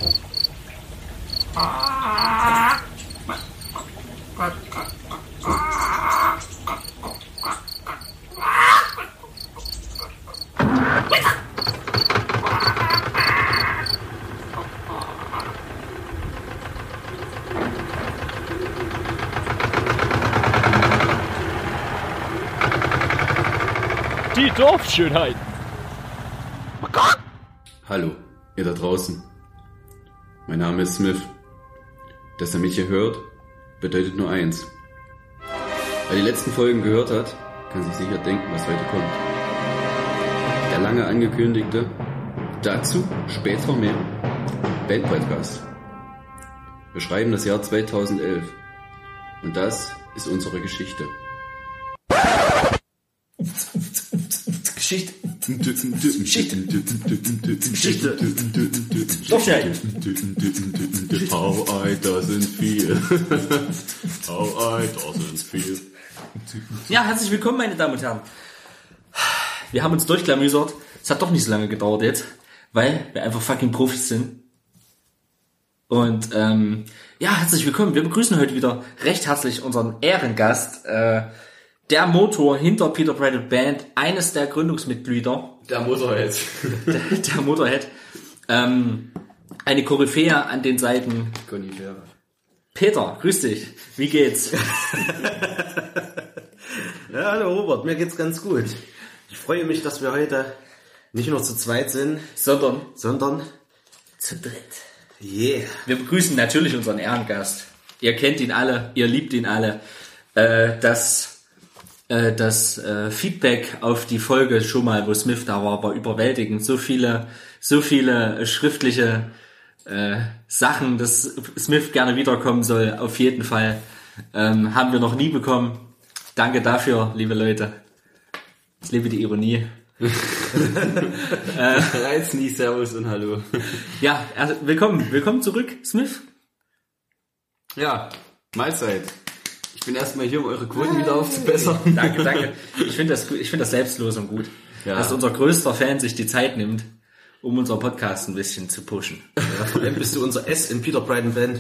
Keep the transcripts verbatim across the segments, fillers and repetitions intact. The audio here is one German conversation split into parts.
Die Dorfschönheit. Hallo, ihr da draußen. Mein Name ist Smith. Dass er mich hier hört, bedeutet nur eins. Wer die letzten Folgen gehört hat, kann sich sicher denken, was heute kommt. Der lange angekündigte, dazu später mehr, Band-Podcast. Wir schreiben das Jahr zweitausendelf. Und das ist unsere Geschichte. Geschichte. Geschichte. Geschichte. Doch schnell. How I doesn't feel. How I doesn't feel. Ja, herzlich willkommen, meine Damen und Herren. Wir haben uns durchklamüsert. Es hat doch nicht so lange gedauert jetzt, weil wir einfach fucking Profis sind. Und ähm, ja, herzlich willkommen. Wir begrüßen heute wieder recht herzlich unseren Ehrengast, äh, der Motor hinter Peter Braddock Band, eines der Gründungsmitglieder. Der Motorhead. Der, der Motorhead. Ähm, eine Koryphäe an den Seiten. Konifere. Peter, grüß dich. Wie geht's? Ja, hallo Robert, mir geht's ganz gut. Ich freue mich, dass wir heute nicht nur zu zweit sind, Sondern sondern zu dritt. yeah. Wir begrüßen natürlich unseren Ehrengast. Ihr kennt ihn alle, ihr liebt ihn alle. Äh, das äh, das äh, Feedback auf die Folge schon mal, wo Smith da war, war überwältigend. So viele, so viele äh, schriftliche äh, Sachen, dass Smith gerne wiederkommen soll. Auf jeden Fall ähm, haben wir noch nie bekommen. Danke dafür, liebe Leute. Ich liebe die Ironie. äh, Reiz nie, Servus und Hallo. Ja, also willkommen, willkommen zurück, Smith. Ja, Mahlzeit. Ich bin erstmal hier, um eure Quoten wieder aufzubessern. Danke, danke. Ich finde das, ich finde das selbstlos und gut, ja. Dass unser größter Fan sich die Zeit nimmt, um unser Podcast ein bisschen zu pushen. Ja, vor allem bist du unser S in Peter Braddock Band.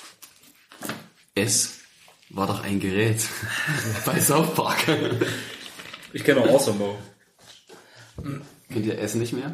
S war doch ein Gerät bei South Park. Ich kenne auch Awesome Mo. Kennt ihr S nicht mehr?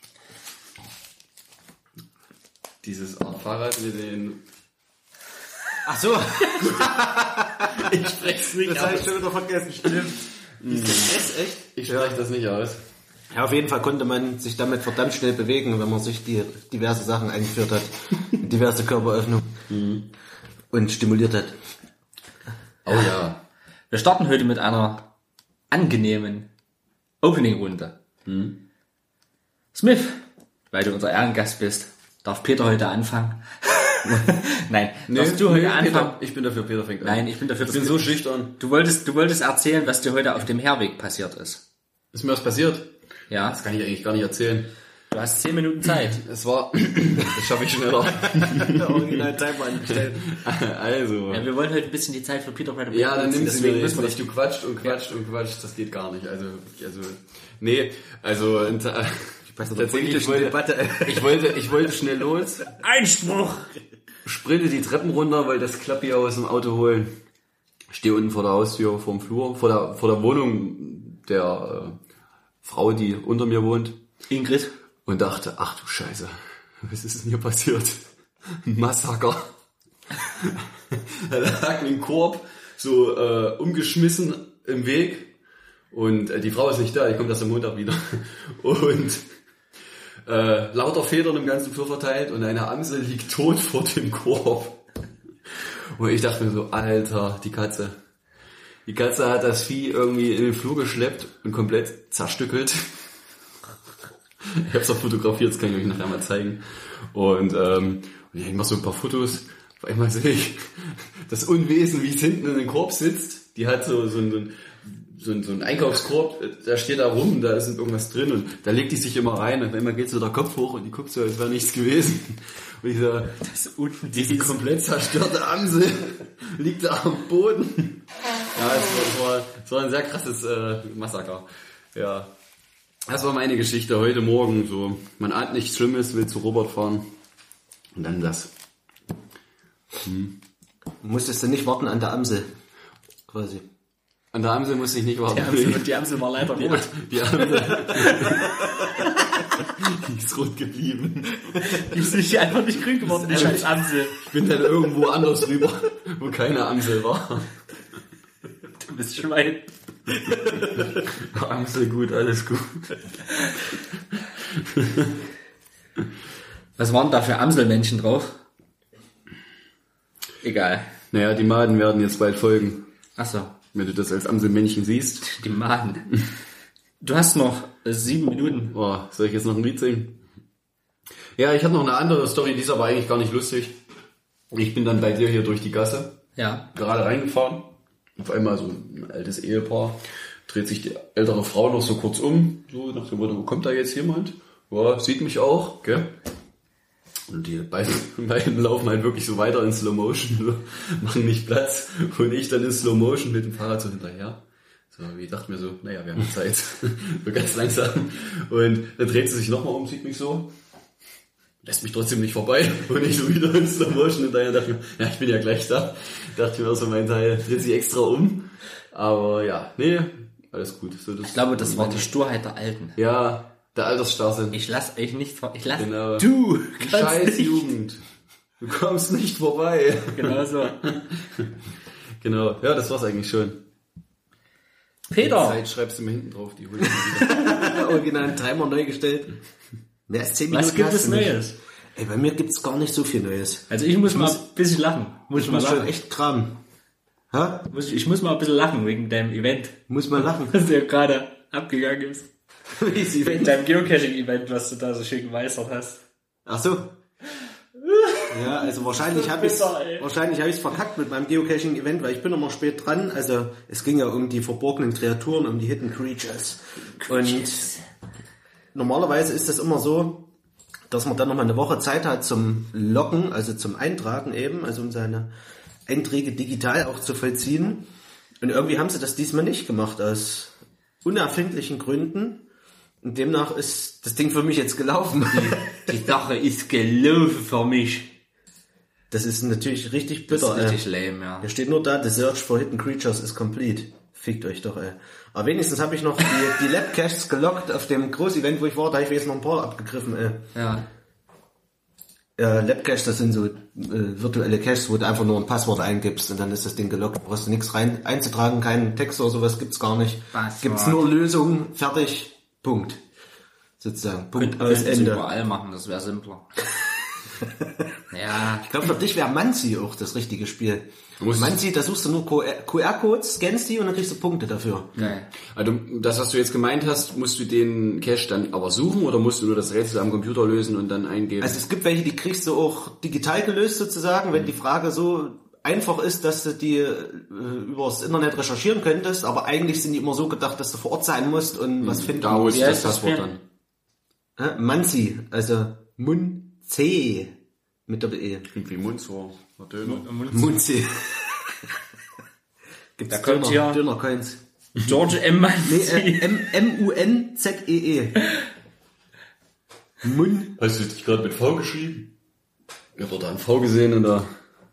Dieses Art Fahrrad mit den... Ach so. Ich sprech's nicht Das habe ich schon wieder vergessen, stimmt. Ist das S echt? Ich spreche das nicht aus. Ja, auf jeden Fall konnte man sich damit verdammt schnell bewegen, wenn man sich die diverse Sachen eingeführt hat. Diverse Körperöffnungen. Mhm. Und stimuliert hat. Oh ja. Wir starten heute mit einer angenehmen Opening-Runde. Hm. Smith, weil du unser Ehrengast bist, darf Peter heute anfangen. Nein, Nee, darfst du heute nee, anfangen? Peter, ich bin dafür, Peter fängt an. Nein, ich bin dafür. Ich bin so schüchtern. Du wolltest, du wolltest erzählen, was dir heute auf dem Herweg passiert ist. Ist mir was passiert? Ja. Das kann ich eigentlich gar nicht erzählen. Du hast zehn Minuten Zeit. Es war... Das schaffe ich schneller. Original Timer eingestellt. Also... Ja, wir wollen heute ein bisschen die Zeit für Peter Braddock. Ja, dann nimm sie mir deswegen jetzt müssen wir nicht. Du quatscht und quatscht ja. und quatscht. Das geht gar nicht. Also... also nee, also... Tatsächlich, ich wollte, ich, wollte, ich wollte schnell los. Einspruch! Sprinte die Treppen runter, weil das Klappi aus dem Auto holen. Stehe unten vor der Haustür, vor dem Flur, vor der, vor der Wohnung der äh, Frau, die unter mir wohnt. Ingrid. Und dachte, ach du Scheiße, was ist denn hier passiert? Ein Massaker. Da lag ein Korb so äh, umgeschmissen im Weg. Und äh, die Frau ist nicht da, die kommt erst am Montag wieder. Und äh, lauter Federn im ganzen Flur verteilt und eine Amsel liegt tot vor dem Korb. Und ich dachte mir so, Alter, die Katze. Die Katze hat das Vieh irgendwie in den Flur geschleppt und komplett zerstückelt. Ich hab's auch fotografiert, das kann ich euch nachher mal zeigen. Und, ähm, und ich mach so ein paar Fotos. Auf einmal sehe ich das Unwesen, wie es hinten in den Korb sitzt. Die hat so, so ein, so ein, so ein Einkaufskorb, da steht da rum, da ist irgendwas drin und da legt die sich immer rein und einmal geht so der Kopf hoch und die guckt so, als wäre nichts gewesen. Und ich so, das unten, diese komplett zerstörte Amsel liegt da am Boden. Ja, es war, es war ein sehr krasses äh, Massaker. Ja. Das war meine Geschichte heute Morgen. So, man ahnt nichts Schlimmes, will zu Robert fahren. Und dann das. Musstest du nicht warten an der Amsel, quasi. An der Amsel musste ich nicht warten. Die Amsel, die Amsel war leider rot. Die Amsel. Die ist rot geblieben. Die ist nicht einfach nicht grün geworden, die scheiß Amsel. Ich bin dann irgendwo anders rüber, wo keine Amsel war. Du bist Schwein. Amsel gut, alles gut. Was waren da für Amselmännchen drauf? Egal. Naja, die Maden werden jetzt bald folgen. Ach so, Wenn du das als Amselmännchen siehst. die Maden. Du hast noch äh, sieben Minuten. Boah, soll ich jetzt noch ein Lied singen? Ja, ich habe noch eine andere Story, die ist aber eigentlich gar nicht lustig. Ich bin dann bei dir hier durch die Gasse, Ja. gerade reingefahren. Auf einmal so ein altes Ehepaar, dreht sich die ältere Frau noch so kurz um, so nach dem Motto, wo kommt da jetzt jemand? Ja, sieht mich auch, gell? Und die beiden, beiden laufen halt wirklich so weiter in Slow Motion, so, machen nicht Platz. Und ich dann in Slow Motion mit dem Fahrrad so hinterher. So, ich dachte mir so, naja, wir haben Zeit. So ganz langsam. Und dann dreht sie sich nochmal um, sieht mich so, lässt mich trotzdem nicht vorbei. Und ich so wieder in Slow Motion hinterher dachte mir, ja, ich bin ja gleich da. Dachte mir auch so, mein Teil dreht sich extra um. Aber ja, nee, alles gut. So, das Ich glaube, das war die Sturheit der Alten. Ja, der Altersstarrsinn. Ich lass euch nicht vor... Ich lass... Genau. Du Die kannst scheiß nicht. Jugend. Du kommst nicht vorbei. Genau so. Genau, ja, das war's eigentlich schon. Die Peter, Zeit schreibst du mir hinten drauf, die hol ich mir wieder. Original Timer neu gestellt. Mehr als zehn Minuten was gibt hast es du nicht. Neues? Ey, bei mir gibt's gar nicht so viel Neues. Also ich muss mal ein bisschen lachen. Muss Ich mal muss schon lachen. echt kramen. Ha? Muss, ich muss mal ein bisschen lachen wegen deinem Event, Muss mal lachen. was ja gerade abgegangen ist. Wie sie Wegen deinem Geocaching-Event, was du da so schön gemeistert hast. Ach so. Ja, also wahrscheinlich habe ich Bitter, ey. wahrscheinlich habe ich es verkackt mit meinem Geocaching-Event, weil ich bin immer spät dran. Also es ging ja um die verborgenen Kreaturen, um die Hidden Creatures. Und normalerweise ist das immer so, dass man dann noch mal eine Woche Zeit hat zum Loggen, also zum Eintragen eben, also um seine Einträge digital auch zu vollziehen. Und irgendwie haben sie das diesmal nicht gemacht, aus unerfindlichen Gründen. Und demnach ist das Ding für mich jetzt gelaufen. Die Sache ist gelaufen für mich. Das ist natürlich richtig Das bitter. ist richtig ey. lame, ja. Hier steht nur da, the search for hidden creatures is complete. Fickt euch doch, ey. Aber wenigstens habe ich noch die, die Lab-Caches gelockt auf dem Groß-Event, wo ich war. Da habe ich jetzt noch ein paar abgegriffen, ey. Ja. Ja, Lab-Caches, das sind so äh, virtuelle Caches, wo du einfach nur ein Passwort eingibst und dann ist das Ding gelockt. Du brauchst nichts rein einzutragen, keinen Text oder sowas gibt's gar nicht. Passwort. Gibt's nur Lösungen, fertig, Punkt. Sozusagen, Punkt, aus, Könnten sie Ende. überall machen, das wäre simpler. Ja. Ich glaube, für dich wäre Manzi auch das richtige Spiel. Du musst- Manzi, da suchst du nur Q R-Codes, scannst die und dann kriegst du Punkte dafür. Geil. Also, das, was du jetzt gemeint hast, musst du den Cache dann aber suchen oder musst du nur das Rätsel am Computer lösen und dann eingeben? Also es gibt welche, die kriegst du auch digital gelöst sozusagen, wenn die Frage so einfach ist, dass du die äh, übers Internet recherchieren könntest, aber eigentlich sind die immer so gedacht, dass du vor Ort sein musst und was finden da holst Wie du das heißt das Passwort Spiel? dann. Äh, Manzi, also Munzi mit Doppel-E. Klingt wie Munzor. Döner. Munzi. Gibt's Da kommt Döner, hier- Döner-Coins. George M. Nee, Manzi. äh, M- M-U-N-Z-E-E. Mun. Hast du dich gerade mit V geschrieben? Ich hab doch da ein V gesehen und da...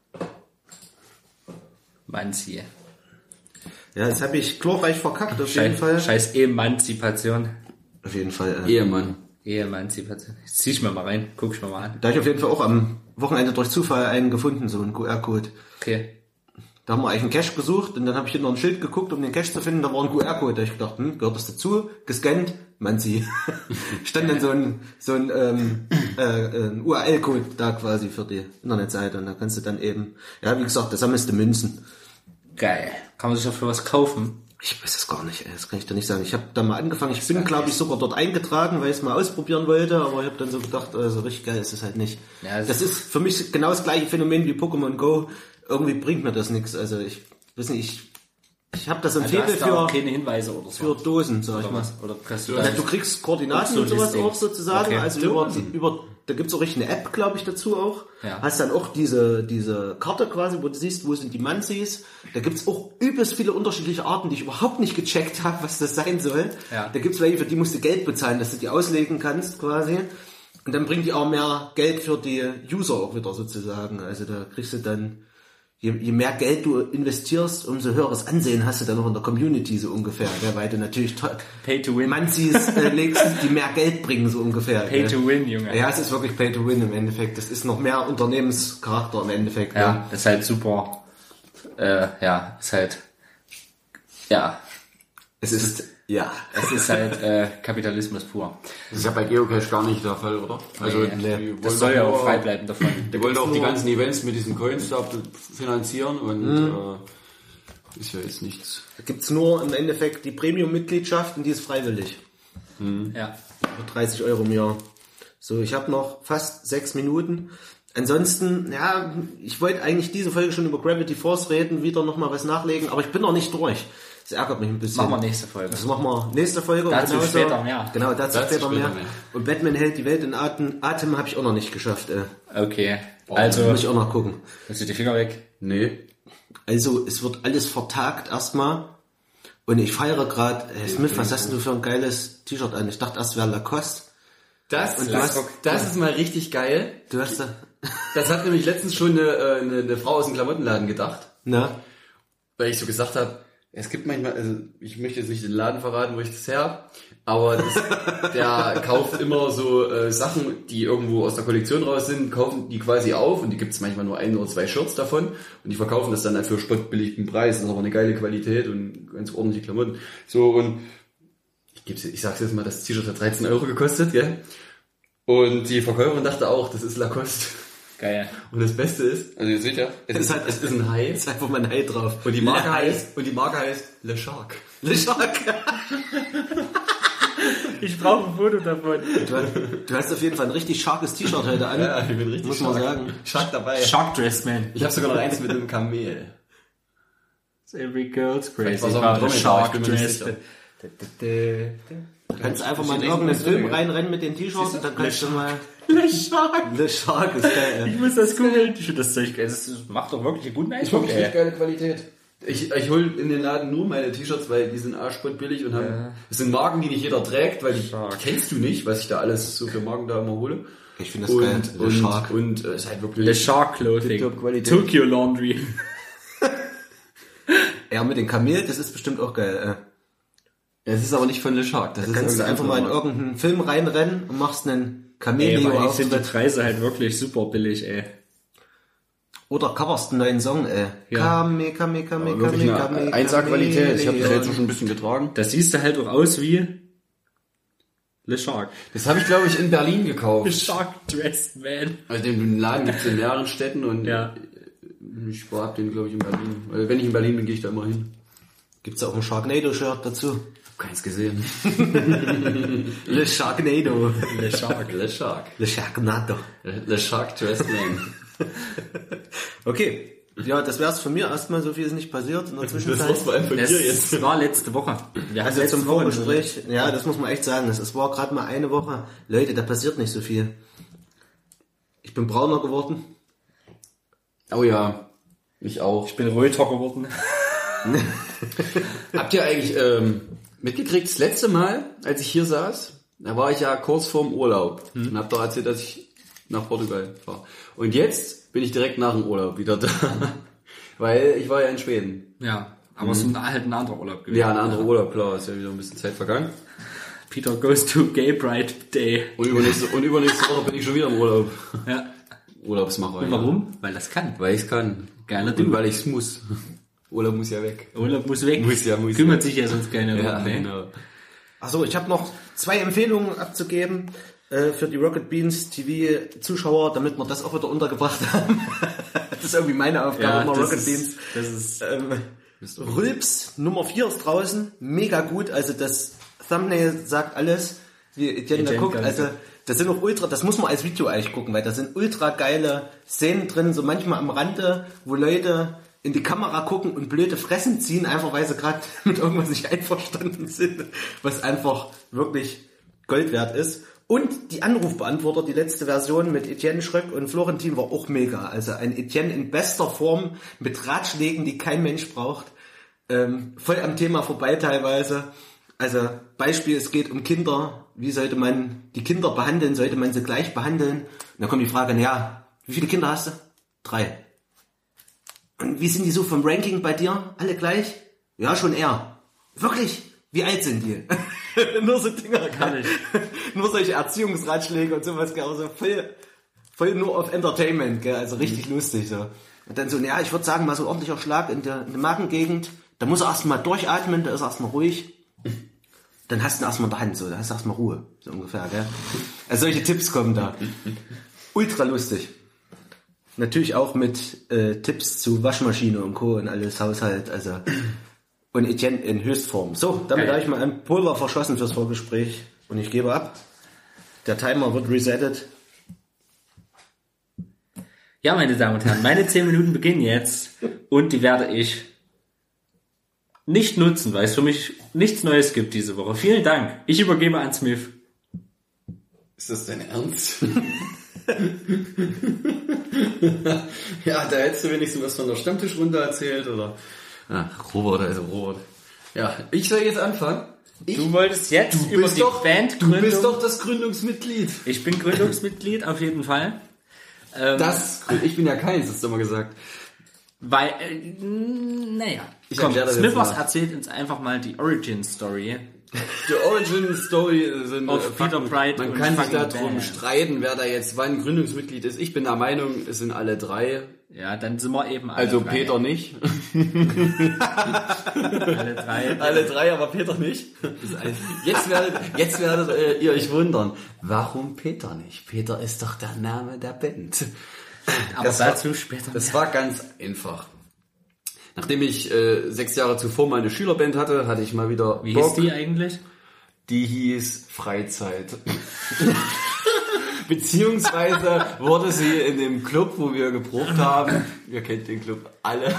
Manzi. Ja, das habe ich glorreich verkackt, auf jeden Scheiß, Fall. scheiß Emanzipation. Auf jeden Fall. Äh, Ehemann. Emanzipation. Zieh ich mir mal rein, guck ich mir mal an. Da habe ich auf jeden Fall auch am Wochenende durch Zufall einen gefunden, so einen Q R-Code. Okay. Da haben wir eigentlich einen Cache gesucht und dann habe ich hinter ein Schild geguckt, um den Cache zu finden, da war ein Q R-Code. Da hab ich gedacht, hm, gehört das dazu? Gescannt, Manzi. Stand dann so ein, so ein, ähm, äh, ein U R L-Code da quasi für die Internetseite und da kannst du dann eben, ja, wie gesagt, da sammelst du Münzen. Geil. Kann man sich dafür was kaufen? Ich weiß es gar nicht, ey, das kann ich dir nicht sagen. Ich habe da mal angefangen, ich bin, glaube ich, sogar dort eingetragen, weil ich es mal ausprobieren wollte, aber ich habe dann so gedacht, also richtig geil ist es halt nicht. Ja, das das ist für mich genau das gleiche Phänomen wie Pokémon Go. Irgendwie bringt mir das nichts. Also ich weiß nicht, ich, ich habe das im Also Febel hast du auch für, keine Hinweise oder so. für Dosen, sag ich oder mal. was? Oder kannst du Ja, da du kriegst Koordinaten So und sowas Listing. auch sozusagen, Okay. also über, über, da gibt's auch richtig eine App, glaube ich, dazu auch. Ja. Hast dann auch diese, diese Karte quasi, wo du siehst, wo sind die Manzis. Da gibt's auch übelst viele unterschiedliche Arten, die ich überhaupt nicht gecheckt habe, was das sein soll. Ja. Da gibt's welche, für die musst du Geld bezahlen, dass du die auslegen kannst quasi. Und dann bringt die auch mehr Geld für die User auch wieder sozusagen. Also da kriegst du dann, je, je mehr Geld du investierst, umso höheres Ansehen hast du dann noch in der Community so ungefähr. Gell? Weil du natürlich to- Pay to win. Manzis äh, legst, die mehr Geld bringen so ungefähr. Pay gell? to win, Junge. Ja, es ist wirklich Pay to Win im Endeffekt. Das ist noch mehr Unternehmenscharakter im Endeffekt. Ja, gell? ist halt super. Äh, ja, ist halt, ja, Es ist, ja. es ist halt äh, Kapitalismus pur. Das ist ja bei Geocache gar nicht der Fall, oder? Also, Nee, die nee. wollen Das soll ja nur- auch frei bleiben davon. Die wollen auch die ganzen Events mit diesen Coins da finanzieren und äh, ist ja jetzt nichts. Da gibt's nur im Endeffekt die Premium-Mitgliedschaft und die ist freiwillig. Ja. Für dreißig Euro im Jahr. So, ich habe noch fast sechs Minuten. Ansonsten, ja, ich wollte eigentlich diese Folge schon über Gravity Force reden, wieder nochmal was nachlegen, aber ich bin noch nicht durch. Das ärgert mich ein bisschen. Machen wir nächste Folge. Das machen wir nächste Folge. Dazu genauso, später mehr. Genau, dazu, Dazu später, später mehr. mehr. Und Batman hält die Welt in Atem, Atem habe ich auch noch nicht geschafft. Ey. Okay. Also, Also, muss ich auch noch gucken. hast du die Finger weg? Nee. Also, es wird alles vertagt erstmal. Und ich feiere gerade, hey Smith, was hast du für ein geiles T-Shirt an? Ich dachte erst wäre Lacoste. Das, Und du das, hast- das ist mal richtig geil. Du hast da, Das hat nämlich letztens schon eine, äh, eine, eine Frau aus dem Klamottenladen gedacht. na? Weil ich so gesagt habe, es gibt manchmal, also ich möchte jetzt nicht den Laden verraten, wo ich das her habe, aber das, der kauft immer so äh, Sachen, die irgendwo aus der Kollektion raus sind, kaufen die quasi auf und die gibt es manchmal nur ein oder zwei Shirts davon und die verkaufen das dann halt für spottbilligen Preis. Das ist aber eine geile Qualität und ganz ordentliche Klamotten. So und ich, geb's, ich sag's jetzt mal, das T-Shirt hat dreizehn Euro gekostet, gell? Und die Verkäuferin dachte auch, das ist Lacoste. Geil. Und das Beste ist, also ihr seht ja, es ist, halt, es ist ein Hai. Ist einfach mal ein Hai drauf. Und die Marke Le Hai. heißt, und die Marke heißt Le Shark. Le Shark. Ich brauche ein Foto davon. Du, hast- du hast auf jeden Fall ein richtig starkes T-Shirt heute an. Ja, ich bin richtig Muss man Shark. sagen. Shark dabei. Shark Dress Man. Ich habe sogar noch eins mit einem Kamel. Every girl's crazy. Vielleicht war's auch ein about a Dromedar, Shark ich bin mir nicht Dress sicher. Man. Du kannst einfach mal in steht irgendeinen irgendwas Film drin. reinrennen mit den T-Shirts und dann kannst du mal... Le Shark. Le Shark ist geil. Ich muss das googeln. Ich finde das Zeug geil. Das macht doch wirklich einen guten Eindruck, Wirklich ey. geile Qualität. Ich, ich hol in den Laden nur meine T-Shirts, weil die sind arschpottbillig und haben, Ja. das sind Marken, die nicht jeder trägt, weil die Shark. kennst du nicht, was ich da alles so für Marken da immer hole. Ich finde das Und, geil. Le und, Shark. und, äh, ist halt wirklich Le Shark Clothing. Top-Qualität. Tokyo Laundry. Ja, mit dem Kamel, das ist bestimmt auch geil. Ja, es ist aber nicht von Le Shark. Das Da ist kannst du irgendeine einfach mal in andere Marke. irgendeinen Film reinrennen und machst einen Ey, aber ich sind die Cameo-Auftritt. Preise halt wirklich super billig, ey. Oder coverst einen neuen Song, ey. Ja. Kame, Kame, Kame, Aber wirklich Kame, eine Kame, eins A-Qualität. Ich habe das Kame. jetzt schon ein bisschen getragen. Das siehst du halt auch aus wie Le Shark. Das habe ich, glaube ich, in Berlin gekauft. Le Shark Dressed Man. Also den Laden gibt es in mehreren Städten und Ja. ich hab den, glaube ich, in Berlin. Weil wenn ich in Berlin bin, gehe ich da immer hin. Gibt's auch ein Sharknado-Shirt dazu? Hab keins gesehen. Le Sharknado. Le Shark. Le Shark. Le Sharknado. Le Shark Dressed Man. Okay. Ja, das wär's von mir. Erstmal, so viel ist nicht passiert in der Zwischenzeit. vor allem von Das war letzte Woche. Wir hatten Also letzte zum Woche Vorgespräch, ja, das muss man echt sagen. Es es war gerade mal eine Woche. Leute, da passiert nicht so viel. Ich bin brauner geworden. Oh ja, ich auch. Ich bin röter geworden. Habt ihr eigentlich ähm, mitgekriegt, das letzte Mal, als ich hier saß, da war ich ja kurz vorm Urlaub und hab doch erzählt, dass ich nach Portugal war. Und jetzt bin ich direkt nach dem Urlaub wieder da, weil ich war ja in Schweden. Ja, aber es ist halt ein anderer Urlaub gewesen. Ja, ein anderer Urlaub, klar, ist ja wieder ein bisschen Zeit vergangen. Peter goes to Gay Pride Day. Und übernächste, und übernächste Woche bin ich schon wieder im Urlaub. Ja. Urlaubsmacher. Und warum? Weil das kann. Ja. Weil ich kann. Geiler Und Dude. weil ich's muss. Urlaub muss ja weg. Urlaub muss weg. Muss ja, muss Kümmert ja. sich ja sonst keiner Ja, drum, ne? genau. Achso, ich habe noch zwei Empfehlungen abzugeben äh, für die Rocket Beans T V-Zuschauer, damit wir das auch wieder untergebracht haben. Das ist irgendwie meine Aufgabe, Ja, immer das Rocket ist- Beans. das ist- Ähm, Rülps Nummer vier ist draußen, mega gut, also das Thumbnail sagt alles, wie Etienne da Etienne guckt, kann also das sind auch ultra, das muss man als Video eigentlich gucken, weil da sind ultra geile Szenen drin, so manchmal am Rande, wo Leute in die Kamera gucken und blöde Fressen ziehen, einfach weil sie gerade mit irgendwas nicht einverstanden sind, was einfach wirklich Gold wert ist. Und die Anrufbeantworter, die letzte Version mit Etienne Schröck und Florentin war auch mega. Also ein Etienne in bester Form mit Ratschlägen, die kein Mensch braucht. Ähm, voll am Thema vorbei teilweise. Also Beispiel, es geht um Kinder wie sollte man die Kinder behandeln, sollte man sie gleich behandeln? Und dann kommt die Frage, naja, wie viele Kinder hast du? Drei. Und wie sind die so vom Ranking bei dir? Alle gleich? Ja, schon eher. Wirklich? Wie alt sind die? Nur so Dinger. Kann ich. Nur solche Erziehungsratschläge und sowas, gell, also voll, voll nur auf Entertainment, gell, also richtig mhm. lustig so. Und dann so, ja, ich würde sagen, mal so ordentlicher Schlag in der, in der Magengegend, da muss er erstmal durchatmen, da ist er erstmal ruhig. Dann hast du ihn erstmal in der Hand, so, da hast du erstmal Ruhe, so ungefähr, gell. Also solche Tipps kommen da. Ultra lustig. Natürlich auch mit äh, Tipps zu Waschmaschine und Co. und alles Haushalt, also und Etienne in Höchstform. So, damit habe ich mal ein Pulver verschossen fürs Vorgespräch und ich gebe ab. Der Timer wird resettet. Ja, meine Damen und Herren, meine zehn Minuten beginnen jetzt und die werde ich nicht nutzen, weil es für mich nichts Neues gibt diese Woche. Vielen Dank. Ich übergebe an Smith. Ist das dein Ernst? Ja, da hättest du wenigstens was von der Stammtischrunde erzählt, oder? Ach, Robert, also Robert. Ja, ich soll jetzt anfangen. Ich, du wolltest jetzt du über bist die doch, Bandgründung... Du bist doch das Gründungsmitglied. Ich bin Gründungsmitglied, auf jeden Fall. Ähm, das, ich bin ja keins, hast du mal gesagt. Weil, äh, naja. Ich Komm, Smithers mal. erzählt uns einfach mal die Origin-Story. Die Origin-Story sind Auf äh, Peter Bright Man und kann sich fucking darum Band. streiten, wer da jetzt wann Gründungsmitglied ist. Ich bin der Meinung, es sind alle drei. Ja, dann sind wir eben alle Also drei. Peter nicht. Alle drei. Alle drei, aber Peter nicht. Jetzt werdet, jetzt werdet äh, ihr euch wundern, warum Peter nicht? Peter ist doch der Name der Band. Aber Das dazu war, später. Das war ganz einfach. Nachdem ich äh, sechs Jahre zuvor meine Schülerband hatte, hatte ich mal wieder Wie Bock. hieß die eigentlich? Die hieß Freizeit. Beziehungsweise wurde sie in dem Club, wo wir geprobt haben, ihr kennt den Club alle,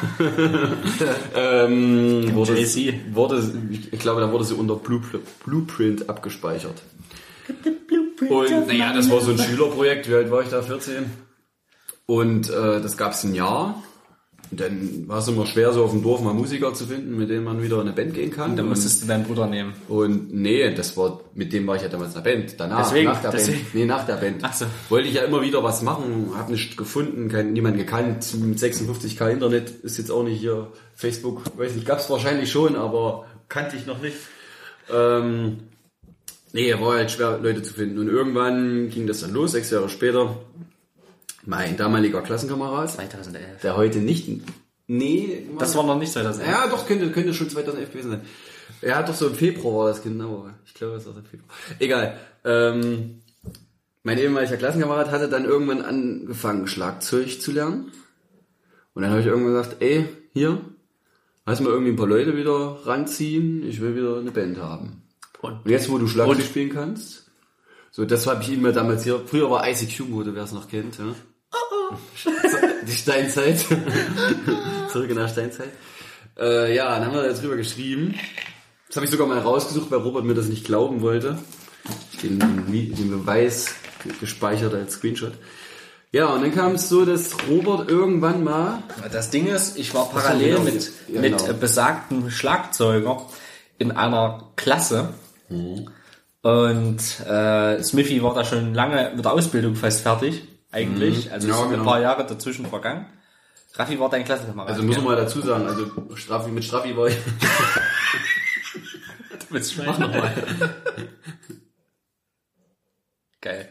ähm, wurde, wurde, ich glaube, da wurde sie unter Blueprint abgespeichert. Und naja, das war so ein Schülerprojekt, wie alt war ich da, vierzehn? Und äh, das gab es ein Jahr. Und dann war es immer schwer, so auf dem Dorf mal Musiker zu finden, mit denen man wieder in eine Band gehen kann. Und dann musstest du deinen Bruder nehmen. Und nee, das war, mit dem war ich ja damals in der Band. Danach, deswegen, nach der deswegen. Band. Nee, nach der Band. Ach so. Wollte ich ja immer wieder was machen, hab nicht gefunden, kein, niemanden gekannt. Mit sechsundfünfzig K Internet ist jetzt auch nicht hier Facebook, weiß nicht, gab's wahrscheinlich schon, aber kannte ich noch nicht. Ähm, nee, war halt schwer, Leute zu finden. Und irgendwann ging das dann los, sechs Jahre später. Mein damaliger Klassenkamerad, zweitausendelf. der heute nicht, nee. Das war noch nicht zweitausendelf. Ja, doch, könnte, könnte schon zweitausendelf gewesen sein. Er hat doch so im Februar war das genau. Ich glaube, es war im Februar. Egal. Ähm, mein ehemaliger Klassenkamerad hatte dann irgendwann angefangen, Schlagzeug zu lernen. Und dann habe ich irgendwann gesagt, ey, hier, lass mal irgendwie ein paar Leute wieder ranziehen. Ich will wieder eine Band haben. Und, und jetzt, wo du Schlagzeug und? spielen kannst, so, das habe ich ihm mir damals hier, früher war I C Q-Mode, wer es noch kennt, ja. Die Steinzeit. Zurück in der Steinzeit. Äh, ja, dann haben wir darüber geschrieben. Das habe ich sogar mal rausgesucht, weil Robert mir das nicht glauben wollte. Den, den Beweis gespeichert als Screenshot. Ja, und dann kam es so, dass Robert irgendwann mal... Das Ding ist, ich war parallel genau. mit, ja, mit genau. besagtem Schlagzeuger in einer Klasse. Mhm. Und äh, Smithy war da schon lange mit der Ausbildung fast fertig, eigentlich. Mhm. Also es ja, sind genau. ein paar Jahre dazwischen vergangen. Raffi war dein Klassenkamerad. Also muss man mal dazu sagen, also Straffi, mit Straffi war ich... du willst Mach nochmal. Geil.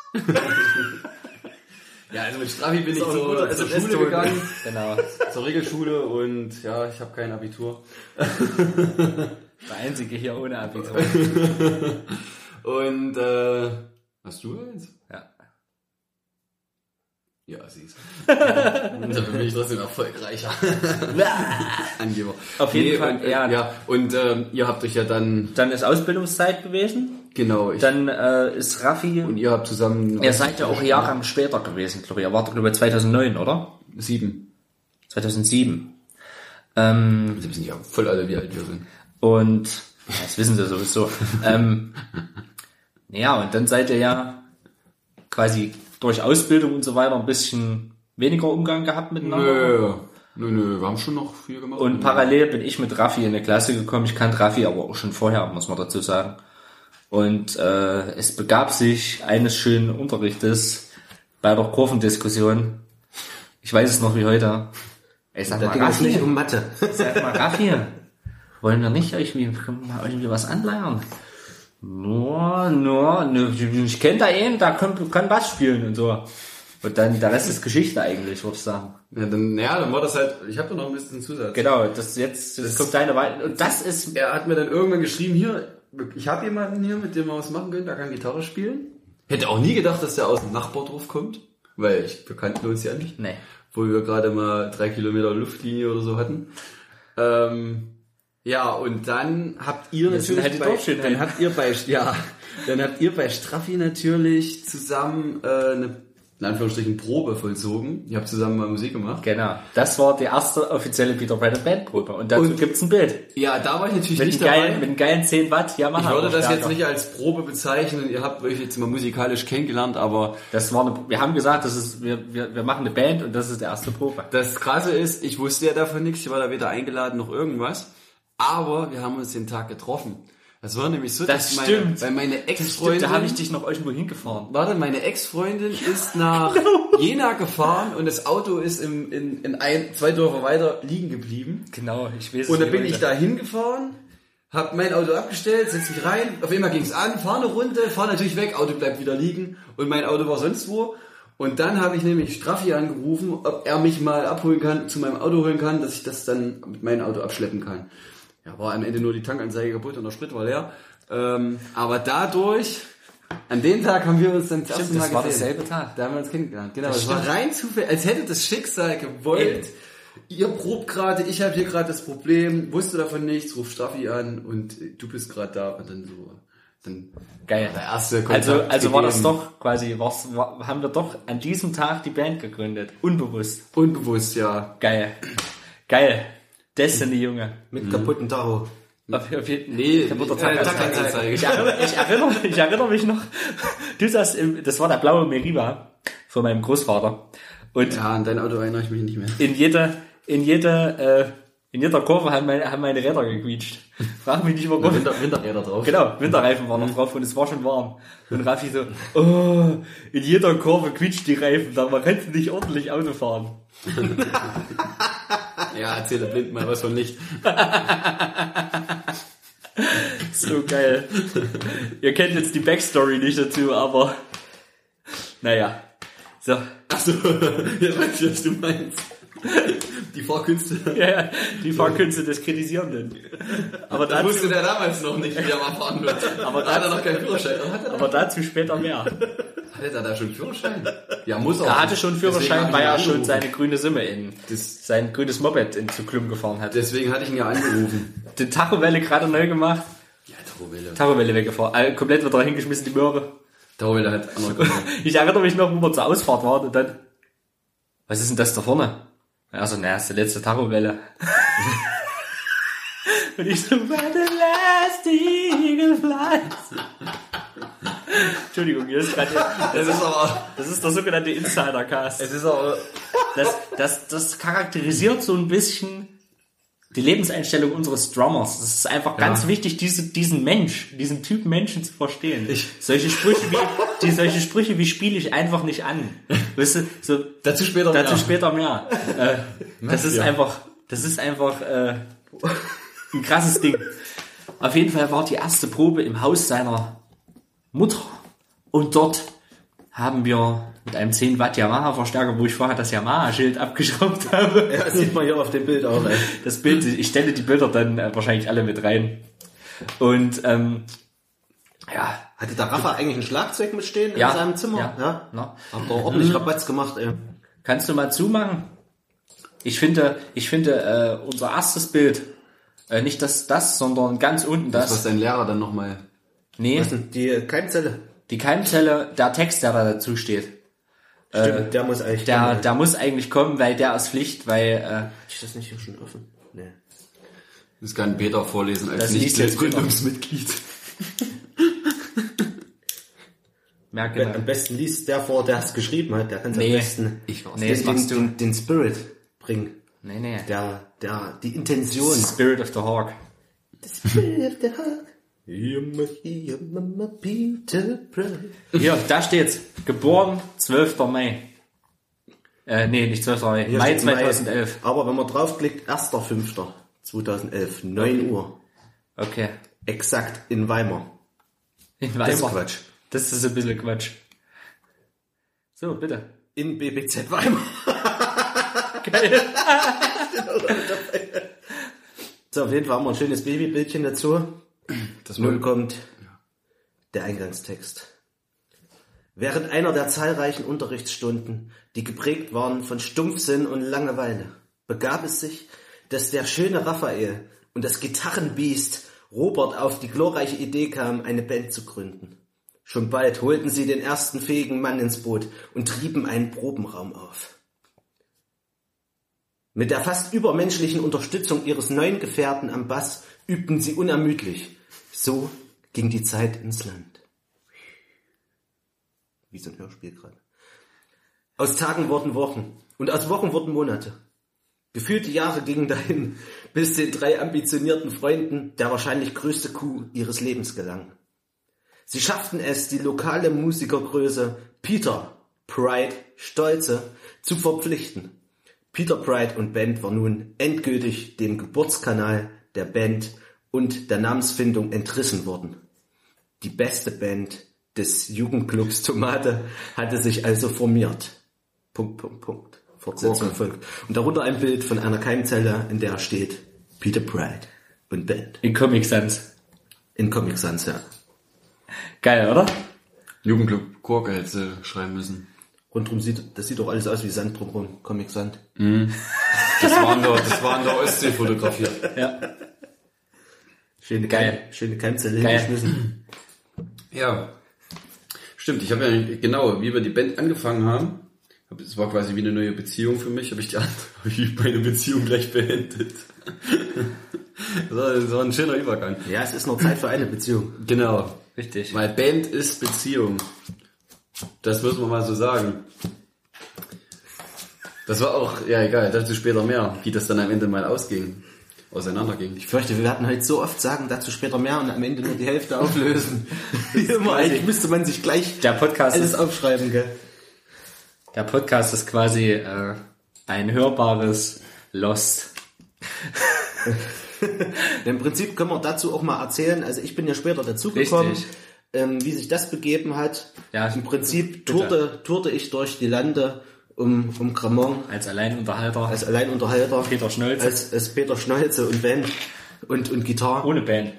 Ja, also mit Straffi bin ich so also zur Schule gegangen. Genau. Zur Regelschule und ja, ich habe kein Abitur. Der Einzige hier ohne Abitur. Und äh, hast du eins? Ja. Ja, siehst du. Dann bin ich trotzdem erfolgreicher. Angeber. Auf jeden nee, Fall, und, äh, ja. ja. Und ähm, ihr habt euch ja dann... Dann ist Ausbildungszeit gewesen. Genau. Ich, dann äh, ist Raffi... Und ihr habt zusammen... Ihr seid ja auch Jahre später gewesen, glaube ich. Ihr wart, glaube ich, zweitausendneun, oder? Sieben. zweitausendsieben. Ähm, Sie wissen ja voll alle, wie alt wir sind. Und... Ja, das wissen sie sowieso. ähm, ja, und dann seid ihr ja quasi durch Ausbildung und so weiter ein bisschen weniger Umgang gehabt miteinander. Nö, nö, nö, wir haben schon noch viel gemacht. Und parallel bin ich mit Raffi in eine Klasse gekommen. Ich kannte Raffi aber auch schon vorher, muss man dazu sagen. Und äh, es begab sich eines schönen Unterrichtes bei der Kurvendiskussion. Ich weiß es noch wie heute. Ich sag Da mal, ging es nicht Raffi, um Mathe. sag mal, Raffi, wollen wir nicht irgendwie, mal irgendwie was anleiern? Nur, nur, nur, ich kenne da einen, der kann, kann Bass spielen und so. Und dann, der Rest ist Geschichte eigentlich, würde ich sagen. Ja, dann, ja, dann war das halt, ich habe da noch ein bisschen Zusatz. Genau, das jetzt, das, das kommt deine Wahl. Und das ist, Er hat mir dann irgendwann geschrieben, hier, ich habe jemanden hier, mit dem wir was machen können, der kann Gitarre spielen. Hätte auch nie gedacht, dass der aus dem Nachbardorf kommt, weil ich, wir kannten uns ja nicht. nee. Wo wir gerade mal drei Kilometer Luftlinie oder so hatten. Ähm, ja, und dann habt ihr Das sind natürlich halt die bei, Dorfschönheiten. dann habt ihr bei, ja, dann habt ihr bei Straffi natürlich zusammen äh, eine, in Anführungsstrichen, Probe vollzogen. Ihr habt zusammen mal Musik gemacht. Genau. Das war die erste offizielle Peter Brandon Bandprobe. Und dazu Und- gibt's ein Bild. Ja, da war ich natürlich Mit nicht einem dabei. geilen, mit einem geilen zehn Watt Yamaha. Ich würde das Verstärker. jetzt nicht als Probe bezeichnen. Ihr habt euch jetzt mal musikalisch kennengelernt, aber Das war eine, wir haben gesagt, das ist, wir, wir, wir machen eine Band und das ist die erste Probe. das Krasse ist, ich wusste ja davon nichts. Ich war da weder eingeladen noch irgendwas. Aber wir haben uns den Tag getroffen. Das war nämlich so, Das dass meine, stimmt. weil meine Stimmt, Ex-Freundin, da habe ich dich noch irgendwo hingefahren. warte, meine Ex-Freundin ist nach Jena gefahren und das Auto ist im, in, in ein, zwei Dörfer weiter liegen geblieben. Genau, ich weiß es Und dann wie bin heute. ich da hingefahren, hab mein Auto abgestellt, setz mich rein, auf einmal ging's an, fahr eine Runde, fahr natürlich weg, Auto bleibt wieder liegen und mein Auto war sonst wo. Und dann habe ich nämlich Straffi angerufen, ob er mich mal abholen kann, zu meinem Auto holen kann, dass ich das dann mit meinem Auto abschleppen kann. Ja, war am Ende nur die Tankanzeige kaputt und der Sprit war leer. Ähm, aber dadurch, an dem Tag haben wir uns dann das erste Stimmt, Mal das war gesehen. derselbe Tag. Da haben wir uns kennengelernt. Genau, Das das, war stimmt. rein zufällig, als hätte das Schicksal gewollt. Ihr probt gerade, ich habe hier gerade das Problem, wusste davon nichts, ruf Straffi an und du bist gerade da und dann so, dann Geil. der erste Kontakt Also, also war das gegeben. doch quasi, war's, war, haben wir doch an diesem Tag die Band gegründet. Unbewusst. Unbewusst, ja. Geil. Geil. Destiny, Junge. Mit kaputten Tacho. Auf, auf jeden, Nee, kaputter äh, Tankanzeige. Tankanzeige. Ich erinnere, ich, erinnere, ich erinnere mich noch, du saßt im, das war der blaue Meriva von meinem Großvater. Und Ja, an dein Auto erinnere ich mich nicht mehr. in jeder, in jeder, äh, in jeder Kurve haben meine, haben meine Räder gequietscht. Frag mich nicht warum. Winter, Winterräder drauf. Genau, Winterreifen waren noch drauf und es war schon warm. Und Raffi so, oh, in jeder Kurve quietscht die Reifen, da man kannst du nicht ordentlich Auto fahren. Ja, erzähl der Blind mal was von Licht. So geil. Ihr kennt jetzt die Backstory nicht dazu, aber naja. So. Achso, jetzt weiß ich, was du meinst. Die Fahrkünste. Ja, ja, die Fahrkünste des Kritisierenden. Aber Das dazu, wusste der damals noch nicht, wie er mal fahren wird. Aber da hat er noch keinen Führerschein. Oder hat er, aber dazu später mehr. hatte er da schon einen Führerschein? Ja, muss er. Er hatte schon Führerschein, Deswegen weil er hatte ich ihn schon angerufen. seine grüne Simme in, Das- sein grünes Moped in zu Klum gefahren hat. Deswegen hatte ich ihn ja angerufen. Den Tachowelle gerade neu gemacht, Ja, Tachowelle. Tachowelle weggefahren, äh, komplett wieder hingeschmissen, die Möhre. Tachowelle hat andere Gründe. Ich erinnere mich noch, wo wir zur Ausfahrt waren und dann, was ist denn das da vorne? Also, na, ist die letzte Tachowelle. Und ich so, where the last eagle flies. Entschuldigung, hier ist gerade, Das ist aber, das ist der sogenannte Insider-Cast. es ist aber, Das, das, das charakterisiert so ein bisschen die Lebenseinstellung unseres Drummers. Das ist einfach ganz wichtig, diese, diesen Mensch, diesen Typ Menschen zu verstehen. Ich- solche Sprüche wie, die, solche Sprüche wie spiele ich einfach nicht an. Weißt du, so, dazu später dazu mehr. später mehr. Äh, das ist ja. einfach, das ist einfach, äh, ein krasses Ding. Auf jeden Fall war die erste Probe im Haus seiner Mutter. Und dort haben wir mit einem zehn Watt Yamaha Verstärker, wo ich vorher das Yamaha-Schild abgeschraubt habe. Ja, das sieht man hier auf dem Bild auch, ey. Das Bild, ich stelle die Bilder dann äh, wahrscheinlich alle mit rein. Und ähm, ja, Hatte der Rafa eigentlich ein Schlagzeug mitstehen Ja, in seinem Zimmer? ja, Ja. na. Hat er ordentlich Rabatz gemacht, ey. kannst du mal zumachen? Ich finde, ich finde äh, unser erstes Bild, äh, nicht das, das, sondern ganz unten Das, das. was dein Lehrer dann nochmal, Nee, Was denn? Die Keimzelle. die Keimzelle, der Text, der da dazu steht, Stimmt, der muss eigentlich der, kommen, der muss eigentlich kommen, weil der ist Pflicht, weil Hab ich das nicht hier schon offen? Nee. das kann Peter vorlesen als Das liest jetzt Nicht-Gründungsmitglied. äh, merke Am besten liest der vor, der es geschrieben hat. Der kann es Nee. am besten Ich war's. Nee, das den, machst den, du. den, den Spirit bringen. Nee, nee. Der, der, die Intention. Spirit of the Hawk. Spirit of the Heart. Peter Pratt. Hier, da steht's. Geboren zwölfter Mai. Äh, nee, nicht zwölfter Mai. Hier Mai steht Mai. zweitausendelf. Aber wenn man draufklickt, erster fünfter zweitausendelf, neun Uhr. Okay. Exakt in Weimar. In Das ist Weimar. Quatsch. Das ist ein bisschen Quatsch. So, bitte. In B B Z Weimar. Geil. So, auf jeden Fall haben wir ein schönes Babybildchen dazu. Das Nun kommt der Eingangstext. Während einer der zahlreichen Unterrichtsstunden, die geprägt waren von Stumpfsinn und Langeweile, begab es sich, dass der schöne Raphael und das Gitarrenbiest Robert auf die glorreiche Idee kamen, eine Band zu gründen. Schon bald holten sie den ersten fähigen Mann ins Boot und trieben einen Probenraum auf. Mit der fast übermenschlichen Unterstützung ihres neuen Gefährten am Bass übten sie unermüdlich. So ging die Zeit ins Land. Wie so ein Hörspiel gerade. Aus Tagen wurden Wochen und aus Wochen wurden Monate. Gefühlte Jahre gingen dahin, bis den drei ambitionierten Freunden der wahrscheinlich größte Coup ihres Lebens gelang. Sie schafften es, die lokale Musikergröße Peter Pride Stolze zu verpflichten. Peter Pride und Band war nun endgültig dem Geburtskanal der Band und der Namensfindung entrissen worden. Die beste Band des Jugendclubs Tomate hatte sich also formiert. Punkt, Punkt, Punkt. Fortsetzung folgt. Und darunter ein Bild von einer Keimzelle, in der steht Peter Pride und Band. In Comic Sans. In Comic Sans, ja. Geil, oder? Jugendclub Gurke hätte sie schreiben müssen. Rundrum sieht, das sieht doch alles aus wie Sand drumherum. Comic Sand. Das waren da, das waren da Ostsee fotografiert. Ja. Schöne, Geil. Keim, schöne Keimzelle Geil. hingeschmissen. Ja, stimmt. Ich habe ja genau, wie wir die Band angefangen haben, es war quasi wie eine neue Beziehung für mich, habe ich die andere, habe ich meine Beziehung gleich beendet. Das war, das war ein schöner Übergang. Ja, es ist noch Zeit für eine Beziehung. Genau. Richtig. Weil Band ist Beziehung. Das müssen wir mal so sagen. Das war auch, ja egal, dazu später mehr, wie das dann am Ende mal ausging, auseinanderging. Ich fürchte, wir werden heute so oft sagen, dazu später mehr und am Ende nur die Hälfte auflösen. Wie immer, eigentlich müsste man sich gleich Der Podcast alles ist, aufschreiben, gell? der Podcast ist quasi äh, ein hörbares Lost. Im Prinzip können wir dazu auch mal erzählen, also ich bin ja später dazugekommen, Richtig. ähm, wie sich das begeben hat. Ja, Im Prinzip bitte. tourte, tourte ich durch die Lande um, um Gramont Als Alleinunterhalter. als Alleinunterhalter. Peter Schnolze. Als, als Peter Schnolze und Band und, und Gitarre. Ohne Band.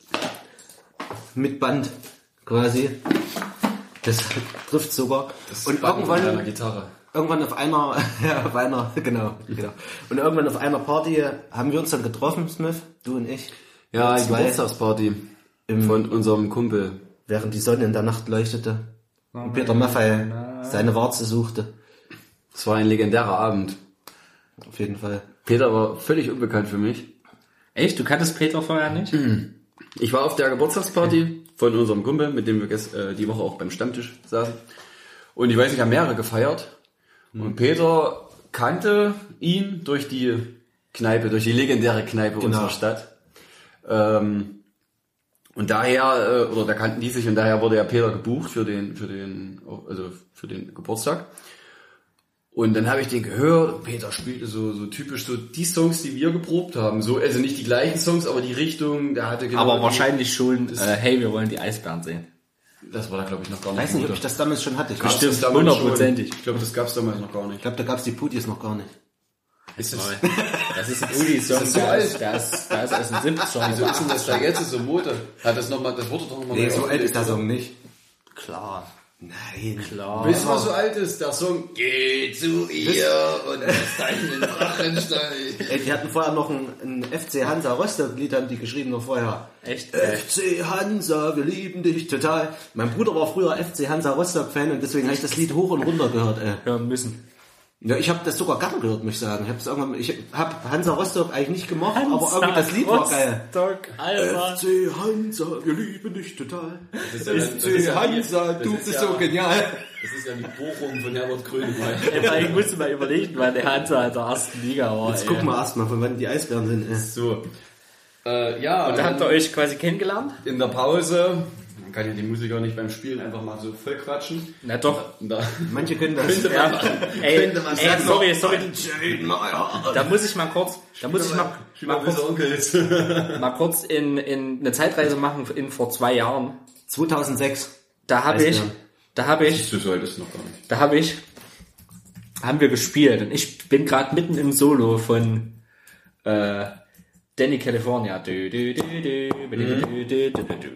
Mit Band quasi. Das trifft sogar. Das und Band mit einer irgendwann, Gitarre. irgendwann auf einer, ja, auf einer, genau, genau. Und irgendwann auf einer Party haben wir uns dann getroffen, Smith, du und ich. Ja, die Zwei. Geburtstagsparty von unserem Kumpel. Während die Sonne in der Nacht leuchtete und Peter Maffay seine Warze suchte. Es war ein legendärer Abend. Auf jeden Fall. Peter war völlig unbekannt für mich. Echt? Du kanntest Peter vorher nicht? Ich war auf der Geburtstagsparty von unserem Kumpel, mit dem wir gest- äh, die Woche auch beim Stammtisch saßen. Und ich weiß nicht, haben mehrere gefeiert. Und Peter kannte ihn durch die Kneipe, durch die legendäre Kneipe Genau. unserer Stadt. Ähm, und daher, äh, oder da kannten die sich und daher wurde ja Peter gebucht für den, für den, also für den Geburtstag. Und dann habe ich den gehört, Peter spielte so, so typisch so die Songs, die wir geprobt haben. So, also nicht die gleichen Songs, aber die Richtung, der hatte genau Aber die- wahrscheinlich schon, äh, hey, wir wollen die Eisbären sehen. Das war da glaube ich noch gar Ich nicht. weiß nicht, ob oder? ich das damals schon hatte. Ich Gab's glaube, das damals schon? hundertprozentig. Ich glaube, das gab's damals noch gar nicht. glaub, da gab es die Putis noch gar nicht. Ist das, Das ist ein Udi-Song, Das ist so der, alt. ist, der, ist, der ist aus den siebzigern. wieso ist denn das da jetzt so Mode? Hat das noch mal, das wurde doch nochmal Nee, so alt ist der Song nicht. Klar, Nein. klar. Wisst ihr, was so alt ist? Der Song Geh zu ihr und lass deinen Drachen steigen. Ey, die hatten vorher noch ein, ein F C Hansa Rostock-Lied, haben die geschrieben noch vorher. Echt? F C Hansa, wir lieben dich total. Mein Bruder war früher F C Hansa Rostock-Fan und deswegen habe ich das Lied hoch und runter gehört. Ey. Hören müssen. Ja, ich habe das sogar gern gehört, muss ich sagen. Ich habe irgendwann, ich habe Hansa Rostock eigentlich nicht gemocht, aber irgendwie das Lied war geil. Rostock, Alter. F C Hansa, wir lieben dich total. Das ist ja, F C Hansa, du bist so genial. Das ist ja die Bochum von Herbert Grönemeyer. Ey, ich musste mal überlegen, weil der Hansa in der ersten Liga war. Jetzt ey. gucken wir erstmal, von wann die Eisbären sind. Ey. So. Äh, ja, Und da habt ihr euch quasi kennengelernt? in der Pause, man kann ja die Musiker nicht beim Spielen einfach mal so voll quatschen. Na doch. Und da Manche können das. könnte man, Ey, Könnte man ey sagen, sorry, noch- sorry. Jane Meyer. Da muss ich mal kurz, da muss ich mal, mal kurz, Onkels. mal kurz in, in eine Zeitreise machen in vor zwei Jahren. zweitausendsechs. Da habe Weißt ich, du. da habe ich, Siehst du, so alt ist noch gar nicht. da habe ich, haben wir gespielt und ich bin gerade mitten im Solo von äh, Danny California. Du, du, du, du, du, du, du, du, du.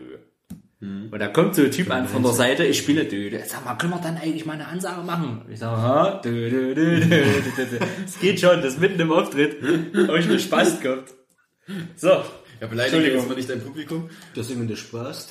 Und da kommt so ein Typ an von der Seite, ich spiele, du, du, sag mal, können wir dann eigentlich mal eine Ansage machen? Ich sage, ha, du, du, du, du, du, du. Es geht schon, das mitten im Auftritt, habe ich nur Spaß gehabt. So, Ja, beleidige Entschuldigung. jetzt mal nicht dein Publikum. Der singende Spaß.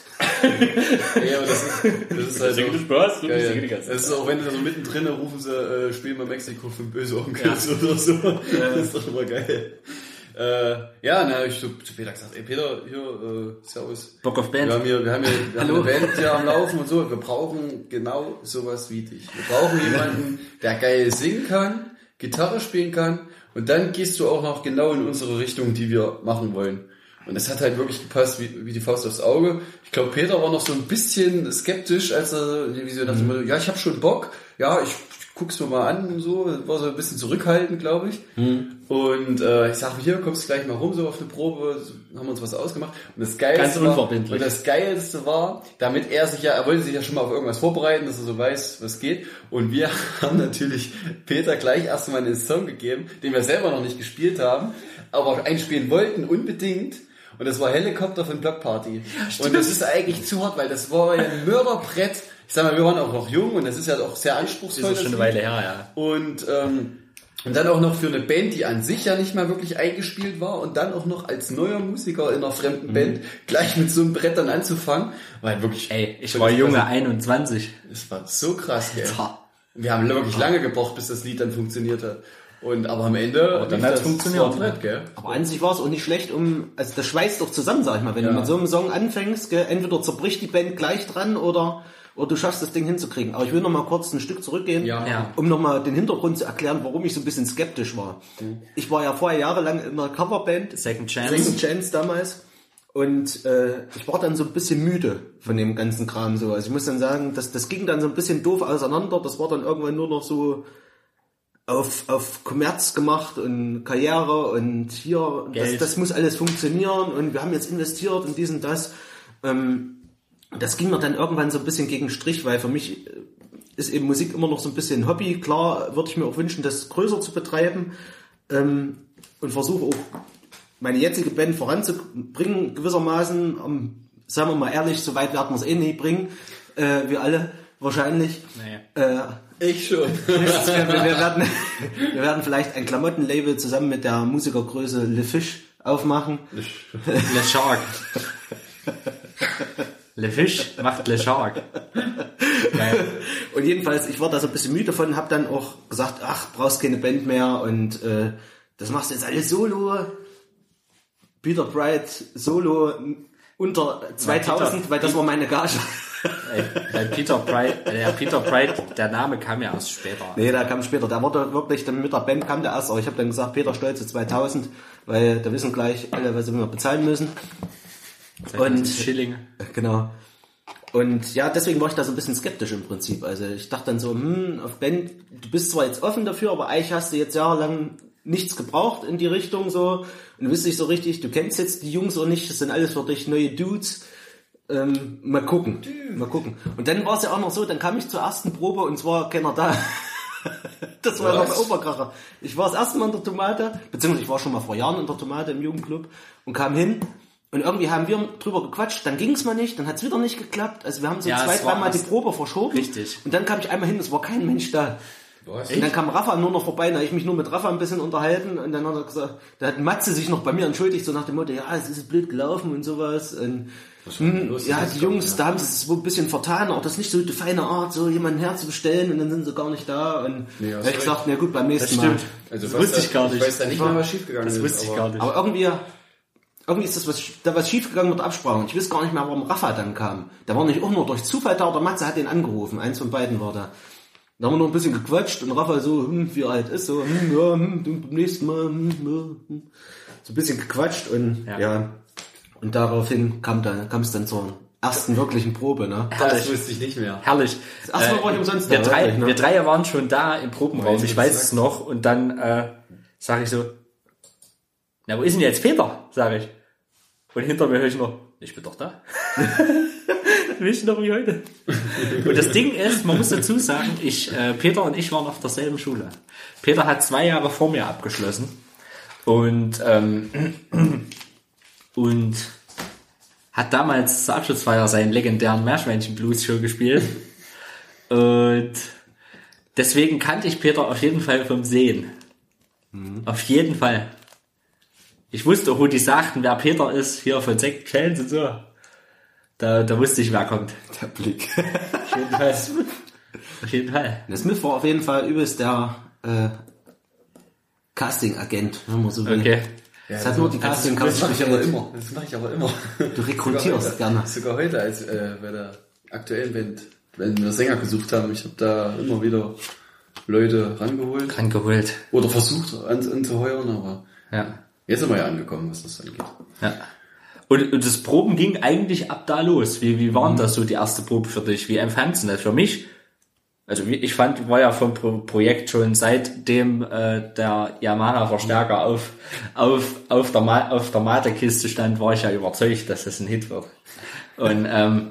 Ja, aber das ist, das ist halt Singende auch, Spaß, du ja, bist ja. die ganze Das ist auch, wenn du so mittendrin rufen sie, äh, spielen wir Mexiko für böse Onkels oder so. Das ist doch immer geil. Äh, ja, na, ich so zu Peter gesagt, ey Peter, hier, äh, servus. Bock auf Band. Wir haben hier, wir haben hier, wir haben Hallo. eine Band hier am Laufen und so. Wir brauchen genau sowas wie dich. Wir brauchen jemanden, der geil singen kann, Gitarre spielen kann und dann gehst du auch noch genau in unsere Richtung, die wir machen wollen. Und das hat halt wirklich gepasst wie, wie die Faust aufs Auge. Ich glaube, Peter war noch so ein bisschen skeptisch, als er, wie so dachte, mhm. ja, ich habe schon Bock, ja, ich, ich guck's mir mal an und so. War so ein bisschen zurückhaltend, glaube ich. Mhm. Und äh, ich sage, hier, kommst du gleich mal rum, so auf eine Probe, so, haben wir uns was ausgemacht. Und das Geilste Ganz war, unverbindlich. und das Geilste war, damit er sich ja, er wollte sich ja schon mal auf irgendwas vorbereiten, dass er so weiß, was geht. Und wir haben natürlich Peter gleich erstmal einen Song gegeben, den wir selber noch nicht gespielt haben, aber einspielen wollten, unbedingt. Und das war Helikopter von Block Party. Ja, und das ist eigentlich zu hart, weil das war ja ein Mörderbrett. Ich sag mal, wir waren auch noch jung und das ist ja auch sehr anspruchsvoll. Das ist schon eine Weile her, ja. Und, ähm, und dann auch noch für eine Band, die an sich ja nicht mal wirklich eingespielt war und dann auch noch als neuer Musiker in einer fremden Band gleich mit so einem Brett dann anzufangen, war halt wirklich... Ey, ich war Junge einundzwanzig. Das war so krass, gell. Ja. Wir haben wirklich lange gebraucht, bis das Lied dann funktioniert hat. Und aber am Ende Aber dann lief hat's das funktioniert, so nett, gell? Aber an sich war es auch nicht schlecht, um, also das schweißt doch zusammen, sag ich mal, wenn Ja. du mit so einem Song anfängst, gell, entweder zerbricht die Band gleich dran oder, oder du schaffst das Ding hinzukriegen. Aber ich will noch mal kurz ein Stück zurückgehen, Ja. Ja. um noch mal den Hintergrund zu erklären, warum ich so ein bisschen skeptisch war. Ich war ja vorher jahrelang in einer Coverband, Second Chance. Second Chance damals, und äh, ich war dann so ein bisschen müde von dem ganzen Kram so. Also ich muss dann sagen, das, das ging dann so ein bisschen doof auseinander. Das war dann irgendwann nur noch so auf, auf Kommerz gemacht und Karriere und hier, das, Geld. das muss alles funktionieren und wir haben jetzt investiert in dies und das. Ähm, das ging mir dann irgendwann so ein bisschen gegen den Strich, weil für mich ist eben Musik immer noch so ein bisschen Hobby. Klar würde ich mir auch wünschen, das größer zu betreiben, ähm, und versuche auch meine jetzige Band voranzubringen, gewissermaßen. Ähm, sagen wir mal ehrlich, so weit werden wir es eh nie bringen, äh, wir alle wahrscheinlich. Nee. Äh, Ich schon. wir, wir, werden, wir werden vielleicht ein Klamottenlabel zusammen mit der Musikergröße Le Fish aufmachen. Le Shark. Le Fish macht Le Shark. Geil. Und jedenfalls, ich war da so ein bisschen müde davon, habe dann auch gesagt, ach, brauchst keine Band mehr und äh, das machst du jetzt alles solo. Peter Bright Solo unter zweitausend, Peter- weil das war meine Gage. Ey, bei Peter Bright, der Peter Bright, der Name kam ja erst später. Nee, der kam später. Der wurde wirklich, dann mit der Band kam der erst, aber ich habe dann gesagt, Peter Stolze zweitausend, weil da wissen gleich alle, was sie mir bezahlen müssen. Und Schilling. genau. Und ja, deswegen war ich da so ein bisschen skeptisch im Prinzip. Also ich dachte dann so, hm, auf Band, du bist zwar jetzt offen dafür, aber eigentlich hast du jetzt jahrelang nichts gebraucht in die Richtung so. Und du bist nicht so richtig, du kennst jetzt die Jungs auch nicht, das sind alles für dich neue Dudes. Ähm, mal gucken, mal gucken. Und dann war es ja auch noch so, dann kam ich zur ersten Probe und es war keiner da. Das war noch ein Oberkracher. Ich war das erste Mal in der Tomate, beziehungsweise ich war schon mal vor Jahren in der Tomate im Jugendclub und kam hin und irgendwie haben wir drüber gequatscht, dann ging es mal nicht, dann hat es wieder nicht geklappt. Also wir haben so Ja, zwei, es war dreimal die erst- Probe verschoben. Richtig. Und dann kam ich einmal hin, es war kein Mensch da. Was? Und dann kam Rafa nur noch vorbei, da habe ich mich nur mit Rafa ein bisschen unterhalten und dann hat er gesagt, da hat Matze sich noch bei mir entschuldigt, so nach dem Motto, ja, es ist blöd gelaufen und sowas. Und hm, los? ja, Das die ist Jungs, doch- da haben sie es wohl ein bisschen vertan, auch das ist nicht so die feine Art, so jemanden herzubestellen und dann sind sie gar nicht da. Und Nee, da hast habe ich recht. gesagt, na gut, beim nächsten Das Mal. stimmt. Also Das was wusste da- ich gar nicht. Ich weiß da nicht mal, was schiefgegangen ist. Das wusste ich aber- gar nicht. Aber irgendwie, irgendwie ist das was, da was schiefgegangen mit der Absprache. Und ich weiß gar nicht mehr, warum Rafa dann kam. Der war nicht auch nur durch Zufall da, oder Matze hat den angerufen. Eins von beiden war da. Da haben wir noch ein bisschen gequatscht und Rafa so, hm, wie alt ist so, hm, ja, hm, du beim nächsten Mal, hm, ja, hm. So ein bisschen gequatscht und ja. Ja. Und daraufhin kam dann, kam es dann zur ersten wirklichen Probe, ne? Das wusste ich nicht mehr. Herrlich. Das erste Mal war ich umsonst wir, da, drei, wirklich, ne? wir drei waren schon da im Probenraum, Oh, ich weiß es noch. Und dann äh, sage ich so, na, wo ist denn jetzt Peter? Sage ich. Und hinter mir höre ich noch, ich bin doch da. Wisst ihr noch wie heute? Und das Ding ist, man muss dazu sagen, ich, äh, Peter und ich waren auf derselben Schule. Peter hat zwei Jahre vor mir abgeschlossen. Und, ähm, und hat damals zur Abschlussfeier seinen legendären Meerschweinchen-Blues-Show gespielt. Und deswegen kannte ich Peter auf jeden Fall vom Sehen. Mhm. Auf jeden Fall. Ich wusste auch, wo die sagten, wer Peter ist, hier von Sekt Challenge und so. Da, da wusste ich, wer kommt. Der Blick. Auf jeden Fall. Auf jeden Fall. Der Smith war auf jeden Fall übelst der äh, Casting-Agent, wenn man so will. Okay. Das hat nur die casting Das mache ich aber immer. Das mache ich aber immer. Du rekrutierst sogar gerne. heute, sogar heute, als äh, bei der aktuellen Band, wenn wir Sänger gesucht haben, ich habe da immer wieder Leute rangeholt. Rangeholt. Oder versucht an, anzuheuern, aber Ja. jetzt sind wir ja angekommen, was das angeht. Ja. Und, und das Proben ging eigentlich ab da los. Wie, wie war denn das so, die erste Probe für dich? Wie empfandst du das? Für mich, also wie, ich fand, war ja vom Pro- Projekt schon seitdem äh, der Yamaha-Verstärker auf, auf, auf der, Ma- auf der Matekiste stand, war ich ja überzeugt, dass das ein Hit wird. Und, ähm,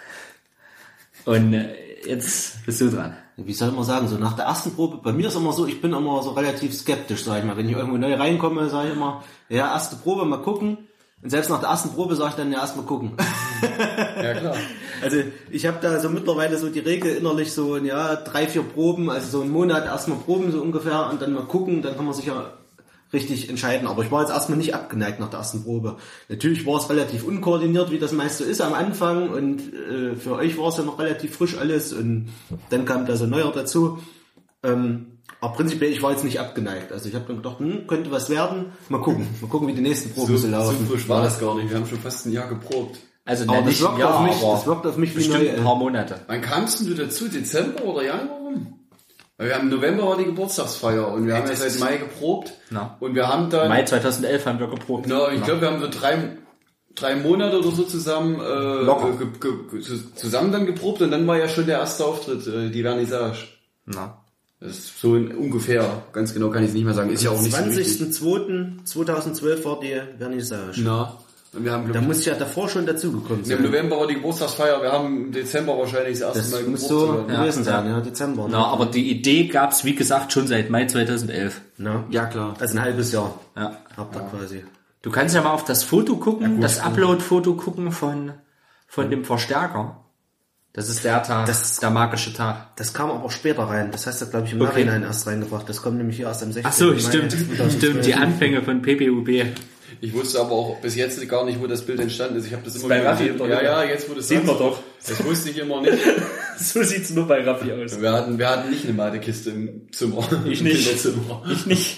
und äh, jetzt bist du dran. Wie soll man sagen, so nach der ersten Probe, bei mir ist immer so, ich bin immer so relativ skeptisch, sag ich mal. Wenn ich irgendwo neu reinkomme, sage ich immer, ja, erste Probe, mal gucken. Und selbst nach der ersten Probe sage ich dann, ja, erst mal gucken. Ja, klar. Also ich habe da so mittlerweile so die Regel innerlich so, ja, drei, vier Proben, also so einen Monat erstmal proben so ungefähr und dann mal gucken, dann kann man sich ja richtig entscheiden. Aber ich war jetzt erstmal nicht abgeneigt nach der ersten Probe. Natürlich war es relativ unkoordiniert, wie das meist so ist am Anfang und äh, für euch war es ja noch relativ frisch alles und dann kam da so neuer dazu. Ähm, aber prinzipiell, ich war jetzt nicht abgeneigt. Also ich habe dann gedacht, hm, könnte was werden. Mal gucken, mal gucken, wie die nächsten Proben so, So, laufen. so frisch war das gar nicht. Wir haben schon fast ein Jahr geprobt. Also Aber ne, das nicht wirkt, ja, auf mich, aber das wirkt auf mich wie bestimmt neu. ein äh, paar Monate. Wann kamst denn du dazu? Dezember oder Januar rum? Weil wir haben im November war die Geburtstagsfeier und wir haben ja seit Mai geprobt. Na. Und wir haben dann... Mai zweitausendelf haben wir geprobt. Na, ich glaube, wir haben so drei, drei Monate oder so zusammen äh, Locker. ge, ge, ge, zusammen dann geprobt und dann war ja schon der erste Auftritt, äh, die Vernissage. Na. Das ist so in, ungefähr, ganz genau kann ich es nicht mehr sagen, ist ja auch nicht so wichtig. zwanzigster zweiter zweitausendzwölf war die Vernissage. Na, und wir haben, Da glaub, muss ich ja davor schon dazugekommen im sein. November war die Geburtstagsfeier, wir haben im Dezember wahrscheinlich das erste Das Mal muss geprobt. so sogar. gewesen Ja. sein, ja, Dezember. Na, aber die Idee gab's, wie gesagt, schon seit Mai zweitausendelf. Na, Ja, klar. also ein halbes Jahr Ja. habt ihr quasi. Du kannst ja mal auf das Foto gucken, das Upload-Foto gucken von, von dem Verstärker. Das ist der Tag, Das- der magische Tag. Das kam aber später rein. Das hast du, glaube ich, im Okay. Nachhinein erst reingebracht. Das kommt nämlich hier erst am sechzehnten Ach so, Mai stimmt, zweitausendzwölf. stimmt, die Anfänge von P P U B. Ich wusste aber auch bis jetzt gar nicht, wo das Bild entstanden ist. Ich habe das immer bei wieder Raffi gesehen. oder Ja, wie? ja, jetzt wo du es Sehen wir sagst. doch. Das wusste ich immer nicht. So sieht's nur bei Raffi aus. Wir hatten, wir hatten nicht eine Matekiste im Zimmer. Ich Im nicht. Kinderzimmer. Ich nicht.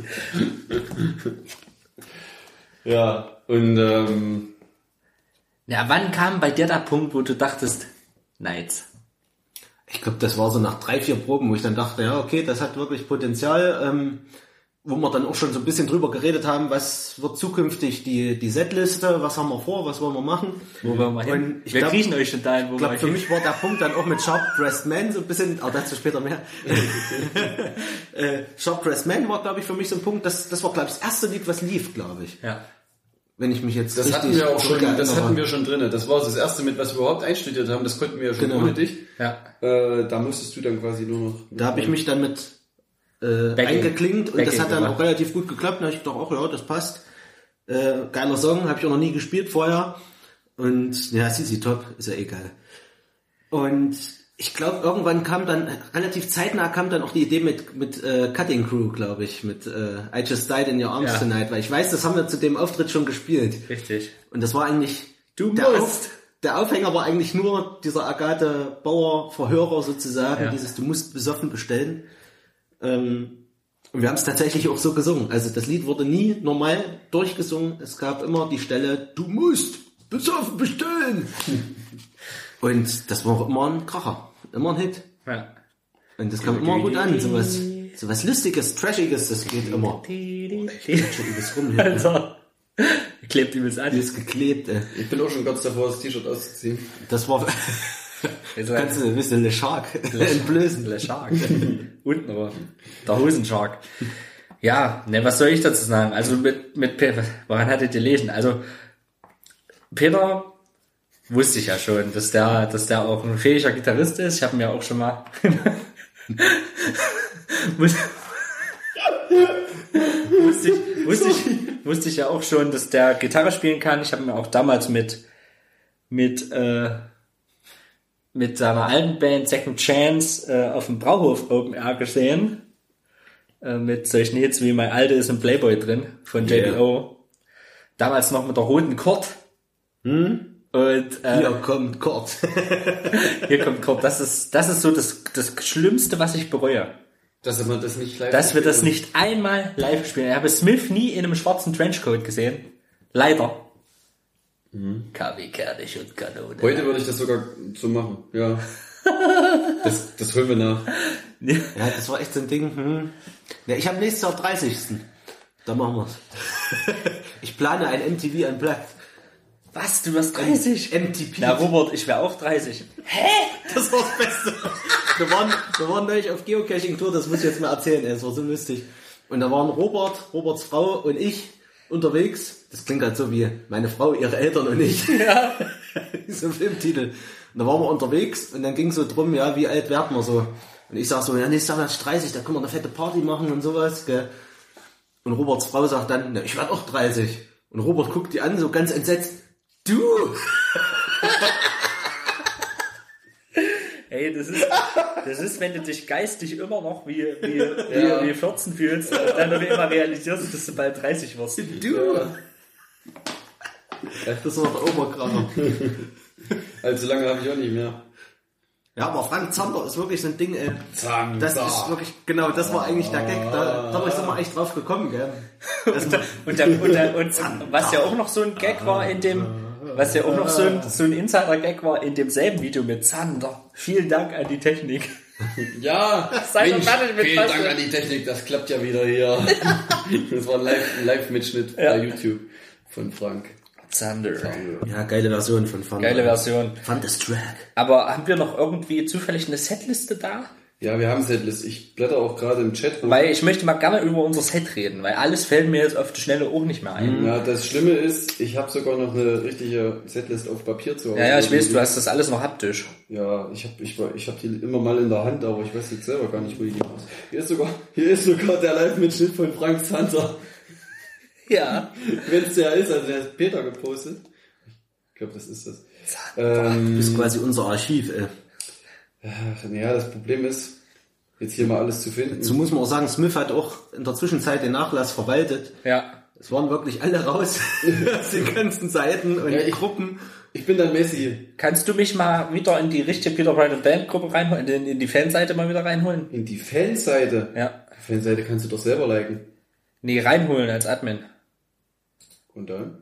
Ja, und ähm, Ja, wann kam bei dir der Punkt, wo du dachtest, Nights? Ich glaube, das war so nach drei, vier Proben, wo ich dann dachte, ja, okay, das hat wirklich Potenzial. Ähm, wo wir dann auch schon so ein bisschen drüber geredet haben, was wird zukünftig die, die Setliste, was haben wir vor, was wollen wir machen. Wo wollen wir hin? Und ich wir glaub- kriechen euch schon dahin, wo Ich wir glaube, für hin. mich war der Punkt dann auch mit Sharp Dressed Man so ein bisschen, aber dazu später mehr. äh, Sharp Dressed Man war, glaube ich, für mich so ein Punkt, das, das war, glaube ich, das erste Lied, was lief, glaube ich. Ja. Wenn ich mich jetzt das richtig hatten wir auch schon, das zurückerinnere. hatten wir schon drin. Das war das erste, mit was wir überhaupt einstudiert haben. Das konnten wir ja schon Genau. ohne dich. Ja. Äh, da musstest du dann quasi nur noch. Da habe ich mich dann mit äh, Backing. eingeklinkt und Backing das hat dann gemacht. auch relativ gut geklappt. Da habe ich gedacht, ach ja, das passt. Äh, geiler Song, habe ich auch noch nie gespielt vorher. Und ja, C C Top, ist ja egal. Und ich glaube, irgendwann kam dann, relativ zeitnah kam dann auch die Idee mit mit äh, Cutting Crew, glaube ich, mit äh, I Just Died in Your Arms Ja. Tonight, weil ich weiß, das haben wir zu dem Auftritt schon gespielt. Richtig. Und das war eigentlich, Du der, musst. Auf, der Aufhänger war eigentlich nur dieser Agathe Bauer Verhörer sozusagen, Ja. dieses Du musst besoffen bestellen. Ähm, und wir haben es tatsächlich auch so gesungen. Also das Lied wurde nie normal durchgesungen. Es gab immer die Stelle, du musst besoffen bestellen. Und das war auch immer ein Kracher, immer ein Hit. Ja. Und das kam immer gut an. So was, so was Lustiges, Trashiges, das geht immer. Schon übelst rum hier. Also, Klebt übelst Die an. ist geklebt, ey. Ich bin auch schon kurz davor, das T-Shirt auszuziehen. Das war... Jetzt Du kannst du ein bisschen Le Shark entblößen. Le Shark. Unten rum. Der Hosenshark. Ja, ne, was soll ich dazu sagen? Also mit, mit Peter, woran hattet ihr lesen? Also, Peter wusste ich ja schon, dass der, dass der auch ein fähiger Gitarrist ist. Ich habe mir auch schon mal, wusste, wusste ich, wusste ich, wusste ich ja auch schon, dass der Gitarre spielen kann. Ich habe mir auch damals mit, mit, äh, mit seiner alten Band Second Chance äh, auf dem Brauhof Open Air gesehen. Äh, mit solchen Hits wie Mein Alte ist ein Playboy drin von J B O. Yeah. Damals noch mit der roten Kord. Hm? Und äh, hier kommt Kord. Hier kommt Kord. Das ist, das ist so das, das Schlimmste, was ich bereue. Dass wir das nicht live Dass wir das nicht einmal live spielen. Ich habe Smith nie in einem schwarzen Trenchcoat gesehen. Leider. Mhm. K W Kernig und Kanone. Heute würde ich das sogar so machen, ja. das, das holen wir nach. Ja, das war echt so ein Ding. Hm. Ja, ich habe nächstes Jahr dreißigsten Da machen wir's. Ich plane ein M T V Unplugged. Was? Du wirst dreißig? M T P. Na Robert, ich wäre auch dreißig. Hä? Das war das Beste. Wir waren, wir waren neulich auf Geocaching-Tour, das muss ich jetzt mal erzählen, es war so lustig. Und da waren Robert, Roberts Frau und ich unterwegs. Das klingt halt so wie meine Frau, ihre Eltern und ich. Ja. So ein Filmtitel. Und da waren wir unterwegs und dann ging es so drum, ja, wie alt werden wir so? Und ich sag so, ja, nächstes Jahr werde ich dreißig, da können wir eine fette Party machen und sowas, gell? Und Roberts Frau sagt dann, na, ich werde auch dreißig. Und Robert guckt die an, so ganz entsetzt. Du! Ey, das ist, das ist, wenn du dich geistig immer noch wie, wie, ja. wie, wie vierzehn fühlst, und dann immer realisierst, dass du bald dreißig wirst. Du! Ja. Das war der Oberkracher. Also lange habe ich auch nicht mehr. Ja, aber Frank Zander ist wirklich so ein Ding, ey. Zander. Das ist wirklich, genau, das war eigentlich der Gag, da, da sind wir echt drauf gekommen, gell. Und, und, und, und, und, und was ja auch noch so ein Gag war in dem, was ja auch noch so ein, so ein Insider-Gag war in demselben Video mit Zander. Vielen Dank an die Technik. Ja, Sei Mensch, fertig mit vielen Dank an die Technik, das klappt ja wieder hier. Das war ein Live- ein Live-Mitschnitt ja. bei YouTube von Frank. Zander. Ja, geile Version von Fun. Geile Version. Thunderstruck. Aber haben wir noch irgendwie zufällig eine Setliste da? Ja, wir haben Setlist. Ich blätter auch gerade im Chat. Weil ich möchte mal gerne über unser Set reden, weil alles fällt mir jetzt auf die Schnelle auch nicht mehr ein. Ja, das Schlimme ist, ich habe sogar noch eine richtige Setlist auf Papier zu Hause. Ja, ja, ich weiß, du hast das alles noch haptisch. Ja, ich habe ich, ich hab die immer mal in der Hand, aber ich weiß jetzt selber gar nicht, wo die ist. Hier ist sogar, hier ist sogar der Live-Mitschnitt von Frank Zander. Ja. Wenn es der ist, also der ist Peter gepostet. Ich glaube, das ist das. Ähm, du bist quasi unser Archiv, ey. Ja, das Problem ist, jetzt hier mal alles zu finden. Dazu muss man auch sagen, Smith hat auch in der Zwischenzeit den Nachlass verwaltet. Ja. Es waren wirklich alle raus aus den ganzen Seiten und ja, ich, Gruppen. Ich bin dann Messi. Kannst du mich mal wieder in die richtige Peter Bright and Band Gruppe reinholen, in, in die Fanseite mal wieder reinholen? In die Fanseite? Ja. Die Fanseite kannst du doch selber liken. Nee, reinholen als Admin. Und dann?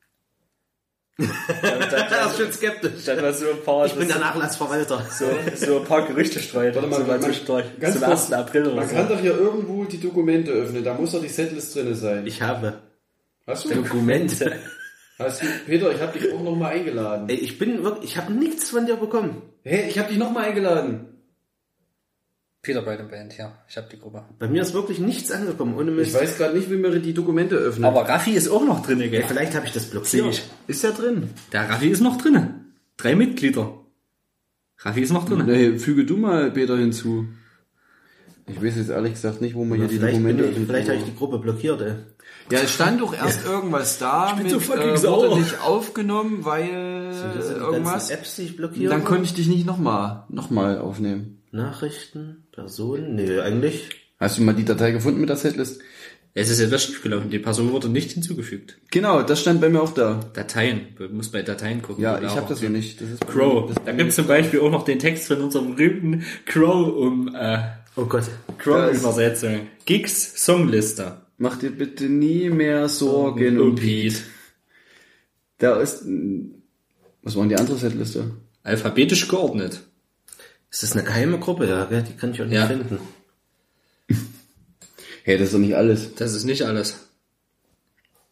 Das ist schon skeptisch. Das war so ein paar, ich bin der Nachlassverwalter. So, so ein paar Gerüchte streuen. Warte mal, so man, man, zwischendurch. Ganz Zum kurz, ersten April oder man so. kann doch hier irgendwo die Dokumente öffnen. Da muss doch die Setlist drin sein. Ich habe. Hast du? Dokumente. Hast du? Peter, ich habe dich auch nochmal eingeladen. Ey, ich bin wirklich, ich habe nichts von dir bekommen. Hey, ich habe dich nochmal eingeladen. Peter Bright and Band, ja. Ich habe die Gruppe. Bei mir ist wirklich nichts angekommen, ohne Mist. Ich weiß gerade nicht, wie man die Dokumente öffnet. Aber Raffi ist auch noch drin, gell? Ja, vielleicht habe ich das blockiert. Ist ja drin. Der Raffi ist noch drin. Drei Mitglieder. Raffi ist noch drin. Nee, füge du mal Peter hinzu. Ich weiß jetzt ehrlich gesagt nicht, wo man hier die Dokumente öffnet. Vielleicht habe ich die Gruppe blockiert, ey. Ja, es stand doch erst irgendwas da, ich bin mit, so fucking äh, sauer. wurde nicht aufgenommen, weil so, äh, irgendwas. Apps, die ich blockiere. Dann konnte ich dich nicht nochmal noch mal aufnehmen. Nachrichten, Personen, nee, eigentlich. Hast du mal die Datei gefunden mit der Setlist? Es ist etwas schiefgelaufen. Die Person wurde nicht hinzugefügt. Genau, das stand bei mir auch da. Dateien. Du musst bei Dateien gucken. Ja, ich habe das ja nicht. Das ist Crow. Das da gibt's zum Beispiel auch noch den Text von unserem berühmten Crow um äh, oh Gott. Crow-Übersetzung. Gigs Songliste. Mach dir bitte nie mehr Sorgen um, um Pete. Da ist... Was war denn die andere Setliste? Alphabetisch geordnet. Ist das eine geheime Gruppe? Ja, gell? Die kann ich auch nicht ja. finden. Hey, das ist doch nicht alles. Das ist nicht alles.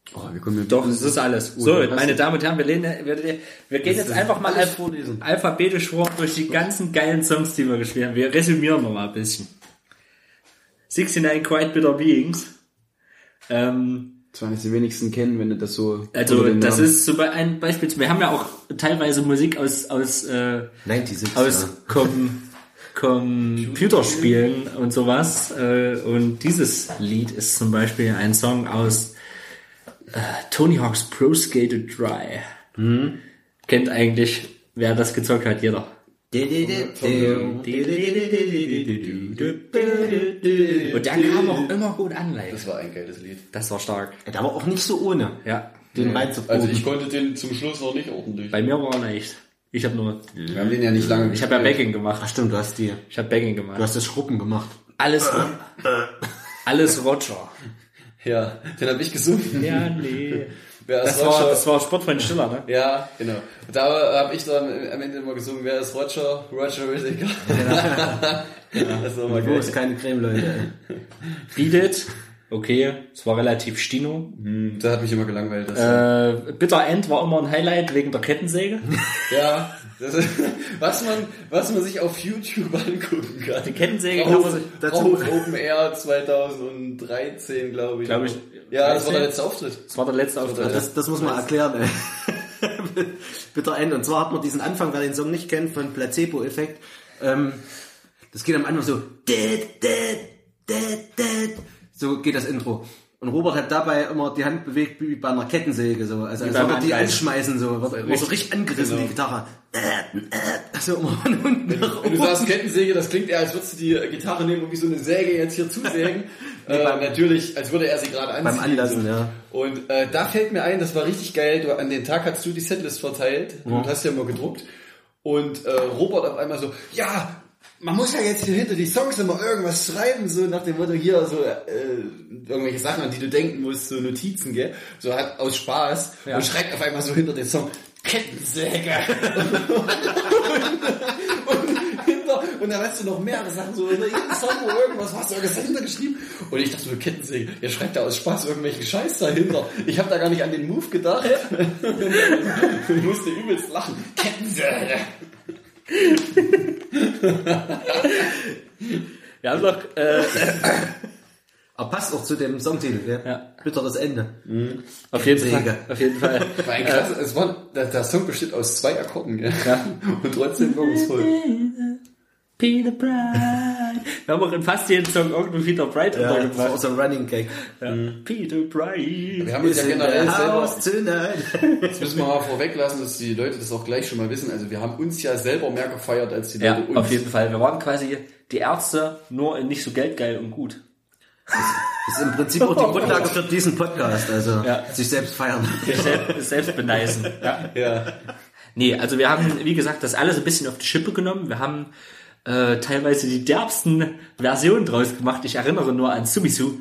Oh, wir kommen Doch, das ist alles. So, meine Damen und Herren, wir, lehnen, wir, wir gehen jetzt einfach mal alph alphabetisch vor durch die ganzen geilen Songs, die wir gespielt haben. Wir resümieren noch mal ein bisschen. sixty-nine Quite Bitter Beings. Ähm, das waren jetzt die wenigsten kennen, wenn du das so... Also, das Namen. Ist so ein Beispiel. Wir haben ja auch teilweise Musik aus, aus, äh, neunundsechzig, aus ja. Com Computerspielen und sowas. Äh, und dieses Lied ist zum Beispiel ein Song aus äh, Tony Hawk's Pro Skater Dry. Mhm. Kennt eigentlich, wer das gezockt hat, jeder. Und der kam auch immer gut an, leider. Das war ein geiles Lied. Das war stark. Der war auch nicht so ohne. Ja. Den ja. reinzuproben. Also ich konnte den zum Schluss noch nicht ordentlich. Bei mir war er nicht. Ich habe nur... Wir haben den ja nicht lange Ich habe ja Backing gemacht. Ach stimmt, du hast die... Ich habe Backing gemacht. Du hast das Schruppen gemacht. Alles... alles Roger. Ja, den habe ich gesungen. Ja, nee. Wer ist das, Roger? war, das war Sportfreund Stiller, ne? Ja, genau. Da habe ich dann am Ende immer gesungen, wer ist Roger? Roger Whittaker. Ja. Ja. Das war mal Wo ist keine Creme, Leute. Beat It. Okay, es war relativ stino. Hm, das hat mich immer gelangweilt. Das äh, Bitter End war immer ein Highlight wegen der Kettensäge. Ja, das ist, was man was man sich auf YouTube angucken kann. Die Kettensäge auf, kann man sich dazu auf Open Air zwanzig dreizehn, glaube ich. Glaube ich. Ja, das war der letzte Auftritt. Das war der letzte Auftritt. Das, das, das muss man erklären, ey. Bitter End. Und zwar hat man diesen Anfang, wer den Song nicht kennt, von Placebo-Effekt. Ähm, das geht am Anfang so. So geht das Intro. Und Robert hat dabei immer die Hand bewegt wie bei einer Kettensäge, so. Also, als würde die anschmeißen, so. Wird so richtig angerissen, genau. Die Gitarre. So immer von unten. Wenn, wenn du sagst Kettensäge, das klingt eher, als würdest du die Gitarre nehmen und wie so eine Säge jetzt hier zusägen. nee, äh, natürlich, als würde er sie gerade anziehen. Beim Anlassen, so. Ja. Und äh, da fällt mir ein, das war richtig geil. Du, an den Tag hast du die Setlist verteilt mhm. und hast ja mal gedruckt. Und äh, Robert auf einmal so, ja, man muss ja jetzt hier hinter die Songs immer irgendwas schreiben, so nach dem Motto hier, so äh, irgendwelche Sachen, an die du denken musst, so Notizen, gell? So halt aus Spaß. Ja. Und schreibt auf einmal so hinter den Song Kettensäge. und, und, hinter, und dann hast du noch mehrere Sachen, so hinter jedem Song, wo irgendwas, hast du irgendwas dahinter geschrieben. Und ich dachte so, Kettensäge, der schreibt da aus Spaß irgendwelchen Scheiß dahinter. Ich habe da gar nicht an den Move gedacht. Ich musste übelst lachen. Kettensäge. Wir haben doch äh, aber passt auch zu dem Songtitel, gell? Ja. Bitteres Ende. Mhm. Auf jeden Fall. Auf jeden Fall. War ein krass, es war, der, der Song besteht aus zwei Akkorden, gell? Ja. Und trotzdem wirkungsvoll. Peter Bright. Wir haben auch in fast jeden Song irgendwie Peter Bright ja, untergebracht. Das war auch so ein Running Gag. Ja. Mhm. Peter Bright. Wir haben uns ja generell selber, das müssen wir mal vorweg lassen, dass die Leute das auch gleich schon mal wissen. Also wir haben uns ja selber mehr gefeiert als die Leute ja, uns. Auf jeden Fall. Wir waren quasi die Ärzte, nur nicht so geldgeil und gut. Das ist im Prinzip auch die Grundlage für diesen Podcast. Also ja. Sich selbst feiern. Sich selbst, selbst beneisen. Ja. Ja. Nee, also wir haben, wie gesagt, das alles ein bisschen auf die Schippe genommen. Wir haben Äh, teilweise die derbsten Versionen draus gemacht. Ich erinnere nur an Sumisu.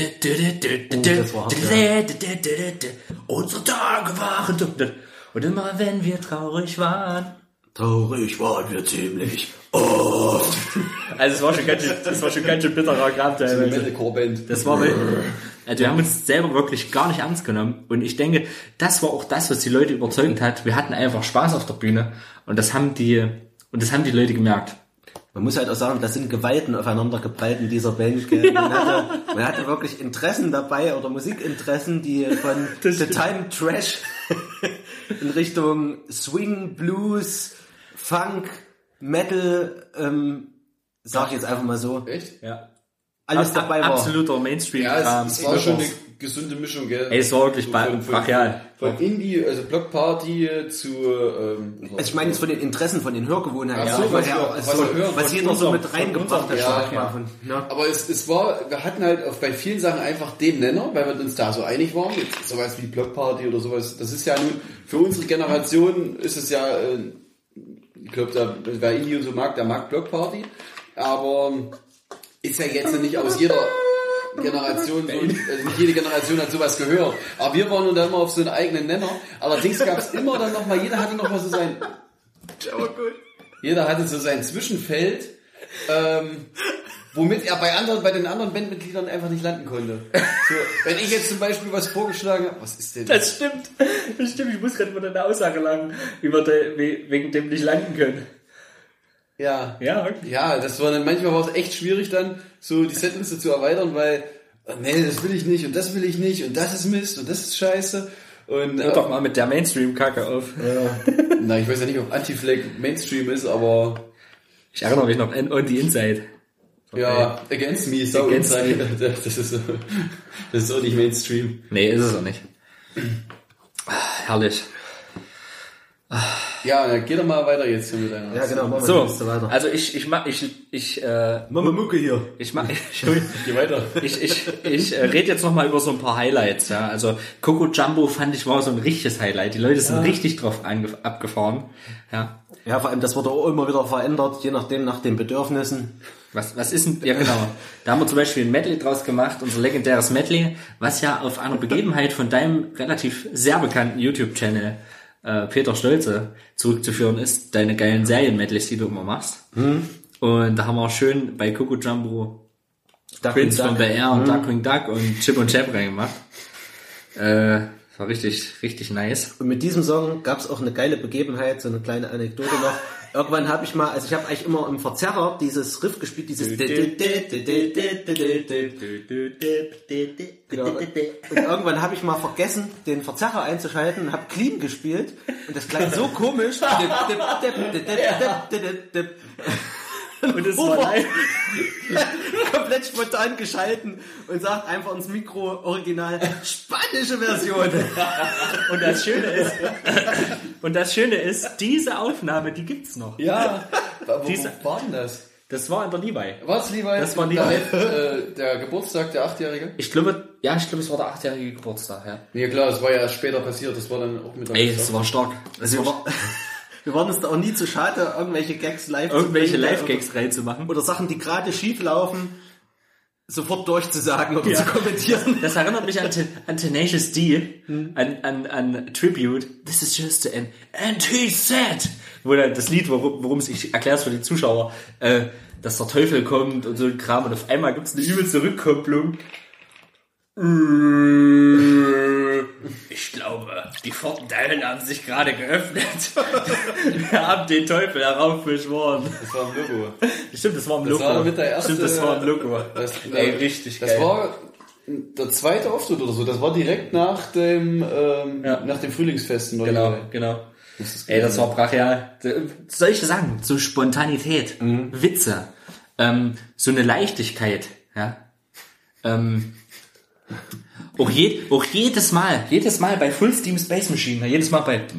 Oh, unsere Tage waren dunkel. Und immer wenn wir traurig waren. Traurig waren wir ziemlich oft. Also es war schon ganz schön, das war schon ganz schön bitterer Grab teilweise. Das war mit, also wir haben uns selber wirklich gar nicht ernst genommen. Und ich denke, das war auch das, was die Leute überzeugt hat. Wir hatten einfach Spaß auf der Bühne. Und das haben die, und das haben die Leute gemerkt. Man muss halt auch sagen, das sind Gewalten aufeinander geprallt in dieser Band. Gell? Man, hatte, man hatte wirklich Interessen dabei oder Musikinteressen, die von The Time Trash in Richtung Swing, Blues, Funk, Metal, ähm, sag ich jetzt einfach mal so. Echt? Ja. Alles dabei war. Absoluter Mainstream-Kram. Ja, es, es war schon eine gesunde Mischung, gell? Ey, es war wirklich so von, brachial. Von, von Indie, also Blockparty zu... Ähm, also ich meine jetzt von den Interessen, von den Hörgewohnheiten. Ja, so, was, ja, ja, also was, hören, was jeder so mit reingebracht hat. Ja, ja. Von, ja. Aber es, es war, wir hatten halt auf, bei vielen Sachen einfach den Nenner, weil wir uns da so einig waren. Jetzt sowas wie Blockparty oder sowas, das ist ja nun, für unsere Generation ist es ja, äh, ich glaube, wer Indie und so mag, der mag Blockparty. Aber ist ja jetzt nicht aus jeder Generation, so, also nicht jede Generation hat sowas gehört. Aber wir waren nun dann immer auf so einen eigenen Nenner. Allerdings gab es immer dann nochmal, jeder hatte nochmal so sein, jeder hatte so sein Zwischenfeld, ähm, womit er bei anderen, bei den anderen Bandmitgliedern einfach nicht landen konnte. So, wenn ich jetzt zum Beispiel was vorgeschlagen habe, was ist denn das? Das stimmt. Das stimmt. Ich muss gerade mal eine Aussage lang über de, wegen dem nicht landen können. Ja. Ja, okay. Ja, das war dann, manchmal war es echt schwierig dann, so die Setliste zu erweitern, weil, oh, nee, das will ich nicht und das will ich nicht und das ist Mist und das ist scheiße. Und, hör doch mal mit der Mainstream-Kacke auf. Ja. Na, ich weiß ja nicht, ob Anti-Flag Mainstream ist, aber... Ich erinnere mich noch an On the Inside. Okay. Ja, Against Me ist auch Against Inside. Das ist, das ist auch nicht Mainstream. Nee, ist es auch nicht. Herrlich. Ja, dann geh doch mal weiter jetzt hier mit deiner. Ja, genau, machen wir So, die Liste weiter. also ich, ich mach, ich, ich, äh, Mama Mucke hier. ich mach, ich, Geh weiter. ich, ich, ich äh, rede jetzt noch mal über so ein paar Highlights, ja. Also Coco Jumbo fand ich war so ein richtiges Highlight. Die Leute sind Ja. richtig drauf ange- abgefahren, ja. Ja, vor allem, das wurde auch immer wieder verändert, je nachdem, nach den Bedürfnissen. Was, was ist denn, ja genau. Da haben wir zum Beispiel ein Medley draus gemacht, unser legendäres Medley, was ja auf einer Begebenheit von deinem relativ sehr bekannten YouTube-Channel äh, Peter Stolze zurückzuführen ist, deine geilen Serien-Medleys, die du immer machst. Hm. Und da haben wir schön bei Coco Jumbo Prince von Bel Air und Hm. Darkwing Duck und Chip und Chap reingemacht. Äh, war richtig, richtig nice. Und mit diesem Song gab es auch eine geile Begebenheit, so eine kleine Anekdote noch. Irgendwann habe ich mal, also ich habe eigentlich immer im Verzerrer dieses Riff gespielt, dieses genau. Und irgendwann habe ich mal vergessen, den Verzerrer einzuschalten und habe clean gespielt und das klang so komisch. Und es war live. Komplett spontan geschalten und sagt einfach ins Mikro original spanische Version. Und das Schöne ist, und das Schöne ist, diese Aufnahme, die gibt's noch. Ja, wo, Diese- wo war denn das? Das war in der Levi. Was, lieber? Das war der, Levi. äh, der Geburtstag, der Achtjährige? Ich glaube, ja, ich glaube, es war der achtjährige Geburtstag, ja. Ja klar, das war ja später passiert, das war dann auch mit der Ey, es war stark. Also wir, war, wir waren uns da auch nie zu schade, irgendwelche Gags live Irgendwelche zu bringen, Live-Gags reinzumachen. oder Sachen, die gerade schief laufen, sofort durchzusagen oder Ja. zu kommentieren. Das erinnert mich an, Te- an Tenacious D, an, an, an Tribute. This is just an anti-set. Wo dann das Lied, worum, worum es, ich erkläre es für die Zuschauer, äh, dass der Teufel kommt und so ein Kram und auf einmal gibt's eine übelste Rückkopplung. Ich glaube, die Pforten der Hölle haben sich gerade geöffnet. Wir haben den Teufel heraufbeschworen. Das war ein Logo. Stimmt, das war im Das Logo. war mit der erste, Stimmt, das war im Logo. Das, Ey, richtig das geil. war der zweite Auftritt oder so. Das war direkt nach dem, ähm, Ja. nach dem Frühlingsfest. in Genau, Neujahr. genau. Das ist Ey, das war brachial. Solche Sachen, so Spontanität, Witze, ähm, so eine Leichtigkeit, ja. Ähm, auch, je, auch jedes Mal, jedes Mal bei Full Steam Space Machine, jedes Mal bei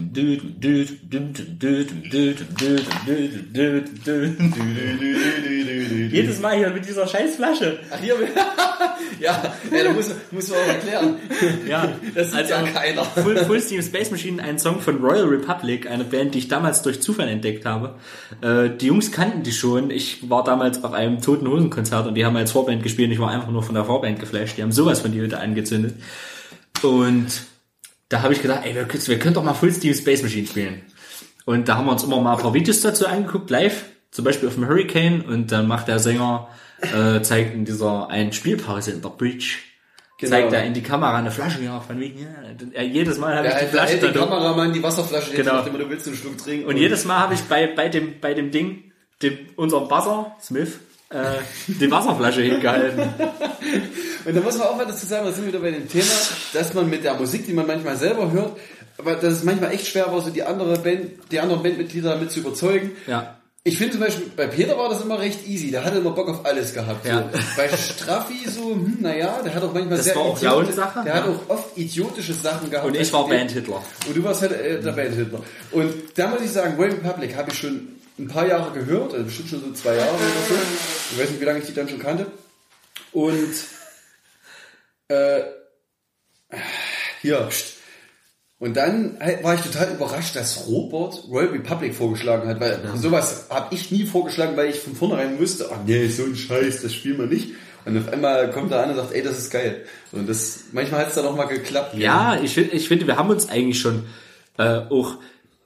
jedes Mal hier mit dieser scheiß Flasche. Ach, hier, ja, ja, da muss, muss man auch erklären. Ja, Das sieht ja keiner. Full, Full Steam Space Machine, ein Song von Royal Republic, eine Band, die ich damals durch Zufall entdeckt habe. Äh, die Jungs kannten die schon. Ich war damals auf einem Toten Hosen Konzert und die haben als Vorband gespielt. Ich war einfach nur von der Vorband geflasht. Die haben sowas von die Hütte angezündet. Und da habe ich gedacht, ey, wir, können- wir können doch mal Full Steam Space Machine spielen. Und da haben wir uns immer mal ein paar Videos dazu angeguckt, live. Zum Beispiel auf dem Hurricane. Und dann macht der Sänger, äh, zeigt in dieser einen Spielpause in der Bridge, Genau. zeigt er in die Kamera eine Flasche, ja, von wegen, ja, er, jedes Mal habe Ja, ich die da Flasche hält der da Kameramann die Wasserflasche, Genau. genau. Immer, du willst einen Schluck trinken. und jedes Mal habe ich bei, bei dem, bei dem Ding, dem, unserem Buzzer, Smith, äh, die Wasserflasche hingehalten. Und da muss man auch mal dazu sagen, da sind wir wieder bei dem Thema, dass man mit der Musik, die man manchmal selber hört, aber dass es manchmal echt schwer war, so die andere Band, die anderen Bandmitglieder damit zu überzeugen. Ja. Ich finde zum Beispiel, bei Peter war das immer recht easy, der hatte immer Bock auf alles gehabt. Ja. So. Bei Straffi so, hm, naja, der hat auch manchmal Das sehr war auch idiotische- Laune-Sache, Der ja. hat auch oft idiotische Sachen gehabt. Und ich war Und Band-Hitler. Und du warst halt äh, der Band-Hitler. Und da muss ich sagen, Royal Republic habe ich schon ein paar Jahre gehört, also bestimmt schon so zwei Jahre oder so. Ich weiß nicht, wie lange ich die dann schon kannte. Und äh, hier, pst. Und dann halt war ich total überrascht, dass Robert Royal Republic vorgeschlagen hat, weil sowas habe ich nie vorgeschlagen, weil ich von vornherein wusste, ach nee, so ein Scheiß, das spielen wir nicht. Und auf einmal kommt er an und sagt, ey, das ist geil. Und das, manchmal hat es dann auch mal geklappt. Ja, ich finde, ich finde, wir haben uns eigentlich schon äh, auch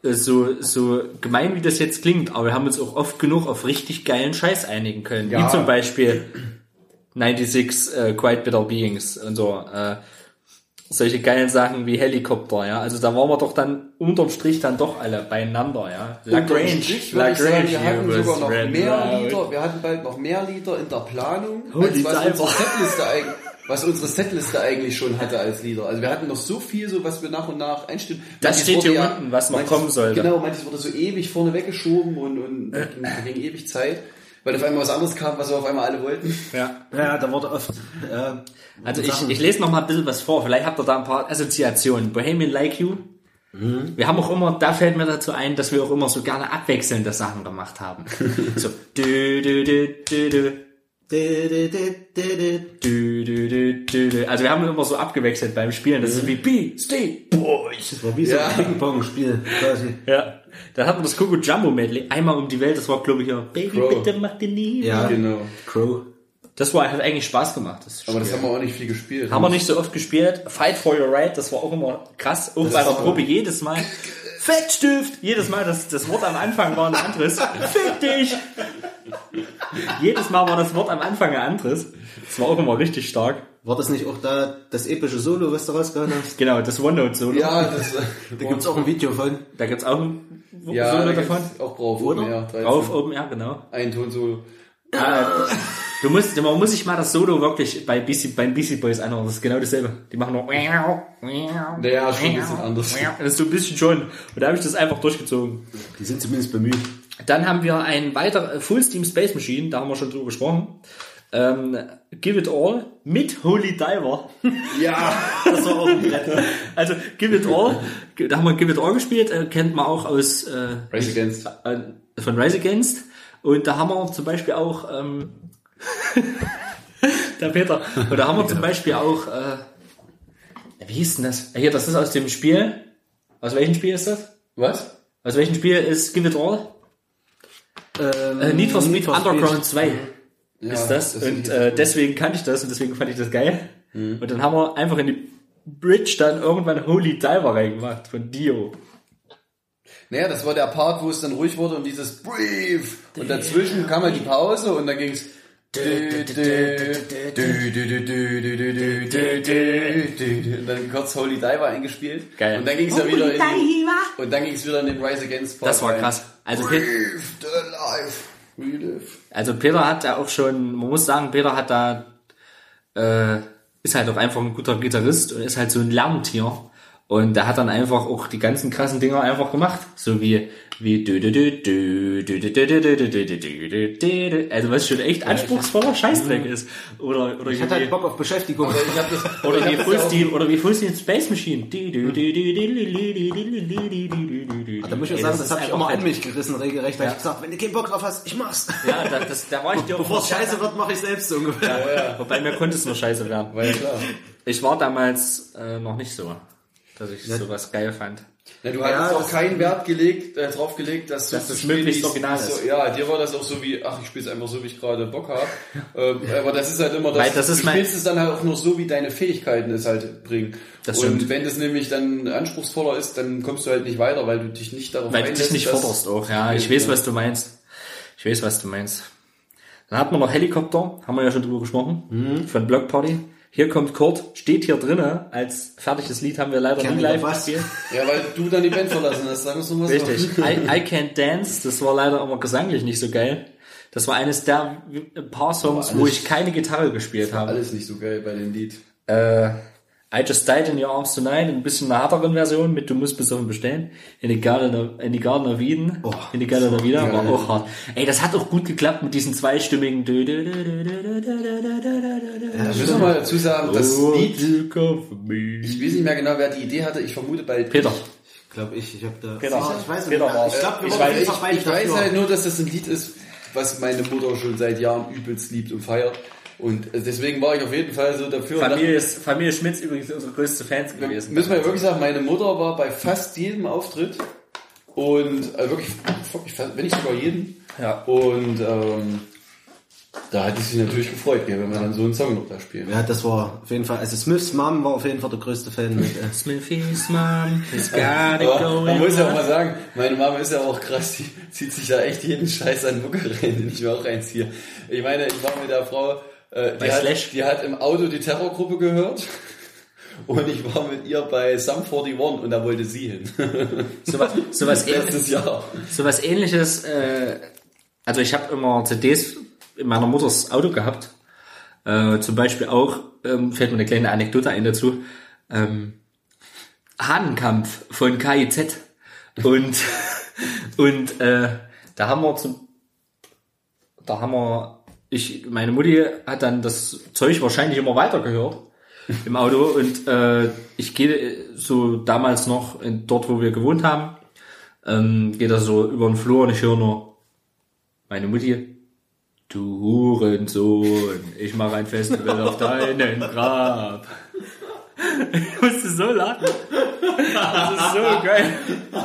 so, so gemein wie das jetzt klingt, aber wir haben uns auch oft genug auf richtig geilen Scheiß einigen können. Ja. Wie zum Beispiel sechsundneunzig äh, Quiet Bitter Beings und so. Äh, solche geilen Sachen wie Helikopter, ja. Also da waren wir doch dann unterm Strich dann doch alle beieinander, ja. Lagrange, Lagrange, wir hatten was sogar noch red mehr loud. Lieder, wir hatten bald noch mehr Lieder in der Planung, Holy als was Diver. unsere Setliste eigentlich, was unsere Setliste eigentlich schon hatte als Lieder. Also wir hatten noch so viel, so was wir nach und nach einstimmen. Das Manches steht wurde hier ja- unten, was noch manches- kommen sollte. Genau, manches wurde so ewig vorne weggeschoben und, und da ging, da ging ewig Zeit, weil auf einmal was anderes kam, was wir auf einmal alle wollten. Ja. Ja, da wurde oft, äh, Also ich, Sachen- ich lese noch mal ein bisschen was vor. Vielleicht habt ihr da ein paar Assoziationen. Bohemian Like You. Mhm. Wir haben auch immer, da fällt mir dazu ein, dass wir auch immer so gerne abwechselnde Sachen gemacht haben. So. Dü, dü, dü, dü, dü. Dü, dü, dü, dü, dü. Dü, dü, dü, dü, dü. Also wir haben immer so abgewechselt beim Spielen. Das ist wie Beastie Boys. Das war wie so Ja. ein Ping-Pong-Spiel, quasi. Ja. Dann hatten wir das Coco Jumbo Medley. Einmal um die Welt. Das war, glaube ich, ja Baby, Crow. bitte mach den nie. Ja, Genau. Crow. Das war, hat eigentlich Spaß gemacht. Das Aber das Spiel. haben wir auch nicht viel gespielt. Haben wir nicht so oft gespielt. Fight for your right, das war auch immer krass. Auch bei der Probe jedes Mal. Fettstift! Jedes Mal, das, das Wort am Anfang war ein anderes. Fick dich! Jedes Mal war das Wort am Anfang ein anderes. Das war auch immer richtig stark. War das nicht auch da das epische Solo, was du rausgehauen hast? Genau, das OneNote-Solo. Ja, das Da gibt's auch ein Video von. Da gibt's auch ein ja, Solo da davon. gibt's auch drauf, Oder? ja, dreizehn. Auf Open Air, genau. Ein Ton-Solo. Ah, du musst, man muss sich mal das Solo wirklich bei B C, beim Beastie Boys anhören. Das ist genau dasselbe. Die machen nur. Naja, schon ein bisschen anders. Das ist so ein bisschen schon. Und da habe ich das einfach durchgezogen. Die sind zumindest bemüht. Dann haben wir ein weiter Full Steam Space Machine, da haben wir schon drüber gesprochen. Ähm, Give It All mit Holy Diver. Ja, Das war auch ein Brett. Also Give It All, da haben wir Give It All gespielt, äh, kennt man auch aus äh, Rise Against. äh, von Rise Against. Und da haben wir zum Beispiel auch ähm, der Peter. Und da haben wir zum Beispiel auch äh, wie hieß denn das? Hier, das ist aus dem Spiel. Aus welchem Spiel ist das? Was? Aus welchem Spiel ist Give It All? Ähm, Äh, Need for Speed Underground zwei. Ja, ist das, das und finde ich äh, jetzt deswegen kannte ich das und deswegen fand ich das geil. Und dann haben wir einfach in die Bridge dann irgendwann Holy Diver reingemacht von Dio. Naja, das war der Part, wo es dann ruhig wurde und dieses Brief. Und dazwischen kam halt die Pause und dann ging's. Und dann kurz Holy Diver eingespielt. Geil. Und dann ging's ja wieder in und dann ging's wieder in den Rise Against Part. Das war rein. krass. Also, Pe Breathed alive. Relive. also Peter hat da auch schon, man muss sagen, Peter hat da, äh, ist halt auch einfach ein guter Gitarrist und ist halt so ein Lerntier. Und der hat dann einfach auch die ganzen krassen Dinger einfach gemacht. So wie, wie, dü, dü, dü, dü, dü, dü, dü, dü, dü, dü, dü, dü, dü, dü, dü. Also was schon echt anspruchsvoller Scheißdreck ist. Oder, oder Ich hatte halt Bock auf Beschäftigung. Ich hab das, Oder ich wie hab das Full ja auch- Steam, oder wie Full Steam Space Machine. Da muss ich auch sagen, das habe ich immer an mich gerissen, regelrecht. Da hab ich gesagt, wenn du keinen Bock drauf hast, ich mach's. Ja, das, das, da war ich dir auch Bevor es scheiße wird, mache ich selbst so ungefähr. Wobei mir konnte es nur scheiße werden. War ja klar. Ich war damals äh, noch nicht so, dass ich sowas geil fand. Na, du Ja, hattest auch das- keinen Wert gelegt, äh, drauf gelegt, dass, Dass du das spielst, möglichst wie- original so, ist. Ja, dir war das auch so wie, ach, ich spiele es einfach so, wie ich gerade Bock habe. ähm, aber das ist halt immer das, Weil das ist du mein- spielst es dann halt auch nur so, wie deine Fähigkeiten es halt bringen. Das Und stimmt. wenn das nämlich dann anspruchsvoller ist, dann kommst du halt nicht weiter, weil du dich nicht darauf Weil du dich einlässt, nicht dass- forderst auch. Ja, ich weiß, was du meinst. Ich weiß, was du meinst. Dann hat man noch Helikopter, haben wir ja schon drüber gesprochen, von Block Party. Hier kommt Kurt, steht hier drinnen, als fertiges Lied haben wir leider Kennt nie ihr live was? gespielt. Ja, weil du dann die Band verlassen hast, sagen wir es nochmal so. Richtig. I, I Can't Dance, das war leider immer gesanglich nicht so geil. Das war eines der paar Songs, wo ich keine Gitarre gespielt habe. Alles nicht so geil bei dem Lied. Äh, I Just Died in Your Arms Tonight, ein bisschen eine härteren Version mit Du musst besoffen bestellen. In the Garden of, in the Garden of Eden. Oh, in the Garden of Eden war geil. auch hart. Ey, das hat auch gut geklappt mit diesen zweistimmigen. Ich muss noch mal dazu sagen, das Oh, Lied, ich weiß nicht mehr genau, wer die Idee hatte, ich vermute bei Peter. Ich glaube, ich, ich habe da... Peter. Ja, ich weiß Peter nicht. war's. Ich glaube, wir Ich waren weiß- auf jeden Fall Ich, beide ich weiß dafür. halt nur, dass das ein Lied ist, was meine Mutter schon seit Jahren übelst liebt und feiert. Und deswegen war ich auf jeden Fall so dafür. Familie, ist, Familie Schmitz übrigens unsere größte Fans Da gewesen. müssen wir ja wirklich sagen, meine Mutter war bei fast jedem Auftritt und also wirklich, wirklich fast- wenn nicht sogar jeden. Ja. Und ähm, Da hat die sich natürlich gefreut, gell, wenn wir dann so einen Song noch da spielen. Ja, das war auf jeden Fall, also Smiths Mom war auf jeden Fall der größte Fan mit, äh, Smithy's Mom has got it Aber going man muss ja auch on. mal sagen, meine Mama ist ja auch krass, die zieht sich da echt jeden Scheiß an Mucke rein, den ich mir auch reinziehe. Ich meine, ich war mit der Frau, äh, Bei die, hat, Slash? die hat im Auto die Terrorgruppe gehört und ich war mit ihr bei Sum einundvierzig und da wollte sie hin. Sowas, sowas, Letztes Jahr. sowas ähnliches, äh, also ich habe immer C Ds in meiner Mutters Auto gehabt. Äh, zum Beispiel auch, ähm, fällt mir eine kleine Anekdote ein dazu, ähm, Hahnenkampf von K I Z. Und, und äh, da haben wir zum, da haben wir, ich, meine Mutti hat dann das Zeug wahrscheinlich immer weiter gehört im Auto und äh, ich gehe so damals noch in, dort, wo wir gewohnt haben, ähm, gehe da so über den Flur und ich höre nur meine Mutti: Du Hurensohn, ich mache ein Festival auf deinen Grab. Ich musste so lachen. Das ist so geil.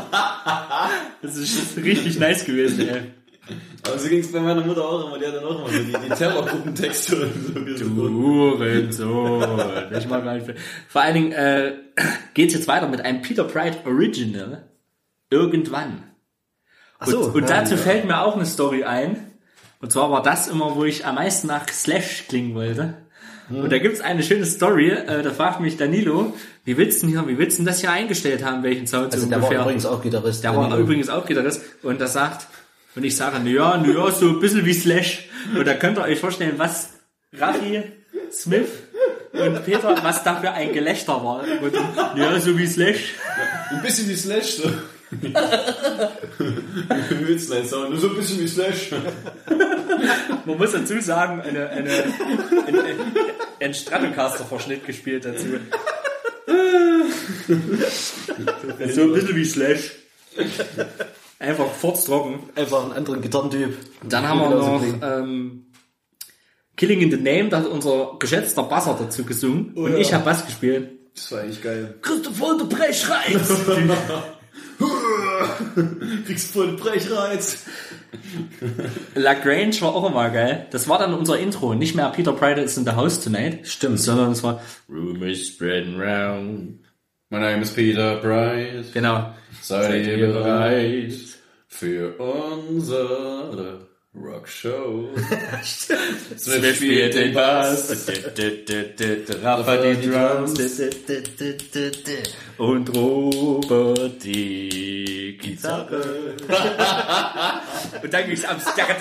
Das ist richtig nice gewesen, ey. Aber so ging es bei meiner Mutter auch immer, die hat dann auch immer so die, die Terrorgruppentexte und so gesungen. Du Hurensohn, ich mache ein Festival. Vor allen Dingen äh, geht's jetzt weiter mit einem Peter Pride Original. Irgendwann. ach so, und und ja, dazu ja. fällt mir auch eine Story ein. Und zwar war das immer, wo ich am meisten nach Slash klingen wollte. Hm. Und da gibt's eine schöne Story, äh, da fragt mich Danilo, wie willst du denn hier, wie willst du denn das hier eingestellt haben, welchen Sound Also so der ungefähr? war übrigens auch Gitarrist. Der war Danilo. übrigens auch Gitarrist und das sagt, und ich sage, na ja, na ja, so ein bisschen wie Slash. Und da könnt ihr euch vorstellen, was Raffi, Smith und Peter, was da für ein Gelächter war. Und, ja, so wie Slash. Ein bisschen wie Slash, so. Wie willst du denn sagen? Nur so ein bisschen wie Slash. Man muss dazu sagen, eine, eine, eine, eine, ein Stratocaster-Verschnitt gespielt dazu. So ein bisschen wie Slash. Einfach furztrocken. Einfach einen anderen Gitarrentyp. Dann haben wir Genauso noch klingen. ähm, Killing in the Name, da hat unser geschätzter Basser dazu gesungen. Oh, und ja. ich habe Bass gespielt. Das war eigentlich geil. Christoph voll der Brechreiz! Kriegst voll den Brechreiz. Lagrange war auch immer geil. Das war dann unser Intro. Nicht mehr Peter Pride is in the house tonight. Stimmt. Sondern es war Rumors spreading round. My name is Peter Bright. Genau. Seid ihr bereit für unsere Rockshow? Smith spielt den Bass. Rafa die Drums. Und Robert die Gitarre. Und dann ging's am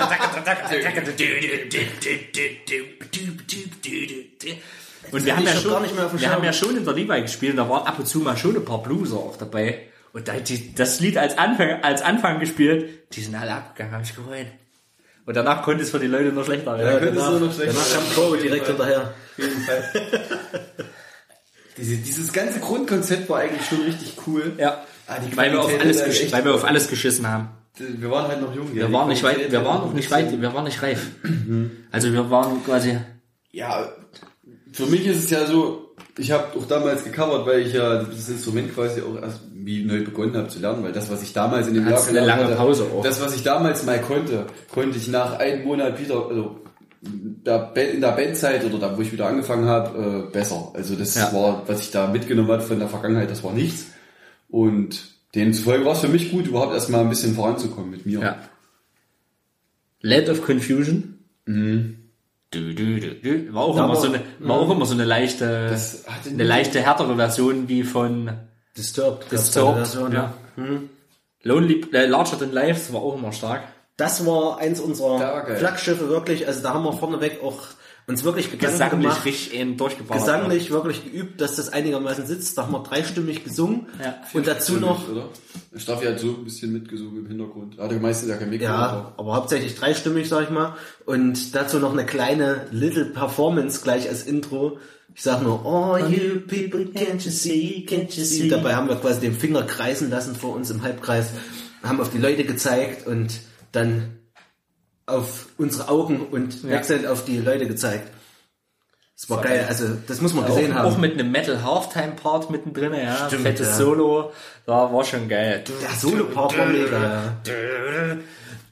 Und wir haben ja ich schon, gar nicht mehr auf dem wir Schirm. haben ja schon in der Levi gespielt und da waren ab und zu mal schon ein paar Blueser auch dabei. Und da die, das Lied als Anfang, als Anfang gespielt, die sind alle abgegangen, hab ich geheult. Und danach konnte es für die Leute noch schlechter werden. Ja, könnte es Danach, nur noch schlechter danach kam werden. Crow direkt hinterher. Auf jeden Fall. Diese, dieses ganze Grundkonzept war eigentlich schon richtig cool. Ja. Ah, die Weil wir, auf Qualität alles ist halt gesch- echt- weil wir auf alles geschissen haben. Wir waren halt noch jung. Wir waren nicht weit, wir waren noch nicht weit, wir waren nicht reif. Also wir waren quasi, Ja, für mich ist es ja so, ich habe auch damals gecovert, weil ich ja das Instrument quasi auch erst wie neu begonnen habe zu lernen, weil das, was ich damals in dem Jahr Hattest eine gelernt lange hatte, Pause auch. das, was ich damals mal konnte, konnte ich nach einem Monat wieder, also der Band, in der Bandzeit oder da, wo ich wieder angefangen habe, äh, besser. Also das Ja. war, was ich da mitgenommen habe von der Vergangenheit, das war nichts. Und demzufolge war es für mich gut, überhaupt erstmal ein bisschen voranzukommen mit mir. ja. Land of Confusion. Mhm. Du, du, du, du. War auch Da immer war- so eine, war auch immer so eine leichte, Das hatte eine leichte härtere Version wie von Disturbed. gab's Disturbed. eine Version, Ja. Lonely, äh, Larger Than Life, das war auch immer stark. Das war eins Da war unserer geil. Flaggschiffe wirklich. Also da haben wir vorneweg auch uns wirklich Gedanken Gesanglich gemacht. richtig eben durchgebaut. Gesanglich wirklich geübt, dass das einigermaßen sitzt. Da haben wir dreistimmig gesungen. Ja. Und dazu noch, oder? Staffi hat so ein bisschen mitgesungen im Hintergrund. Hatte meistens ja kein Mikro. ja, aber hauptsächlich dreistimmig, sag ich mal. Und dazu noch eine kleine Little Performance gleich als Intro. Ich sag nur, oh you people, can't you see, can't you see. Dabei haben wir quasi den Finger kreisen lassen vor uns im Halbkreis, haben auf die Leute gezeigt und dann auf unsere Augen und Ja. wechselnd auf die Leute gezeigt. Das war geil, also das muss man auch, gesehen haben. auch mit einem Metal Halftime Part mittendrin, ja. Stimmt, Fettes ja. Solo. Da war schon geil. Der Solo-Part war mega, ja.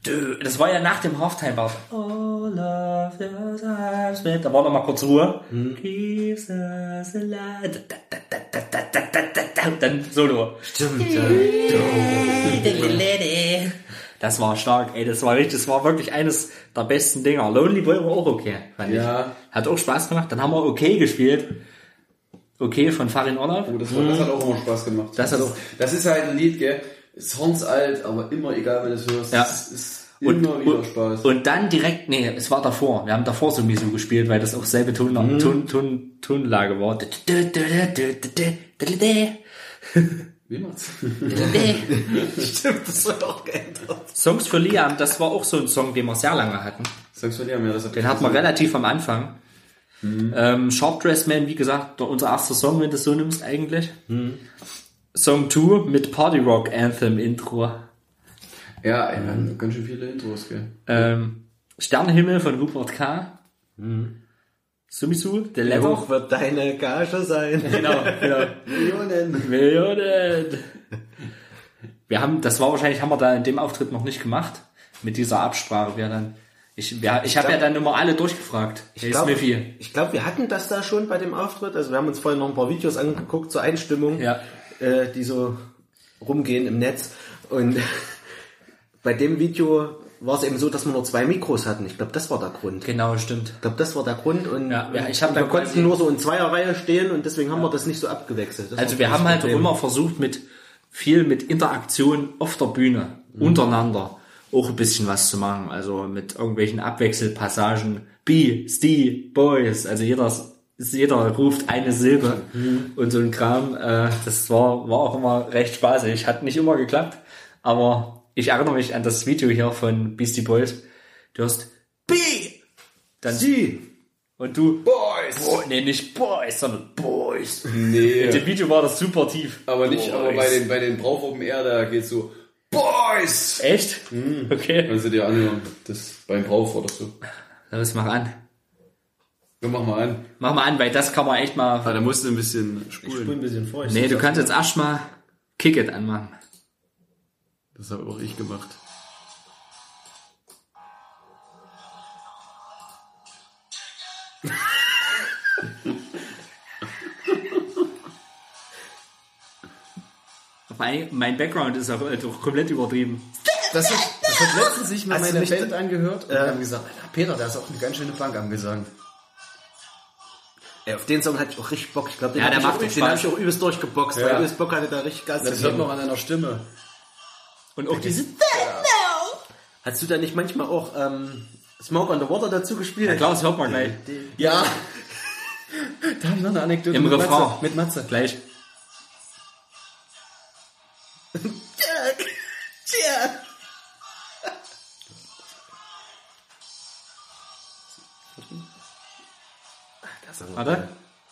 Das war ja nach dem Halftime-Bar. All of those times when- Da war noch mal kurz Ruhe. Keeps us alive. Da, da, da, da, da, da, da, da, da. Und dann Solo. Stimmt, ja. Das war stark, ey, das war richtig, das war wirklich eines der besten Dinger. Lonely Boy war auch okay, fand Ja. ich. Hat auch Spaß gemacht. Dann haben wir Okay gespielt. Okay von Farin Orlov. Oh, das, war, das hat auch immer Spaß gemacht. Das hat auch- Das ist halt ein Lied, gell? Ist hornsalt, aber immer egal, wenn du es hörst. Ja. Es ist immer wieder Spaß. Und dann direkt, nee, es war davor. Wir haben davor so Misu gespielt, weil das auch selbe Ton, Mhm. Ton, Ton, Tonlage war. Wie macht's? Stimmt, das wird auch geändert. Songs für Liam, das war auch so ein Song, den wir sehr lange hatten. Sagst du dir, ja, das hat Den hatten wir relativ am Anfang. Mhm. Ähm, Sharp Dress Man, wie gesagt, der- unser erster Song, wenn du es so nimmst eigentlich. Mhm. Song zwei mit Party Rock Anthem Intro. Ja, ey, man, ganz schön viele Intros, gell? Ähm, Sternenhimmel von Hubert K. Sumisu, The Wie Letter. hoch wird deine Gage sein? Genau, genau. Millionen. Millionen. Wir haben, das war wahrscheinlich, haben wir da in dem Auftritt noch nicht gemacht. Mit dieser Absprache. Wir dann, ich, wir, ich habe ja dann immer alle durchgefragt. Hey, glaub- Smithy. Ich glaube, wir hatten das da schon bei dem Auftritt. Also wir haben uns vorhin noch ein paar Videos angeguckt zur Einstimmung, Ja. äh, die so rumgehen im Netz. Und bei dem Video war es eben so, dass wir nur zwei Mikros hatten. Ich glaube, das war der Grund. Genau, stimmt. Ich glaube, das war der Grund. Und Ja, ja, ich hab wir dann konnten quasi- nur so in Zweierreihe stehen und deswegen haben wir das nicht so abgewechselt. Das Also war wir das haben halt auch Problem. immer versucht, mit viel mit Interaktion auf der Bühne untereinander auch ein bisschen was zu machen. Also mit irgendwelchen Abwechselpassagen. B, Steve, Boys. Also jeder, jeder ruft eine Silbe und so ein Kram. Äh, das war, war auch immer recht spaßig. Hat nicht immer geklappt, aber ich erinnere mich an das Video hier von Beastie Boys. Du hast B, dann Sie. und du Boys! Boy, nee, nicht Boys, sondern Boys. Nee. In dem Video war das super tief. Aber nicht, aber Boys. bei den, bei den Brauch Open Air, da geht's so, Boys! Echt? Okay. Kannst du dir anhören. Das beim Brauch oder so. Los, mach an. Ja, mach mal an. Mach mal an, weil das kann man echt mal... Ah, da musst du ein bisschen Ich spule spulen. ein bisschen vor. Ich Nee, seh's du auch. kannst jetzt erstmal Kick It anmachen. Das habe auch ich gemacht. Mein, mein Background ist auch, äh, doch komplett übertrieben. Das hat, das hat letztens sich mal Hast du meine nicht- Band angehört und Äh. haben gesagt, Alter, Peter, da ist auch eine ganz schöne Bank am Gesang. Ey, auf den Song hatte ich auch richtig Bock. Ich glaube, den Ja, habe der ich, macht auch- doch den hab Spaß. ich auch übelst durchgeboxt, Ja. weil ich übelst Bock hatte, da richtig Gas zu Das hört geben. noch an deiner Stimme. Und auch diese... Hast du da nicht manchmal auch ähm, Smoke on the Water dazu gespielt? Ja klar, das hört man gleich. Ja. Da habe ich noch eine Anekdote Im mit Refrain. Matze. Mit Matze. Gleich. Warte.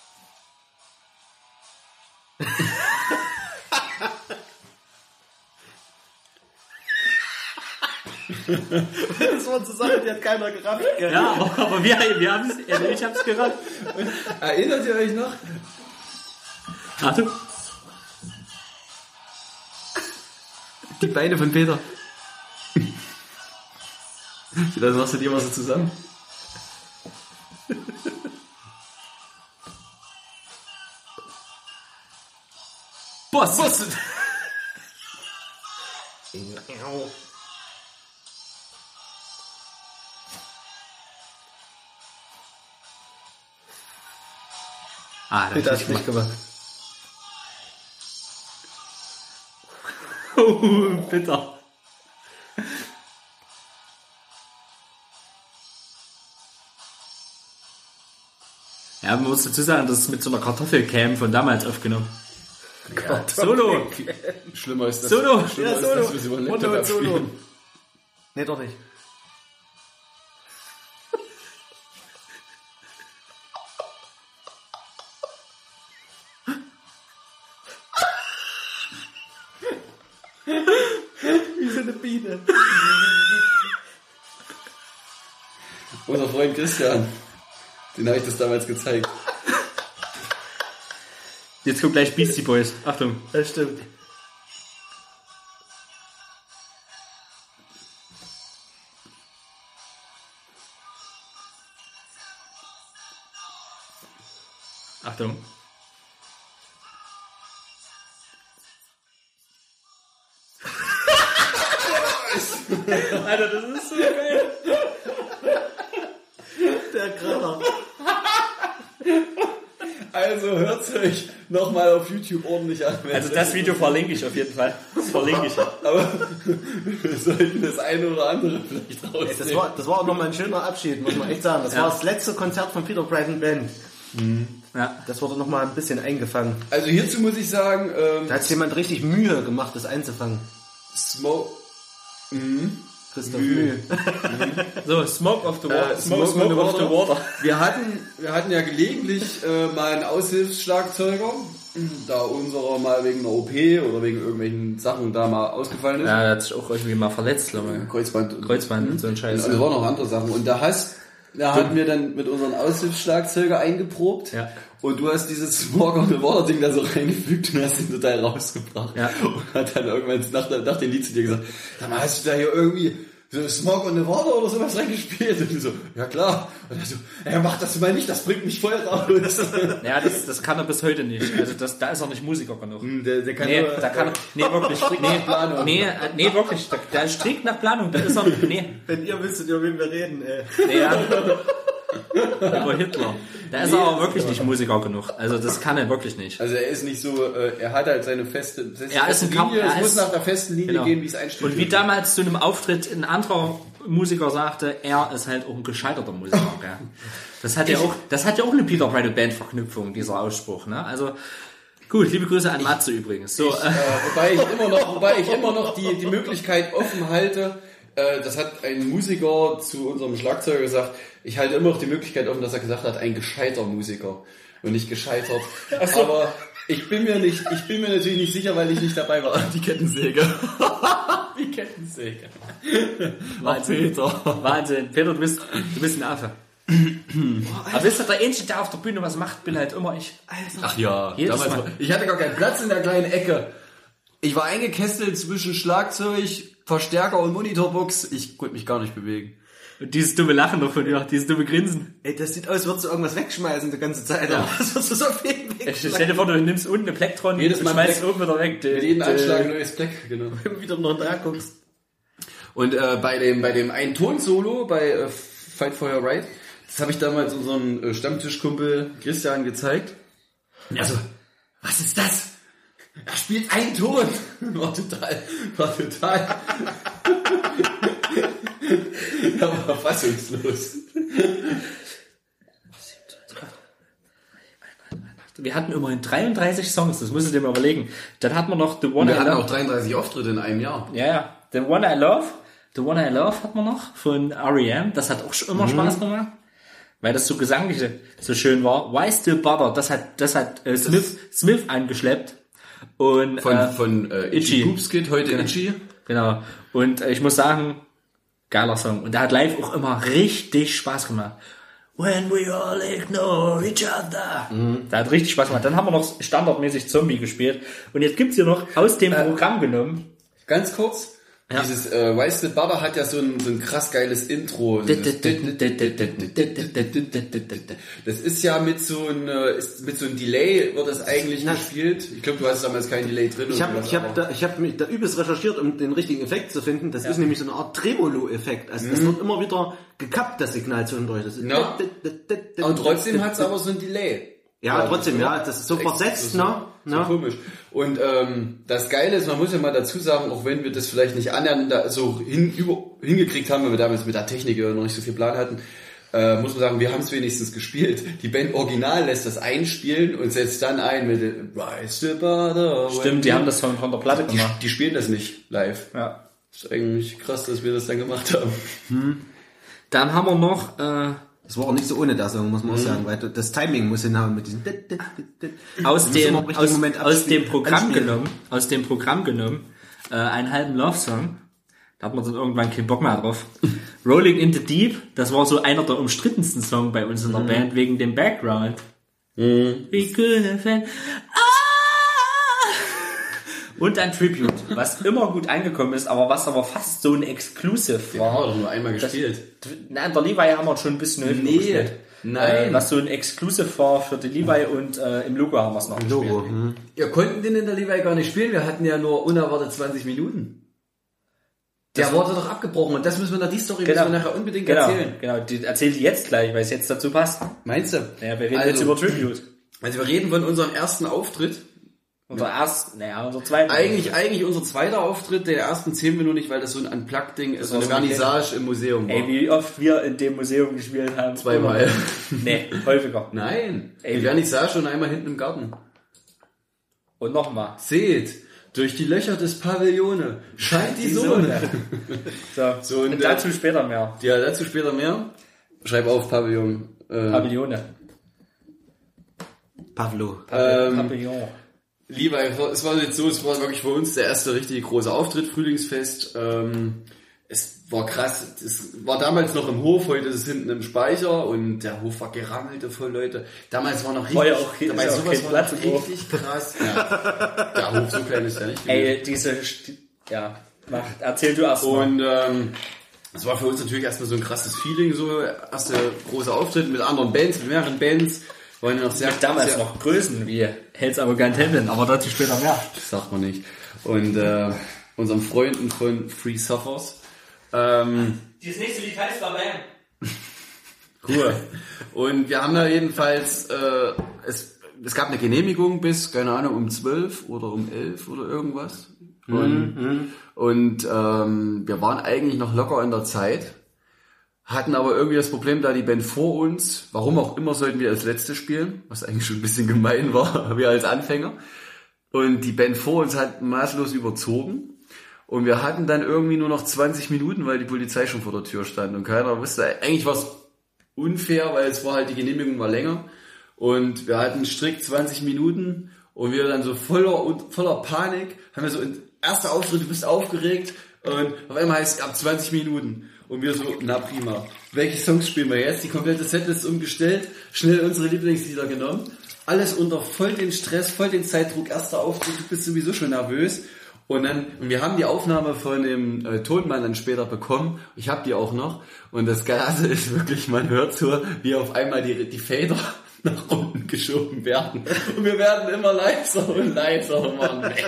Das waren so Sachen, die hat keiner gerafft. Gell? Ja, aber, aber wir, wir haben es, also ich hab's gehört. Erinnert ihr euch noch? Achtung. Die Beine von Peter. Das machst du die immer so zusammen. Boss. Boss. Ah, das Bitte ist hast du nicht gemacht. Oh, bitter. Ja, man muss dazu sagen, das ist mit so einer Kartoffelcam von damals aufgenommen. Solo! Schlimmer ist das. Solo! Schlimmer Ja, ist Solo. das, was über den Mono Laptop und Solo. abspielen. Nee, doch nicht. Wie so eine Biene. Unser Freund Christian. Den habe ich das damals gezeigt. Jetzt kommt gleich Beastie Boys. Achtung. Das stimmt. Achtung. Alter, das ist so geil. Der Kracher. Also hört's euch nochmal auf YouTube ordentlich an. Also das Video verlinke ich auf jeden Fall. Das verlinke ich. Aber wir sollten das eine oder andere vielleicht rausnehmen. Das war, das war auch nochmal ein schöner Abschied, muss man echt sagen. Das Ja. war das letzte Konzert von Peter Bryson Band. Ja. Das wurde nochmal ein bisschen eingefangen. Also hierzu muss ich sagen, ähm, Da hat sich jemand richtig Mühe gemacht, das einzufangen. Smoke... Christoph Mühe. So, Smoke of the Water. Äh, Smoke, Smoke of the Water. Wir hatten, wir hatten ja gelegentlich äh, mal einen Aushilfsschlagzeuger, da unserer mal wegen einer O P oder wegen irgendwelchen Sachen da mal ausgefallen ist. Ja, der hat sich auch irgendwie mal verletzt, glaube ich. Kreuzband. und- Kreuzband und so ein Scheiß. Also es waren noch andere Sachen. Und da hast, da hatten wir dann mit unseren Aushilfsschlagzeuger eingeprobt. Ja. Und du hast dieses Smoke of the Water Ding da so reingefügt und hast ihn total rausgebracht. Ja. Und hat dann irgendwann nach, nach dem Lied zu dir gesagt, sag mal, hast du da hier irgendwie so Smoke on the Water oder sowas reingespielt? Und du so, ja klar. Und er so, ja mach das mal nicht, das bringt mich voll raus. Ja, das, das kann er bis heute nicht. Also das, da ist er nicht Musiker genug. der, der kann Nee, nur, da kann er, nee, wirklich, nee, Planung. nee, äh, nee, wirklich, der, der ist strikt nach Planung, da ist er, nee, Wenn ihr wüsstet, über wen wir reden, ey. nee, ja. Über Hitler. Da ist er aber wirklich nicht Musiker genug. Also das kann er wirklich nicht. Also er ist nicht so, äh, er hat halt seine feste, feste Er ist ein Linie, Kap- er es muss ist- nach der festen Linie Genau. gehen, wie es einstudiert Und wie damals zu einem Auftritt ein anderer Musiker sagte, er ist halt auch ein gescheiterter Musiker. Gell? Das hat ja auch, das hat ja auch eine Peter Bryson Band Verknüpfung, dieser Ausspruch. Ne? Also gut, liebe Grüße an Matze übrigens. So, äh, Äh, wobei ich immer noch, wobei ich immer noch die, die Möglichkeit offen halte, äh, das hat ein Musiker zu unserem Schlagzeuger gesagt, ich halte immer noch die Möglichkeit offen, dass er gesagt hat, ein gescheiter Musiker und nicht gescheitert. Aber ich bin mir nicht, ich bin mir natürlich nicht sicher, weil ich nicht dabei war. Die Kettensäge. die Kettensäge. Wahnsinn. Peter. Wahnsinn. Peter, du bist, du bist ein Affe. Aber wisst ihr, der Einzige, der auf der Bühne was macht, bin halt immer ich. Ach ja, Jedes damals Mal. war, ich hatte gar keinen Platz in der kleinen Ecke. Ich war eingekesselt zwischen Schlagzeug, Verstärker und Monitorbox. Ich konnte mich gar nicht bewegen. Und dieses dumme Lachen noch von dir, dieses dumme Grinsen. Ey, das sieht aus, würdest du irgendwas wegschmeißen die ganze Zeit. Ja. Das würdest du so viel Ich stell wegschmeißen. dir vor, du nimmst unten eine Plektron Jedes und Mal schmeißt Plek- oben wieder weg. Mit jedem Anschlag ein neues Black, genau. Wenn du wieder noch da guckst. Und äh, bei dem bei dem einen Ton-Solo bei äh, Fight for Your Right, das habe ich damals unserem äh, Stammtischkumpel Christian gezeigt. Also, was ist das? Er spielt einen Ton. War total, war total. Er war fassungslos. Wir hatten immerhin dreiunddreißig Songs, das musst du dir mal überlegen. Dann hatten wir noch The One Wir I hatten Love. auch dreiunddreißig Auftritte in einem Jahr. Ja, ja. The One I Love. The One I Love hat man noch von R E M. Das hat auch schon immer Spaß gemacht. Weil das so gesanglich so schön war. Why Still Bother? Das hat, das hat äh, Smith, Smith angeschleppt. Und, Von, äh, von äh, Itchy. Itchy Hoops Kid, heute Itchy. Genau. Und äh, ich muss sagen, geiler Song. Und der hat live auch immer richtig Spaß gemacht. When we all ignore each other. Mhm. Der hat richtig Spaß gemacht. Dann haben wir noch standardmäßig Zombie gespielt. Und jetzt gibt's hier noch aus dem Äh, Programm genommen. Ganz kurz. Ja. Dieses äh, Wasted Butter hat ja so ein, so ein krass geiles Intro. Dieses Das ist ja mit so ein ist mit so einem Delay wird das eigentlich gespielt. Ich glaube, du hast damals keinen Delay drin. Ich habe ich hab da, ich hab mich da übelst recherchiert, um den richtigen Effekt zu finden. Das ist nämlich so eine Art Tremolo-Effekt. Also das wird immer wieder gekappt, das Signal zwischendurch. Das ist Ja. Und trotzdem hat es aber so ein Delay. Ja, trotzdem, ja, das ist so versetzt, so, ne? So ne? komisch. Und ähm, das Geile ist, man muss ja mal dazu sagen, auch wenn wir das vielleicht nicht annähernd da so hin, über, hingekriegt haben, weil wir damals mit der Technik ja noch nicht so viel Plan hatten, äh, muss man sagen, wir haben es wenigstens gespielt. Die Band Original lässt das einspielen und setzt dann ein mit Rise the Butter. Stimmt, die haben das von, von der Platte Die, gemacht. die spielen das nicht live. Ja. Das ist eigentlich krass, dass wir das dann gemacht haben. Dann haben wir noch, äh, Das war auch nicht so ohne das Song, muss man auch sagen, weil das Timing muss hinhauen mit diesem aus muss dem, immer im richtigen aus, Moment aus abspielen- dem Programm anspielen. genommen, aus dem Programm genommen, äh, einen halben Love-Song. Da hat man dann irgendwann keinen Bock mehr drauf. Rolling in the Deep, das war so einer der umstrittensten Songs bei uns in der Band, wegen dem Background. We could have had, ah! Und ein Tribute, was immer gut angekommen ist, aber was aber fast so ein Exclusive Ja, haben wir war. doch nur einmal gespielt. Na, in der Levi haben wir schon ein bisschen häufiger Nee, gespielt. Nein. Äh, was so ein Exclusive war für die Levi und äh, im Logo haben wir es noch gespielt. Logo. Hm. Wir konnten den in der Levi gar nicht spielen, wir hatten ja nur unerwartet zwanzig Minuten. Der Das- wurde doch abgebrochen und das müssen wir nach die Story Genau. müssen wir nachher unbedingt Genau, erzählen. genau. Die erzähle ich jetzt gleich, weil es jetzt dazu passt. Meinst du? Ja, wir reden Also- jetzt über Tribute. Also wir reden von unserem ersten Auftritt. Unser erst, naja, unser zweiter. Eigentlich, eigentlich unser zweiter Auftritt, der ersten zehn Minuten nicht, weil das so ein Unplugged-Ding ist, so eine war so eine Vernissage im Museum war. Ey, wie oft wir in dem Museum gespielt haben. Zweimal. Nee, häufiger. Nein, Ey, die Vernissage schon einmal hinten im Garten. Und nochmal. Seht, durch die Löcher des Pavillone scheint die Sonne. So, So, und, und dazu später mehr. Ja, dazu später mehr. Schreib auf Pavillon. Äh, Pavillone. Pavlo. Ähm, Pavillon. Lieber, es war jetzt so, es war wirklich für uns der erste richtige große Auftritt, Frühlingsfest. Ähm, es war krass, es war damals noch im Hof, heute ist es hinten im Speicher und der Hof war gerammelte voll Leute. Damals war noch richtig, War ja auch kein- damals ist ja auch sowas kein war noch Platz im Hof. richtig krass. Ja. Der Hof, so klein ist der nicht. Ey, diese, St- ja, mach, erzähl du erst mal. Und ähm, es war für uns natürlich erstmal so ein krasses Feeling, so erste große Auftritt mit anderen Bands, mit mehreren Bands. Waren ja noch sehr, Damals sehr, noch Größen wie Hells Arrogant Heaven, aber dazu später mehr. Das sagt man nicht. Und äh, unseren Freunden von Free Suffers. Ähm, Dieses nächste Lied heißt Bam. cool. Und wir haben da jedenfalls, äh, es, es gab eine Genehmigung bis, keine Ahnung, um zwölf oder um elf oder irgendwas. Und, Mhm. und ähm, wir waren eigentlich noch locker in der Zeit, hatten aber irgendwie das Problem, da die Band vor uns, warum auch immer, sollten wir als Letzte spielen, was eigentlich schon ein bisschen gemein war, wir als Anfänger. Und die Band vor uns hat maßlos überzogen. Und wir hatten dann irgendwie nur noch zwanzig Minuten, weil die Polizei schon vor der Tür stand. Und keiner wusste, eigentlich war es unfair, weil es war halt, die Genehmigung war länger. Und wir hatten strikt zwanzig Minuten. Und wir dann so voller, voller Panik, haben wir so, erster Auftritt, du bist aufgeregt. Und auf einmal heißt es, ab zwanzig Minuten. Und wir so, na prima. Welche Songs spielen wir jetzt? Die komplette Setlist umgestellt, schnell unsere Lieblingslieder genommen. Alles unter voll den Stress, voll den Zeitdruck, erster Auftritt, du bist sowieso schon nervös. Und dann, und wir haben die Aufnahme von dem äh, Tonmann dann später bekommen. Ich habe die auch noch. Und das Geile ist wirklich, man hört so, wie auf einmal die, die Fader nach unten geschoben werden. Und wir werden immer leiser und leiser und waren weg.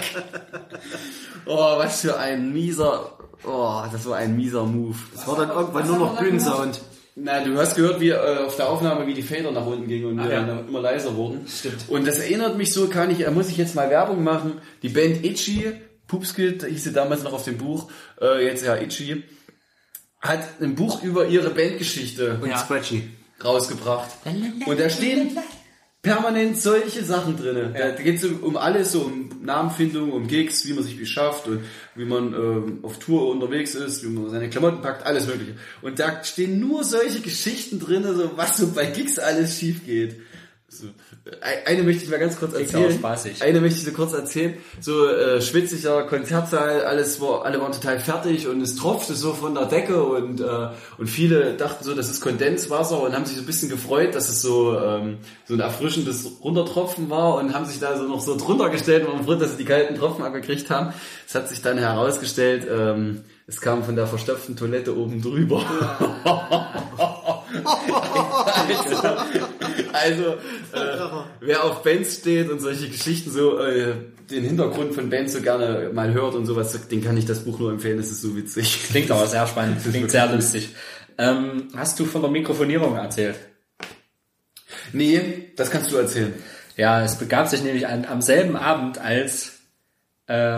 Oh, was für ein mieser, oh, das war ein mieser Move. Es war dann irgendwann nur noch Bühnensound. Na, du hast gehört, wie äh, auf der Aufnahme, wie die Fader nach unten gingen und wir ja. dann immer leiser wurden. Stimmt. Und das erinnert mich so, kann ich, äh, muss ich jetzt mal Werbung machen. Die Band Itchy, Poopskid, hieß sie damals noch auf dem Buch, äh, jetzt ja Itchy, hat ein Buch über ihre Bandgeschichte Und Scratchy. rausgebracht. Und da stehen permanent solche Sachen drin. Da geht es um alles, so um Namenfindung, um Gigs, wie man sich beschafft und wie man ähm, auf Tour unterwegs ist, wie man seine Klamotten packt, alles mögliche. Und da stehen nur solche Geschichten drin, so was so bei Gigs alles schief geht. So, eine möchte ich mal ganz kurz erzählen. auch spaßig. Eine möchte ich so kurz erzählen. So äh, schwitziger Konzertsaal, alles war, alle waren total fertig und es tropfte so von der Decke und äh, und viele dachten so, das ist Kondenswasser und haben sich so ein bisschen gefreut, dass es so ähm, so ein erfrischendes Runtertropfen war und haben sich da so noch so drunter gestellt und waren froh, dass sie die kalten Tropfen abgekriegt haben. Es hat sich dann herausgestellt, ähm, es kam von der verstopften Toilette oben drüber. also, also äh, wer auf Bands steht und solche Geschichten so, äh, den Hintergrund von Bands so gerne mal hört und sowas, den kann ich das Buch nur empfehlen, das ist so witzig. Klingt aber sehr spannend, klingt sehr lustig. Ähm, hast du von der Mikrofonierung erzählt? Nee, das kannst du erzählen. Ja, es begab sich nämlich an, am selben Abend, als äh,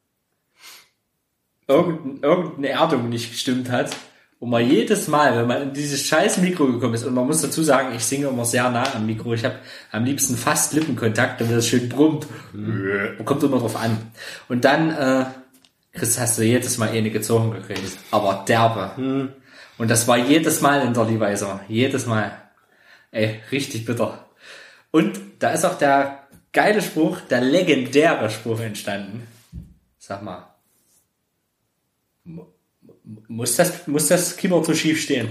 irgendein, irgendeine Erdung nicht gestimmt hat. Und man jedes Mal, wenn man in dieses scheiß Mikro gekommen ist, und man muss dazu sagen, ich singe immer sehr nah am Mikro, ich habe am liebsten fast Lippenkontakt, damit das schön brummt. Mhm. Kommt immer drauf an. Und dann, äh, Chris, hast du jedes Mal eine gezogen gekriegt. Aber derbe. Mhm. Und das war jedes Mal in der Leviser. Jedes Mal. Ey, richtig bitter. Und da ist auch der geile Spruch, der legendäre Spruch entstanden. Sag mal. Muss das, muss das Keyboard so schief stehen?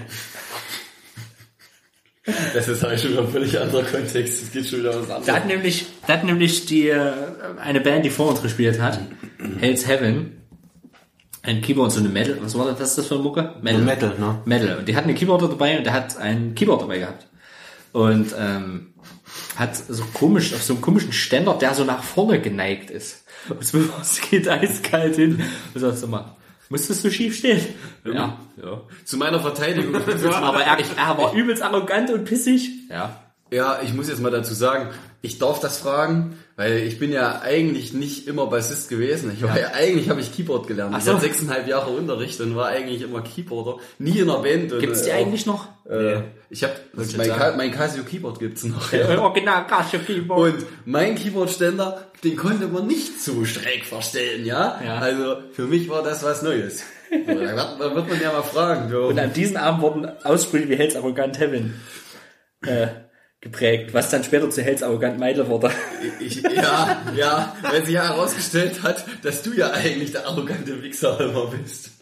Das ist halt schon wieder ein völlig anderer Kontext. Es geht schon wieder was anderes. Da hat nämlich, da hat nämlich die, äh, eine Band, die vor uns gespielt hat, Hell's Heaven, ein Keyboard, so eine Metal, was war das, was ist das für eine Mucke? Metal. Metal, ne? Metal. Und die hatten einen Keyboarder dabei und der hat ein Keyboard dabei gehabt. und ähm, hat so komisch, auf so einem komischen Ständer, der so nach vorne geneigt ist. Und es geht eiskalt hin und sagst du mal, muss das so schief stehen? Ja. ja. Zu meiner Verteidigung. Aber er, er war übelst arrogant und pissig. Ja. Ja, ich muss jetzt mal dazu sagen, ich darf das fragen, weil ich bin ja eigentlich nicht immer Bassist gewesen. Ich war ja, ja eigentlich habe ich Keyboard gelernt. Ach ich so. hatte sechseinhalb Jahre Unterricht und war eigentlich immer Keyboarder. Nie in einer Band. Gibt's die äh, eigentlich noch? Äh, ich habe ich mein, sagen. Ca- mein Casio Keyboard gibt's noch. Ja. Ja. Original Casio Keyboard. Und mein Keyboardständer, den konnte man nicht so schräg verstellen, ja? Ja. Also für mich war das was Neues. So, da wird, da wird man ja mal fragen. So. Und an diesem Abend wurden Aussprüche wie Hells Arrogant Heaven äh, geprägt, was dann später zu Hells Arrogant Meidel wurde. Ich, ja, ja, weil sich ja herausgestellt hat, dass du ja eigentlich der arrogante Wichser immer bist.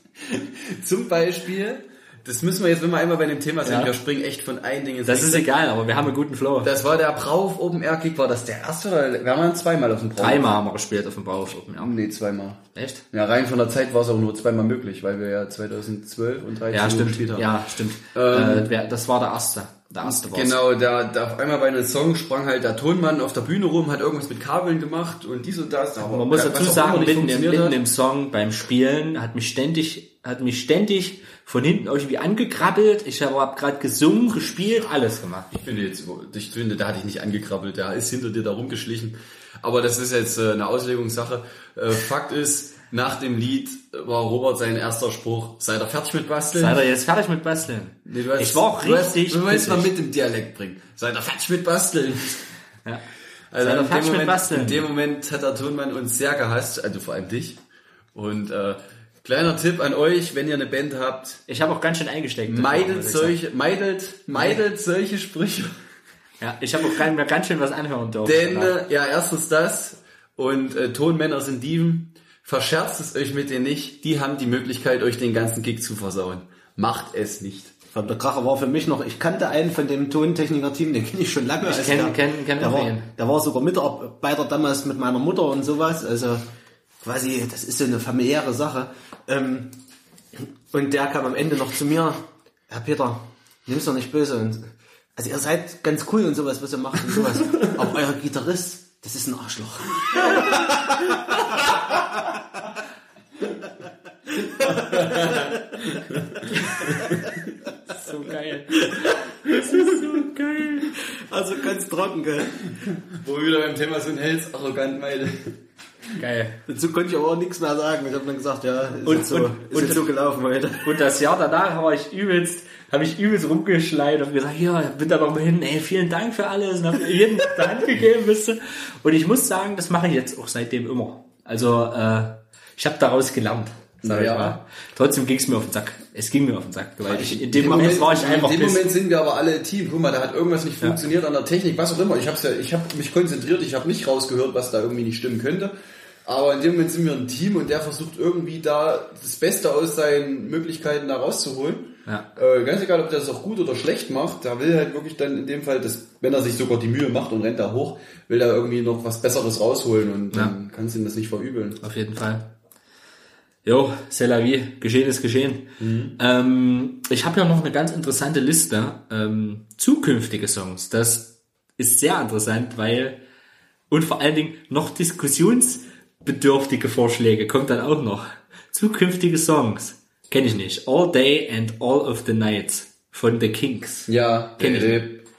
Zum Beispiel, das müssen wir jetzt, wenn wir einmal bei dem Thema sind, Ja. wir springen echt von einem Ding ins Das ist nächste. egal, aber wir haben einen guten Flow. Das war der Brauf Open Air Kick, war das der erste oder wir haben zweimal auf dem Brauf? Dreimal haben wir gespielt auf dem Bauhof Open Air. Nee, zweimal. Echt? Ja, rein von der Zeit war es auch nur zweimal möglich, weil wir ja zweitausendzwölf und dreizehn Ja, stimmt. gespielt haben. Ja, stimmt. Ähm, äh, wer- das war der erste. Der erste war's. Genau, da, da auf einmal bei einem Song sprang halt der Tonmann auf der Bühne rum, hat irgendwas mit Kabeln gemacht und dies und das. Aber Man muss was dazu auch immer sagen, nicht mitten, im, funktioniert mitten hat. im Song beim Spielen hat mich ständig, hat mich ständig von hinten irgendwie angekrabbelt. Ich habe hab gerade gesungen, gespielt, alles gemacht. Ich finde jetzt, ich finde, da hatte ich nicht angekrabbelt, der ist hinter dir da rumgeschlichen. Aber das ist jetzt äh, eine Auslegungssache. Äh, Fakt ist, nach dem Lied war Robert sein erster Spruch, seid ihr fertig mit Basteln? Seid ihr jetzt fertig mit Basteln? Nee, du hast, Ich war auch du hast, richtig Du willst mal pissig. mit dem Dialekt bringen. Seid ihr fertig mit Basteln? Ja. Also Seid ihr in dem, fertig mit Moment, Basteln? in dem Moment hat der Tonmann uns sehr gehasst, also vor allem dich. Und äh, kleiner Tipp an euch, wenn ihr eine Band habt, Ich habe auch ganz schön eingesteckt. meidet muss ich sagen. solche, meidet, meidet solche Sprüche. Ja, ich habe auch ganz, mir ganz schön was anhören dürfen. Denn, danach. äh, ja, erstens das und äh, Tonmänner sind Dieven. Verscherzt es euch mit denen nicht. Die haben die Möglichkeit, euch den ganzen Gig zu versauen. Macht es nicht. Der Kracher war für mich noch, ich kannte einen von dem Tontechniker-Team, den kenne ich schon lange. Ich Also kenn- der- kenn- kenn der auch war, ihn. der war sogar Mitarbeiter damals mit meiner Mutter und sowas. Also quasi, das ist so eine familiäre Sache. Ähm, und der kam am Ende noch zu mir, Herr Peter, nimm's doch nicht böse. Und, also ihr seid ganz cool und sowas, was ihr macht und sowas. Aber euer Gitarrist, das ist ein Arschloch. So geil. Das ist so geil. Also ganz trocken, gell? Wo wir wieder beim Thema sind, Hells, arrogant meide. Geil. Dazu konnte ich aber auch nichts mehr sagen. Ich habe dann gesagt, ja, ist, Und- jetzt, so, und- ist und- jetzt so gelaufen heute. Und das Jahr danach war ich übelst, habe ich übelst rumgeschleit und gesagt, ja, bin da noch mal hin, ey, vielen Dank für alles und habe jedem die Hand gegeben, wisst ihr. Und ich muss sagen, das mache ich jetzt auch seitdem immer. Also, äh, ich habe daraus gelernt. Sag Ja. ich mal. Trotzdem ging es mir auf den Sack. Es ging mir auf den Sack, weil ich in dem Moment war ich einfach In dem piss. Moment sind wir aber alle Team. Guck mal, da hat irgendwas nicht funktioniert an der Technik, was auch immer. Ich hab's ja, ich habe mich konzentriert, ich habe nicht rausgehört, was da irgendwie nicht stimmen könnte. Aber in dem Moment sind wir ein Team und der versucht irgendwie da das Beste aus seinen Möglichkeiten da rauszuholen. Ja. Äh, ganz egal, ob der das auch gut oder schlecht macht, da will halt wirklich dann in dem Fall, dass, wenn er sich sogar die Mühe macht und rennt da hoch, will er irgendwie noch was Besseres rausholen und Ja. dann kannst du ihm das nicht verübeln. Auf jeden Fall. Jo, c'est la vie. Geschehen ist geschehen. Ähm, ich habe ja noch eine ganz interessante Liste. Ähm, zukünftige Songs. Das ist sehr interessant, weil und vor allen Dingen noch diskussionsbedürftige Vorschläge kommt dann auch noch. Zukünftige Songs. Kenne ich nicht. All Day and All of the Nights von The Kinks. Ja, Kenn ich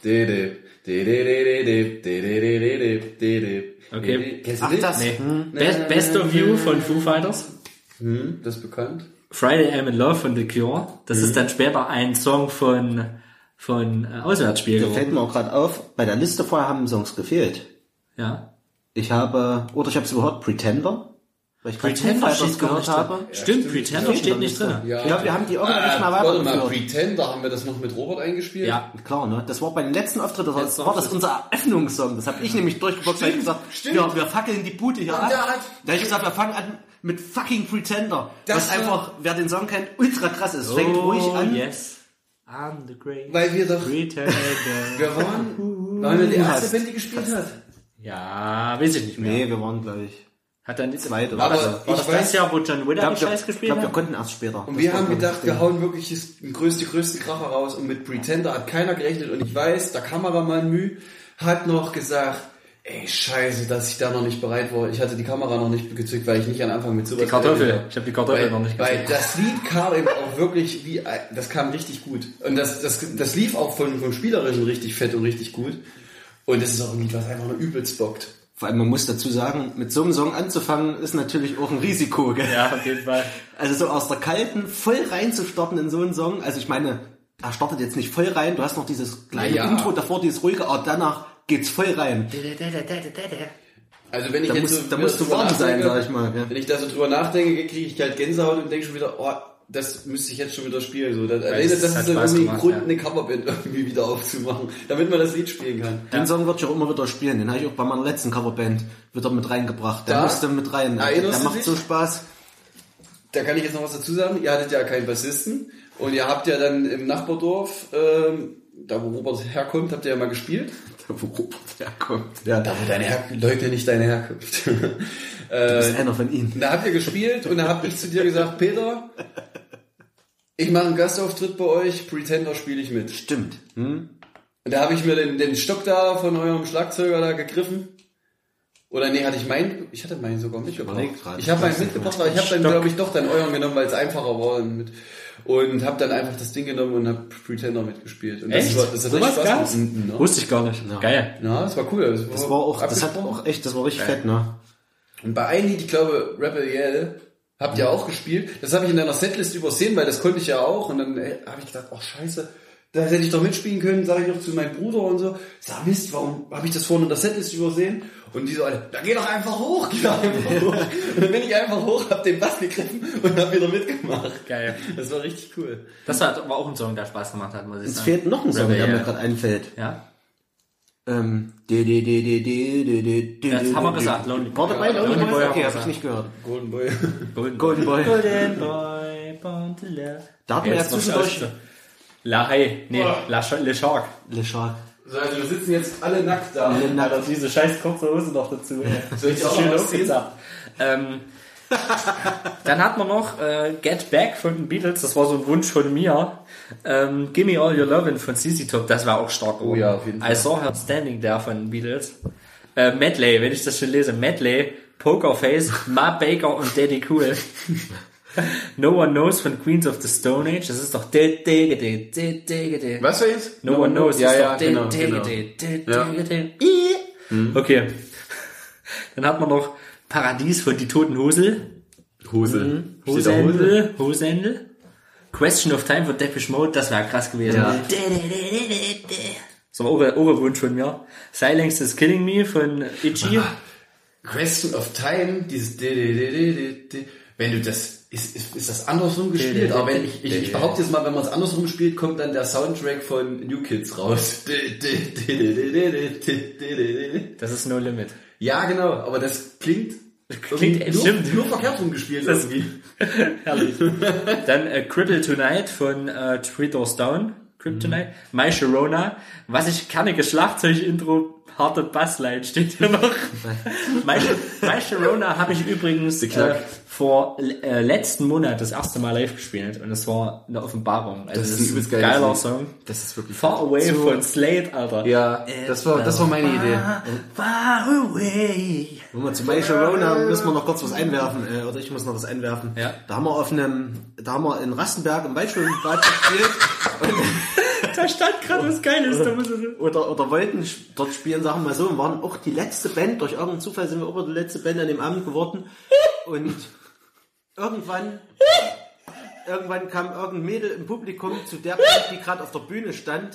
Okay. Kennst du Ach, den? das. Nee. Best, Best of You von Foo Fighters. Hm, das ist bekannt. Friday I'm in Love von The Cure. Das ist dann später ein Song von von äh, Auswärtsspiel Da fällt geworden. mir auch gerade auf, bei der Liste vorher haben Songs gefehlt. Ja. Ich habe, oder ich habe es überhört, Pretender. Weil ich gerade Pretender Foo Fighters steht gar gehört nicht habe. drin. Stimmt, Pretender steht nicht drin. Ja. Ich glaube, wir haben die irgendwann nicht mal Ah, warte mal, weitergeführt. Pretender, haben wir das noch mit Robert eingespielt? Ja. Klar, ne? Das war bei den letzten Auftritt, das Letzter war das Auftritt. unser Eröffnungssong. Das habe ich nämlich durchgeboxt, weil ich gesagt, stimmt. ja, wir fackeln die Bude hier Und ab. der hat- Da habe ich gesagt, wir fangen an mit fucking Pretender. Das Das war- einfach, wer den Song kennt, ultra krass ist. Fängt ruhig an. Oh, yes. I'm the great Weil wir doch, Pretender. wir waren, waren wir die erste Band, die gespielt hat. Ja, weiß ich nicht mehr. Nee, wir waren, glaube ich. Hat dann Zweite. war das, Aber war ich das, weiß- das Jahr, wo John Witter die Ich glaube, Scheiß wir, gespielt glaub, wir hat? konnten erst später. Und Das wir war, haben glaub ich, gedacht, das wir Ding. hauen wirklich das- den größten, größten Kracher raus und mit Pretender hat keiner gerechnet und ich weiß, der Kameramann Müh hat noch gesagt, ey, scheiße, dass ich da noch nicht bereit war. Ich hatte die Kamera noch nicht gezückt, weil ich nicht am Anfang mit sowas... Die Kartoffel. gerechnet Ich habe die Kartoffel Weil, noch nicht weil gesehen. das Lied kam eben auch wirklich wie, das kam richtig gut. Und das, das, das lief auch von, vom Spielerischen richtig fett und richtig gut. Und das ist auch ein Lied, was einfach nur übelst bockt. Vor allem, man muss dazu sagen, mit so einem Song anzufangen, ist natürlich auch ein Risiko, gell? Ja, auf jeden Fall. Also so aus der Kalten voll reinzustarten in so einen Song. Also ich meine, er startet jetzt nicht voll rein. Du hast noch dieses kleine Ja. Intro davor, dieses ruhige, aber danach geht's voll rein. Also wenn ich Da jetzt musst- so da wieder musst du drüber warm sein, nachdenke, sag ich mal, gell? Wenn ich da so drüber nachdenke, kriege ich halt Gänsehaut und denke schon wieder, oh, das müsste ich jetzt schon wieder spielen. So, das, alleine, es das hat ist so Spaß irgendwie ein gemacht, Grund, ja. eine Coverband irgendwie wieder aufzumachen, damit man das Lied spielen kann. Den Song würde ich auch immer wieder spielen. Den habe ich auch bei meiner letzten Coverband wieder mit reingebracht. Der Da? musste mit rein. Erinnerst Der du macht dich? so Spaß. Da kann ich jetzt noch was dazu sagen. Ihr hattet ja keinen Bassisten und ihr habt ja dann im Nachbardorf, ähm, da wo Robert herkommt, habt ihr ja mal gespielt. Wo Robert herkommt. Ja, Da wo deine Herkunft, Leute, nicht deine Herkunft. du bist einer von ihnen. Da habt ihr gespielt und da hab ich zu dir gesagt, Peter, ich mache einen Gastauftritt bei euch, Pretender spiele ich mit. Stimmt. Hm? Und da habe ich mir den, den Stock da von eurem Schlagzeuger da gegriffen. Oder nee, hatte ich meinen, ich hatte meinen sogar mitgebracht. überleg grad. Ich habe meinen Ich weiß mitgebracht, nicht. aber ich habe dann, glaube ich, doch dann euren genommen, weil es einfacher war. Und, mit, und habe dann einfach das Ding genommen und habe Pretender mitgespielt. Und Echt? Das, war, das hat So richtig was Spaß gab's? gemacht. Mhm, ne? Wusste ich gar nicht. Geil. Ja, das war cool. Das war, Das war auch, das hat abgesprochen. auch echt, das war richtig fett, ne? Und bei einem Lied, ich glaube, Rebel Yell, habt ihr auch gespielt. Das habe ich in deiner Setlist übersehen, weil das konnte ich ja auch. Und dann äh, habe ich gedacht, ach scheiße, da hätte ich doch mitspielen können, sage ich auch zu meinem Bruder und so. Sag Mist, warum habe ich das vorhin in der Setlist übersehen? Und die so alle, da geh doch einfach hoch, geh doch einfach hoch. Und dann bin ich einfach hoch, hab den Bass gegriffen und hab wieder mitgemacht. Geil. Das war richtig cool. Das war, war auch ein Song, der Spaß gemacht hat, muss ich Es sagen. fehlt noch ein Song, Rebel der mir Yell. gerade einfällt. Ja. Ähm, de, de, de, de, de, de, de, de, Das de, haben wir de. gesagt, Lonely War dabei Lonely Lonely Boy? Boy Okay, haben wir hab ich nicht gehört. Golden Boy. Golden, Golden Boy. Golden Boy, born to love. Da hatten wir ja Jetzt noch zwischendurch Scheiße. La Hai, nee, La Sh- Le Shark. Le Shark. So, also wir sitzen jetzt alle nackt da. Alter, diese scheiß kurze Hose noch dazu. Ey. Soll ich auch Schön noch was ziehen? aufgezappt. Ähm, dann hat man noch äh, Get Back von den Beatles, das war so ein Wunsch von mir. Ähm, Gimme All Your Lovin' von C C Top, das war auch stark. Oh ja, auf jeden Fall. I Saw Her Standing There von den Beatles. Äh, Medley, wenn ich das schon lese, Medley, Pokerface, Ma Baker und Daddy Cool. No One Knows von Queens of the Stone Age, das ist doch de, de, de, de, de, de. Was war jetzt? No, One Knows, Ja, ist ja, doch de, genau, de, genau. de, de, Ja. de, de. I. Okay. Dann hat man noch Paradies von Die Toten Hosel. Hose. Steht da Hose? Hosendel, Hosendel. Question of Time von Depeche Mode, das wäre krass gewesen. Ja. Das war auch ein, auch ein Wunsch von mir. Silence is Killing Me von Itchy. Question of Time, dieses de, de, de, de, de, de. Wenn du das, ist, ist, ist das andersrum gespielt, aber wenn ich, ich, ich behaupte jetzt mal, wenn man es andersrum spielt, kommt dann der Soundtrack von New Kids raus. De, de, de, de, de, de, de, de, de, de. Das ist No Limit. Ja, genau, aber das klingt, Klingt, irgendwie nur, stimmt. nur verkehrt rumgespielt Das- irgendwie. Herrlich. Dann äh, Cripple Tonight von äh, Three Doors Down. Kryptonite. My Sharona. Was ich kannige Schlagzeug-Intro, harte Bassline steht hier noch. My, My Sharona habe ich übrigens äh, vor äh, letzten Monat das erste Mal live gespielt und es war eine Offenbarung. Also Das ist es ein ist übelst ein geiles geiler Lied. Song. Das ist wirklich Far Away von Slade, Alter. Ja, das war, das war meine Idee. Far Away. Wenn wir zu My Sharona müssen wir noch kurz was einwerfen, äh, oder ich muss noch was einwerfen. Ja. Da haben wir auf einem, da haben wir in Rastenberg im Waldschwimmbad gespielt Da stand gerade was Geiles. Da muss ich oder, oder wollten sch- dort spielen, sagen wir mal so, und waren auch die letzte Band, durch irgendeinen Zufall sind wir über die letzte Band an dem Abend geworden und irgendwann, irgendwann kam irgendein Mädel im Publikum zu der Band, die gerade auf der Bühne stand.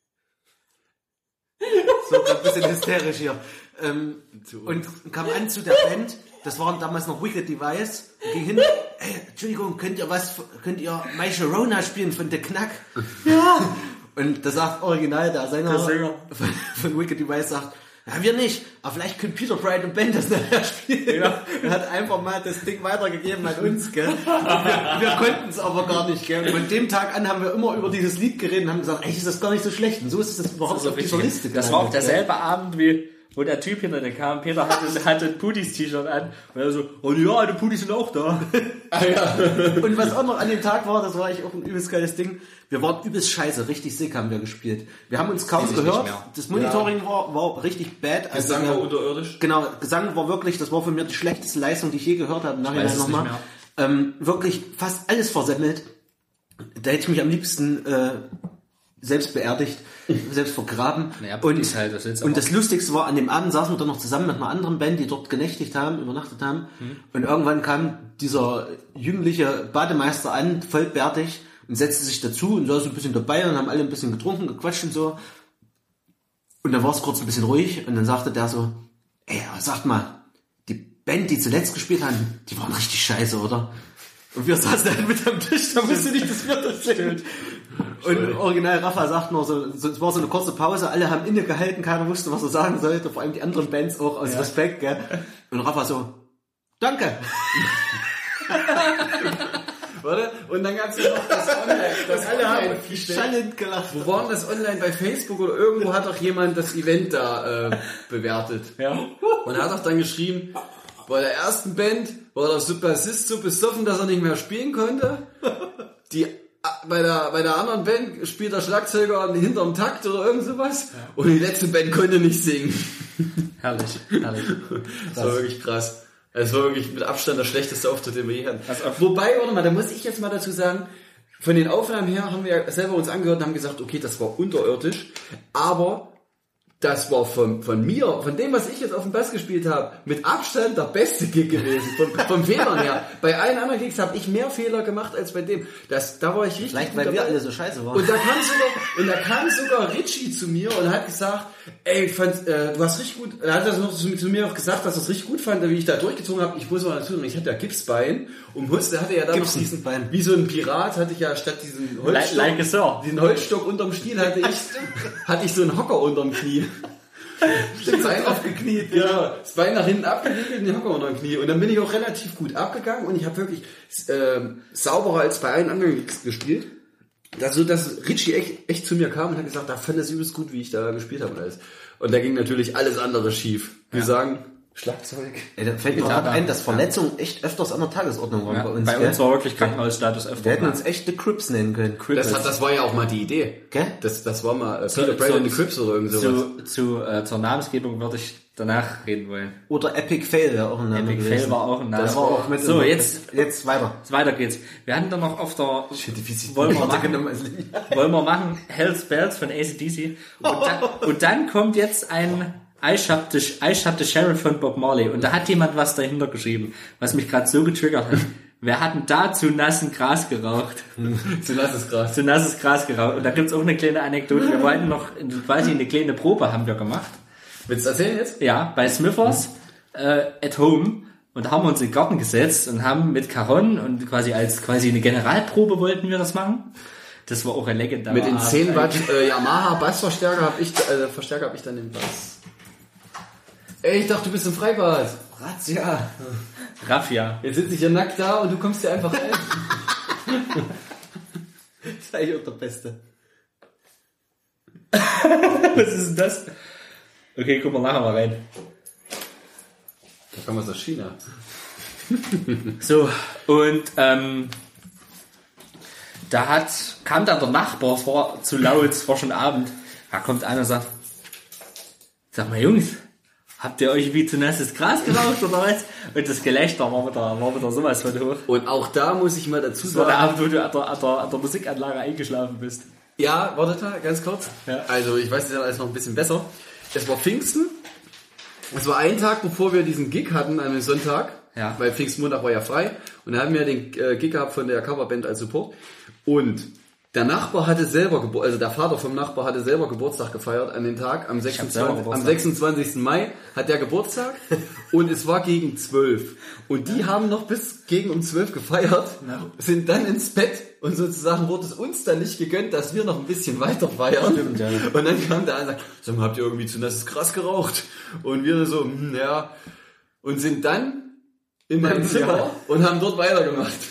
So, grad ein bisschen hysterisch hier. Ähm, und kam an zu der Band, das waren damals noch Wicked Device, und ging hin, ey, Entschuldigung, könnt ihr was, könnt ihr My Sharona spielen von The Knack? Ja! Und da sagt original der Sänger, Der Sänger. Von, von Wicked Device sagt, ja, wir nicht, aber vielleicht können Peter Bright und Ben das nachher spielen. Ja. Er hat einfach mal das Ding weitergegeben an uns, gell. Und wir, wir konnten es aber gar nicht, gell. Und von dem Tag an haben wir immer über dieses Lied geredet und haben gesagt, eigentlich ist das gar nicht so schlecht. Und so ist es überhaupt auf dieser Liste Das war auch gelandet, derselbe Abend wie wo der Typ hinter dir kam. Peter hatte, hatte ein Pudis-T-Shirt an. Und er so, oh ja, die Pudis sind auch da. Ah, ja. Und was auch noch an dem Tag war, das war eigentlich auch ein übelst geiles Ding. Wir waren übelst scheiße, richtig sick haben wir gespielt. Wir haben uns kaum gehört. Das Monitoring ja. war, war richtig bad. Also Gesang war unterirdisch. Genau, Gesang war wirklich, das war für mich die schlechteste Leistung, die ich je gehört habe. Nachher nochmal. Ähm, wirklich fast alles versemmelt. Da hätte ich mich am liebsten äh, selbst beerdigt, selbst vergraben. Naja, und, halt, das und das Lustigste war, an dem Abend saßen wir dann noch zusammen mit einer anderen Band, die dort genächtigt haben, übernachtet haben. Hm. Und irgendwann kam dieser jüngliche Bademeister an, vollbärtig, und setzte sich dazu und saß so ein bisschen dabei und haben alle ein bisschen getrunken, gequatscht und so. Und dann war es kurz ein bisschen ruhig und dann sagte der so, ey, sagt mal, die Band, die zuletzt gespielt haben, die waren richtig scheiße, oder? Und wir saßen halt mit am Tisch, da wusste nicht, dass wir das sind. Und original Rafa sagt nur so, so, es war so eine kurze Pause, alle haben innegehalten, keiner wusste, was er sagen sollte, vor allem die anderen Bands auch aus ja. Respekt, gell? Und Rafa so, danke. Warte, und dann gab's ja noch das Online, das alle Online haben schallend gelacht. Wo war denn das online bei Facebook oder irgendwo hat doch jemand das Event da äh, bewertet. Ja. Und er hat doch dann geschrieben, bei der ersten Band war der Bassist so besoffen, dass er nicht mehr spielen konnte. Die bei der bei der anderen Band spielt der Schlagzeuger hinterm Takt oder irgend sowas. Ja. Und die letzte Band konnte nicht singen. Herrlich, herrlich. Das war wirklich krass. Es war wirklich mit Abstand der schlechteste Auftritt, den wir je hatten. Wobei, warte mal, da muss ich jetzt mal dazu sagen, von den Aufnahmen her haben wir ja selber uns angehört und haben gesagt, okay, das war unterirdisch, aber das war von, von mir, von dem, was ich jetzt auf dem Bass gespielt habe, mit Abstand der beste Gig gewesen, vom, vom Fehlern her. Bei allen anderen Gigs habe ich mehr Fehler gemacht als bei dem. Das, da war ich richtig Vielleicht, weil dabei. Wir alle so scheiße waren. Und da kam sogar, und da kam sogar Richie zu mir und hat gesagt, ey, fand, äh, du hast richtig gut, er hat das noch zu, zu mir auch gesagt, dass er es richtig gut fand, wie ich da durchgezogen habe. Ich muss mal dazu sagen, ich hatte ja Gipsbein und musste, hatte ja dann noch diesen, Bein. Wie so ein Pirat, hatte ich ja statt diesen Holzstock, like, like diesen Holzstock unterm Stiel, hatte ich, hatte ich so einen Hocker unterm Knie. Stimmt, Bein aufgekniet. Ja, das Bein nach hinten abgewickelt und den Hocker unter dem Knie. Und dann bin ich auch relativ gut abgegangen und ich habe wirklich äh, sauberer als bei allen anderen Gigs gespielt. Also, dass Richie echt, echt zu mir kam und hat gesagt, da fand es übelst gut, wie ich da gespielt habe und alles. Und da ging natürlich alles andere schief. Wir ja. sagen, Schlagzeug. Ey, da fällt mir gerade ein, dass Verletzungen echt öfters an der Tagesordnung waren ja, bei uns. Bei gell? Uns war wirklich Krankenhausstatus öfter. Wir hätten uns echt The Crips nennen können. Das, hat, das war ja auch mal die Idee. Gell? Das, das war mal äh, Peter Brad and the Crips oder irgend sowas. Zu, zu, äh, zur Namensgebung würde ich danach reden wollen. Oder Epic Fail wäre auch ein Name Epic gewesen. Fail war auch ein Name. Das war auch mit so, jetzt, jetzt weiter. Weiter geht's. Wir hatten dann noch auf der, Shit, wie wollen wir machen, wollen wir machen, Hell's Bells von A C D C. Und, dann, und dann kommt jetzt ein I Shot the, I Shot the Sheriff von Bob Marley. Und da hat jemand was dahinter geschrieben, was mich gerade so getriggert hat. Wir hatten da zu nassen Gras geraucht. Zu nasses Gras. Zu nasses Gras geraucht. Und da gibt's auch eine kleine Anekdote. Wir wollten noch, quasi eine kleine Probe haben wir gemacht. Willst du erzählen jetzt? Ja, bei Smithers äh, at Home. Und da haben wir uns in den Garten gesetzt und haben mit Caron und quasi als quasi eine Generalprobe wollten wir das machen. Das war auch ein legendärer. Mit den zehn Watt äh, Yamaha Bassverstärker habe ich, äh, Verstärker habe ich dann den Bass. Ey, ich dachte, du bist im Freibad. Razzia. Raffia. Jetzt sitze ich hier nackt da und du kommst hier einfach rein. Das ist eigentlich auch der Beste. Was ist denn das? Okay, guck mal nachher mal rein. Da kam was aus China. So, und ähm, da hat, kam dann der Nachbar vor, zu laut, es war schon Abend. Da kommt einer und sagt, sag mal Jungs, habt ihr euch wie zu nasses Gras geraucht oder was? Und das Gelächter war wieder, war wieder sowas von hoch. Und auch da muss ich mal dazu das war sagen. der Abend, wo du an der, an der, an der Musikanlage eingeschlafen bist. Ja, wartet mal, ganz kurz. Ja. Also ich weiß jetzt alles noch ein bisschen besser. Es war Pfingsten. Es war ein Tag, bevor wir diesen Gig hatten, an einem Sonntag. Ja. Weil Pfingstmontag war ja frei. Und da haben wir den äh, Gig gehabt von der Coverband als Support. Und der Nachbar hatte selber Geburtstag, also der Vater vom Nachbar hatte selber Geburtstag gefeiert an den Tag. Am sechsundzwanzigsten am sechsundzwanzigsten Mai hat der Geburtstag und es war gegen zwölf. Und die haben noch bis gegen um zwölf gefeiert, sind dann ins Bett und sozusagen wurde es uns dann nicht gegönnt, dass wir noch ein bisschen weiter feiern. Stimmt, ja. Und dann kam der eine und sagt, sag mal, habt ihr irgendwie zu nasses Gras geraucht? Und wir so, hm, ja. Und sind dann in meinem Zimmer und haben dort weitergemacht. Ja.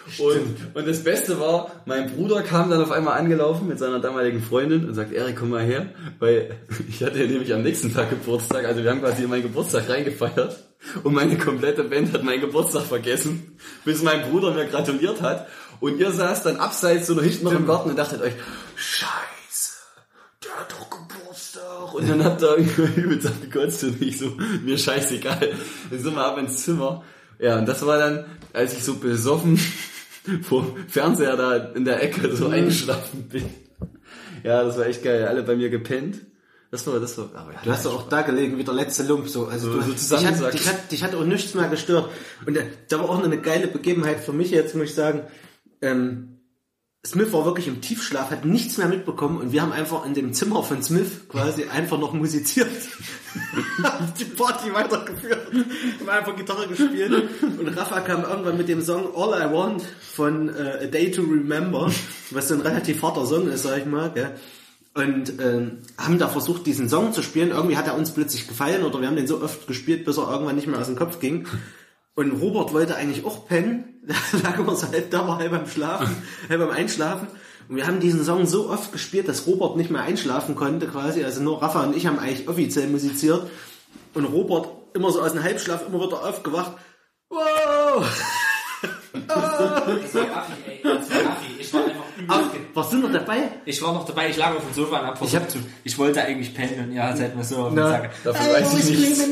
Und, und das Beste war, mein Bruder kam dann auf einmal angelaufen mit seiner damaligen Freundin und sagt, Erik, komm mal her, weil ich hatte ja nämlich am nächsten Tag Geburtstag, also wir haben quasi in meinen Geburtstag reingefeiert und meine komplette Band hat meinen Geburtstag vergessen, bis mein Bruder mir gratuliert hat und ihr saßt dann abseits so noch hinten noch im Garten und dachtet euch, Scheiße, der hat doch Geburtstag und dann habt ihr übelst abgekotzt und ich so, mir scheißegal, dann sind wir ab ins Zimmer. Ja, und das war dann, als ich so besoffen vor dem Fernseher da in der Ecke so eingeschlafen bin. Ja, das war echt geil. Alle bei mir gepennt. Das war, das war, aber ja. Du hast doch auch da gelegen wie der letzte Lump, so. Also So- du, so dich, zusammengesackt. hat, dich, hat, dich hat auch nichts mehr gestört. Und äh, da war auch eine geile Begebenheit für mich jetzt, muss ich sagen. Ähm, Smith war wirklich im Tiefschlaf, hat nichts mehr mitbekommen und wir haben einfach in dem Zimmer von Smith quasi einfach noch musiziert. Haben die Party weitergeführt. Haben einfach Gitarre gespielt und Rafa kam irgendwann mit dem Song All I Want von äh, A Day to Remember, was so ein relativ harter Song ist, sag ich mal, gell? Und ähm, haben da versucht, diesen Song zu spielen. Irgendwie hat er uns plötzlich gefallen oder wir haben den so oft gespielt, bis er irgendwann nicht mehr aus dem Kopf ging. Und Robert wollte eigentlich auch pennen. Da lag immer so halb, da war halb beim Schlafen, halb beim Einschlafen. Und wir haben diesen Song so oft gespielt, dass Robert nicht mehr einschlafen konnte quasi. Also nur Rafa und ich haben eigentlich offiziell musiziert. Und Robert immer so aus dem Halbschlaf immer wieder aufgewacht. Wow! Das war Affi, ey. Das war Affi. Ich war einfach Ach, warst du noch dabei? Ich war noch dabei, ich lag auf dem Sofa und hab versucht, ich, hab, zu, ich wollte eigentlich pennen und ihr seid mir so auf den Na, Sack. Davon weiß ich nichts.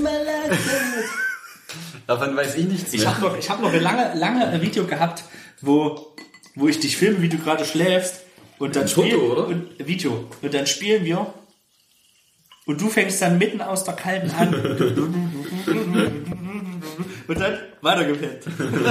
Davon weiß ich nichts Ich mehr. habe noch, ich hab noch ein lange, lange ein Video gehabt, wo, wo ich dich filme, wie du gerade schläfst und dann Ein Foto, spiel- oder? Und, Video. Und dann spielen wir und du fängst dann mitten aus der Kalten an und dann weitergepennt.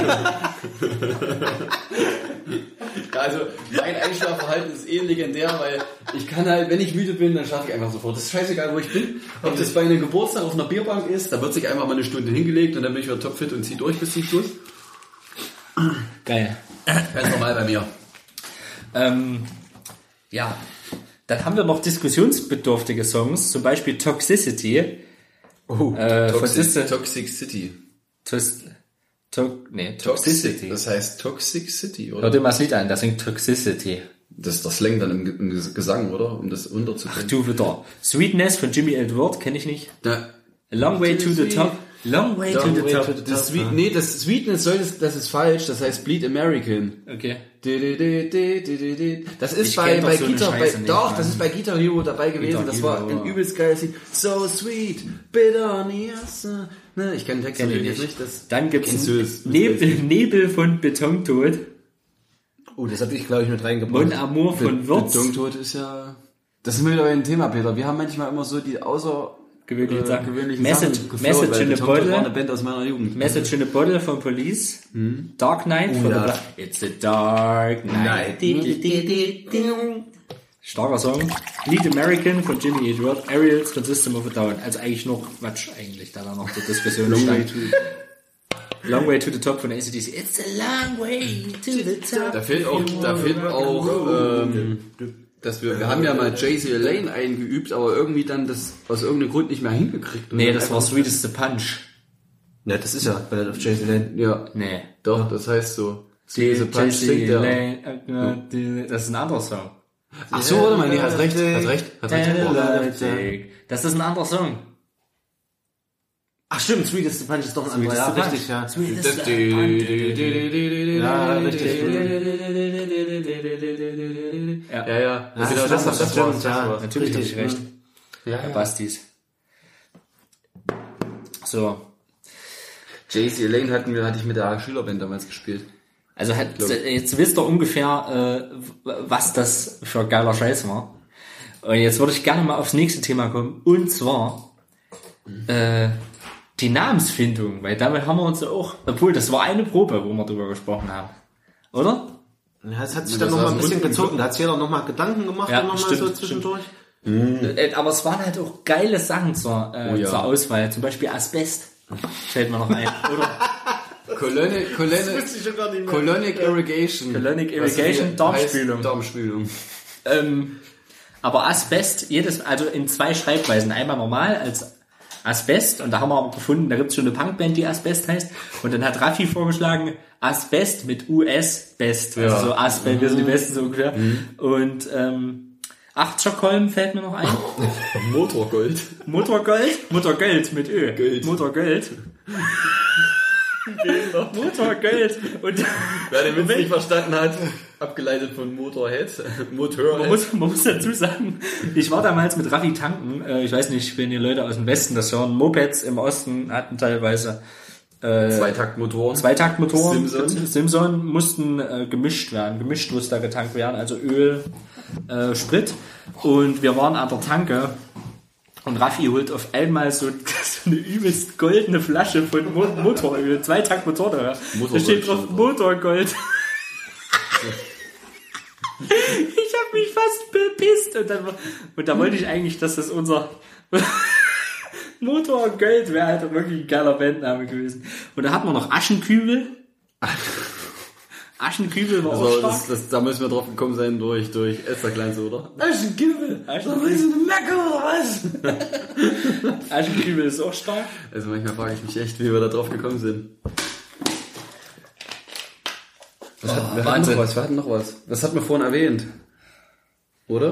Also mein Einschlafverhalten ist eh legendär, weil ich kann halt, wenn ich müde bin, dann schlafe ich einfach sofort. Das ist scheißegal, wo ich bin. Ob das bei einem Geburtstag auf einer Bierbank ist, da wird sich einfach mal eine Stunde hingelegt und dann bin ich wieder topfit und ziehe durch bis zum Schluss. Geil. Ganz normal bei mir. Ähm, ja, dann haben wir noch diskussionsbedürftige Songs, zum Beispiel Toxicity. Oh, Äh, was Toxic, ist denn? Toxic City. Tos, to, nee, Toxic, Toxicity. das heißt Toxic City, Hör oder? dir mal das Lied an, das singt Toxicity. Das ist der Slang dann im, Ge- im Gesang, oder? Um das unterzubringen. Du wieder. Sweetness von Jimmy Eat World kenne ich nicht. Da, A Long Way to the Sweet. Top. Long Way to the top. das Sweet, nee, das Sweetness soll das, das ist falsch, das heißt Bleed American. Okay. Das ist Ich bei, kenn doch bei so eine Guitar, bei, Scheiße nicht, doch, Mann. das ist bei Guitar Hero dabei gewesen, Guitar das war Hero. ein übelst geiles Lied. So sweet, bitter on the other. Ne, ich kann den Text Kenn ich natürlich jetzt nicht. nicht. Das Dann gibt's Kennst du das? Nebel, Nebel von Betontod. Oh, das habe ich, glaube ich, mit reingebracht. Mon Amour von Würz. Betontot ist ja... Das sind wir wieder bei dem Thema, Peter. Wir haben manchmal immer so die außer... Gewöhnliche äh, Sachen. gewöhnlichen Message- Sachen gefördert, Message weil in a Betontot Bottle. war eine Band aus meiner Jugend. Message in a Bottle von Police. Dark Knight von ja. The Black. It's a Dark Night. Starker Song. Bleed American von Jimmy Eat World. Aerials von System of a Down. Also eigentlich noch Quatsch eigentlich, da da noch zur Diskussion stand. Long Way to the Top von A C D C. It's a long way to the top. Da fehlt auch, da fehlt auch, ähm, dass wir, wir haben ja mal Jay-Z Lane eingeübt, aber irgendwie dann das aus irgendeinem Grund nicht mehr hingekriegt. Und Nee, dann das war einfach- Sweet as the Punch. Ja, das ist ja Ballad of Jason Lane. Ja, Nee. doch, das heißt so. Diese Punch Jay-Z singt der. Lane, das ist ein anderer Song. Ach so, warte mal, nee, hat recht, hat recht, hat recht. Das ist ein anderer Song. Ach stimmt, Sweet is the Punch ist doch ein anderer. Ja, Sweet is the richtig, ja. Sweet is Das- the Ja, richtig. Ja, Ja, ja, Ja, genau, das, das, das, stimmt, das, ja. war's. natürlich habe Richtig, ich recht. Ja, Herr ja. Bastis. So. Jay-Z Lane hatten wir, hatte ich mit der Schülerband damals gespielt. Also hat, jetzt wisst ihr ungefähr, äh, was das für geiler Scheiß war. Und jetzt würde ich gerne mal aufs nächste Thema kommen. Und zwar äh, die Namensfindung. Weil damit haben wir uns ja auch, obwohl das war eine Probe, wo wir drüber gesprochen haben. Oder? Ja, es hat sich Ja, dann das noch mal war ein so bisschen unten- gezogen. Da hat sich jeder noch mal Gedanken gemacht Ja, und noch mal stimmt, so zwischendurch. Äh, Aber es waren halt auch geile Sachen zur, äh, Oh ja. zur Auswahl. Zum Beispiel Asbest. Fällt mir noch ein. Oder Colonic, Colonic, ich schon gar nicht mehr. Colonic Irrigation. Colonic Was Irrigation, hier Darmspülung. heißt Darmspülung. Ähm, aber Asbest, jedes, also in zwei Schreibweisen. Einmal normal als Asbest. Und da haben wir aber gefunden, da gibt es schon eine Punkband, die Asbest heißt. Und dann hat Raffi vorgeschlagen, Asbest mit U S-Best. Also Ja. so Asbest, wir sind die Besten so ungefähr. Und ähm, Achtstockholm fällt mir noch ein. Motorgold. Motorgold? Motorgeld mit Ö. Geld. Motorgeld. Motorgeld. Und Wer den Witz nicht verstanden hat, abgeleitet von Motorhead. Motorhead. Man muss, man muss dazu sagen, ich war damals mit Raffi tanken, äh, ich weiß nicht, wenn die Leute aus dem Westen das hören, Mopeds im Osten hatten teilweise äh, Zweitaktmotoren. Zweitaktmotoren, Simson. Simson mussten äh, gemischt werden, gemischt muss da getankt werden, also Öl, äh, Sprit, und wir waren an der Tanke und Raffi holt auf einmal so, so eine übelst goldene Flasche von Mo- Motoröl, Zweitaktmotor da, da steht drauf Motorgold. Ich habe mich fast bepisst und dann und da wollte ich eigentlich, dass das unser Motorgold wäre, halt wirklich ein geiler Bandname gewesen. Und da hatten wir noch Aschenkübel. Aschenkübel war auch Also, stark. das, das, da müssen wir drauf gekommen sein durch, durch Esther Kleinse, oder? Aschenkübel. Aschenkübel. Aschenkübel ist auch stark. Also manchmal frage ich mich echt, wie wir da drauf gekommen sind. Was hat, wir hatten Wahnsinn. noch was, wir hatten noch was. Was hatten wir vorhin erwähnt? Oder?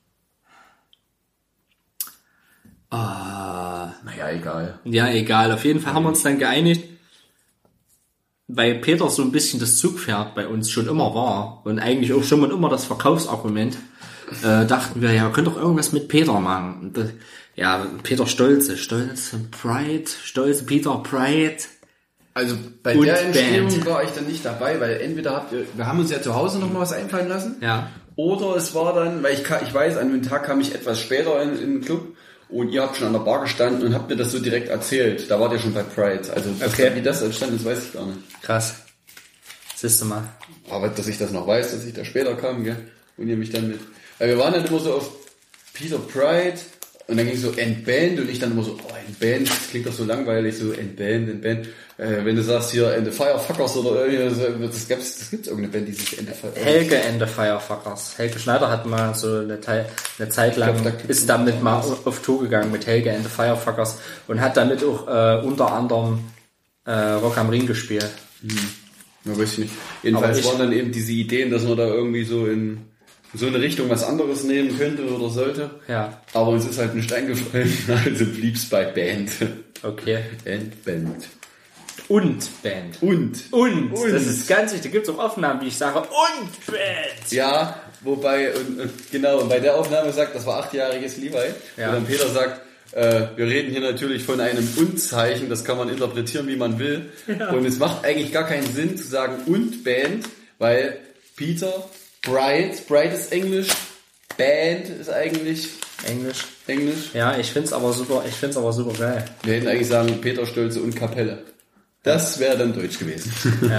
Ah. Naja, egal. Ja, egal. Auf jeden Fall haben wir uns dann geeinigt, weil Peter so ein bisschen das Zugpferd bei uns schon immer war und eigentlich auch schon mal immer das Verkaufsargument, äh, dachten wir, ja, wir können doch irgendwas mit Peter machen. Und das, ja, Peter Stolze, Stolze, Pride, Stolze, Peter, Pride. Also bei Und der Entstehung Band. war ich dann nicht dabei, weil entweder habt ihr, wir haben uns ja zu Hause noch mal was einfallen lassen. Ja. Oder es war dann, weil ich, ka- ich weiß, an dem Tag kam ich etwas später in, in den Club und ihr habt schon an der Bar gestanden und habt mir das so direkt erzählt. Da wart ihr schon bei Pride. Also das, Okay. wie das entstanden ist, weiß ich gar nicht. Krass. Siehst du mal. Aber dass ich das noch weiß, dass ich da später kam, gell? Und ihr mich dann mit. Weil wir waren dann immer so auf Peter Pride und dann ging so Endband und ich dann immer so, oh, Endband, das klingt doch so langweilig, so Endband, Endband. Äh, wenn du sagst hier End the Firefuckers oder irgendwie, das gibt's, das gibt's irgendeine Band, die sich End the Firefuckers. Helge and the Firefuckers. Helge Schneider hat mal so eine, Teil, eine Zeit lang, Ich glaub, da- ist damit mal auf Tour gegangen mit Helge and the Firefuckers und hat damit auch äh, unter anderem äh, Rock am Ring gespielt. Ja, weiß ich nicht. Jedenfalls Aber ich- waren dann eben diese Ideen, dass man da irgendwie so in so eine Richtung was anderes nehmen könnte oder sollte. Ja, Aber uns ist halt nicht eingefallen, also blieb's bei Band. okay. Endband. Und Band. Und. Und, Und. das ist ganz wichtig, da gibt es auch Aufnahmen, wie ich sage, und Band. Ja, wobei, und, und genau, und bei der Aufnahme sagt, das war achtjähriges Levi, Ja. und dann Peter sagt, äh, wir reden hier natürlich von einem Und-Zeichen, das kann man interpretieren, wie man will. Ja. Und es macht eigentlich gar keinen Sinn zu sagen und Band, weil Peter, Bride, Bride ist Englisch, Band ist eigentlich Englisch. Englisch. Ja, ich find's aber super, ich find's aber super geil. Wir hätten eigentlich sagen Peter Stölze und Kapelle. Das wäre dann Deutsch gewesen. Ja.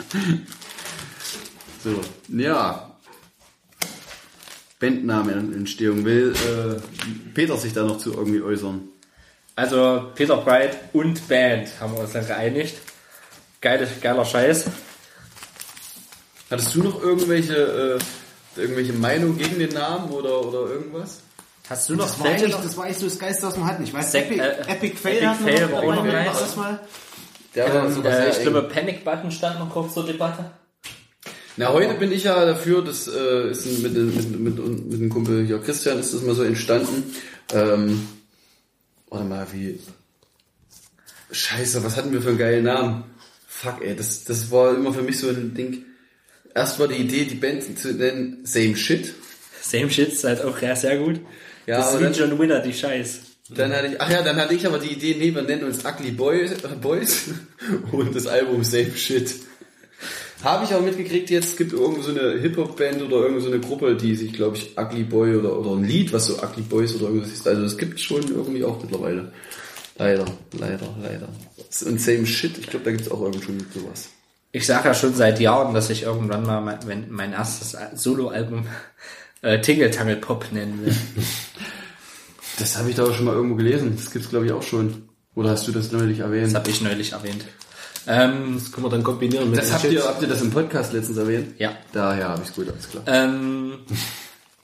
So, ja. Bandnamenentstehung. Will äh, Peter sich da noch zu irgendwie äußern? Also Peter Bride und Band haben wir uns dann geeinigt. Geile, geiler Scheiß. Hattest du noch irgendwelche, äh, irgendwelche Meinung gegen den Namen oder, oder irgendwas? Hast du noch Das war, welche eigentlich, noch? das war eigentlich so das Geilste, was wir hatten. Ich weiß, Sek- Epic, äh, Epic Fail Epic hatten wir Fail noch war auch irgendwann noch mal nice. erstmal. Der war Ähm, sogar äh, sehr ich eng. glaube, Panic Button stand noch kurz zur Debatte. Na, heute bin ich ja dafür, das äh, ist mit, mit, mit, mit, mit dem Kumpel hier Christian ist das mal so entstanden. Ähm, warte mal, wie... Scheiße, was hatten wir für einen geilen Namen? Fuck, ey, das, das war immer für mich so ein Ding. Erst war die Idee, die Band zu nennen Same Shit. Same Shit ist halt auch ja, sehr gut. Ja, das aber ist wie dann- John Winner, die Scheiß. Dann hatte ich, ach ja, dann hatte ich aber die Idee, nee, wir nennen uns Ugly Boy, Boys und das Album Same Shit. Habe ich auch mitgekriegt jetzt, es gibt irgend so eine Hip-Hop-Band oder irgend so eine Gruppe, die sich, glaube ich, Ugly Boy oder, oder ein Lied, was so Ugly Boys oder irgendwas ist. Also es gibt schon irgendwie auch mittlerweile. Leider, leider, leider. Und Same Shit, ich glaube, da gibt es auch irgend schon sowas. Ich sage ja schon seit Jahren, dass ich irgendwann mal mein, wenn mein erstes Soloalbum äh, Tingle Tangle Pop nennen will. Das habe ich da auch schon mal irgendwo gelesen. Das gibt's, glaube ich, auch schon. Oder hast du das neulich erwähnt? Das habe ich neulich erwähnt. Ähm, Das können wir dann kombinieren mit Das den habt ihr, Shits. habt ihr das im Podcast letztens erwähnt? ja. Daher habe ich gut, alles klar. Ähm,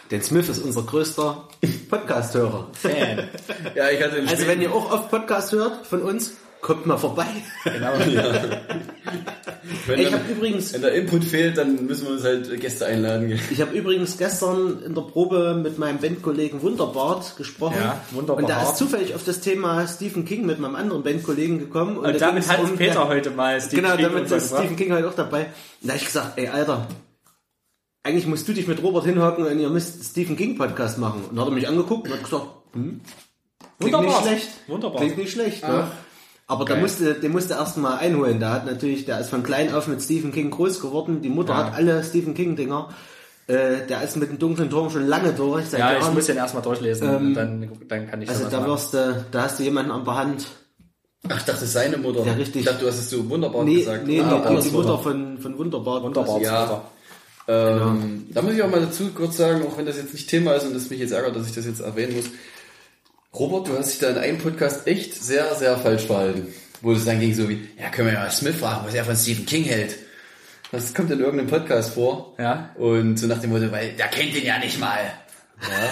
Denn Smith ist unser größter Podcast-Hörer. Fan. Ja, ich hatte einen Also wenn ihr auch oft Podcast hört von uns, kommt mal vorbei. Genau. Wenn, Ich dann, habe übrigens, wenn der Input fehlt, dann müssen wir uns halt Gäste einladen. gell? ich habe übrigens gestern in der Probe mit meinem Bandkollegen Wunderbart gesprochen. Ja, Wunderbart. Und da ist zufällig auf das Thema Stephen King mit meinem anderen Bandkollegen gekommen. Und da damit ging's hat um- Peter ja, heute mal Stephen Genau, King damit ist untergebracht. Stephen King heute auch dabei. Und da habe ich gesagt, ey Alter, eigentlich musst du dich mit Robert hinhocken und ihr müsst Stephen King Podcast machen. Und dann hat er mich angeguckt und hat gesagt, hm, klingt Wunderbar. nicht schlecht. Wunderbar. Klingt nicht schlecht, ne? Aber da musste, den musste erst mal einholen. Der hat natürlich, der ist von klein auf mit Stephen King groß geworden. Die Mutter Ja. hat alle Stephen King Dinger. Äh, der ist mit dem dunklen Turm schon lange durch. Seit Ja, ich Jahren. muss den erstmal durchlesen. Ähm, und dann, dann kann ich Also sowas da machen. wirst du, da hast du jemanden an der Hand. Ach, ich dachte, seine Mutter. Ja, richtig. Ich dachte, du hast es so wunderbar Nee, gesagt. nee, Ah, nee, aber die es Mutter war- von, von Wunderbar. Wunderbar. Ja. Ähm, Da muss ich auch mal dazu kurz sagen, auch wenn das jetzt nicht Thema ist und es mich jetzt ärgert, dass ich das jetzt erwähnen muss. Robert, du hast dich da in einem Podcast echt sehr, sehr falsch verhalten. Wo es dann ging so wie, ja, können wir ja mal Smith fragen, was er von Stephen King hält. Das kommt in irgendeinem Podcast vor. Ja. Und so nach dem Motto, weil der kennt ihn ja nicht mal. Ja.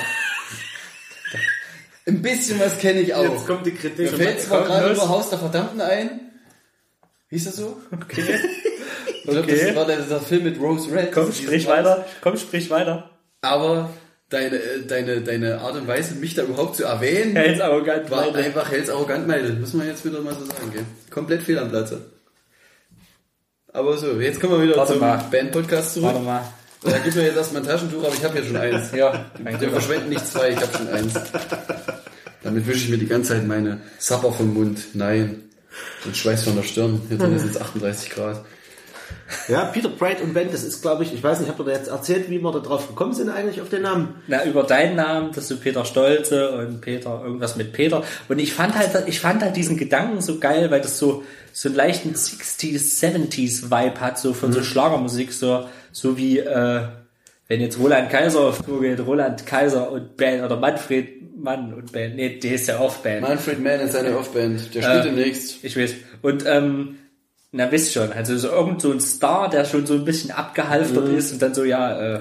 Ein bisschen was kenne ich auch. Jetzt kommt die Kritik. Mir fällt zwar gerade los. nur Haus der Verdammten ein. Hieß das so? Okay. Ich glaube, Okay. das war der, dieser Film mit Rose Red. Komm, Dieses sprich Haus. weiter. Komm, sprich weiter. Aber deine, äh, deine, deine Art und Weise, mich da überhaupt zu erwähnen, Er ist arrogant. war Leute. einfach Hells arrogant, Meidel. Muss man jetzt wieder mal so sagen, gell? Komplett fehl am Platze. Aber so, jetzt kommen wir wieder Warte zum mal. Band-Podcast zurück. Warte mal. Da gibt mir jetzt erstmal ein Taschentuch, aber ich habe hier schon eins. Ja. Wir verschwenden nicht zwei, ich habe schon eins. Damit wische ich mir die ganze Zeit meine Sapper vom Mund. Nein. Und Schweiß von der Stirn. Hier drin sind es achtunddreißig Grad. Ja, Peter Bright und Band, das ist, glaube ich, ich weiß nicht, habt ihr da jetzt erzählt, wie wir da drauf gekommen sind eigentlich auf den Namen? Na, über deinen Namen, dass du Peter Stolze und Peter, irgendwas mit Peter. Und ich fand halt, ich fand halt diesen Gedanken so geil, weil das so, so einen leichten sixties, seventies Vibe hat, so von so Schlagermusik, so, so wie, äh, wenn jetzt Roland Kaiser auf Tour geht, Roland Kaiser und Band, oder Manfred Mann und Band, nee, der ist ja auch Band. Manfred Mann ist seine Off-Band. Der spielt Äh, demnächst. Ich weiß. Und, ähm, na, wisst schon, also so irgend so ein Star, der schon so ein bisschen abgehalftert Mhm. ist und dann so, ja, äh,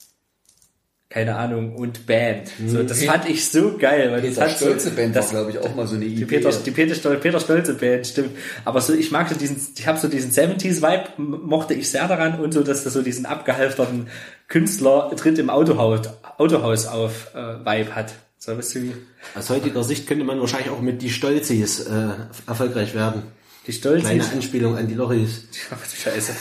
keine Ahnung, und Band. So, das fand ich so geil, weil das Peter hat so, Stolze Band war, das, glaube ich, auch mal so eine Idee. die Peter, die Peter, Stol, Peter Stolze Band, stimmt. Aber so, ich mag so diesen, ich habe so diesen seventies Vibe, m- mochte ich sehr daran und so, dass das so diesen abgehalfterten Künstler tritt im Autohaus, Autohaus auf, äh, Vibe hat. So, weißt du wie? Aus heutiger Sicht könnte man wahrscheinlich auch mit die Stolzis äh, erfolgreich werden. Die Stolzis. Kleine Anspielung an die Loris. Ach, du Scheiße.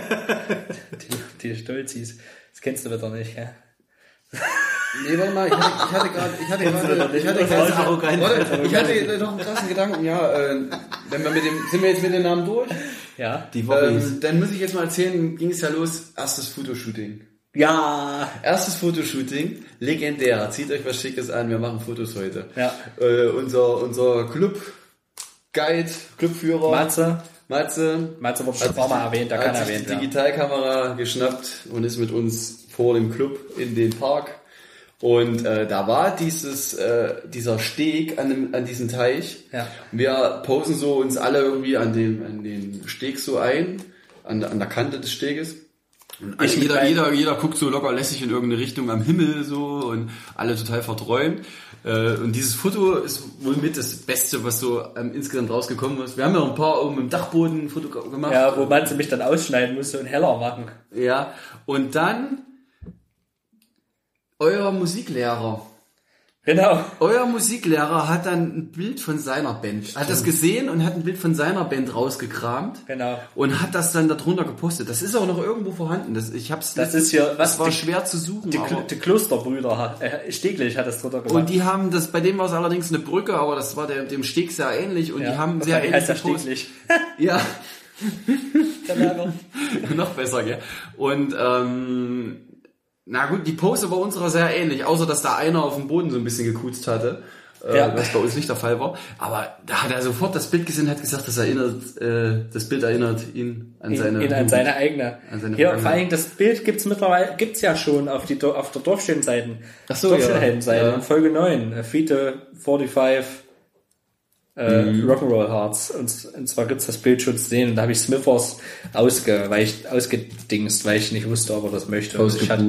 die, die Stolzis. Das kennst du wieder nicht, ja? Nee, warte mal, ich hatte, ich hatte gerade, ich hatte gerade, ich hatte Das ist gerade, arrogant. warte, ich hatte noch einen krassen Gedanken, ja, äh, wenn wir mit dem, sind wir jetzt mit den Namen durch? Ja. Die Loris. Ähm, dann muss ich jetzt mal erzählen, ging es ja los, erstes Fotoshooting. Ja. Erstes Fotoshooting, legendär, zieht euch was Schickes an, wir machen Fotos heute. Ja. Äh, unser, unser Club, Guide, Clubführer, Matze. Matze, Matze wurde schon ein paar Mal erwähnt, da kann hat sich erwähnt die werden. Digitalkamera geschnappt und ist mit uns vor dem Club in den Park. Und äh, da war dieses äh, dieser Steg an, dem, an diesem Teich. Ja. Wir posen so uns alle irgendwie an den an den Steg so ein, an, an der Kante des Steges. Und Ich mit jeder, meinem- jeder, jeder guckt so locker lässig in irgendeine Richtung am Himmel so und alle total verträumt. Äh, Und dieses Foto ist wohl mit das Beste, was so ähm, insgesamt rausgekommen ist. Wir haben ja ein paar oben im Dachboden ein Foto gemacht. Ja, wo Matze mich dann ausschneiden musste und heller machen. Ja, und dann euer Musiklehrer. Genau. Euer Musiklehrer hat dann ein Bild von seiner Band, hat das gesehen und hat ein Bild von seiner Band rausgekramt. Genau. Und hat das dann darunter gepostet. Das ist auch noch irgendwo vorhanden. Das, ich hab's Das ist hier, was das war die- schwer zu suchen. Die, aber, Kl die Klosterbrüder, hat- äh, Steglich hat das drunter gemacht. und die haben das, bei dem war es allerdings eine Brücke, aber das war der, dem Steg sehr ähnlich und ja, die haben das sehr heißt ähnlich ja gepostet. Steglich. Ja, Der Werner. noch besser, gell? Und ähm, na gut, die Pose war unserer sehr ähnlich, außer dass da einer auf dem Boden so ein bisschen gekutzt hatte, äh, Ja. was bei uns nicht der Fall war. Aber da hat er sofort das Bild gesehen und hat gesagt, das erinnert, äh, das Bild erinnert ihn an seine In, an Jugend. seine eigene. An seine Hier, Vergangenheit. vor allem das Bild gibt's mittlerweile, gibt's ja schon auf die Do- auf der Dorfschön-Seiten. Ach so, Dorfschön-Helden-Seite, ja. in Folge neun, äh, Fiete fünfundvierzig, äh, Mhm. Rock'n'Roll Hearts. Und, und zwar gibt's das Bild schon zu sehen. Und da habe ich Smithers ausgeweicht, ausgedingst, weil ich nicht wusste, ob er das möchte. Und ich hatte, Ausgebuht.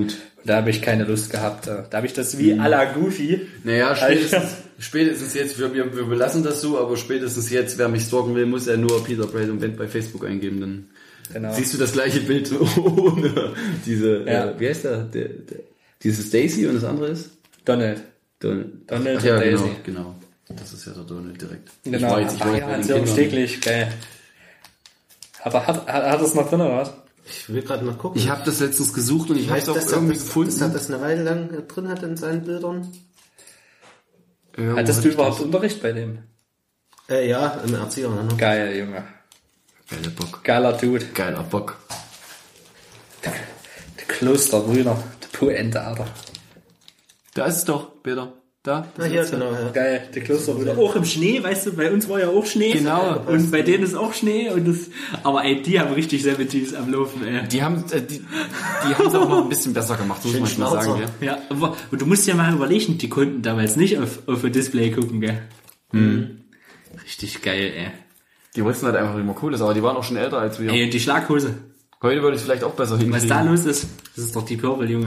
Da habe ich keine Lust gehabt. Da habe ich das wie à la Goofy. Naja, spätestens, spätestens jetzt, wir, wir, wir belassen das so, aber spätestens jetzt, wer mich stalken will, muss er nur Peter Braid und Band bei Facebook eingeben, dann Genau. siehst du das gleiche Bild ohne diese, Ja. äh, wie heißt der, der, der dieses Daisy und das andere ist? Donald. Donald. Donald Ach, ja, und genau, Daisy. genau. Das ist ja der Donald direkt. Genau. Ich war jetzt, ich war Ach jetzt ja, bei den so Kindern. steglich, geil. Hat er, hat, hat, hat das noch drin oder was? Ich will gerade mal gucken. Ich habe das letztens gesucht und ich habe es auch dass er irgendwie das, gefunden. dass er das eine Weile lang drin hat in seinen Bildern. Ja, wo Hattest hatte du ich überhaupt das? Unterricht bei dem? Äh, ja, im Erzieher. Ne? Geil, Junge. Geiler Bock. Geiler Dude. Geiler Bock. Der Klosterbrüder. Der Poente, Alter. Da ist es doch, Peter. Da. Na hier, genau. Ja. Geil, der Klosterbrüder. Auch im Schnee, weißt du, bei uns war ja auch Schnee. Genau. Und bei denen ist auch Schnee. Und das, aber ey, die haben richtig Seventives am Laufen, ey. Die haben äh, die, die haben es auch noch ein bisschen besser gemacht, muss Schön man schon mal sagen. Schnauzer. Ja. Ja, aber und du musst ja mal überlegen, die konnten damals nicht auf, auf ein Display gucken, gell? Mhm. Richtig geil, ey. Die wollten halt einfach immer cool ist, aber die waren auch schon älter als wir. Ey, und die Schlaghose. Heute würde ich es vielleicht auch besser hinkriegen. Was da los ist, das ist doch die Purple, Junge.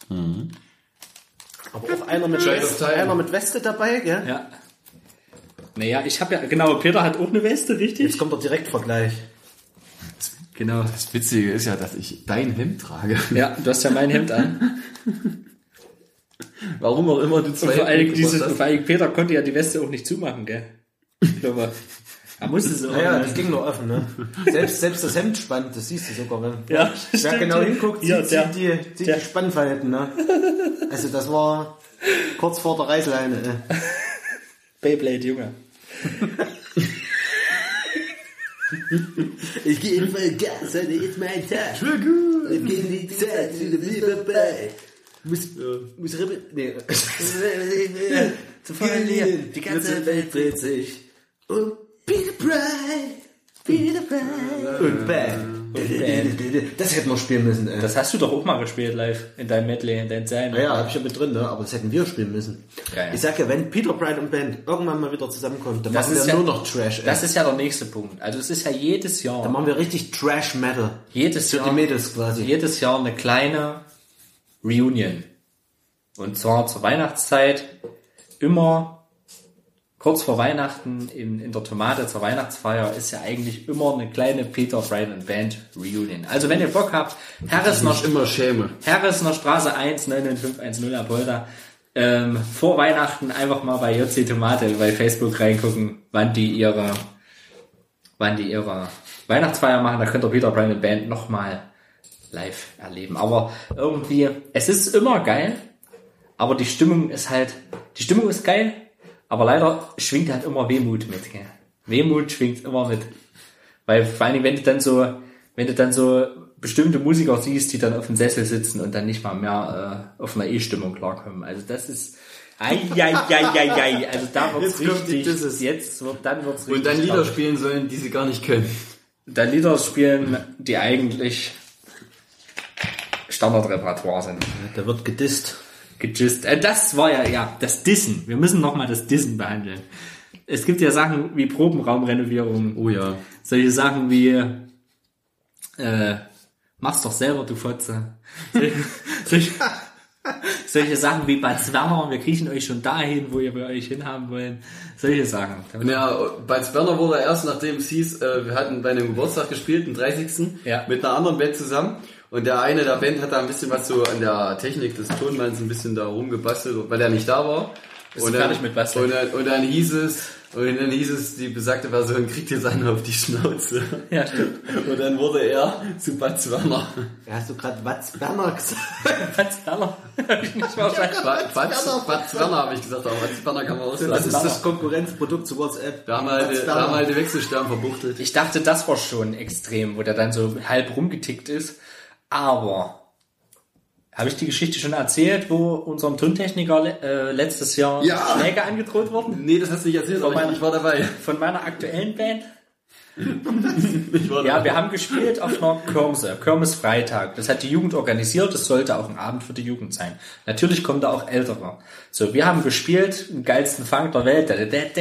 Aber auch einer mit, Shade of Weste, Time. einer mit Weste dabei, gell? Ja. Naja, ich habe ja, genau, Peter hat auch eine Weste, richtig? Jetzt kommt der Direktvergleich. Genau. Das Witzige ist ja, dass ich dein Hemd trage. Ja, du hast ja mein Hemd an. Warum auch immer du Und zwei vor allem, Hemden dieses, gebracht vor allem Peter konnte ja die Weste auch nicht zumachen, gell? Ich glaube, er musste so. Naja, das ging nur offen, ne? Selbst, selbst das Hemd spannt, das siehst du sogar, wenn Ja, wer stimmt. genau hinguckt, Ja, sieht, der- sieht, die, sieht der- die Spannfalten, ne? Also das war kurz vor der Reißleine. Äh. Beyblade, Junge. Ich gehe voll Gas, heute ist mein Tag. Schwör gut. Ich gehe in die Zeit, wieder vorbei. Muss, muss Rippe, nee. Zu verlieren, die ganze Welt dreht sich. Und Peter Bright, Peter Bright. Und bam. Das hätten wir spielen müssen, ey. Das hast du doch auch mal gespielt live in deinem Medley, in deinem Sein. Ja, hab ich ja mit drin, ne? Aber das hätten wir spielen müssen. Geil. Ich sag ja, wenn Peter Bright und Band irgendwann mal wieder zusammenkommen, dann Das machen ist wir ja- nur noch Trash, ey. Das ist ja der nächste Punkt. Also es ist ja jedes Jahr, Dann machen wir richtig Trash Metal. jedes Für Jahr, die Mädels quasi. jedes Jahr eine kleine Reunion. Und zwar zur Weihnachtszeit, immer kurz vor Weihnachten in, in der Tomate zur Weihnachtsfeier ist ja eigentlich immer eine kleine Peter Bright and Band Reunion. Also wenn ihr Bock habt, Harrisner, Ich immer schäme. Harrisner Straße eins neun neun fünf eins null Apolda, ähm, vor Weihnachten einfach mal bei J C Tomate bei Facebook reingucken, wann die ihre, wann die ihre Weihnachtsfeier machen. Da könnt ihr Peter Bright and Band nochmal live erleben. Aber irgendwie, es ist immer geil, aber die Stimmung ist halt, die Stimmung ist geil, aber leider schwingt halt immer Wehmut mit, gell? Wehmut schwingt immer mit. Weil vor allem, wenn du dann so, wenn du dann so bestimmte Musiker siehst, die dann auf dem Sessel sitzen und dann nicht mal mehr äh, auf einer E-Stimmung klarkommen. Also das ist, ai, ai, ai, ai, ai. Also da wird's Jetzt kommt die richtig, Disses. jetzt wird, dann wird's richtig. Und dann Lieder laut. spielen sollen, die sie gar nicht können. Dann Lieder spielen, die eigentlich Standardrepertoire sind. Da wird gedisst. Gejist. Äh, das war ja, ja, das Dissen. Wir müssen nochmal das Dissen behandeln. Es gibt ja Sachen wie Probenraumrenovierung. Oh ja. Solche Sachen wie, äh, mach's doch selber, du Fotze. Solche, solche, solche Sachen wie Bad Zwerner, wir kriechen euch schon dahin, wo ihr bei euch hinhaben wollen. Solche Sachen. Ja, bei Sperner wurde erst, nachdem es hieß, äh, wir hatten bei einem Geburtstag gespielt, den dreißigsten Ja. mit einer anderen Band zusammen. Und der eine der Band hat da ein bisschen was so an der Technik des Tonmanns ein bisschen da rumgebastelt, weil er nicht da war. Bist du fertig mit Basteln? Und dann, und dann hieß es, und dann hieß es, die besagte Version kriegt jetzt einen auf die Schnauze. Ja, stimmt. Und dann wurde er zu Bad Zwerner. Ja, hast du gerade Watz Berner gesagt? Bad Zwerner. Hab ich nicht wahrscheinlich. Bad, Bad, Bad Zwerner habe ich gesagt, aber Bad Zwerner kann man Das auslassen. ist das Konkurrenzprodukt zu WhatsApp. Da haben wir halt, Bad da haben wir Zwerner. halt den Wechselstern verbuchtelt. Ich dachte, das war schon extrem, wo der dann so halb rumgetickt ist. Aber habe ich die Geschichte schon erzählt, wo unserem Tontechniker le- äh, letztes Jahr Ja. Schläge angedroht wurden? Nee, das hast du nicht erzählt, aber ich, ich war dabei. Von meiner aktuellen Band? Ich war Ja, dabei. wir haben gespielt auf einer Kirmse, Kirmes-Freitag. Das hat die Jugend organisiert, das sollte auch ein Abend für die Jugend sein. Natürlich kommen da auch Ältere. So, wir haben gespielt, den geilsten Funk der Welt.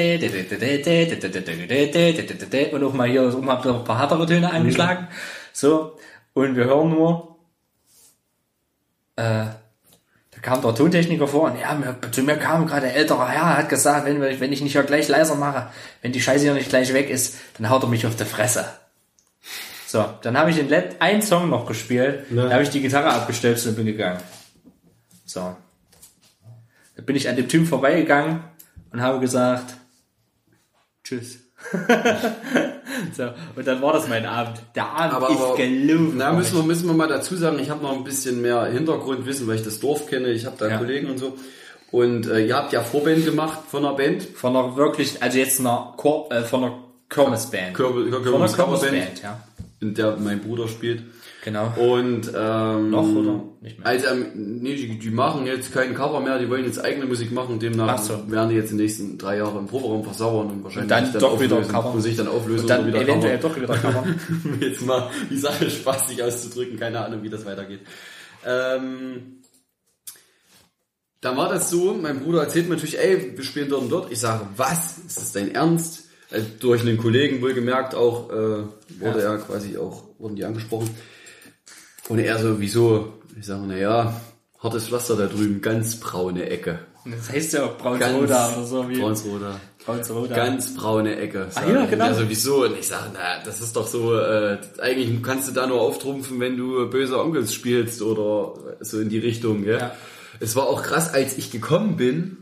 Und auch mal hier, auch mal ein paar härtere Töne angeschlagen. So, und wir hören nur, äh, Da kam der Tontechniker vor und ja, mir, zu mir kam gerade ein älterer Herr, hat gesagt, wenn, wenn ich nicht hier gleich leiser mache, wenn die Scheiße hier nicht gleich weg ist, dann haut er mich auf die Fresse. So, dann habe ich den Let- einen Song noch gespielt, ja. Da habe ich die Gitarre abgestöpselt und bin gegangen. So. Da bin ich an dem Typ vorbeigegangen und habe gesagt, tschüss. So, und dann war das mein Abend. Der Abend aber, ist aber, gelaufen. Na, müssen wir, müssen wir mal dazu sagen, ich habe noch ein bisschen mehr Hintergrundwissen, weil ich das Dorf kenne, ich habe da ja. Kollegen und so. Und äh, ihr habt ja Vorband gemacht von einer Band. Von einer wirklich, also jetzt einer Chor, äh, von einer Kirmesband. Kir- Kir- von einer Kirmesband, ja. In der mein Bruder spielt. Genau. Und ähm, noch oder nicht mehr? Also ähm, nee, die, die machen jetzt keinen Cover mehr, die wollen jetzt eigene Musik machen, demnach so. werden die jetzt in den nächsten drei Jahren im Proberaum versauern und wahrscheinlich und dann, sich dann doch wieder auflösen Cover und sich dann auflösen und dann oder wieder eventuell Cover. doch wieder Cover. Jetzt mal die Sache spaßig auszudrücken, keine Ahnung, wie das weitergeht. Ähm, dann war das so, mein Bruder erzählt mir natürlich, ey, wir spielen dort und dort. Ich sage, was? Ist das dein Ernst? Also durch einen Kollegen wohlgemerkt auch, äh, wurde ja. er quasi auch, wurden die angesprochen. Und er so, wieso? Ich sage, na ja, hartes Pflaster da drüben, ganz braune Ecke. Das heißt ja auch Braunsroda oder so. Wie Braunsroda. Braunsroda. Ganz braune Ecke. Ach ja, genau. Also wieso? Und ich sage, na, das ist doch so, äh, eigentlich kannst du da nur auftrumpfen, wenn du böse Onkels spielst oder so in die Richtung. Gell? Ja. Es war auch krass, als ich gekommen bin,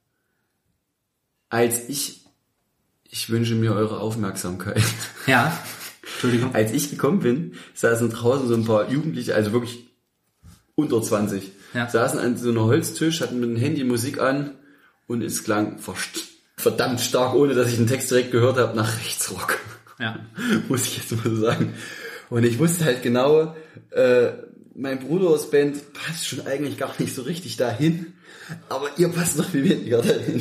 als ich, ich wünsche mir eure Aufmerksamkeit. Ja. Entschuldigung. Als ich gekommen bin, saßen draußen so ein paar Jugendliche, also wirklich unter zwanzig, ja. saßen an so einem Holztisch, hatten mit dem Handy Musik an und es klang verdammt stark, ohne dass ich den Text direkt gehört habe, nach Rechtsrock. Ja. Muss ich jetzt mal so sagen. Und ich wusste halt genau, äh, mein Bruders Band passt schon eigentlich gar nicht so richtig dahin, aber ihr passt noch viel weniger dahin.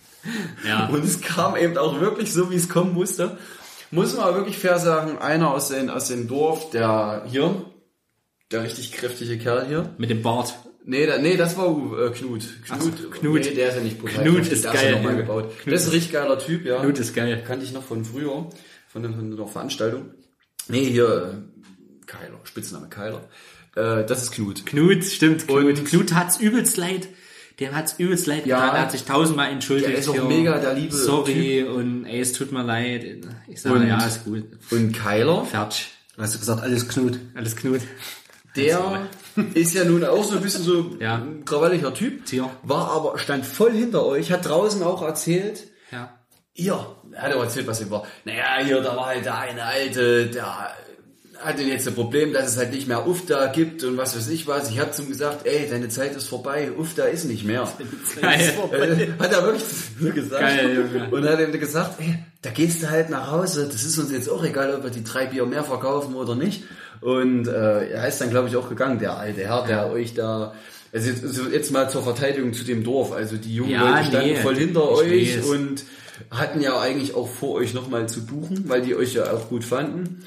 Ja. Und es kam eben auch wirklich so, wie es kommen musste. Muss man aber wirklich fair sagen, einer aus dem, aus dem Dorf, der hier, der richtig kräftige Kerl hier. Mit dem Bart. Nee, da, nee, das war äh, Knut. Knut, so, Knut. Nee, der ist ja nicht brutal. Knut ist der geil. Ist ja nochmal gebaut. Knut. Das ist ein richtig geiler Typ, ja. Knut ist geil. Kannte ich noch von früher, von, der- von einer Veranstaltung. Nee, hier, äh, Keiler, Spitzname Keiler. Äh, das ist Knut. Knut, stimmt, Knut. Und- Knut hat's übelst leid. Dem hat's übelst leid Ja. getan. Er hat sich tausendmal entschuldigt. Der ist auch für mega der liebe Sorry und ey, es tut mir leid. Ich sage, Und- ja, ist gut. Und Keiler, Fertig. Hast du gesagt, alles Knut? Alles Knut. der ist ja nun auch so ein bisschen so Ja. ein krawalliger Typ. Tier. War aber, stand voll hinter euch, hat draußen auch erzählt, Ja. hier, er hat auch erzählt, was ihm war. Naja, hier, da war halt der eine Alte, der hat denn jetzt ein Problem, dass es halt nicht mehr Ufda gibt und was weiß ich was. Ich habe zum gesagt, ey, deine Zeit ist vorbei, Ufda ist nicht mehr. Geil. Äh, hat er wirklich so gesagt. Geil, Junge. Und hat ihm gesagt, ey, da gehst du halt nach Hause, das ist uns jetzt auch egal, ob wir die drei Bier mehr verkaufen oder nicht. Und äh, er ist dann, glaube ich, auch gegangen, der alte Herr, der euch da... Also jetzt, also jetzt mal zur Verteidigung zu dem Dorf. Also die jungen Ja, Leute standen nee, voll hinter ich euch weiß. und hatten ja eigentlich auch vor, euch nochmal zu buchen, weil die euch ja auch gut fanden.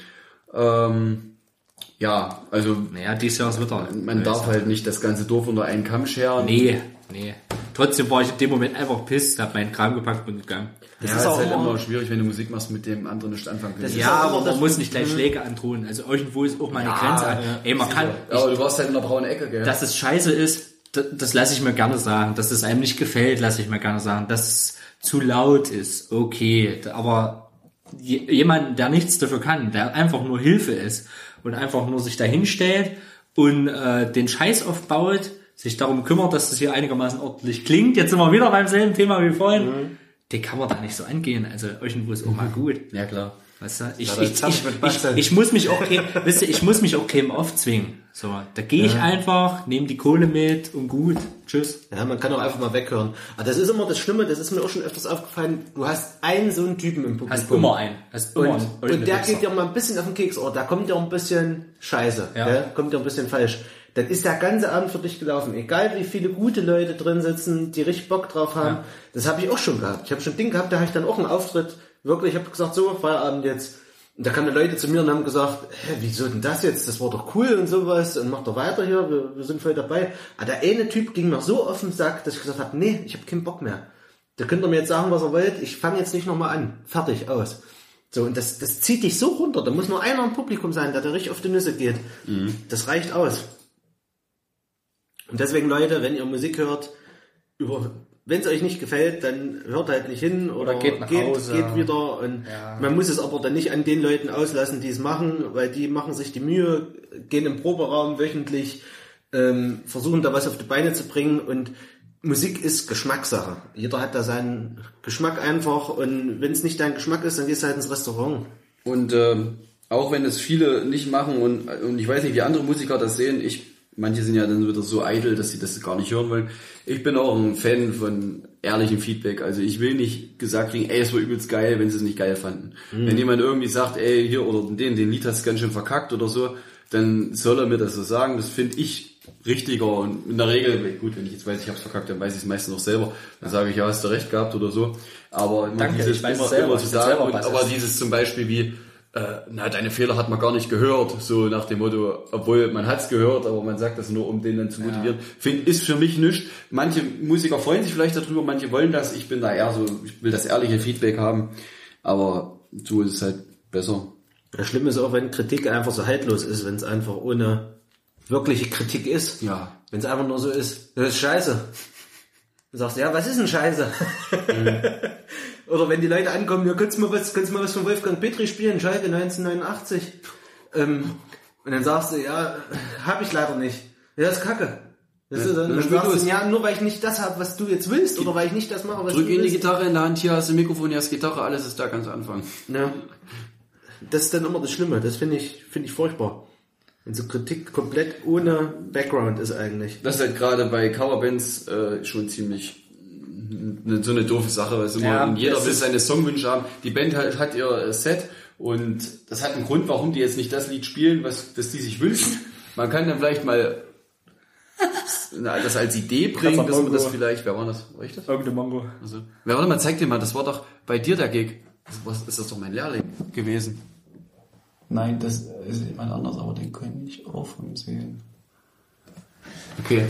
Ähm, ja, also Naja, dieses Jahr ist Wetter. man darf halt nicht das ganze Dorf unter einen Kamm scheren. Nee, nee. Trotzdem war ich in dem Moment einfach pisst, hab meinen Kram gepackt und gegangen. Das ist ist, auch halt immer- immer schwierig, wenn du Musik machst, mit dem anderen nicht anfangen kannst. ist Ja, auch aber immer man das- muss nicht gleich Schläge androhen. Also irgendwo ist auch mal eine Ja, Grenze. ja, Ey, man kann, aber du warst halt in der braunen Ecke, gell? dass es scheiße ist, das, das lasse ich mir gerne sagen. Dass es einem nicht gefällt, lasse ich mir gerne sagen. Dass es zu laut ist, okay. Aber je- jemand, der nichts dafür kann, der einfach nur Hilfe ist und einfach nur sich dahin stellt und äh, den Scheiß aufbaut, sich darum kümmert, dass es hier einigermaßen ordentlich klingt. Jetzt sind wir wieder beim selben Thema wie vorhin. Mhm. Den kann man da nicht so angehen. Also irgendwo ist auch mal gut. Ja, klar. Weißt du, ich, Ja, ich, das hab ich, ich mit ich, Basteln. ich muss mich auch kein, wisst ihr, ich muss mich auch keinem aufzwingen. So, da gehe ich einfach, nehme die Kohle mit und gut. Tschüss. Ja, man kann auch einfach mal weghören. Aber das ist immer das Schlimme, das ist mir auch schon öfters aufgefallen, du hast einen so einen Typen im Publikum. Hast immer einen. Hast immer Und, einen. und der geht dir mal ein bisschen auf den Keks, oder da kommt dir ein bisschen scheiße, Ja. gell? Kommt dir ein bisschen falsch. Dann ist der ganze Abend für dich gelaufen. Egal wie viele gute Leute drin sitzen, die richtig Bock drauf haben. Ja. Das habe ich auch schon gehabt. Ich habe schon ein Ding gehabt, da habe ich dann auch einen Auftritt. Wirklich, ich habe gesagt, so, Feierabend jetzt. Und da kamen Leute zu mir und haben gesagt, hä, wieso denn das jetzt? Das war doch cool und sowas. Und mach doch weiter hier, wir, wir sind voll dabei. Aber der eine Typ ging mir so auf den Sack, dass ich gesagt habe, nee, ich habe keinen Bock mehr. Da könnt ihr mir jetzt sagen, was ihr wollt. Ich fange jetzt nicht nochmal an. Fertig, aus. So, und das, das zieht dich so runter. Da muss nur einer im Publikum sein, der da richtig auf die Nüsse geht. Das reicht aus. Und deswegen, Leute, wenn ihr Musik hört, über, wenn es euch nicht gefällt, dann hört halt nicht hin oder, oder geht nach geht, Hause. geht wieder. Und ja. Man muss es aber dann nicht an den Leuten auslassen, die es machen, weil die machen sich die Mühe, gehen im Proberaum wöchentlich, ähm, versuchen da was auf die Beine zu bringen und Musik ist Geschmackssache. Jeder hat da seinen Geschmack einfach und wenn es nicht dein Geschmack ist, dann gehst du halt ins Restaurant. Und ähm, auch wenn es viele nicht machen und, und ich weiß nicht, wie andere Musiker das sehen, ich manche sind ja dann wieder so eitel, dass sie das gar nicht hören wollen. Ich bin auch ein Fan von ehrlichem Feedback. Also ich will nicht gesagt kriegen, ey, es war übelst geil, wenn sie es nicht geil fanden. Mhm. Wenn jemand irgendwie sagt, ey, hier oder den, den Lied hast du ganz schön verkackt oder so, dann soll er mir das so sagen. Das finde ich richtiger und in der Regel, gut, wenn ich jetzt weiß, ich hab's verkackt, dann weiß ich es meistens noch selber. Dann sage ich, ja, hast du recht gehabt oder so. Aber immer Danke, dieses ich weiß immer, es selber, immer zu ich sagen, selber und, weiß aber es. dieses zum Beispiel wie, Äh, na, deine Fehler hat man gar nicht gehört, so nach dem Motto, obwohl man hat's gehört, aber man sagt das nur, um den dann zu motivieren. Ja. Find, ist für mich nichts. Manche Musiker freuen sich vielleicht darüber, manche wollen das. Ich bin da eher so, ich will das ehrliche Feedback haben, aber so ist es halt besser. Das Schlimme ist auch, wenn Kritik einfach so haltlos ist, wenn es einfach ohne wirkliche Kritik ist. Ja. Wenn es einfach nur so ist, das ist scheiße. Du sagst, ja, was ist denn scheiße? Mhm. Oder wenn die Leute ankommen, ja, kannst du mal was, kannst du mal was von Wolfgang Petri spielen, Schalke neunzehnhundertneunundachtzig. Ähm, und dann sagst du, ja, hab ich leider nicht. Ja, das ist Kacke. Das ja, ist, dann, dann sagst du, ja, nur weil ich nicht das habe, was du jetzt willst, oder weil ich nicht das mache, was Drück du in willst. die Gitarre in der Hand, hier hast du ein Mikrofon, hier hast du Gitarre, alles ist da, ganz Anfang. Ja. Das ist dann immer das Schlimme, das finde ich, finde ich furchtbar. Wenn so Kritik komplett ohne Background ist eigentlich. Das ist halt gerade bei Coverbands äh, schon ziemlich so eine doofe Sache, weil immer ja, jeder will seine Songwünsche haben. Die Band hat, hat ihr Set und das hat einen Grund, warum die jetzt nicht das Lied spielen, was das die sich wünschen. Man kann dann vielleicht mal das als Idee bringen, dass man das vielleicht, wer war das? War ich das? Irgendein Mongo. Also, wer warte mal, zeig dir mal, das war doch bei dir der Gig. Was ist das doch mein Lehrling gewesen? Nein, das ist jemand anders, aber den können ich auch von sehen. Okay.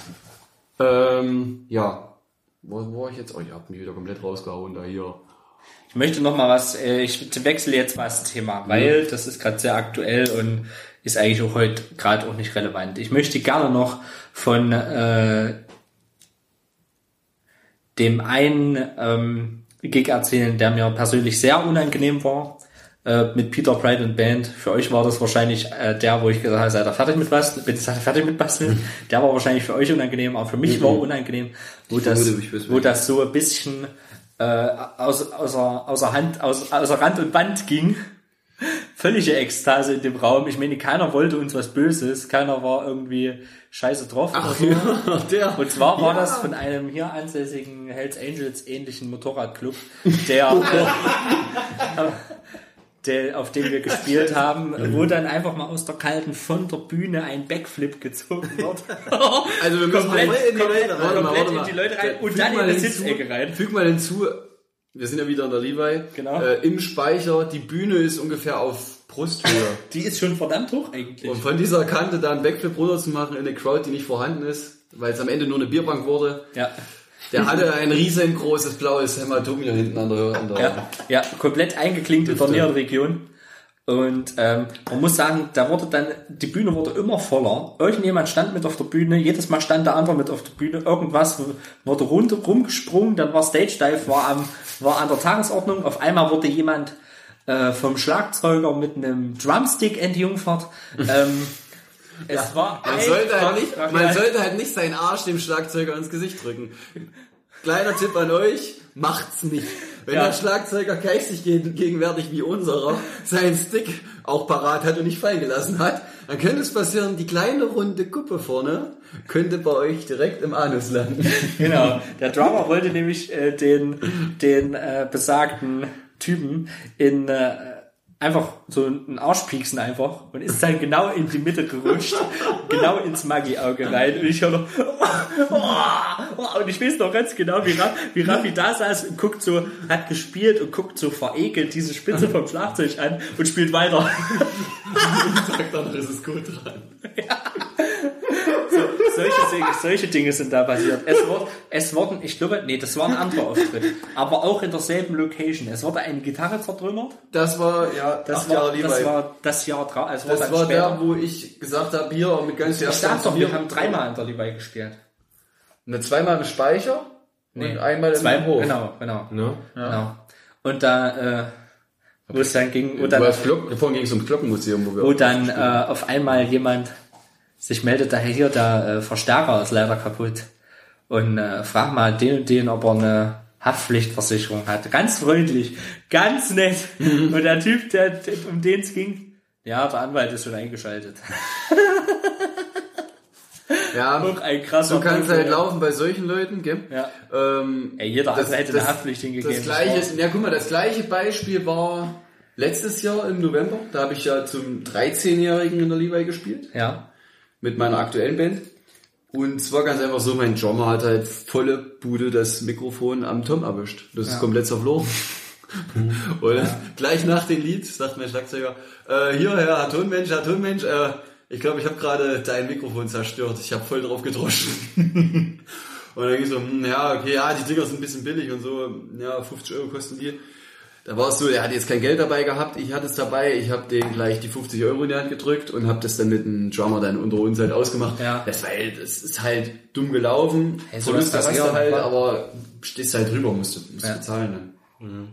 Ähm, ja. Wo war ich jetzt? Oh, ihr habt mich wieder komplett rausgehauen da hier. Ich möchte noch mal was, äh, ich wechsle jetzt mal das Thema, weil das ist gerade sehr aktuell und ist eigentlich auch heute gerade auch nicht relevant. Ich möchte gerne noch von äh, dem einen ähm, Gig erzählen, der mir persönlich sehr unangenehm war, äh, mit Peter Bright und Band. Für euch war das wahrscheinlich äh, der, wo ich gesagt habe, seid ihr fertig mit was? Bitte seid ihr fertig mit basteln. Der war wahrscheinlich für euch unangenehm, aber für mich mhm. war unangenehm, wo ich das, vermute, wo das so ein bisschen äh, aus, außer, außer Hand, aus, außer Rand und Band ging. Völlige Ekstase in dem Raum. Ich meine, keiner wollte uns was Böses. Keiner war irgendwie scheiße drauf. Ach, oder so. Ja, der. Und zwar war ja. das von einem hier ansässigen Hells Angels ähnlichen Motorradclub, der, äh, der, auf dem wir gespielt haben, wo dann einfach mal aus der kalten von der Bühne ein Backflip gezogen wird. Also wir müssen komplett, mal in die Leute rein, warte mal, komplett warte mal. in die Leute rein und Füg dann in mal die hinzu- Sitzecke rein. Füg mal hinzu, wir sind ja wieder in der Levi, Genau. äh, im Speicher, die Bühne ist ungefähr auf Brusthöhe. Die ist schon verdammt hoch eigentlich. Und von dieser Kante da einen Backflip runter zu machen in eine Crowd, die nicht vorhanden ist, weil es am Ende nur eine Bierbank wurde, Ja. der hatte ein riesengroßes blaues Hämatom hier hinten an der, an der Ja, ja, komplett eingeklinkt in der Nierenregion. Und ähm, man muss sagen, da wurde dann, die Bühne wurde immer voller. Irgendjemand stand mit auf der Bühne, jedes Mal stand der andere mit auf der Bühne. Irgendwas wurde rund, rumgesprungen, dann war Stage Dive, war, am, war an der Tagesordnung. Auf einmal wurde jemand äh, vom Schlagzeuger mit einem Drumstick entjungfert. ähm, es Ja, war man sollte, halt nicht, einfach- man sollte halt nicht seinen Arsch dem Schlagzeuger ins Gesicht drücken. Kleiner Tipp an euch, macht's nicht. Wenn Ja. der Schlagzeuger geistig gegen- gegenwärtig wie unserer seinen Stick auch parat hat und nicht fallen gelassen hat, dann könnte es passieren, die kleine runde Kuppe vorne könnte bei euch direkt im Anus landen. Genau. Der Drummer wollte nämlich äh, den, den äh, besagten Typen in äh, einfach so einen Arsch pieksen einfach und ist dann genau in die Mitte gerutscht, genau ins Maggi-Auge rein und ich höre noch und ich weiß noch ganz genau, wie, Ra- wie Raffi da saß und guckt so, hat gespielt und guckt so verekelt diese Spitze vom Schlagzeug an und spielt weiter. Sagt dann, das ist gut dran. So, solche, Dinge, solche Dinge sind da passiert. Es, wurde, es wurden, ich glaube, nee, das war ein anderer Auftritt, aber auch in derselben Location. Es wurde eine Gitarre zertrümmert. Das war, ja, Das, acht war, Jahre das Levi. war das Jahr drauf. Also Das dann war später. der, wo ich gesagt habe, hier mit ganz viel Ich sag doch, hier. wir haben dreimal in der Levi gespielt. Ne, zweimal im Speicher und einmal im Zwei, Hof. Genau, genau. Ne? genau. Und da, äh, wo es dann ging, wo Du dann, hast Glocken, vorhin ging es ums Glockenmuseum, wo wir wo dann äh, auf einmal jemand sich meldet, daher hier, der äh, Verstärker ist leider kaputt. Und äh, frag mal den und den, ob er eine Haftpflichtversicherung hat. Ganz freundlich, ganz nett. Und der Typ, der, der um den es ging, ja, der Anwalt ist schon eingeschaltet. ja, Auch ein krasser so kann es Prüfer, halt ja. laufen bei solchen Leuten, gell? Ja. Ähm, Ey, jeder andere hätte eine Haftpflicht hingegeben. Das gleiche, ja, guck mal, das gleiche Beispiel war letztes Jahr im November. Da habe ich ja zum dreizehnjährigen in der Levi gespielt. Ja. Mit meiner aktuellen Band. Und es war ganz einfach so, mein Drummer hat halt volle Bude das Mikrofon am Tom erwischt. Das ist komplett zerflogen. Und ja. gleich nach dem Lied sagt mein Schlagzeuger, äh, hier, Herr Tonmensch, Herr Tonmensch, äh, ich glaube, ich habe gerade dein Mikrofon zerstört. Ich habe voll drauf gedroschen. Und dann ging so, hm, ja, okay, ja, die Dinger sind ein bisschen billig und so, ja, fünfzig Euro kosten die. Da war es so, er hat jetzt kein Geld dabei gehabt, ich hatte es dabei, ich habe dem gleich die fünfzig Euro in die Hand gedrückt und habe das dann mit dem Drummer dann unter uns halt ausgemacht. Ja. Das war halt, das ist halt dumm gelaufen, Hey, so Verluste was hast du passiert, halt, wa? aber stehst halt drüber, musst du, musst Ja. du bezahlen dann.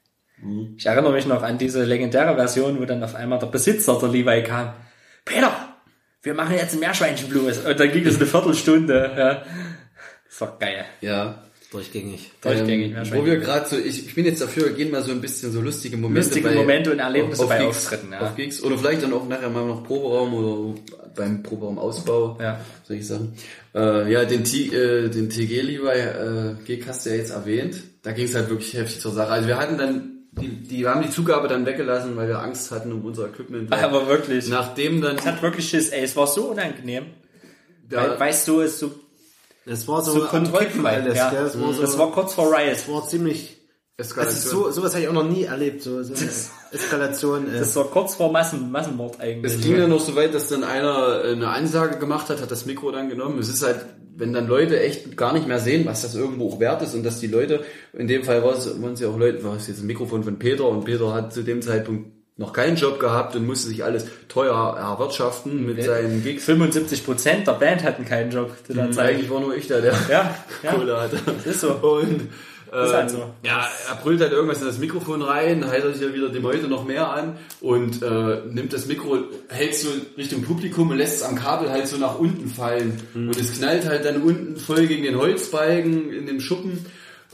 Ich erinnere mich noch an diese legendäre Version, wo dann auf einmal der Besitzer der Levi kam. Peter, wir machen jetzt einen Meerschweinchenblues. Und dann ging es eine Viertelstunde. Ja. Das war geil. Ja. Durchgängig. Durchgängig, Ähm, Meerschweinchen. wo wir gerade so, ich, ich bin jetzt dafür, gehen mal so ein bisschen so lustige Momente Lustige bei, Momente und Erlebnisse auf, bei Gigs, Auftritten, ja. auf Gigs, oder vielleicht dann auch nachher mal noch Proberaum oder beim Proberaumausbau, Ja. solche Sachen. Äh, ja, den, T, äh, den T G Levi äh, Gig hast du ja jetzt erwähnt. Da ging es halt wirklich heftig zur Sache. Also wir hatten dann, die, die haben die Zugabe dann weggelassen, weil wir Angst hatten um unser Equipment. Aber wirklich. Nachdem dann, Es hat wirklich Schiss, ey. Es war so unangenehm. ja, Weil, weißt du, es so, Es war so, so am kontrollfrei. Kippen alles, Ja. gell? Es war so, Das war kurz vor Riot. es war ziemlich, Eskalation. also so, sowas habe ich auch noch nie erlebt, so, so eine Eskalation. Äh. Das war kurz vor Massen, Massenmord eigentlich. Es ging dann noch so weit, dass dann einer eine Ansage gemacht hat, hat das Mikro dann genommen. Es ist halt, wenn dann Leute echt gar nicht mehr sehen, was das irgendwo auch wert ist und dass die Leute, in dem Fall war es, waren es ja auch Leute, war es jetzt ein Mikrofon von Peter und Peter hat zu dem Zeitpunkt noch keinen Job gehabt und musste sich alles teuer erwirtschaften mit seinen Gigs. fünfundsiebzig Prozent der Band hatten keinen Job zu der Zeit. Eigentlich war nur ich da, der Ja, ja. Kohle hatte. Ist so. Und Ist äh, halt so. ja, er brüllt halt irgendwas in das Mikrofon rein, hält er sich ja wieder die Meute noch mehr an und äh, nimmt das Mikro, hält so Richtung Publikum und lässt es am Kabel halt so nach unten fallen. Mhm. Und es knallt halt dann unten voll gegen den Holzbalken in dem Schuppen.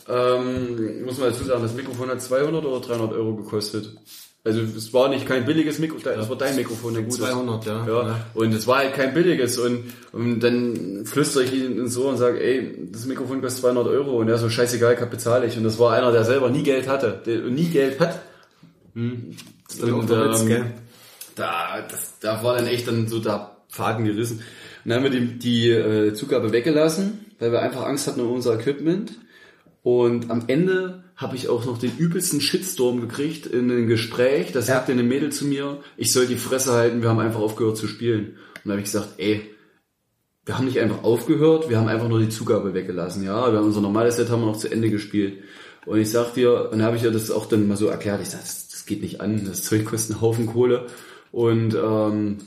Ähm, muss man dazu sagen, das Mikrofon hat zweihundert oder dreihundert Euro gekostet. Also es war nicht kein billiges Mikrofon, das war dein Mikrofon, der gute. zweihundert, ja. Ja, Ja. und es war halt kein billiges und, und dann flüstere ich ihn ins Ohr und sage, ey, das Mikrofon kostet zweihundert Euro und er so, scheißegal, bezahle ich. Und das war einer, der selber nie Geld hatte, der nie Geld hat. Hm. Und der Witz, ähm, gell? da, das, da war dann echt dann so der Faden gerissen. Und dann haben wir die, die äh, Zugabe weggelassen, weil wir einfach Angst hatten um unser Equipment. Und am Ende habe ich auch noch den übelsten Shitstorm gekriegt in einem Gespräch. Da sagte eine Mädel zu mir, ich soll die Fresse halten, wir haben einfach aufgehört zu spielen. Und da habe ich gesagt, ey, wir haben nicht einfach aufgehört, wir haben einfach nur die Zugabe weggelassen. Ja, wir haben unser normales Set haben wir noch zu Ende gespielt. Und ich sag dir, und dann habe ich ihr das auch dann mal so erklärt, ich sag, das, das geht nicht an, das Zeug kostet einen Haufen Kohle. Und ähm,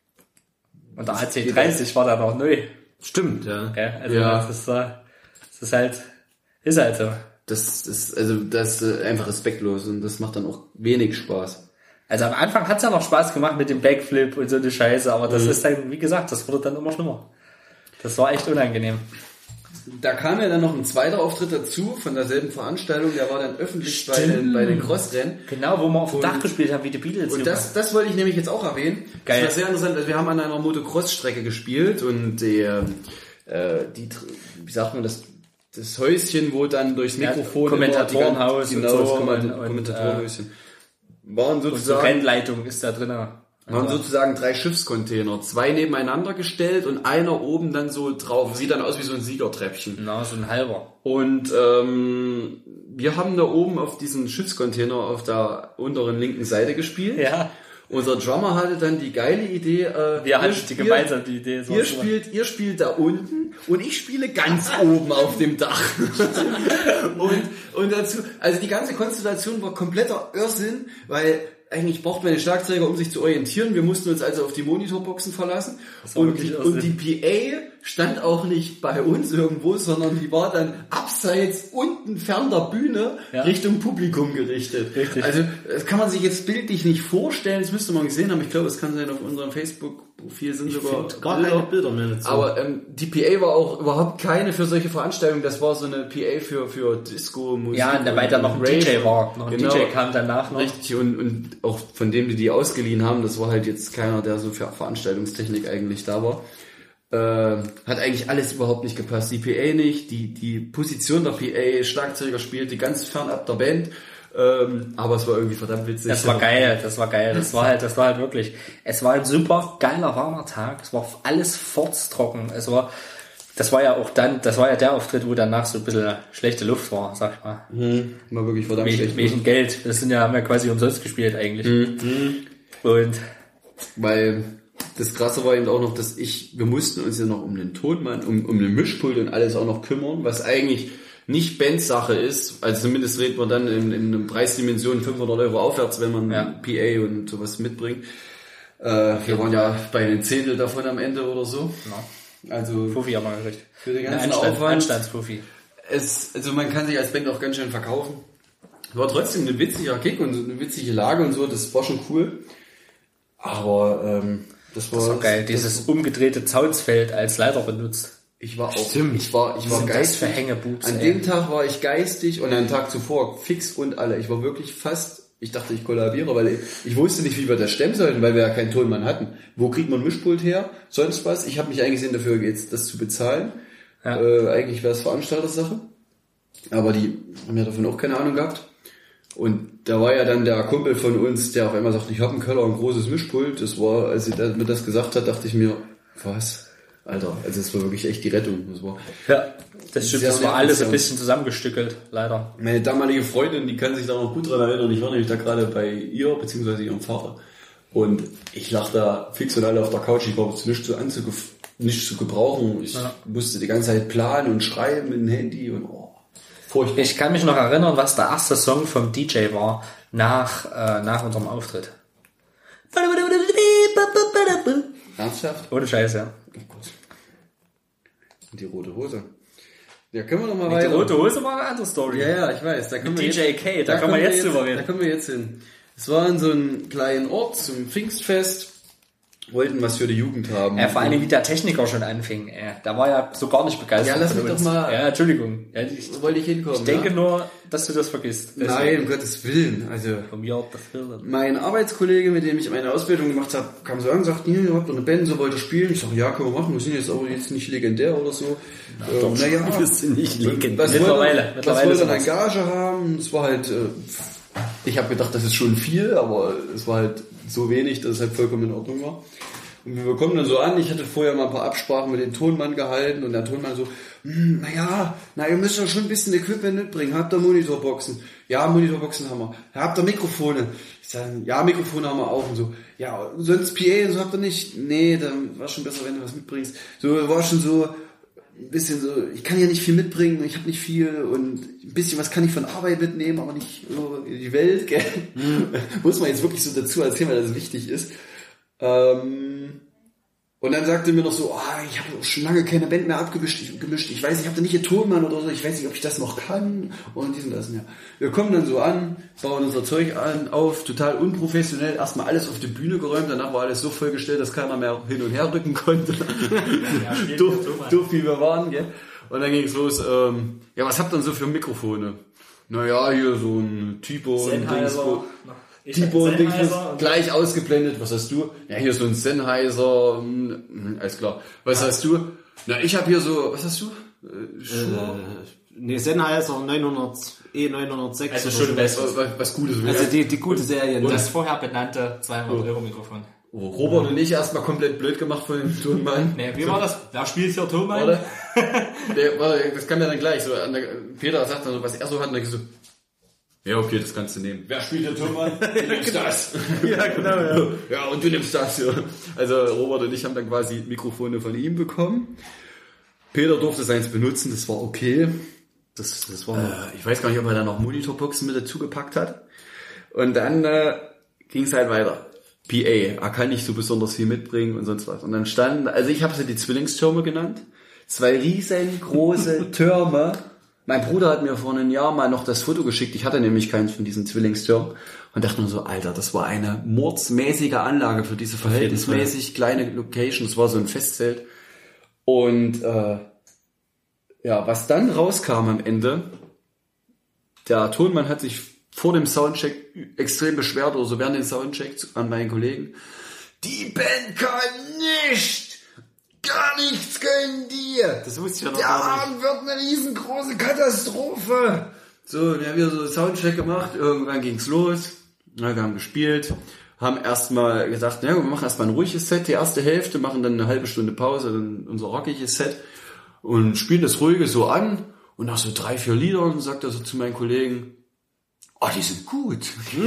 Und der A C dreißig war da noch neu. Stimmt, ja. Gell? Also Ja. das ist, äh, das ist halt, ist halt so. das ist also das ist einfach respektlos und das macht dann auch wenig Spaß. Also am Anfang hat's ja noch Spaß gemacht mit dem Backflip und so eine Scheiße, aber das ist dann, wie gesagt, das wurde dann immer schlimmer. Das war echt unangenehm. Da kam ja dann noch ein zweiter Auftritt dazu von derselben Veranstaltung, der war dann öffentlich bei den, bei den Crossrennen. Genau, wo wir auf dem Und- Dach gespielt haben, wie die Beatles. Und das, das wollte ich nämlich jetzt auch erwähnen. Geil. Das war sehr interessant. Also wir haben an einer Motocross-Strecke gespielt und die, äh, die, wie sagt man das, das Häuschen, wo dann durchs Ja, Mikrofon Kommentatorenhaus immer die, und genau, so das und- und, Kommentatorenhäuschen, waren und so sozusagen Rennleitung ist da drin. waren sozusagen drei Schiffscontainer, zwei nebeneinander gestellt und einer oben dann so drauf. Sieht dann aus wie so ein Siegertreppchen. Na, so ein halber. Und ähm, wir haben da oben auf diesen Schiffscontainer auf der unteren linken Seite gespielt. Ja. unser Drummer hatte dann die geile Idee, äh, Wir hatten ihr die gemeinsam die Idee. So Ihr so. spielt, ihr spielt da unten und ich spiele ganz oben auf dem Dach. und, und dazu, also die ganze Konstellation war kompletter Irrsinn, weil eigentlich braucht man den Schlagzeuger, um sich zu orientieren. Wir mussten uns also auf die Monitorboxen verlassen. Und die, und die P A stand auch nicht bei uns irgendwo, sondern die war dann abseits unten fern der Bühne Ja. Richtung Publikum gerichtet. Richtig. Also das kann man sich jetzt bildlich nicht vorstellen. Das müsste man gesehen haben. Ich glaube, es kann sein, auf unserem Facebook-Profil sind sogar Gar keine Bilder mehr dazu. aber ähm, die P A war auch überhaupt keine für solche Veranstaltungen. Das war so eine P A für für Disco-Musik. Ja, und weil da noch ein Rave. D J war. Noch ein Genau. D J kam danach noch. Richtig, und, und auch von dem, die die ausgeliehen haben, das war halt jetzt keiner, der so für Veranstaltungstechnik eigentlich da war. Äh, hat eigentlich alles überhaupt nicht gepasst. Die P A nicht, die die Position der P A, Schlagzeuger spielte ganz fern ab der Band. Ähm, aber es war irgendwie verdammt witzig. Das war geil, das war geil, das war halt, das war halt wirklich, es war ein super geiler warmer Tag, es war alles furztrocken, es war, das war ja auch dann, das war ja der Auftritt, wo danach so ein bisschen schlechte Luft war, sag ich mal. Mhm, war wirklich verdammt Wegen, schlecht. wegen Geld, das sind ja, haben ja quasi umsonst gespielt eigentlich. Mhm. Und Weil das Krasse war eben auch noch, dass ich, wir mussten uns ja noch um den Tonmann, um, um den Mischpult und alles auch noch kümmern, was eigentlich nicht Bandsache ist. Also zumindest reden wir dann in, in einer Preisdimension fünfhundert Euro aufwärts, wenn man Ja. P A und sowas mitbringt. Äh, wir waren ja bei einem Zehntel davon am Ende oder so. ja, Also Fuffi haben wir gekriegt. für den Ein ganzen Anstand, Aufwand. Anstandsfuffi. Es, also man kann sich als Band auch ganz schön verkaufen. War trotzdem ein witziger Kick und eine witzige Lage und so, das war schon cool. Aber ähm, das war, Das war geil, dieses umgedrehte Zaunsfeld als Leiter benutzt. Ich war auch, ich war, ich war sind das geistig. für Hängebubs, An ey? dem Tag war ich geistig und am Tag zuvor fix und alle. Ich war wirklich fast, ich dachte, ich kollabiere, weil ich, ich wusste nicht, wie wir das stemmen sollten, weil wir ja keinen Tonmann hatten. Wo kriegt man Mischpult her? Sonst was? Ich habe mich eingesehen dafür, jetzt das zu bezahlen. Ja. Äh, eigentlich wäre es Veranstaltersache. Aber die haben ja davon auch keine Ahnung gehabt. Und da war ja dann der Kumpel von uns, der auf einmal sagt, ich habe einen Keller, ein großes Mischpult. Das war, als er mir das gesagt hat, dachte ich mir, was? Alter, also es war wirklich echt die Rettung. Das war Ja, das stimmt, Sehr das war nervig, alles ein ja. bisschen zusammengestückelt, leider. Meine damalige Freundin, die kann sich da noch gut dran erinnern. Ich war nämlich da gerade bei ihr, beziehungsweise ihrem Vater. Und ich lag da fix und alle auf der Couch. Ich war nicht zu, anzuge nicht zu gebrauchen. Ich Ja. musste die ganze Zeit planen und schreiben mit dem Handy und oh, furchtbar. Ich kann mich noch erinnern, was der erste Song vom D J war, nach, äh, nach unserem Auftritt. Ernsthaft? Ohne Scheiß, ja. Oh Gott. Und die rote Hose. Ja, können wir noch mal Die weiter. rote Hose war eine andere Story. Ja, ja, ich weiß. Da können Mit wir D J jetzt, K, da können wir jetzt drüber reden. Da kommen wir jetzt hin. Es war in so einem kleinen Ort zum Pfingstfest. Wollten was für die Jugend haben. Ja, vor allem wie der Techniker schon anfing. Ja, da war ja so gar nicht begeistert. Ja, lass von mich uns. doch mal- Ja, Entschuldigung. Ja, ich, Wo wollte ich hinkommen? ich denke ja? nur, dass du das vergisst. Deswegen. Nein, um Gottes Willen. Also Von mir das Willen. mein Arbeitskollege, mit dem ich meine Ausbildung gemacht habe, kam so an und sagt, ihr habt doch eine Band, so wollt ihr spielen? Ich sage, ja, können wir machen. Wir sind jetzt aber jetzt nicht legendär oder so. Na, ähm, doch, naja, wir sind nicht legendär. Was Mittlerweile, wollt ihr, mittlerweile was wollt ihr sind an Gage haben? Es war halt, äh, ich habe gedacht, das ist schon viel, aber es war halt so wenig, dass es halt vollkommen in Ordnung war. Und wir kommen dann so an, ich hatte vorher mal ein paar Absprachen mit dem Tonmann gehalten und der Tonmann so, hm, naja, na, ihr müsst doch schon ein bisschen Equipment mitbringen. Habt ihr Monitorboxen? Ja, Monitorboxen haben wir. Habt ihr Mikrofone? Ich sage, ja, Mikrofone haben wir auch und so. Ja, sonst P A und so habt ihr nicht? Nee, dann war schon besser, wenn du was mitbringst. So, war schon so ein bisschen so, ich kann ja nicht viel mitbringen, ich habe nicht viel und ein bisschen was kann ich von Arbeit mitnehmen, aber nicht so die Welt, gell? Mhm. Muss man jetzt wirklich so dazu erzählen, weil das wichtig ist. Ähm, und dann sagte mir noch so, oh, ich habe schon lange keine Band mehr abgemischt, ich, gemischt. ich weiß, ich habe da nicht einen Tonmann oder so, ich weiß nicht, ob ich das noch kann und dies und das. Ja. Wir kommen dann so an, bauen unser Zeug an, auf, total unprofessionell, erstmal alles auf die Bühne geräumt, danach war alles so vollgestellt, dass keiner mehr hin und her rücken konnte. Ja, doof, doof wie wir waren, gell? Und dann ging's los, ähm, ja, was habt ihr denn so für Mikrofone? Naja, hier so ein Typo, ein Dingsbo. Tipo und Dings gleich ausgeblendet. Was hast du? Ja, hier so ein Sennheiser. Hm, alles klar. Was hast du? Na, ich habe hier so, was hast du? Äh, Shure? Äh, nee, Sennheiser neunhundert E neunhundertsechs. Also oder schon so. besser. was, was Gutes. Also die, die gute Serie. Und ne? das vorher benannte zweihundert Euro Mikrofon. Oh, Robert und ich erstmal komplett blöd gemacht von dem Tonmann. Nee, wie war das? Wer spielt hier Tonmann? Warte. Der, warte, das kam ja dann gleich. So, an der, Peter sagt dann so, was er so hat, und dann so, Ja, okay, das kannst du nehmen. Wer spielt der Tonmann? Du nimmst das. Ja, genau, ja. Ja, und du nimmst das. Ja. Also Robert und ich haben dann quasi Mikrofone von ihm bekommen. Peter durfte seins benutzen, das war okay. Das, das war, äh, ich weiß gar nicht, ob er da noch Monitorboxen mit dazu gepackt hat. Und dann äh, ging es halt weiter. P A, er kann nicht so besonders viel mitbringen und sonst was. Und dann standen, also ich habe sie die Zwillingstürme genannt, zwei riesengroße Türme. Mein Bruder hat mir vor einem Jahr mal noch das Foto geschickt. Ich hatte nämlich keins von diesen Zwillingstürmen und dachte nur so, Alter, das war eine mordsmäßige Anlage für diese verhältnismäßig kleine Location. Das war so ein Festzelt. Und äh, ja, was dann rauskam am Ende, der Tonmann hat sich vor dem Soundcheck extrem beschwert oder so während dem Soundcheck an meinen Kollegen. Die Band kann nicht! Gar nichts können die! Das wusste ich ja noch Der gar nicht. Abend wird eine riesengroße Katastrophe! So, wir haben wieder so einen Soundcheck gemacht, irgendwann ging's los, wir haben gespielt, haben erstmal gesagt, ja, wir machen erstmal ein ruhiges Set, die erste Hälfte, machen dann eine halbe Stunde Pause, dann unser rockiges Set und spielen das Ruhige so an und nach so drei, vier Liedern sagt er so zu meinen Kollegen, oh, die sind gut.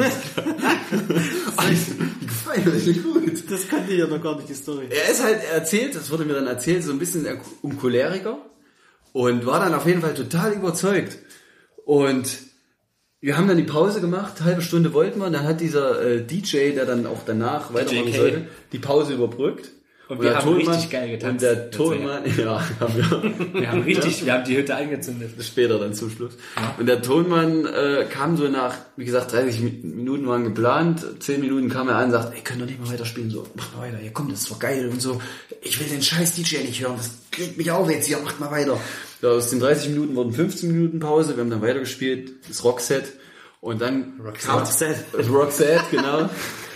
Oh, die, sind, die gefallen mir, die sind gut. Das kannte ich ja noch gar nicht, die Story. Er ist halt erzählt, das wurde mir dann erzählt, so ein bisschen um Choleriker und war dann auf jeden Fall total überzeugt. Und wir haben dann die Pause gemacht, halbe Stunde wollten wir, und dann hat dieser äh, D J, der dann auch danach weitermachen sollte, die Pause überbrückt. Und wir der haben Tonmann, richtig geil getanzt. Und der Tonmann, ja, haben wir. Wir haben richtig, wir haben die Hütte angezündet. Später dann zum Schluss. Ja. Und der Tonmann äh, kam so nach, wie gesagt, dreißig Minuten waren geplant, zehn Minuten kam er an und sagt, ey, könnt ihr nicht mal weiterspielen? So, macht mal weiter, ja komm, das ist doch geil und so. Ich will den scheiß D J nicht hören, das kriegt mich auf jetzt hier, macht mal weiter. Ja, aus den dreißig Minuten wurden fünfzehn Minuten Pause, wir haben dann weitergespielt, das Rockset. Und dann Roxette. Roxette, genau.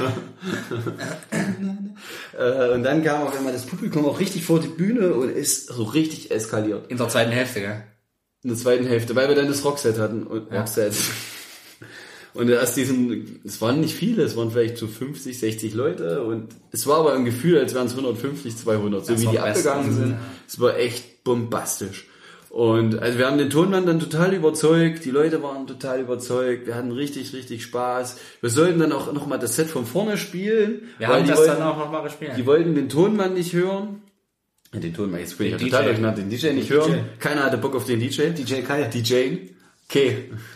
Und dann kam auf einmal das Publikum auch richtig vor die Bühne und ist so richtig eskaliert. In der zweiten Hälfte, gell? In der zweiten Hälfte, weil wir dann das Roxette hatten. Und ja. Roxette. Und erst diesen, es waren nicht viele, es waren vielleicht so fünfzig, sechzig Leute und es war aber ein Gefühl, als wären es hundertfünfzig, zweihundert, so das wie die abgegangen sind. Es war echt bombastisch. Und also wir haben den Tonmann dann total überzeugt, die Leute waren total überzeugt, wir hatten richtig, richtig Spaß. Wir sollten dann auch nochmal das Set von vorne spielen. Wir weil haben die das wollten, dann auch nochmal gespielt. Die wollten den Tonmann nicht hören. Ja, den Tonmann, jetzt bin ich ja Den total D J. durcheinander, den D J nicht Den hören. D J. Keiner hatte Bock auf den D J. D J Kai. D J K.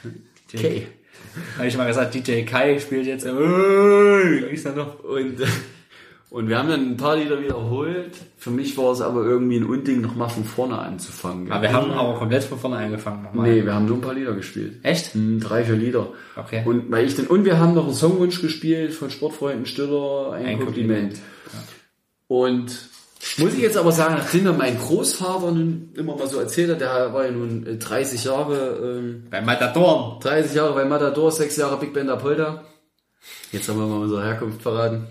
K. Habe ich mal gesagt, D J Kai spielt jetzt, äh, ist da noch. Und, und wir haben dann ein paar Lieder wiederholt. Für mich war es aber irgendwie ein Unding, nochmal von vorne anzufangen. Aber wir haben aber komplett von vorne angefangen nochmal. Nee, wir haben nur ein paar Lieder gespielt. Echt? Hm, drei, vier Lieder. Okay. Und weil ich den, und wir haben noch einen Songwunsch gespielt von Sportfreunden Stiller, ein, Ein Kompliment. Kompliment. Und muss ich jetzt aber sagen, nachdem mir mein Großvater nun immer mal so erzählt hat, der war ja nun dreißig Jahre, ähm, Bei Matador. dreißig Jahre bei Matador, sechs Jahre Big Band Apolda. Jetzt haben wir mal unsere Herkunft verraten.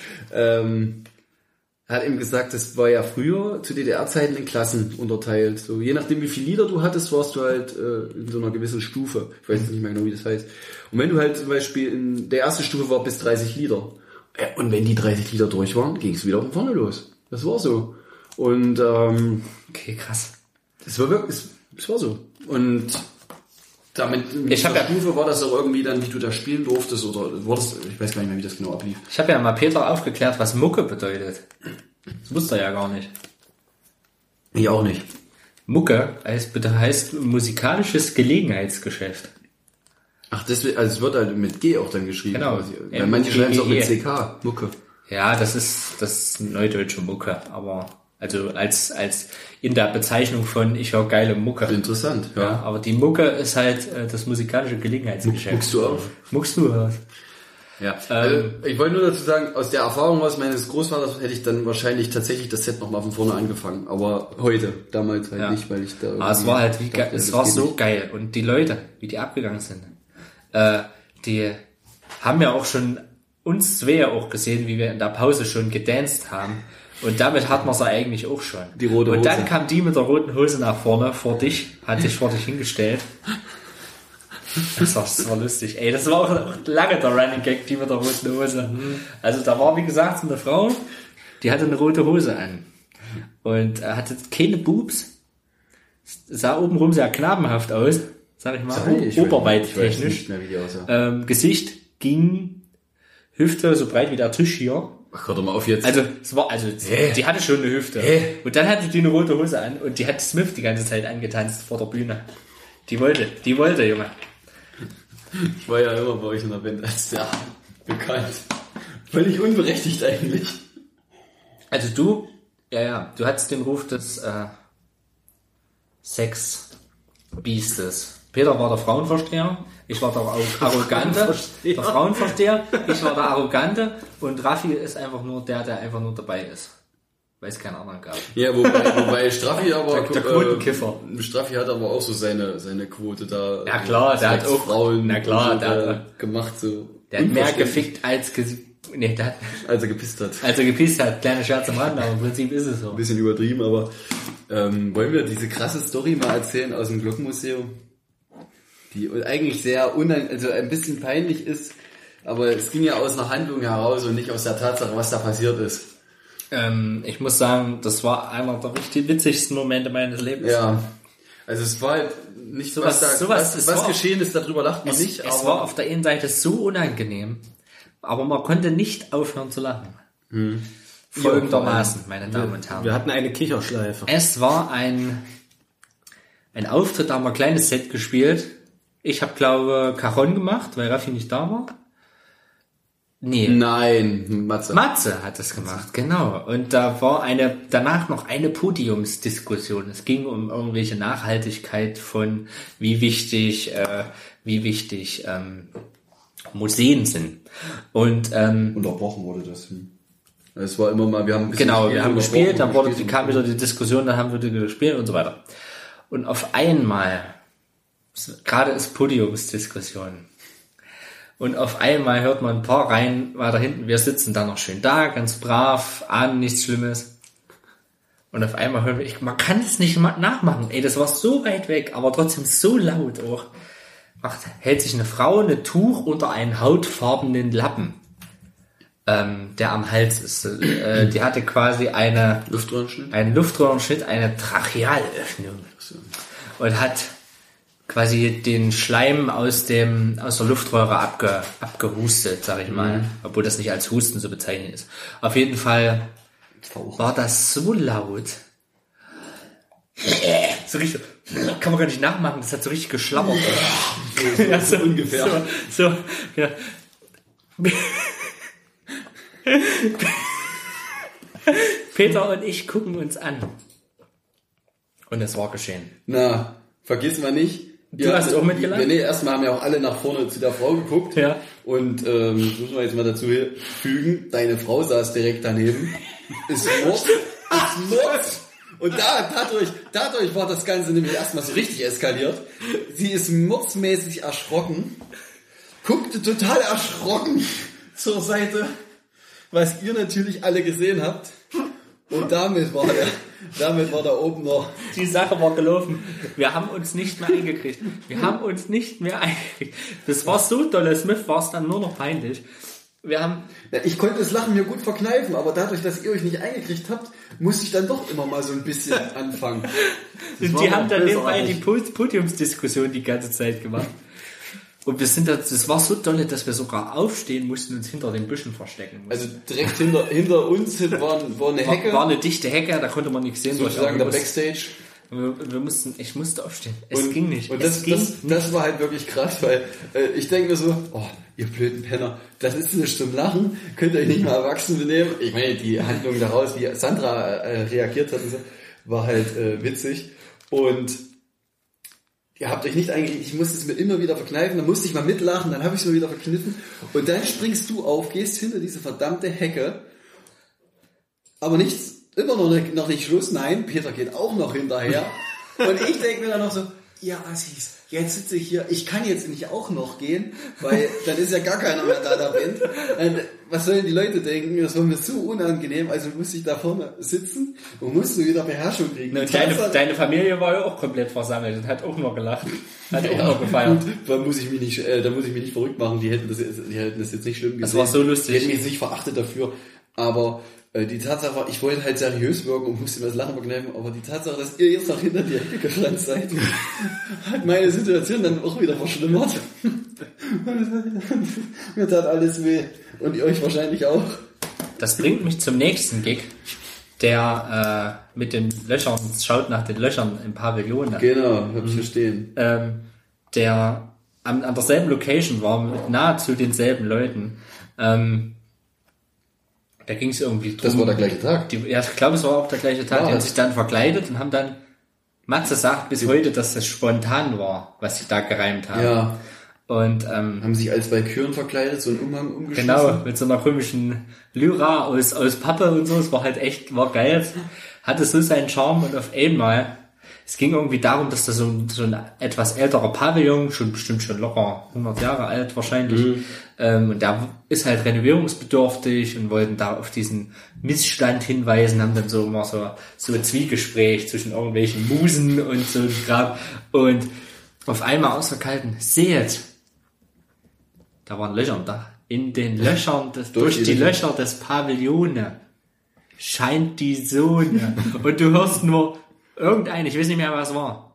ähm, er hat ihm gesagt, das war ja früher zu D D R-Zeiten in Klassen unterteilt. So, je nachdem, wie viele Lieder du hattest, warst du halt äh, in so einer gewissen Stufe. Ich weiß nicht mehr genau, wie das heißt. Und wenn du halt zum Beispiel in der ersten Stufe war bis dreißig Lieder. Äh, und wenn die dreißig Lieder durch waren, ging es wieder von vorne los. Das war so. Und ähm, Okay, krass. es war wirklich, es, es war so. Und damit mit Ich hab der ja- Stufe war das auch irgendwie dann, wie du da spielen durftest oder war das, ich weiß gar nicht mehr, wie das genau ablief. Ich habe ja mal Peter aufgeklärt, was Mucke bedeutet. Das wusste er ja gar nicht. Ich auch nicht. Mucke heißt, heißt musikalisches Gelegenheitsgeschäft. Ach, deswegen, also es wird halt mit G auch dann geschrieben. Genau. Quasi. Weil manche schreiben es auch mit C K, Mucke. Ja, das ist das ist neudeutsche Mucke, aber also als als in der Bezeichnung von ich höre geile Mucke. Interessant, ja. Ja, aber die Mucke ist halt äh, das musikalische Gelegenheitsgeschäft. Muckst du auf? Muckst du auf? Ja. Also, ich wollte nur dazu sagen, aus der Erfahrung aus meines Großvaters hätte ich dann wahrscheinlich tatsächlich das Set nochmal von vorne angefangen. Aber heute, damals halt Ja. nicht, weil ich da Aber es war halt wie geil, dachte, es das war geht so nicht. geil und die Leute, wie die abgegangen sind, äh, die haben ja auch schon uns zwei ja auch gesehen, wie wir in der Pause schon gedanced haben. Und damit hat man es eigentlich auch schon. Die rote Und dann Hose. kam die mit der roten Hose nach vorne vor dich, hat dich vor dich hingestellt. Das war, das war lustig. Ey, das war auch lange der Running Gag, die mit der roten Hose. Also da war, wie gesagt, so eine Frau, die hatte eine rote Hose an. Und äh, hatte keine Boobs. Sah obenrum sehr knabenhaft aus. sag ich mal, Sag ich, ich weiß oberweittechnisch. nicht mehr, wie die aussah. Ähm, Gesicht ging Hüfte so breit wie der Tisch hier. Ach, hör doch mal auf jetzt. Also, es war, also, Hä? die hatte schon eine Hüfte. Hä? Und dann hatte die eine rote Hose an und die hat Smith die ganze Zeit angetanzt vor der Bühne. Die wollte, die wollte, Junge. Ich war ja immer bei euch in der Band als der bekannt. Völlig unberechtigt eigentlich. Also du, ja, ja, du hattest den Ruf des, äh, Sex-Biestes. Peter war der Frauenversteher, ich war der Arrogante, der Frauenversteher, ich war der Arrogante und Raffi ist einfach nur der, der einfach nur dabei ist. Weil es keinen anderen gab. Ja, wobei, wobei Straffi aber... Der, der Quotenkiffer. Äh, Straffi hat aber auch so seine, seine Quote da. Ja klar, der hat auch... Frauen na klar, so der hat... da gemacht so. Der hat mehr unverständlich. gefickt als... Ges nee, der hat... Als er gepisst hat. Als er gepisst hat. Kleiner Scherz am Rand, aber im Prinzip ist es so. Ein bisschen übertrieben, aber ähm, wollen wir diese krasse Story mal erzählen aus dem Glockenmuseum? Die eigentlich sehr unan also ein bisschen peinlich ist, aber es ging ja aus einer Handlung heraus und nicht aus der Tatsache, was da passiert ist. Ähm, ich muss sagen, das war einer der richtig witzigsten Momente meines Lebens. Ja, also es war halt nicht Sowas- was, da, sowas- was, es was war- geschehen ist, darüber lacht man Es, nicht, es aber war auf der einen Seite so unangenehm, aber man konnte nicht aufhören zu lachen. Hm. Folgendermaßen, meine Damen und Herren. Wir hatten eine Kicherschleife. Es war ein, ein Auftritt, da haben wir ein kleines Set gespielt. Ich habe, glaube Cajon gemacht, weil Raffi nicht da war. Nee, nein, Matze. Matze hat es gemacht, genau. Und da war eine danach noch eine Podiumsdiskussion. Es ging um irgendwelche Nachhaltigkeit von wie wichtig, äh, wie wichtig ähm, Museen sind. Und ähm, Unterbrochen wurde das. Hm. Es war immer mal, wir haben ein bisschen genau, wir haben gespielt, dann wurde, gespielt, kam wieder die Diskussion, dann haben wir wieder gespielt und so weiter. Und auf einmal, gerade ist Podiumsdiskussion. Und auf einmal hört man ein paar Reihen weiter hinten, wir sitzen da noch schön da, ganz brav, ahnen nichts Schlimmes. Und auf einmal hören wir, ich, man kann es nicht ma- nachmachen, ey, das war so weit weg, aber trotzdem so laut auch. Macht, hält sich eine Frau ein Tuch unter einen hautfarbenen Lappen, ähm, der am Hals ist. Äh, die hatte quasi eine, Luftröhrenschnitt. einen Luftröhrenschnitt, eine Trachealöffnung. Und hat quasi den Schleim aus dem aus der Luftröhre abge, abgehustet, sag ich mal. Mhm. Obwohl das nicht als Husten so bezeichnet ist. Auf jeden Fall war das so laut. So richtig, kann man gar nicht nachmachen, das hat so richtig geschlammert. So, Ja, so, ungefähr. So, so ja. Peter und ich gucken uns an. Und es war geschehen. Na, vergiss mal nicht. Du hast auch mitgelacht? Nee, erstmal haben ja auch alle nach vorne zu der Frau geguckt. Ja. Und ähm, das muss man jetzt mal dazu fügen, deine Frau saß direkt daneben. Ist Mord. Ist Mord. Und da, dadurch, dadurch war das Ganze nämlich erstmal so richtig eskaliert. Sie ist mordsmäßig erschrocken, guckte total erschrocken zur Seite, was ihr natürlich alle gesehen habt. Und damit war der, damit war der Opener. Die Sache war gelaufen. Wir haben uns nicht mehr eingekriegt. Wir haben uns nicht mehr eingekriegt. Das war so dolle. Smith war es dann nur noch peinlich. Wir haben, Ja, ich konnte das Lachen mir gut verkneifen, aber dadurch, dass ihr euch nicht eingekriegt habt, musste ich dann doch immer mal so ein bisschen anfangen. Das war die noch haben dann nebenbei die bösartig. Podiumsdiskussion die ganze Zeit gemacht. Und wir sind da, das war so dolle, dass wir sogar aufstehen mussten und uns hinter den Büschen verstecken mussten. Also direkt hinter, hinter uns war, war eine Hecke, war, war eine dichte Hecke, da konnte man nichts sehen. sozusagen der wir, Backstage. wir, wir mussten, ich musste aufstehen. Es Und, ging nicht. Und es das, ging das, das war halt wirklich krass, weil äh, ich denke mir so, oh, ihr blöden Penner, das ist nicht zum Lachen, könnt ihr euch nicht mal erwachsen benehmen. Ich meine, die Handlung daraus, wie Sandra äh, reagiert hat und so, war halt äh, witzig. Und ihr habt euch nicht eingekriegt, ich musste es mir immer wieder verkneifen, dann musste ich mal mitlachen, dann habe ich es mir wieder verkniffen. Und dann springst du auf, gehst hinter diese verdammte Hecke, aber nichts, immer noch nicht, noch nicht Schluss, nein, Peter geht auch noch hinterher. Und ich denke mir dann noch so, ja Assis, jetzt sitze ich hier, ich kann jetzt nicht auch noch gehen, weil dann ist ja gar keiner mehr da, da bin. Und was sollen die Leute denken? Das war mir so unangenehm, also musste ich da vorne sitzen und musste wieder Beherrschung kriegen. Und deine, deine Familie war ja auch komplett versammelt und hat auch nur gelacht. Hat auch nur gefeiert. Gut, da muss ich mich nicht, äh, da muss ich mich nicht verrückt machen. Die hätten das, die hätten das jetzt nicht schlimm gesehen. Das war so lustig. Die hätten mich jetzt nicht verachtet dafür. Aber äh, die Tatsache war, ich wollte halt seriös wirken und musste mir das Lachen verkneifen, aber die Tatsache, dass ihr jetzt noch hinter die Ecke gerannt seid, hat meine Situation dann auch wieder verschlimmert. Mir tat alles weh. Und ihr euch wahrscheinlich auch. Das bringt mich zum nächsten Gig, der äh, mit den Löchern, schaut nach den Löchern im Pavillon. Genau, hab ich verstehen. Ähm, der an, an derselben Location war, mit nahezu denselben Leuten. Ähm, da ging es irgendwie drum. Das war der gleiche Tag. Die, ja, ich glaube, es war auch der gleiche Tag. Ja. Die haben sich dann verkleidet und haben dann, Matze sagt bis heute, dass das spontan war, was sie da gereimt haben. Ja. Und ähm, Haben sich als Valkyren verkleidet, so einen Umhang umgeschmissen. genau, mit so einer komischen Lyra aus, aus Pappe und so. Es war halt echt, war geil. Hatte so seinen Charme und auf einmal, es ging irgendwie darum, dass da so ein, so ein etwas älterer Pavillon, schon bestimmt schon locker hundert Jahre alt wahrscheinlich, mhm. ähm, und der ist halt renovierungsbedürftig und wollten da auf diesen Missstand hinweisen, haben dann so immer so, so ein Zwiegespräch zwischen irgendwelchen Musen und so ein Grab. Und auf einmal ausverkalten, seht, da waren Löcher da. In den Löchern, des, durch, durch die Löcher, Löcher des Pavillone scheint die Sonne. Und du hörst nur irgendein, ich weiß nicht mehr, was war.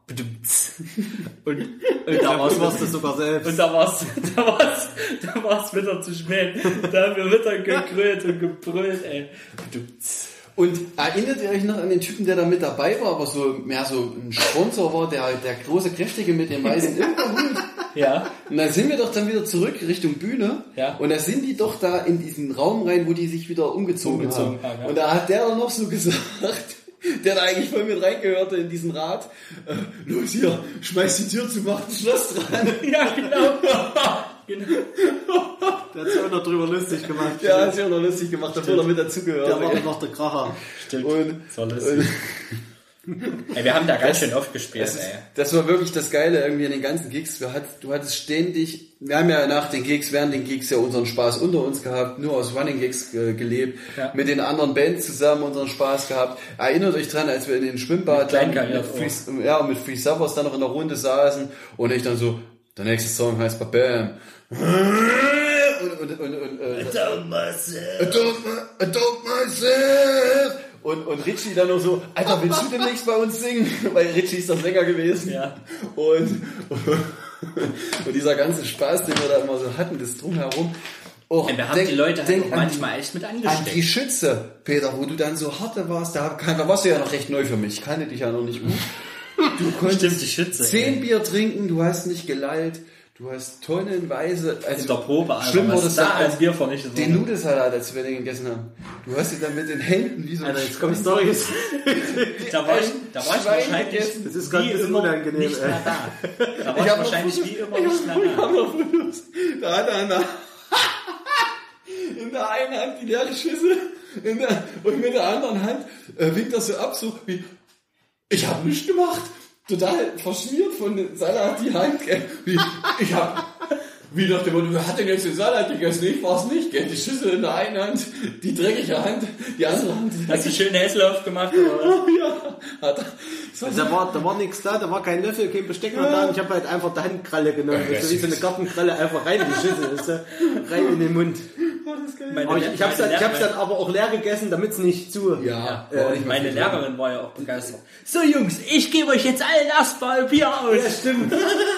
Und, und da war's, warst du sogar selbst. Und da war's, da war's, da war's wieder zu spät. Da haben wir wieder gegrölt und gebrüllt, ey. Und erinnert ihr euch noch an den Typen, der da mit dabei war, aber so mehr so ein Sponsor war, der, der große Kräftige mit dem weißen Imperhut? Ja. Und dann sind wir doch dann wieder zurück Richtung Bühne. Ja. Und da sind die doch da in diesen Raum rein, wo die sich wieder umgezogen, umgezogen haben. haben ja. Und da hat der dann noch so gesagt, der da eigentlich voll mit reingehörte in diesen Rat, äh, los hier, schmeiß die Tür zu, mach ein Schloss dran. Ja, genau. Genau. Der hat sich auch noch drüber lustig gemacht. Der hat sich auch noch lustig gemacht, obwohl er mit dazugehört. Der war dann noch der Kracher. Stimmt. Und, das war lustig. Ey, wir haben da ganz schön oft gespielt, das, ist, ey. das war wirklich das Geile irgendwie an den ganzen Gigs. Wir hat, du hattest ständig, wir haben ja nach den Gigs, während den Gigs ja unseren Spaß unter uns gehabt, nur aus Running Gigs äh, gelebt, ja. mit den anderen Bands zusammen unseren Spaß gehabt. Erinnert euch dran, als wir in den Schwimmbad mit, dann, mit, Free, ja, mit Free Suffers dann noch in der Runde saßen und ich dann so, der nächste Song heißt Bam. Und, und, und, und, äh, Adult myself. Adult, adult myself. Und, und Richie dann noch so, Alter, willst du demnächst bei uns singen? Weil Richie ist doch Sänger gewesen. Ja. Und, und, und dieser ganze Spaß, den wir da immer so hatten, das Drumherum. Oh, ja, wir haben denk, die Leute halt denk auch manchmal echt mit an angesteckt. die Schütze, Peter, wo du dann so harte warst, da, da warst du ja noch recht neu für mich. Ich kannte dich ja noch nicht gut. Du konntest Stimmt, die Schütze, zehn ey. Bier trinken, du hast nicht gelallt. Du hast tonnenweise, also in der Probe, Alter, schlimm was wurde es da dann, als Bier vernichtet den wurde. Nudelsalat, als wir den gegessen haben. Du hast ihn dann mit den Händen wie so ein Alter, jetzt kommen Storys. Da war ich, da war ich Schwein wahrscheinlich gegessen. Das ist gerade ein bisschen unangenehm, nicht mehr da. Da war ich, hab wahrscheinlich noch wie immer nicht mehr Ich hab da. noch Fotos. Da hat er in der, in der einen Hand die leere Schüssel in der, und mit der anderen Hand äh, winkt er so ab, so wie, ich habe nichts gemacht. Total verschmiert von dem Salat die Hand. Gell? Wie, ich hab, wie nach dem Motto, wer hat denn jetzt den Salat gegessen? Ich war's nicht, gell? Die Schüssel in der einen Hand, die dreckige Hand, die andere Hand. Hast du schön Häslauf gemacht, oder was? Ja, hat er. So, Da war, da war nichts da, da war kein Löffel, kein Besteck mehr da und ich habe halt einfach die Handkralle genommen. Ja, so wie so eine Gartenkralle einfach rein in die Schüssel, weißt du? Rein in den Mund. Meine, Aber ich, ich hab's dann, ich hab's meine, dann aber auch leer gegessen, damit's nicht zu. ja, ja, äh, meine Lehrerin war ja auch begeistert. So Jungs, ich gebe euch jetzt allen erstmal ein Bier aus. Ja, stimmt.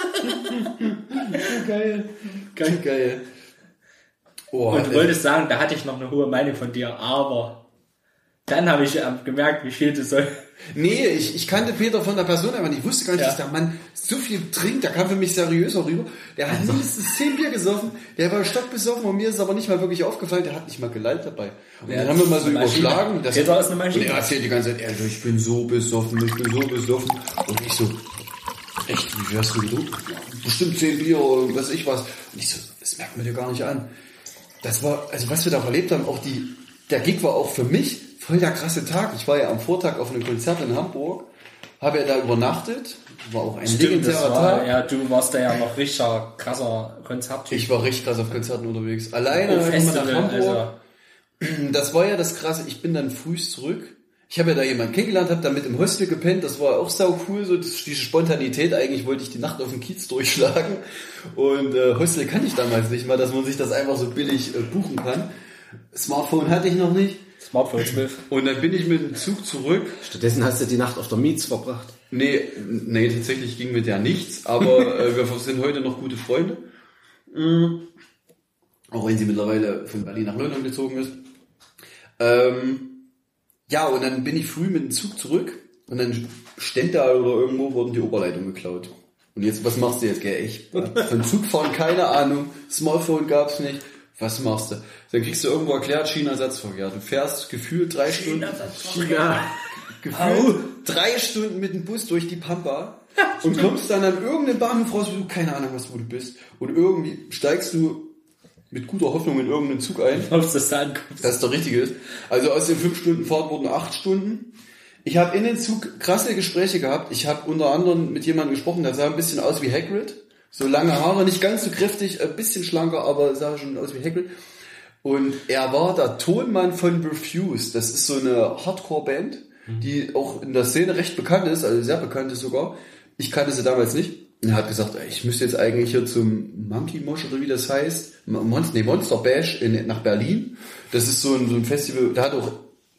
geil. Geil, geil. Oh, Und du wolltest sagen, da hatte ich noch eine hohe Meinung von dir, aber dann habe ich ähm, gemerkt, wie viel du soll. Nee, ich, ich kannte Peter von der Person einfach nicht. Ich wusste gar nicht, Ja. dass der Mann so viel trinkt. Der kam für mich seriöser rüber. Der hat mindestens zehn Bier gesoffen. Der war stockbesoffen und mir ist aber nicht mal wirklich aufgefallen. Der hat nicht mal gelallt dabei. Und Ja, dann haben wir mal so eine Maschine. überschlagen. Das Peter ist eine Maschine. Und er erzählt die ganze Zeit, ehrlich, ich bin so besoffen, ich bin so besoffen. Und ich so, echt, wie viel hast du getrunken? Ja, bestimmt zehn Bier oder was weiß ich was. Und ich so, das merkt man dir gar nicht an. Das war, also was wir da erlebt haben, auch die, der Gig war auch für mich voll der krasse Tag. Ich war ja am Vortag auf einem Konzert in Hamburg, habe ja da übernachtet, war auch ein Stimmt, legendärer das war, Tag. ja, du warst da ja noch richtiger krasser Konzerttyp. Ich war richtig krass auf Konzerten unterwegs. Alleine Oh, immer Festival, nach Hamburg. also. Das war ja das Krasse. Ich bin dann frühst zurück. Ich habe ja da jemanden kennengelernt, habe da mit im Hostel gepennt. Das war auch sau cool, so das, diese Spontanität. Eigentlich wollte ich die Nacht auf dem Kiez durchschlagen. Und äh, Hostel kannte ich damals nicht mal, dass man sich das einfach so billig äh, buchen kann. Smartphone hatte ich noch nicht. Smartphone zwölf. Und dann bin ich mit dem Zug zurück. Stattdessen hast du die Nacht auf der Mietz verbracht. Nee, nee, tatsächlich ging mit der nichts, aber äh, wir sind heute noch gute Freunde. Mhm. Auch wenn sie mittlerweile von Berlin nach London gezogen ist. Ähm, ja, und dann bin ich früh mit dem Zug zurück und dann Stendal oder irgendwo wurden die Oberleitungen geklaut. Und jetzt, was machst du jetzt, gell? Ich von Zugfahren keine Ahnung, Smartphone gab's nicht. Was machst du? Dann kriegst du irgendwo erklärt, Schienenersatzverkehr. Du fährst gefühlt drei Stunden, China, gefühlt drei Stunden mit dem Bus durch die Pampa und kommst dann an irgendeinem Bahnhof raus, wo du keine Ahnung hast, wo du bist. Und irgendwie steigst du mit guter Hoffnung in irgendeinen Zug ein, Ob das da ankommt. dass es der richtige ist. Also aus den fünf Stunden Fahrt wurden acht Stunden. Ich habe in den Zug krasse Gespräche gehabt. Ich habe unter anderem mit jemandem gesprochen, der sah ein bisschen aus wie Hagrid. So lange Haare, nicht ganz so kräftig, ein bisschen schlanker, aber sah schon aus wie Hagrid. Und er war der Tonmann von Refused. Das ist so eine Hardcore-Band, die auch in der Szene recht bekannt ist, also sehr bekannt ist sogar. Ich kannte sie damals nicht. Und er hat gesagt, ich müsste jetzt eigentlich hier zum Monkey Mosh oder wie das heißt, Monster, nee, Monster Bash in, nach Berlin. Das ist so ein, so ein Festival, da hat auch,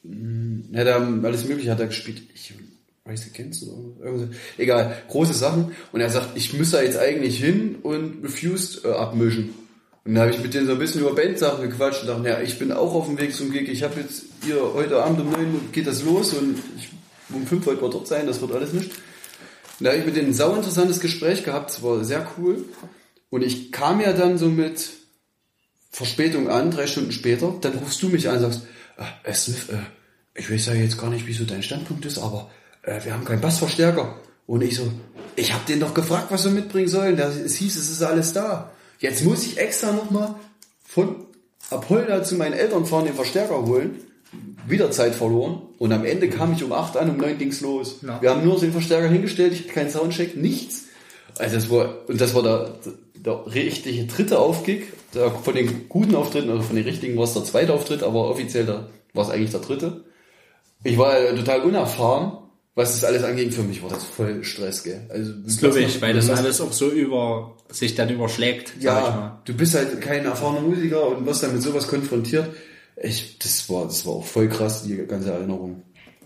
ja, da haben alles Mögliche hat er gespielt. Ich weiß nicht, kennst du irgendwas? Egal, große Sachen. Und er sagt, ich müsste da jetzt eigentlich hin und Refused äh, abmischen. Und dann habe ich mit denen so ein bisschen über Bandsachen gequatscht und dachte, ja, ich bin auch auf dem Weg zum Gig. Ich habe jetzt hier heute Abend um neun geht das los und ich, um fünf wollte wir dort sein, das wird alles nicht. Und da habe ich mit denen ein sau interessantes Gespräch gehabt, es war sehr cool. Und ich kam ja dann so mit Verspätung an, drei Stunden später, dann rufst du mich an und sagst, äh, Smith, äh, ich weiß ja jetzt gar nicht, wieso dein Standpunkt ist, aber äh, wir haben keinen Bassverstärker. Und ich so, ich habe den doch gefragt, was wir mitbringen sollen. Das, es hieß, es ist alles da. Jetzt muss ich extra nochmal von Apolda zu meinen Eltern fahren, den Verstärker holen. Wieder Zeit verloren. Und am Ende kam ich um acht an, um neun ging's los. Ja. Wir haben nur den Verstärker hingestellt, ich hatte keinen Soundcheck, nichts. Also das war, und das war der, der richtige dritte Aufkick. Der, von den guten Auftritten, also von den richtigen war es der zweite Auftritt, aber offiziell der, war es eigentlich der dritte. Ich war total unerfahren, was das alles anging. Für mich war das voll Stress, gell. Also, das glaube ich, weil das alles auch so über, sich dann überschlägt, ja, sag ich mal. Du bist halt kein erfahrener Musiker und wirst dann mit sowas konfrontiert. Ich, das war, das war auch voll krass, die ganze Erinnerung.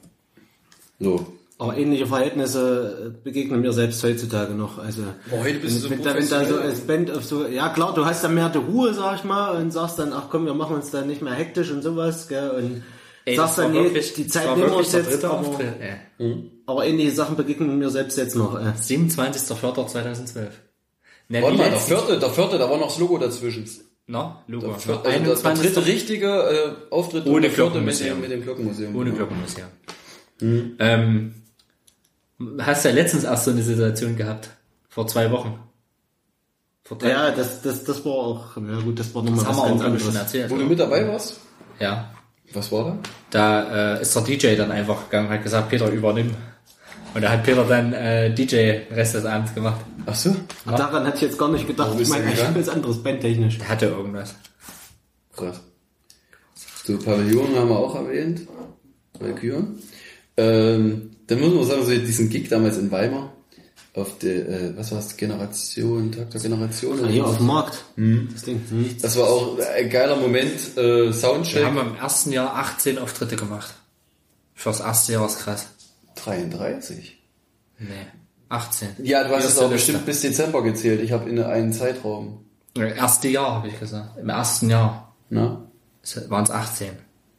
So. Aber ähnliche Verhältnisse begegnen mir selbst heutzutage noch. Also, Boah, heute bist du so wenn, wenn da so als Band auf so, ja klar, du hast dann mehr die Ruhe, sag ich mal, und sagst dann, ach komm, wir machen uns da nicht mehr hektisch und sowas, gell, und Ey, sagst dann, nee, wirklich, die Zeit nehmen wir uns jetzt, aber, ja. mhm. aber ähnliche Sachen begegnen mir selbst jetzt noch. Äh. siebenundzwanzigster vierter zweitausendzwölf. Ne, Warte mal, der vierte, der vierte, da war noch das Logo dazwischen. Na, Logo. Der, vierte, also der dritte richtige äh, Auftritt ohne mit dem, mit dem Glockenmuseum. Ohne Glockenmuseum. Mhm. Ähm, hast du ja letztens erst so eine Situation gehabt. Vor zwei Wochen. Vor drei ja, das, das, das war auch, ja gut, das war nochmal was ganz anderes. Schon erzählt, wo du mit dabei warst? Ja. Was war da? Da äh, ist der D J dann einfach gegangen, hat gesagt, Peter, übernimm. Und da hat Peter dann äh, D J Rest des Abends gemacht. Ach so? Ja. Daran hatte ich jetzt gar nicht gedacht. Ich meine, ich habe jetzt anderes bandtechnisch. Der hatte irgendwas. Krass. So, Pavillon haben wir auch erwähnt. Valkyren. Ähm, dann muss man sagen, so diesen Gig damals in Weimar. Auf der, äh, was war das, Generation, Tag der Generation? Ja, hier auf dem Markt. Hm. Das Ding. Hm. Das war auch ein geiler Moment, äh, Soundcheck. Wir haben im ersten Jahr achtzehn Auftritte gemacht. Fürs erste Jahr war's krass. dreiunddreißig? Nee, achtzehn. Ja, du hast es auch Liste. bestimmt bis Dezember gezählt. Ich habe in einen Zeitraum. Ja, erste Jahr, habe ich gesagt. Im ersten Jahr Na? waren es achtzehn.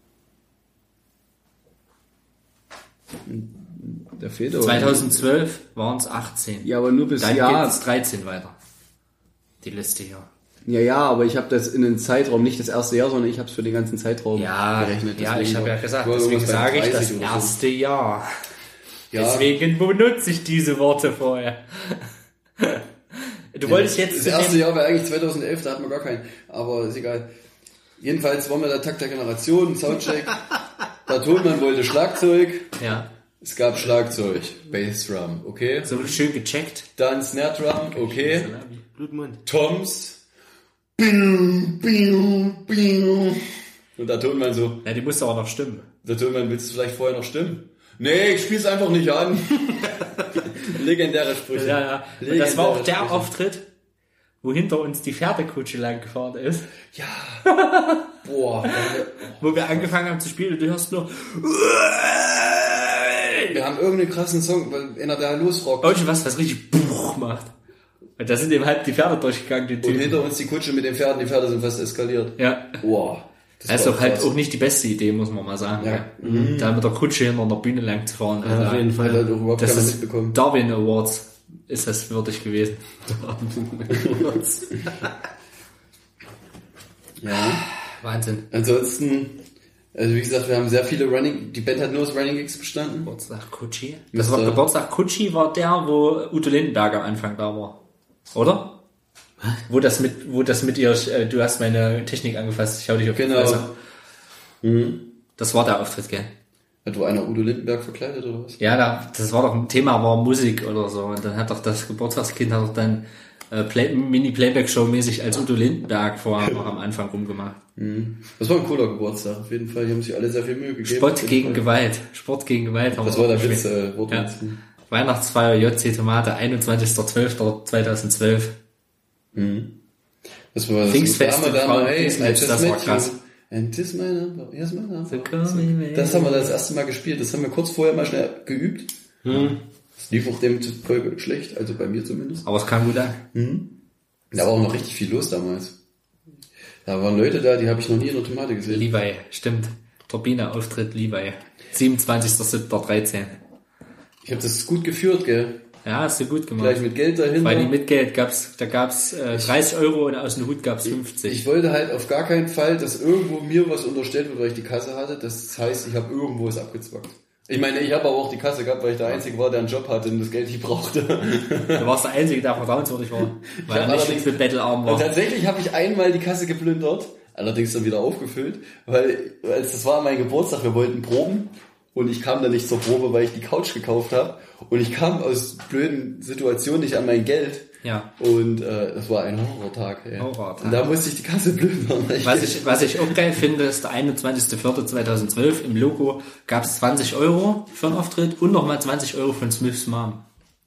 Der fehlt zweitausendzwölf waren es achtzehn. Ja, aber nur bis Dann Jahr. geht es dreizehn weiter. Die Liste hier. Ja, ja, aber ich habe das in den Zeitraum, nicht das erste Jahr, sondern ich habe es für den ganzen Zeitraum Ja, gerechnet. ja, ich habe ja gesagt, war deswegen irgendwas bei sage ich das dreißig oder so. erste Jahr. Ja. Deswegen benutze ich diese Worte vorher. Du wolltest jetzt... Das erste Jahr war eigentlich zweitausendelf, da hatten wir gar keinen. Aber ist egal. Jedenfalls waren wir der Takt der Generation, Soundcheck. Der Tonmann wollte Schlagzeug. Ja. Es gab Schlagzeug, Bassdrum, okay. So schön gecheckt. Dann Snare Drum, okay. Blutmund. Toms. Biu, biu, biu. Und der Tonmann so, Ja, die musste auch noch stimmen. der Tonmann, willst du vielleicht vorher noch stimmen? Nee, ich spiel's einfach nicht an. Legendäre Sprüche. Ja, ja. Und Legendäre das war auch der Sprüche. Auftritt, wo hinter uns die Pferdekutsche lang gefahren ist. Ja. Boah, wo wir angefangen haben zu spielen und du hörst nur... Wir haben irgendeinen krassen Song, weil einer da losrockt. Irgend was, was richtig Buch macht. Und da sind eben halt die Pferde durchgegangen, die Und Typen. hinter uns die Kutsche mit den Pferden, die Pferde sind fast eskaliert. Ja. Wow. Das, Das ist war doch halt krass. auch nicht die beste Idee, muss man mal sagen. Ja. Mhm. Da mit der Kutsche hinter der Bühne lang zu fahren. Ja, auf jeden Hat Fall. halt auch überhaupt Das keiner ist mitbekommen. Darwin Awards ist das würdig gewesen. Ja. Wahnsinn. Ansonsten, also wie gesagt, wir haben sehr viele Running, die Band hat nur aus Running Gigs bestanden. Geburtstag Kutschi. Das war Mister Geburtstag Kutschi war der, wo Udo Lindenberg am Anfang da war. Oder? Wo das mit, wo das mit ihr, äh, du hast meine Technik angefasst, ich hau dich auf die Genau. Fresse. Mhm. Das war der Auftritt, gell? Hat wo einer Udo Lindenberg verkleidet oder was? Ja, da, das war doch ein Thema, war Musik oder so. Und dann hat doch das Geburtstagskind hat doch dann äh, Play, Mini-Playback-Show mäßig als Udo Lindenberg vorher noch am Anfang rumgemacht. Das war ein cooler Geburtstag, auf jeden Fall. Die haben sich alle sehr viel Mühe gegeben. Sport Auf jeden gegen Fall. Gewalt. Sport gegen Gewalt haben Das wir war der auch Witz, gespielt. äh, Wortwitz. Ja. Weihnachtsfeier J C Tomate, einundzwanzigster zwölfter zweitausendzwölf. Das war das Pfingstfest haben wir in da mal, Frauen- hey, I Pfingstmatch, just das war met you. krass. And this my number, here's my number. So call me Das haben wir das erste Mal gespielt. Das haben wir kurz vorher mal schnell geübt. Das lief auch dem Folge schlecht, also bei mir zumindest. Aber es kam gut an. Da war auch noch richtig viel los damals. Da waren Leute da, die habe ich noch nie in der Tomate gesehen. Levi, stimmt. Turbine-Auftritt Levi. siebenundzwanzigster siebter dreizehn. Ich habe das gut geführt, gell? Ja, hast du gut gemacht. Gleich mit Geld dahinter. Weil die mit Geld gab's, da gab's äh, dreißig Euro und aus dem Hut gab's fünfzig. Ich wollte halt auf gar keinen Fall, dass irgendwo mir was unterstellt wird, weil ich die Kasse hatte. Das heißt, ich habe irgendwo es abgezwackt. Ich meine, ich habe aber auch die Kasse gehabt, weil ich der Einzige war, der einen Job hatte und das Geld nicht brauchte. Du warst der Einzige, der vertrauenswürdig war. Weil er Ja, nicht allerdings- mit Battlearm Und war. tatsächlich habe ich einmal die Kasse geplündert, allerdings dann wieder aufgefüllt, weil als das war mein Geburtstag, wir wollten proben und ich kam dann nicht zur Probe, weil ich die Couch gekauft habe und ich kam aus blöden Situationen nicht an mein Geld. Ja. Und äh, das war ein Horrortag. Ey. Horrortag. Und da musste ich die Kasse plündern. weil Was ich, was ich auch geil finde, ist der einundzwanzigster vierter zweitausendzwölf. Im Logo gab's zwanzig Euro für einen Auftritt und nochmal zwanzig Euro von Smiths Mom.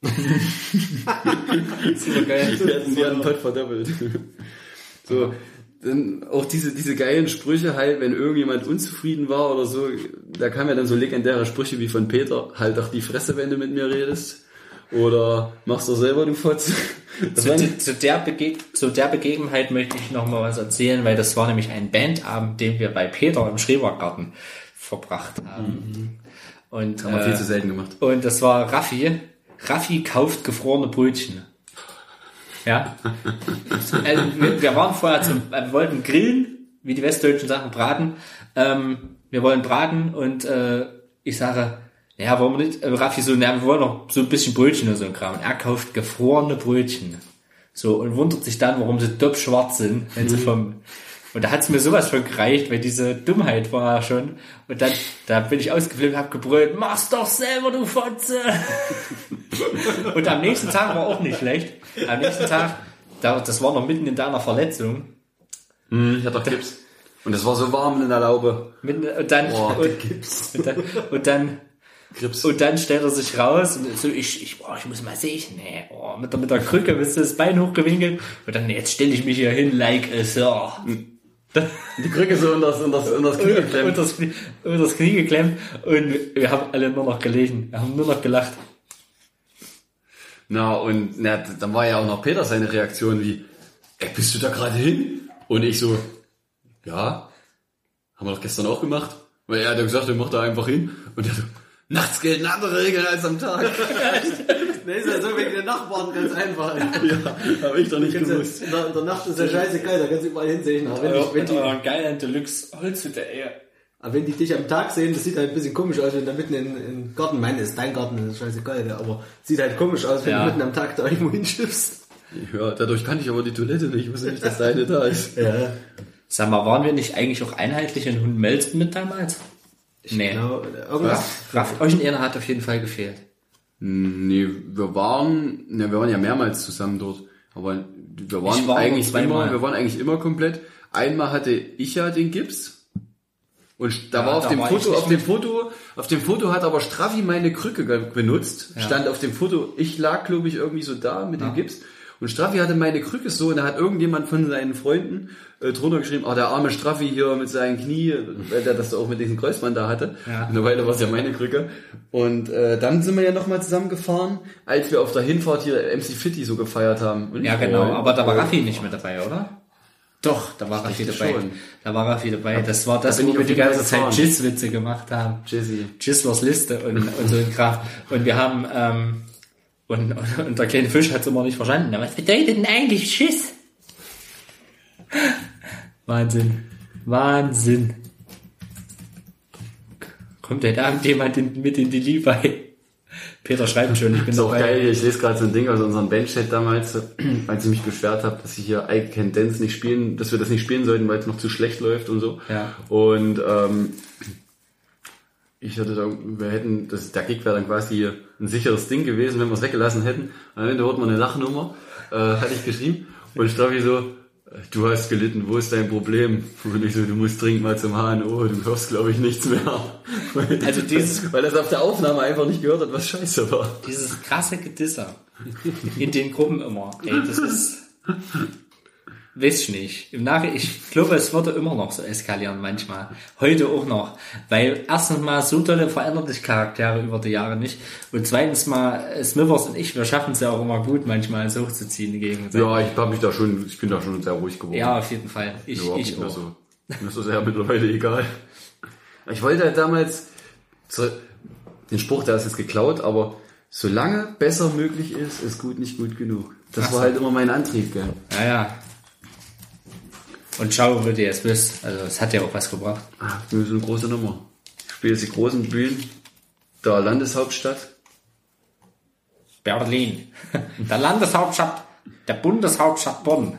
Super geil. Wir hatten die einen Pott verdoppelt. So, dann auch diese, diese geilen Sprüche halt, wenn irgendjemand unzufrieden war oder so, da kamen ja dann so legendäre Sprüche wie von Peter, halt doch die Fresse, wenn du mit mir redest. Oder machst du selber, du Fotz. Das Zu, waren, zu, zu, der Bege zu der Begebenheit möchte ich noch mal was erzählen, weil das war nämlich ein Bandabend, den wir bei Peter im Schrebergarten verbracht haben. Und, haben wir äh, viel zu selten gemacht. und das war Raffi. Raffi kauft gefrorene Brötchen. Ja. Also wir, wir waren vorher zum, äh, wir wollten grillen, wie die Westdeutschen sagen, braten. Ähm, wir wollen braten und äh, ich sage, ja, warum nicht? Äh, Raffi so, na, wir wollen noch so ein bisschen Brötchen und so ein Kram. Und er kauft gefrorene Brötchen. So, und wundert sich dann, warum sie doppschwarz sind, wenn sie vom, und da hat's mir sowas von gereicht, weil diese Dummheit war ja schon. Und dann, da bin ich ausgeflippt, hab gebrüllt, mach's doch selber, du Fotze! Und am nächsten Tag war auch nicht schlecht. Am nächsten Tag, da, das war noch mitten in deiner Verletzung. Ich hatte doch Gips. Und es war so warm in der Laube. Mitten, und dann, Boah, und, und dann, und dann, Grips. und dann stellt er sich raus und so, ich, ich, boah, ich muss mal sehen, nee, oh, mit der, mit der Krücke bist du das Bein hochgewinkelt. Und dann, jetzt stelle ich mich hier hin, like a Sir. Die Krücke so in das, in das, in das Knie Unter geklemmt. das Knie, unter das Knie geklemmt und wir haben alle nur noch gelegen. Wir haben nur noch gelacht. Na, und na, dann war ja auch noch Peter seine Reaktion wie, ey, bist du da gerade hin? Und ich so, ja, haben wir doch gestern auch gemacht. Weil er hat ja gesagt, er macht da einfach hin. Und er so, nachts gelten andere Regeln als am Tag. Ne, ist ja so wegen den Nachbarn ganz einfach. Ja, habe ich doch nicht In gewusst. der, in der Nacht ist ja scheißegal, da kannst du überall hinsehen. Aber wenn, die, wenn, die, Oh, geil, ein Deluxe Holzhütte, ey. aber wenn die dich am Tag sehen, das sieht halt ein bisschen komisch aus, wenn du mitten in, in den Garten, mein, das ist dein Garten, das ist scheißegal, ja, aber sieht halt komisch aus, wenn Ja. du mitten am Tag da irgendwo hinschiffst. Ja, dadurch kann ich aber die Toilette nicht. Ich wusste nicht, dass deine da ist. Ja. Sag mal, waren wir nicht eigentlich auch einheitlich in Hundmelz mit damals? Nee. Genau, irgendwas. Raff, euch in Ehre hat auf jeden Fall gefehlt. Nee, wir waren, ne, wir waren ja mehrmals zusammen dort. Aber wir waren Ich war eigentlich nur zweimal. immer, wir waren eigentlich immer komplett. Einmal hatte ich ja den Gips. Und da Ja, war auf da dem war ich Foto, nicht auf dem Foto, auf dem Foto hat aber Straffi meine Krücke ge- benutzt. Ja. Stand auf dem Foto, ich lag, glaube ich, irgendwie so da mit dem Gips. Und Straffi hatte meine Krücke so, und da hat irgendjemand von seinen Freunden äh, drunter geschrieben, ah, der arme Straffi hier mit seinen Knie, weil der das auch mit diesem Kreuzband da hatte. Ja. Eine Weile war es ja meine Krücke. Und äh, dann sind wir ja nochmal zusammengefahren, als wir auf der Hinfahrt hier M C Fitty so gefeiert haben. Und Ja, genau, aber da war Raffi nicht mit dabei, oder? Doch, da war Raffi dabei. schon. Da war Raffi dabei. Das war das, Da bin wo ich wir auf die jeden Fall ganze Zeit gefahren. Jizz-Witze gemacht haben. Jizzy. Jizzlers Liste und, und so ein Kram. Und wir haben, ähm, und, und, und der kleine Fisch hat es immer nicht verstanden. Na, was bedeutet denn eigentlich Schiss? Wahnsinn. Wahnsinn. Kommt heute Abend jemand in, mit in die Levi? Peter schreibt schon, ich bin Ist auch dabei. geil, ich lese gerade so ein Ding aus unserem Bandchat damals, als ich mich beschwert habe, dass ich hier I Can Dance nicht spielen, dass wir das nicht spielen sollten, weil es noch zu schlecht läuft und so. Ja. Und ähm, ich hatte da, wir hätten, das, der Gig wäre dann quasi ein sicheres Ding gewesen, wenn wir es weggelassen hätten. Und am Ende wurde man eine Lachnummer, äh, hatte ich geschrieben. Und ich glaube so, du hast gelitten, wo ist dein Problem? Und ich so, du musst dringend mal zum H N O, du hörst glaube ich nichts mehr. Weil, Also dieses- weil das auf der Aufnahme einfach nicht gehört hat, was scheiße war. Dieses krasse Gedisser in den Gruppen immer. Ey, das ist... Weiß ich nicht. Im Nachhinein, ich glaube, es würde immer noch so eskalieren manchmal. Heute auch noch. Weil erstens mal so tolle verändern sich Charaktere über die Jahre nicht. Und zweitens mal, Smithers und ich, wir schaffen es ja auch immer gut, manchmal so hochzuziehen gegen. Ja, ich hab mich da schon, ich bin da schon sehr ruhig geworden. Ja, auf jeden Fall. Ich, Überhaupt ich nicht mehr auch. so. Mir ist das ja mittlerweile egal. Ich wollte halt damals, zu, den Spruch, der ist jetzt geklaut, aber solange besser möglich ist, ist gut nicht gut genug. Das Ach war so. halt immer mein Antrieb, gell. Ja, ja. Und schau, wo du jetzt bist. Also, es hat ja auch was gebracht. Ah, das ist eine große Nummer. Ich spiele jetzt die großen Bühnen der Landeshauptstadt. Berlin. Der Landeshauptstadt, der Bundeshauptstadt Bonn.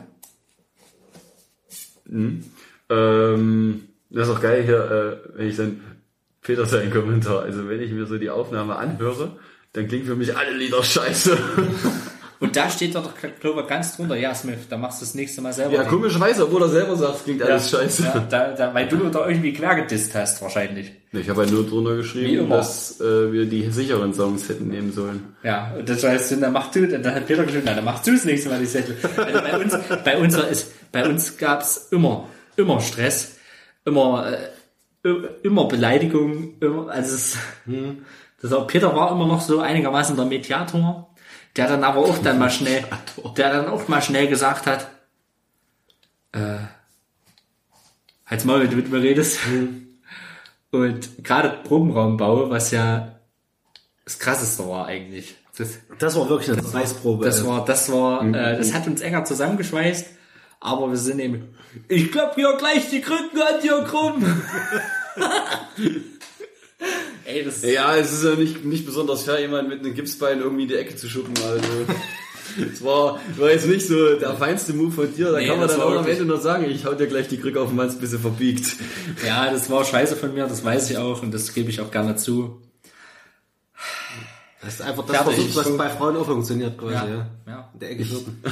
Ähm, das ist auch geil hier, äh, wenn ich dann Peter seinen Kommentar, also wenn ich mir so die Aufnahme anhöre, dann klingen für mich alle Lieder scheiße. Und da steht doch, glaube ich, ganz drunter, ja, Smith, da machst du das nächste Mal selber. Ja, komischerweise, obwohl er selber sagt, klingt alles scheiße. Ja, da, da, weil du da irgendwie quer gedisst hast, wahrscheinlich. Ich habe halt nur drunter Wie geschrieben, immer. dass äh, wir die sicheren Songs hätten nehmen sollen. Ja, und das heißt, dann mach du, dann hat Peter geschrieben, na, dann machst du das nächste Mal die Sättel. Also bei uns, bei uns ist, bei uns gab's immer, immer Stress, immer, äh, immer Beleidigung, immer, also es, das auch, Peter war immer noch so einigermaßen der Mediator, der dann aber auch dann mal schnell, der dann auch mal schnell gesagt hat, äh, halt's mal, wenn du mit mir redest. Und gerade Probenraumbau, was ja das Krasseste war eigentlich. Das, Das war wirklich eine Preisprobe. das war, das war, äh, das hat uns enger zusammengeschweißt, aber wir sind eben, ich klapp hier gleich die Krücken an dir krumm. Ey, das Ja, es ist ja nicht, nicht besonders fair, jemanden mit einem Gipsbein irgendwie in die Ecke zu schuppen. Also, es war, war jetzt nicht so der feinste Move von dir. Da Nee, kann man das dann war auch am wirklich- Ende noch sagen, ich hau dir gleich die Krücke auf den Mann, bis sie verbiegt. ja, das war scheiße von mir, das weiß ich auch und das gebe ich auch gerne zu. Das ist einfach das Fertig. Versuch, was bei Frauen auch funktioniert quasi, Ja. ja. Ja. In der Ecke schlucken.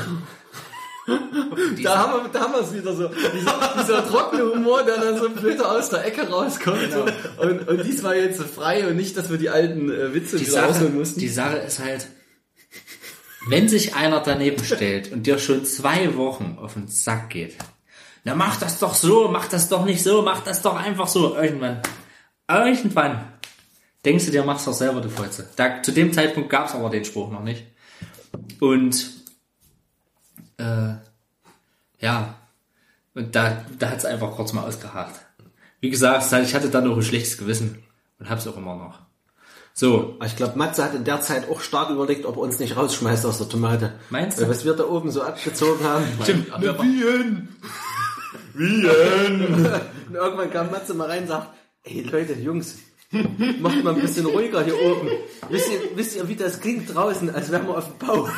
Da haben wir, da haben wir es wieder so. Dieser, dieser trockene Humor, der dann so blöd aus der Ecke rauskommt. Genau. So. Und, und diesmal jetzt so frei und nicht, dass wir die alten äh, Witze Die wieder Sache, rausholen mussten. die Sache ist halt, wenn sich einer daneben stellt und dir schon zwei Wochen auf den Sack geht, na mach das doch so, mach das doch nicht so, mach das doch einfach so. Irgendwann, irgendwann denkst du dir, machst doch selber, du Fotze. Da, zu dem Zeitpunkt gab es aber den Spruch noch nicht. Und äh, ja, und da, da hat es einfach kurz mal ausgehakt. Wie gesagt, ich hatte dann noch ein schlechtes Gewissen und hab's auch immer noch. So, Aber ich glaube, Matze hat in der Zeit auch stark überlegt, ob er uns nicht rausschmeißt aus der Tomate. Meinst du? Weil was wir da oben so abgezogen haben. stimmt. Wien! Wien! Und irgendwann kam Matze mal rein und sagt, ey Leute, Jungs, macht mal ein bisschen ruhiger hier oben. Wisst ihr, wisst ihr, wie das klingt draußen, als wären wir auf dem Bau?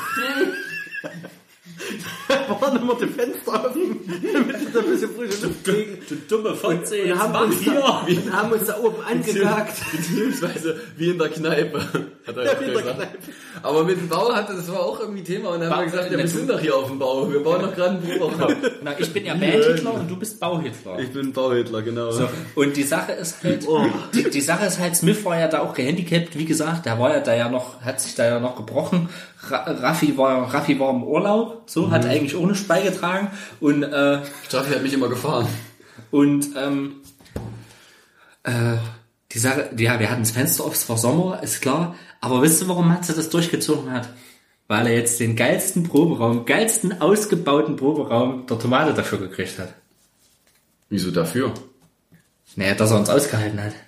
Da waren immer die Fenster offen, damit wir da ein bisschen frische Luft kriegen. Du dumme Fotze, Wir haben, uns da, wir haben uns da oben angekackt. Beziehungsweise wie in der Kneipe. Hat er auch gesagt. Aber mit dem Bau hatte, das war auch irgendwie Thema und dann haben wir gesagt, ja, wir sind doch hier auf dem Bau, wir bauen doch gerade einen Proberaum. Na, ich bin ja Band-Hitler und du bist Bauhitler. Ich bin Bauhitler, genau. So, und die Sache ist halt, die, die Sache ist halt, Smith war ja da auch gehandicapt, wie gesagt, der war ja da ja noch, hat sich da ja noch gebrochen. Ra- Raffi war, Raffi war im Urlaub, so, mhm. hat eigentlich auch nichts beigetragen und, äh, Raffi hat mich immer gefahren. Und, ähm, äh, die Sache, ja, wir hatten das Fenster auf, es war Sommer, ist klar. Aber wisst ihr, warum Matze das durchgezogen hat? Weil er jetzt den geilsten Proberaum, geilsten ausgebauten Proberaum der Tomate dafür gekriegt hat. Wieso dafür? Naja, dass er uns ausgehalten hat.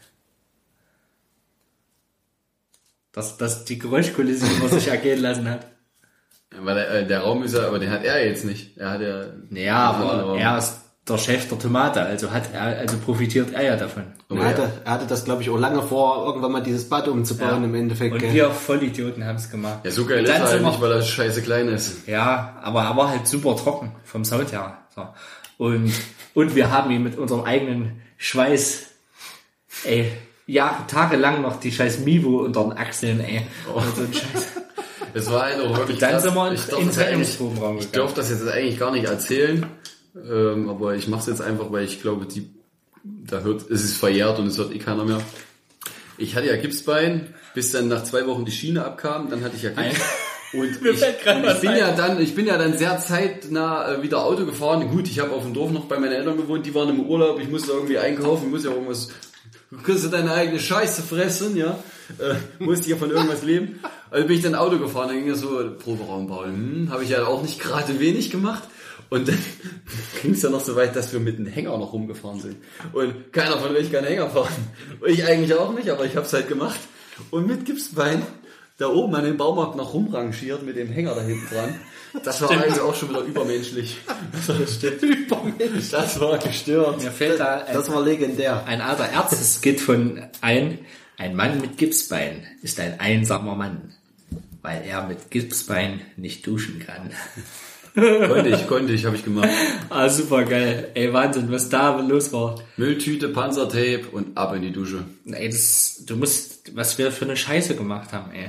Dass, dass die Geräuschkulisse über sich ergehen lassen hat. Ja, weil der, äh, der Raum ist ja, aber den hat er jetzt nicht. Er hat ja... Naja, aber er ist der Chef der Tomate, also hat er, also profitiert er ja davon. Er hatte, er hatte das, glaube ich, auch lange vor, irgendwann mal dieses Bad umzubauen, ja. Im Endeffekt. Und gell? wir Vollidioten haben es gemacht. Ja, so geil ist er halt nicht, weil er scheiße klein ist. Ja, aber er war halt super trocken vom Sound her. So. Und, und wir haben ihm mit unserem eigenen Schweiß, ey, ja, tagelang noch die scheiß Mivo unter den Achseln, ey. Oh. Und so ein Scheiß. Es war halt auch wirklich dann krass. Sind wir ich darf in das, eigentlich, Raum ich darf das jetzt eigentlich gar nicht erzählen, ähm, aber ich mache es jetzt einfach, weil ich glaube, die, da hört, es ist verjährt und es hört eh keiner mehr. Ich hatte ja Gipsbein, bis dann nach zwei Wochen die Schiene abkam, dann hatte ich ja Gips. Und ich, und ich bin ja dann, ich bin ja dann sehr zeitnah wieder Auto gefahren. Gut, ich habe auf dem Dorf noch bei meinen Eltern gewohnt, die waren im Urlaub, ich musste irgendwie einkaufen, ich muss ja irgendwas, du kannst ja deine eigene Scheiße fressen, ja, äh, musste ja von irgendwas leben. Also bin ich dann Auto gefahren, dann ging ja so, Proberaum bauen, hm, habe ich ja auch nicht gerade wenig gemacht. Und dann ging es ja noch so weit, dass wir mit einem Hänger noch rumgefahren sind. Und keiner von euch kann Hänger fahren. Und ich eigentlich auch nicht, aber ich habe es halt gemacht. Und mit Gipsbein da oben an den Baumarkt noch rumrangiert mit dem Hänger da hinten dran. Das war eigentlich auch schon wieder übermenschlich. Das stimmt. Übermenschlich. Das war gestört. Mir fällt da ein, das war legendär. Ein alter Ärzte-Skit von ein, ein Mann mit Gipsbein ist ein einsamer Mann, weil er mit Gipsbein nicht duschen kann. Konnte ich, konnte ich, habe ich gemacht. Ah, super geil. Ey, Wahnsinn, was da los war. Mülltüte, Panzertape und ab in die Dusche. Ey, das, du musst, was wir für eine Scheiße gemacht haben, ey.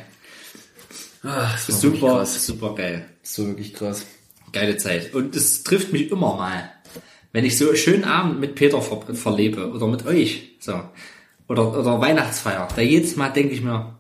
Ach, das war super, krass. super geil. Das war wirklich krass. Geile Zeit. Und es trifft mich immer mal. Wenn ich so einen schönen Abend mit Peter ver- verlebe oder mit euch, so. Oder, oder Weihnachtsfeier. Da jedes Mal denke ich mir,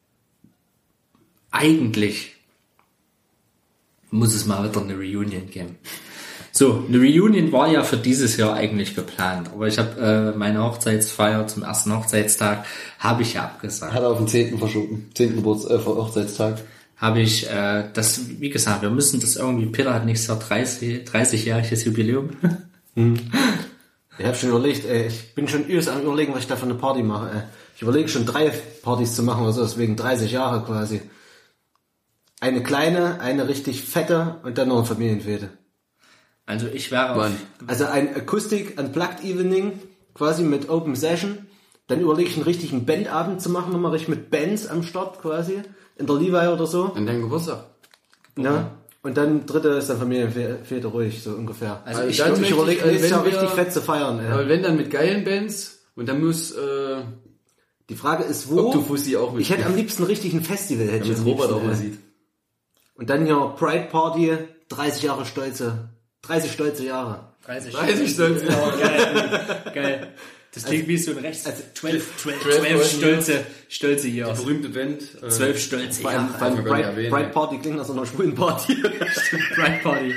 eigentlich muss es mal wieder eine Reunion geben. So, eine Reunion war ja für dieses Jahr eigentlich geplant, aber ich habe äh, meine Hochzeitsfeier zum ersten Hochzeitstag habe ich ja abgesagt. Hat er auf den zehnten verschoben, zehnten Geburts äh, Hochzeitstag. Habe ich äh, das, wie gesagt, wir müssen das irgendwie, Peter hat nächstes Jahr dreißig, dreißigjähriges Jubiläum. Hm. Ich habe schon überlegt, ey, ich bin schon übelst am überlegen, was ich da für eine Party mache. Ey. Ich überlege schon drei Partys zu machen oder so, deswegen dreißig Jahre quasi. Eine kleine, eine richtig fette und dann noch eine Familienfete. Also ich wäre auf, Also ein Akustik Unplugged Evening, quasi mit Open Session. Dann überlege ich einen richtigen Bandabend zu machen, nochmal richtig mit Bands am Start quasi. In der Levi oder so. An deinem Geburtstag. Ja. Und dann dritte ist dann Familienfete ruhig, so ungefähr. also, Also ich, dann Ich überlege, also nächstes Jahr wenn wir- richtig fett zu feiern. Ey. Aber wenn dann mit geilen Bands und dann muss äh, Die Frage ist, wo? Octopussy auch mit. Ich hätte am liebsten richtig ein Festival. Hätte ich damit am Robert liebsten, auch mal ey. sieht. Und dann hier Pride Party, dreißig Jahre stolze, dreißig stolze Jahre. dreißig, dreißig stolze Jahre. Geil, geil. Das klingt wie so ein Rechts, also zwölf, zwölf, zwölf zwölf Leute. stolze, stolze Die Jahre. berühmte Band. Äh, Zwölf stolze Vor allem, Jahre. vor allem Darf man gar nicht Pride, erwähnen, Pride ey. Party klingt nach so einer schwulen Party. Pride Party.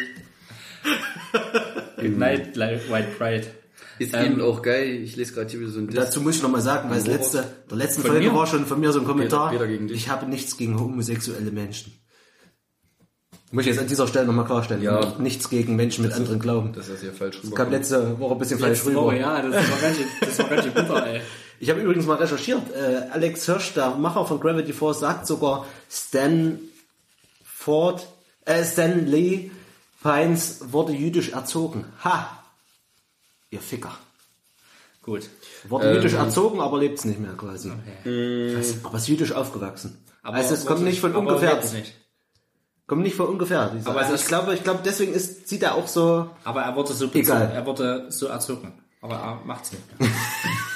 Good night, White Pride. Ist Ähm, eben auch geil. Ich lese gerade hier wieder so ein Diss. Dazu muss ich noch mal sagen, weil das Robert. letzte, der letzten Von Folge mir? war schon von mir so ein Kommentar. Peter- Peter gegen dich. Ich habe nichts gegen homosexuelle Menschen. Muss ich jetzt an dieser Stelle nochmal klarstellen. Ja. Und nichts gegen Menschen mit anderen Glauben. Das ist ja falsch rüber. Kam letzte Woche ein bisschen falsch Letzte rüber. Woche, ja, das war ganz schön, das war ganz schön bitter, ey. Ich habe übrigens mal recherchiert. Äh, Alex Hirsch, der Macher von Gravity Force, sagt sogar, Stan Ford, äh, Stan Lee Pines wurde jüdisch erzogen. Ha! Ihr Ficker. Gut. Wurde Ähm. jüdisch erzogen, aber lebt's nicht mehr quasi. Okay. Krass. Aber ist jüdisch aufgewachsen. Aber also es kommt wirklich, nicht von aber ungefähr. lebt's nicht. Kommt nicht von ungefähr. Diese. Aber Also das- ich glaube, ich glaube, deswegen ist, sieht er auch so. Aber er wurde so Egal. er wurde so erzogen. Aber er macht's nicht mehr.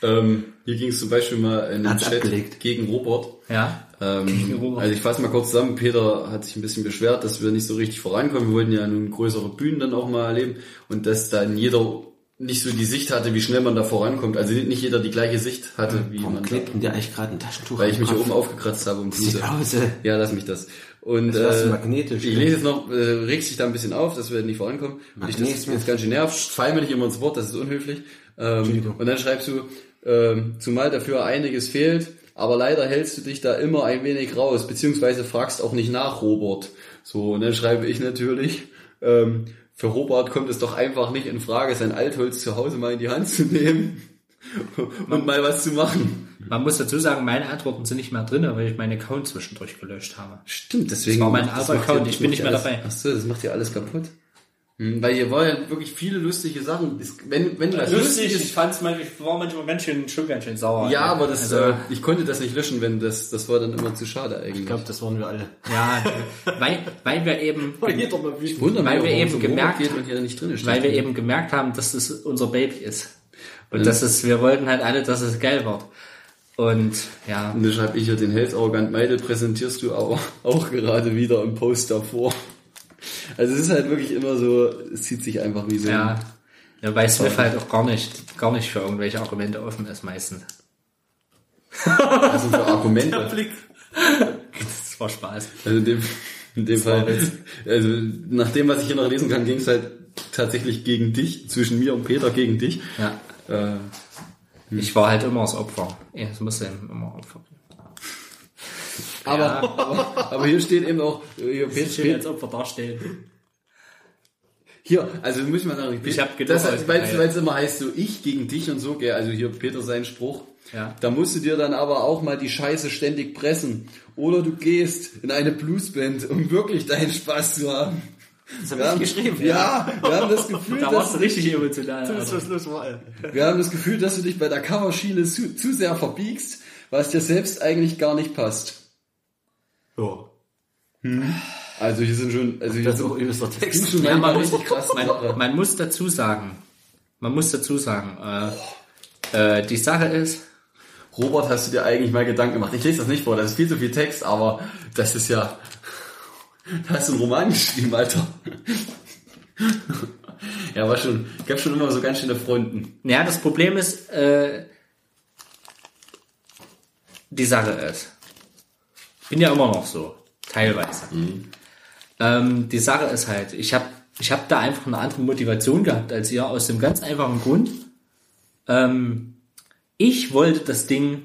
Ähm, hier ging es zum Beispiel mal in einem Hat's Chat abgelegt. gegen Robert. Ja. Ähm, also ich fasse mal kurz zusammen. Peter hat sich ein bisschen beschwert, dass wir nicht so richtig vorankommen. Wir wollten ja nun größere Bühnen dann auch mal erleben und dass dann jeder nicht so die Sicht hatte, wie schnell man da vorankommt. Also nicht jeder die gleiche Sicht hatte, wie Warum man da, klebt denn dir eigentlich gerade ein Taschentuch? weil ich mich am hier oben Kopf? aufgekratzt habe und Sieht Bluse. aus, ey. Ja, lass mich das. Und Das wär's äh, magnetisch, ich ne? lese jetzt noch, äh, regt sich da ein bisschen auf, dass wir nicht vorankommen. Und ich, das ist mir jetzt ganz schön nervt. Fall mir nicht immer ins Wort, das ist unhöflich. Ähm, und dann schreibst du, ähm, zumal dafür einiges fehlt, aber leider hältst du dich da immer ein wenig raus, beziehungsweise fragst auch nicht nach, Robert. So, und dann schreibe ich natürlich, ähm, für Robert kommt es doch einfach nicht in Frage, sein Altholz zu Hause mal in die Hand zu nehmen und mal was zu machen. Man muss dazu sagen, meine Antworten sind nicht mehr drin, weil ich meinen Account zwischendurch gelöscht habe. Stimmt, deswegen. Das war mein das alter macht Account, ja- ich bin macht nicht ja mehr alles, dabei. Ach so, das macht ja alles kaputt. Hm, weil hier war ja wirklich viele lustige Sachen. Es- Wenn, wenn was lustig ist, fand's manchmal, ich war manchmal ganz schön, schon ganz schön sauer. ja, aber das, Also, äh, ich konnte das nicht löschen, wenn das, das war dann immer zu schade eigentlich. Ich glaube, das waren wir alle. ja, weil, weil wir eben, Jeder mal Ich wundere mich, weil wir warum eben so gemerkt- Robert geht und hier nicht drin steht. weil wir eben gemerkt haben, dass es unser Baby ist. Und das ist, wir wollten halt alle, dass es geil wird. Und, ja. Und dann schreibe ich hier, den Hells Arrogant Meidel präsentierst du aber auch gerade wieder im Post davor. Also es ist halt wirklich immer so, es zieht sich einfach wie so. Ja. Ja, weil Smith halt auch gar nicht, gar nicht für irgendwelche Argumente offen ist meistens. Also für Argumente. Das war Spaß. Also in dem, in dem Fall, also nach dem, was ich hier noch lesen kann, ging es halt tatsächlich gegen dich, zwischen mir und Peter gegen dich. Ja. Äh, Ich war halt immer das Opfer. Ja, es muss eben immer Opfer. aber, aber, aber hier steht eben auch, hier, Peter, Schön als Opfer dastehen. hier, also müssen wir sagen, Ich hab genug das, weil ausgeteilt. es immer heißt, so ich gegen dich und so, gell, also hier Peter sein Spruch. Ja. Da musst du dir dann aber auch mal die Scheiße ständig pressen. Oder du gehst in eine Bluesband, um wirklich deinen Spaß zu haben. Das habe ich geschrieben. Ja, wir haben das Gefühl, Da dass warst du richtig emotional. Das ist Alter. was los war, ey. Wir haben das Gefühl, dass du dich bei der Coverschiene zu, zu sehr verbiegst, was dir selbst eigentlich gar nicht passt. Ja. Also hier sind schon, also hier Das ist sind, auch übelster sind Text. schon Ja, manchmal man, muss, richtig krass. man, man muss dazu sagen, man muss dazu sagen, äh, äh, die Sache ist, Robert, hast du dir eigentlich mal Gedanken gemacht? Ich lese das nicht vor, das ist viel zu viel Text, aber das ist ja, da hast du einen Roman geschrieben, Alter. Ja, war schon, gab schon immer so ganz schöne Fronten. ja, das Problem ist, äh, die Sache ist, ich bin ja immer noch so, teilweise. Ähm, die Sache ist halt, ich habe ich hab da einfach eine andere Motivation gehabt als ihr, aus dem ganz einfachen Grund, ähm, ich wollte das Ding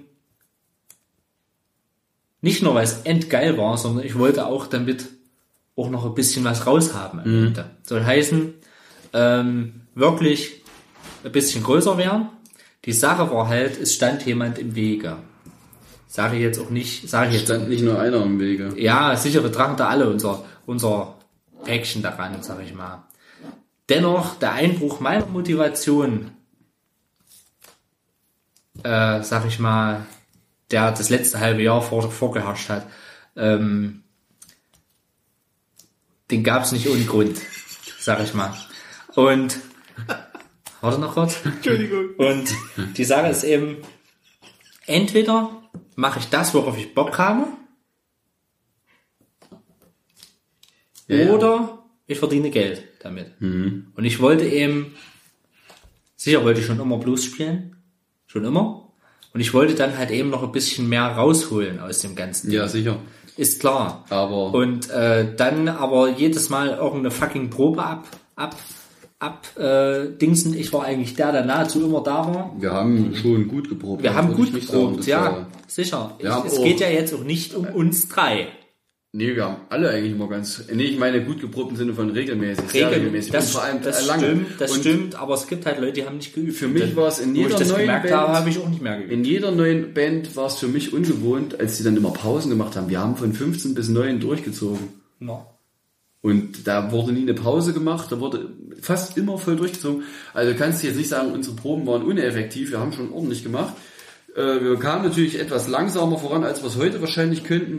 nicht nur, weil es endgeil war, sondern ich wollte auch damit auch noch ein bisschen was raushaben am Ende. Soll heißen, ähm, wirklich ein bisschen größer werden. Die Sache war halt, es stand jemand im Wege. Sage ich jetzt auch nicht, sage ich jetzt Stand nicht nur einer im Wege. ja, sicher, wir tragen da alle unser, unser Päckchen daran, sag ich mal. Dennoch, der Einbruch meiner Motivation, äh, sag ich mal, der das letzte halbe Jahr vor, vorgeherrscht hat, ähm, den gab es nicht ohne Grund, sag ich mal. Und, warte noch kurz. Entschuldigung. Und die Sache ist eben, entweder mache ich das, worauf ich Bock habe, Ja, ja. oder ich verdiene Geld damit. Und ich wollte eben, sicher wollte ich schon immer Blues spielen, schon immer. Und ich wollte dann halt eben noch ein bisschen mehr rausholen aus dem Ganzen. Ja, sicher. Ist klar. Aber Und äh, dann aber jedes Mal irgendeine fucking Probe ab, ab, ab, äh, Dingsen. Ich war eigentlich der, der nahezu immer da war. wir haben schon gut geprobt. Wir das haben würde gut ich nicht sagen. geprobt, Das ja, war- sicher. Ich, Wir haben es auch- geht ja jetzt auch nicht um uns drei. Nee, wir haben alle eigentlich immer ganz, nee, ich meine gut geprobt im Sinne von regelmäßig, sehr Regeln, regelmäßig das, und vor allem das äh, lange. stimmt, das und stimmt, aber es gibt halt Leute, die haben nicht geübt. Für mich Und war es in wo jeder ich das neuen gemerkt Band, habe, habe ich auch nicht mehr geübt. in jeder neuen Band war es für mich ungewohnt, als die dann immer Pausen gemacht haben. Wir haben von fünfzehn bis neun durchgezogen. Ja. Und da wurde nie eine Pause gemacht, da wurde fast immer voll durchgezogen. Also kannst du jetzt nicht sagen, unsere Proben waren ineffektiv, wir haben schon ordentlich gemacht. Äh, Wir kamen natürlich etwas langsamer voran, als wir es heute wahrscheinlich könnten, weil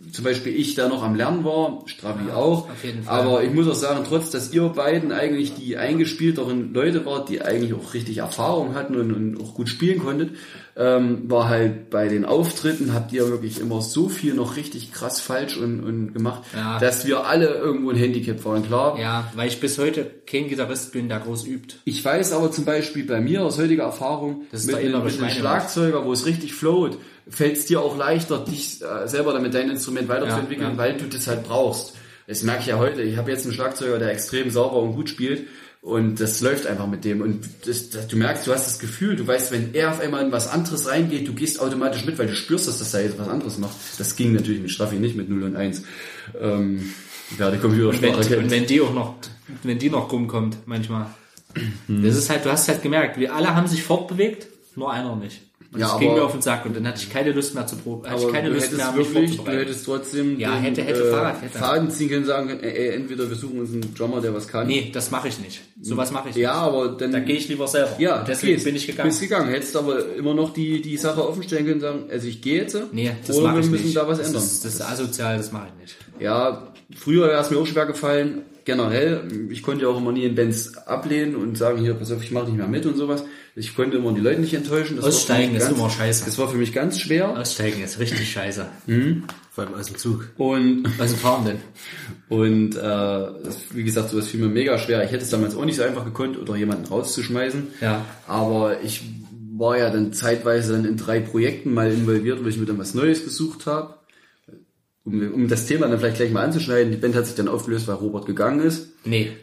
zum Beispiel ich da noch am Lernen war, Strabi Ja, auch. auf jeden Fall. Aber ich muss auch sagen, trotz, dass ihr beiden eigentlich die eingespielteren Leute wart, die eigentlich auch richtig Erfahrung hatten und, und auch gut spielen konntet, ähm, war halt bei den Auftritten, habt ihr wirklich immer so viel noch richtig krass falsch und, und gemacht, Ja. dass wir alle irgendwo ein Handicap waren, klar. Ja, weil ich bis heute kein Gitarrist bin, der groß übt. Ich weiß aber zum Beispiel bei mir aus heutiger Erfahrung, Das ist mit, der einem, innere mit einem Schweinehund. Schlagzeuger, wo es richtig float, fällt es dir auch leichter, dich äh, selber damit dein Instrument weiterzuentwickeln, Ja, ja. weil du das halt brauchst. Das merke ich ja heute. Ich habe jetzt einen Schlagzeuger, der extrem sauber und gut spielt und das läuft einfach mit dem. Und das, das, du merkst, du hast das Gefühl, du weißt, wenn er auf einmal in was anderes reingeht, du gehst automatisch mit, weil du spürst, dass das da jetzt was anderes macht. Das ging natürlich mit Straffi nicht, mit null und eins. Ähm, wer die Und wenn, Computersprache kennt. und wenn die auch noch, wenn die noch rumkommt, manchmal. Das ist halt, du hast halt gemerkt, wir alle haben sich fortbewegt, nur einer nicht. Und Ja, das ging aber- mir auf den Sack und dann hatte ich keine Lust mehr zu proben. Hatte ich Aber keine du Lust hättest mehr, mich wirklich, du vorzubereiten. hättest trotzdem Ja, den, hätte, hätte, äh, Fahrrad, hätte. Faden ziehen können, sagen können, ey, ey, entweder wir suchen uns einen Drummer, der was kann. Nee, das mache ich nicht. Sowas mache ich Ja, nicht. aber dann... Da gehe ich lieber selber. Ja, Und deswegen gehst. bin ich gegangen. Bist gegangen. Hättest aber immer noch die, die Sache offen stellen können und sagen, also ich gehe jetzt. Nee, das oder mache wir ich müssen nicht. da was das ändern. Ist, das ist asozial, das mache ich nicht. Ja, früher wäre es mir auch schwer gefallen, generell. Ich konnte ja auch immer nie in Bands ablehnen und sagen, hier, pass auf, ich mache nicht mehr mit und sowas. Ich konnte immer die Leute nicht enttäuschen. Das Aussteigen war für mich ist ganz, immer scheiße. Das war für mich ganz schwer. Aussteigen ist richtig scheiße. Vor allem aus dem Zug. Und Was ist Fahren denn? Und äh, das, wie gesagt, sowas fiel mir mega schwer. Ich hätte es damals auch nicht so einfach gekonnt, oder jemanden rauszuschmeißen. Ja. Aber ich war ja dann zeitweise dann in drei Projekten mal involviert, wo ich mir dann was Neues gesucht habe. Um, um das Thema dann vielleicht gleich mal anzuschneiden. Die Band hat sich dann aufgelöst, weil Robert gegangen ist. Nee.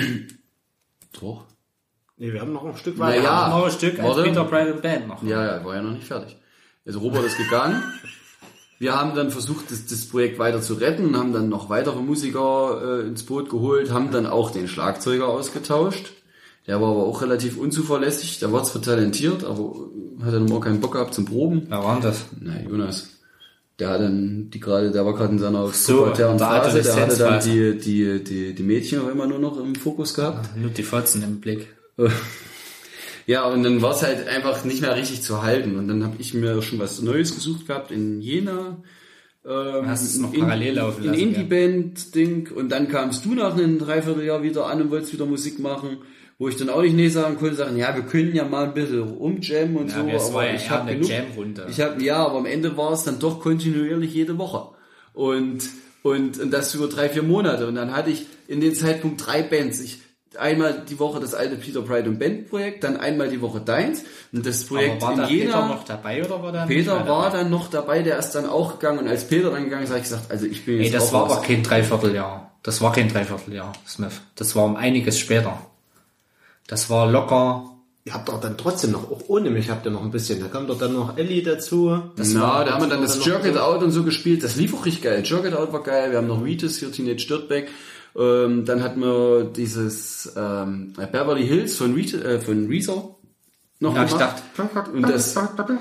Doch. Nee, wir haben noch ein Stück Na weiter. ja. Noch ein Stück als Warte. Peter Private Band noch. Ja, ja, war ja noch nicht fertig. Also Robert ist gegangen. Wir haben dann versucht, das, das Projekt weiter zu retten, haben dann noch weitere Musiker äh, ins Boot geholt, haben dann auch den Schlagzeuger ausgetauscht. Der war aber auch relativ unzuverlässig. Der war zwar talentiert, aber hat dann auch keinen Bock gehabt zum Proben. Wer war denn das? Na, Jonas. Der hat dann die gerade, der war gerade in seiner So, pubertären der Phase, der hatte dann Adoleszenzphase. die, die, die, die Mädchen auch immer nur noch im Fokus gehabt. Nur die Fotzen im Blick. Ja, und dann war es halt einfach nicht mehr richtig zu halten. Und dann habe ich mir schon was Neues gesucht gehabt in Jena. Ähm, Hast es noch in- parallel laufen in lassen, Indie-Band-Ding. Und dann kamst du nach einem Dreivierteljahr wieder an und wolltest wieder Musik machen, wo ich dann auch nicht nee sagen konnte, sagen, ja, wir können ja mal ein bisschen rumjammen und Ja, so. aber es war ja ich eher habe eine genug. Jam-Runde. Ich habe ja, aber am Ende war es dann doch kontinuierlich jede Woche. Und, und, und das über drei, vier Monate. Und dann hatte ich in dem Zeitpunkt drei Bands. Ich, einmal die Woche das alte Peter Pride und Band Projekt, dann einmal die Woche deins. Und das Projekt Aber war da in Jena. Peter noch dabei oder war da nicht Peter mehr war dabei? dann noch dabei, der ist dann auch gegangen. Und als Peter dann gegangen ist, habe ich gesagt, also ich bin jetzt Ey, das auch war raus. aber kein Dreivierteljahr. Das war kein Dreivierteljahr, Smith. Das war um einiges später. Das war locker. Ihr habt doch dann trotzdem noch, auch ohne mich habt ihr noch ein bisschen. Da kam doch dann noch Ellie dazu. Das Na, da haben wir dann das noch Jerk It so- Out und so gespielt. Das lief auch richtig geil. Jerk It Out war geil. Wir haben noch Wheatus hier, Teenage Dirtbag. Ähm, dann hatten wir dieses ähm, Beverly Hills von, Rita, äh, von Reezer noch Ja, ich gemacht. dachte, Und das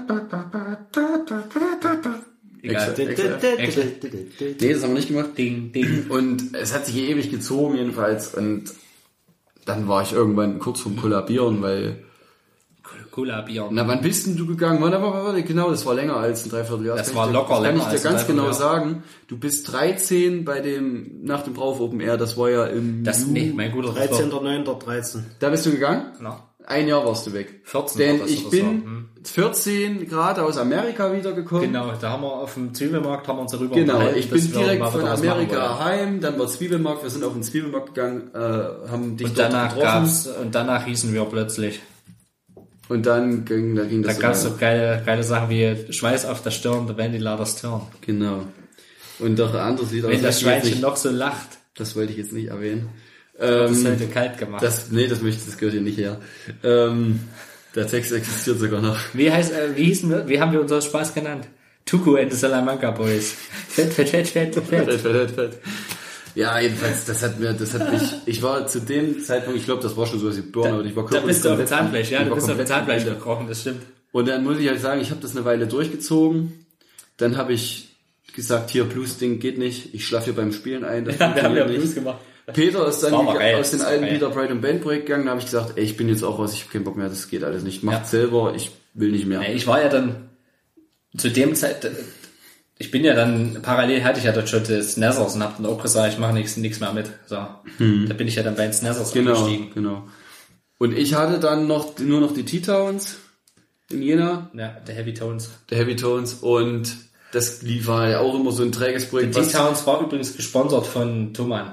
egal. Extra, extra. Nee, das haben wir nicht gemacht. Ding, ding. Und es hat sich ewig gezogen jedenfalls. Und dann war ich irgendwann kurz vorm Kollabieren, weil... Cola Bier. Na, wann bist denn du gegangen? Warte, warte, warte, genau, das war länger als ein Dreivierteljahr. Das kann war ich dir- locker das kann länger ich dir als ein ganz genau Dreivierteljahr. sagen. Du bist dreizehn bei dem, nach dem Brauf Open Air, das war ja im Das, Juni. nee, mein guter das war dreizehnter neunter dreizehn. Da bist du gegangen? Genau. Ein Jahr warst du weg. vierzehn Denn war das ich oder bin so. Hm. vierzehn gerade aus Amerika wiedergekommen. Genau, da haben wir auf dem Zwiebelmarkt haben wir uns darüber Genau, unterhalten, ich dass bin wir direkt mal von wieder was machen Amerika wollen. heim, dann war Zwiebelmarkt, wir sind auf den Zwiebelmarkt gegangen, äh, haben dich Und dort danach getroffen. gab's, und danach hießen wir plötzlich. Und dann ging, da ging Da das gab's so so geile, geile Sachen wie Schweiß auf der Stirn, der Ventilators Turn. Genau. Und doch ein anderes Lied, aber Wenn das sag ich jetzt Schweinchen nicht. noch so lacht, Das wollte ich jetzt nicht erwähnen. das ist Ähm, heute kalt gemacht. das, nee, das möchte, das gehört hier nicht her. Ähm, der Text existiert sogar noch. Wie heißt, äh, wie hießen wir, wie haben wir unseren Spaß genannt? Tuku and the Salamanca Boys. Fett, fett, fett, fett, fett. Fett, fett, fett. Ja, jedenfalls, das hat mir, das hat mich, ich war zu dem Zeitpunkt, ich glaube, das war schon so wie Burnout. Ich war Da bist du auf dem komplett- Zahnfleisch, ja, ich du war bist auf dem komplett Zahnfleisch am Ende. gekrochen, das stimmt. Und dann muss ich halt sagen, ich habe das eine Weile durchgezogen. Dann habe ich gesagt, hier, Blues-Ding geht nicht. Ich schlafe hier beim Spielen ein. Das Ja, wir haben ja funktioniert Blues nicht. gemacht. Peter ist dann Das war aber geil, aus den das war alten geil. Peter Pride und Band Projekt gegangen. Da habe ich gesagt, ey, ich bin jetzt auch raus, ich habe keinen Bock mehr, das geht alles nicht. Macht Ja. selber, ich will nicht mehr. Ja, ich war ja dann zu dem Zeit, ich bin ja dann, parallel hatte ich ja dort schon das Snazzers und hab dann auch gesagt, ich mache nichts nichts mehr mit. So. Hm. Da bin ich ja dann bei den Snazzers genau, eingestiegen. Genau. Und ich hatte dann noch nur noch die T-Towns in Jena. Ja, der Heavy Tones. Der Heavy Tones und das lief war ja auch immer so ein träges Projekt. Die T-Towns war übrigens gesponsert von Thomann.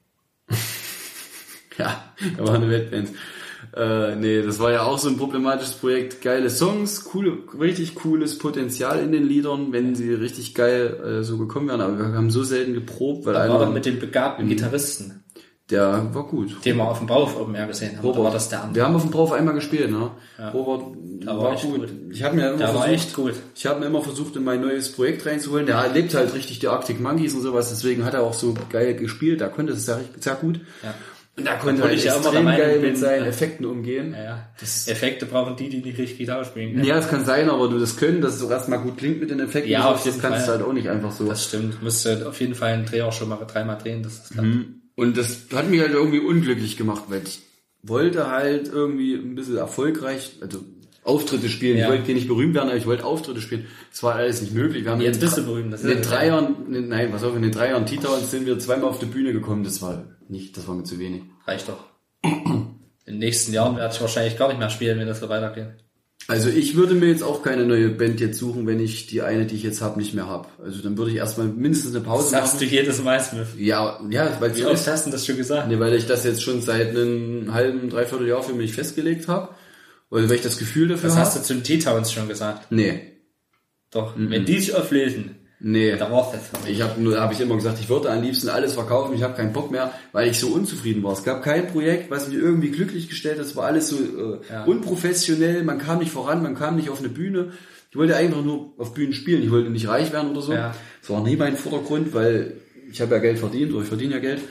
Ja, da war eine Wettband. Äh, nee, das war ja auch so ein problematisches Projekt. Geile Songs, coole, richtig cooles Potenzial in den Liedern, wenn sie richtig geil äh, so gekommen wären. Aber wir haben so selten geprobt, weil da einer... war dann mit dem begabten Gitarristen. Der war gut. Den wir auf dem Bauch Open Air gesehen haben. Robert. Oder war das der andere? Wir haben auf dem Bauch einmal gespielt, ne? Ja. Robert der war, war echt gut. gut. Ich habe mir immer der versucht, war echt gut. Ich habe mir immer versucht, in mein neues Projekt reinzuholen. Der lebt halt richtig die Arctic Monkeys und sowas, deswegen hat er auch so geil gespielt. Da konnte es sehr, sehr gut. Ja. Und da konnte Obwohl er ich ja extrem immer der Meinung geil bin, mit seinen ja. Effekten umgehen. Ja, ja. Effekte brauchen die, die nicht richtig Gitarre spielen können. Ja, das kann sein, aber du das können, dass es auch erstmal gut klingt mit den Effekten. Ja, so, auf jeden das kannst Fall. du halt auch nicht einfach so. Das stimmt. Du musst halt auf jeden Fall einen Dreh auch schon mal dreimal drehen, das ist klar. Mhm. Und das hat mich halt irgendwie unglücklich gemacht, weil ich wollte halt irgendwie ein bisschen erfolgreich, also Auftritte spielen. Ja. Ich wollte nicht berühmt werden, aber ich wollte Auftritte spielen. Das war alles nicht möglich. Wir haben Jetzt in bist den, du berühmt. Das in den ist drei Jahren, nein, was auch in den drei Jahren T-Towns sind wir zweimal auf die Bühne gekommen. Das war nicht, das war mir zu wenig. Reicht doch. In den nächsten Jahren werde ich wahrscheinlich gar nicht mehr spielen, wenn das so weitergeht. Also ich würde mir jetzt auch keine neue Band jetzt suchen, wenn ich die eine, die ich jetzt habe, nicht mehr habe. Also dann würde ich erstmal mindestens eine Pause Das machen. sagst du jedes Mal, Smith. Ja, ja, weil Wie es oft ist. hast du das schon gesagt? Nee, weil ich das jetzt schon seit einem halben, dreiviertel Jahr für mich festgelegt habe. Oder weil ich das Gefühl dafür Das habe. hast du zu den T-Towns schon gesagt. Nee. Doch, wenn die sich auflösen, Nee. da war's das für mich. Ich habe nur, habe ich immer gesagt, ich würde am liebsten alles verkaufen, ich habe keinen Bock mehr, weil ich so unzufrieden war. Es gab kein Projekt, was mich irgendwie glücklich gestellt hat. Es war alles so äh, Ja. unprofessionell, man kam nicht voran, man kam nicht auf eine Bühne. Ich wollte einfach nur auf Bühnen spielen, ich wollte nicht reich werden oder so. Ja. Das war nie mein Vordergrund, weil ich habe ja Geld verdient oder ich verdiene ja Geld.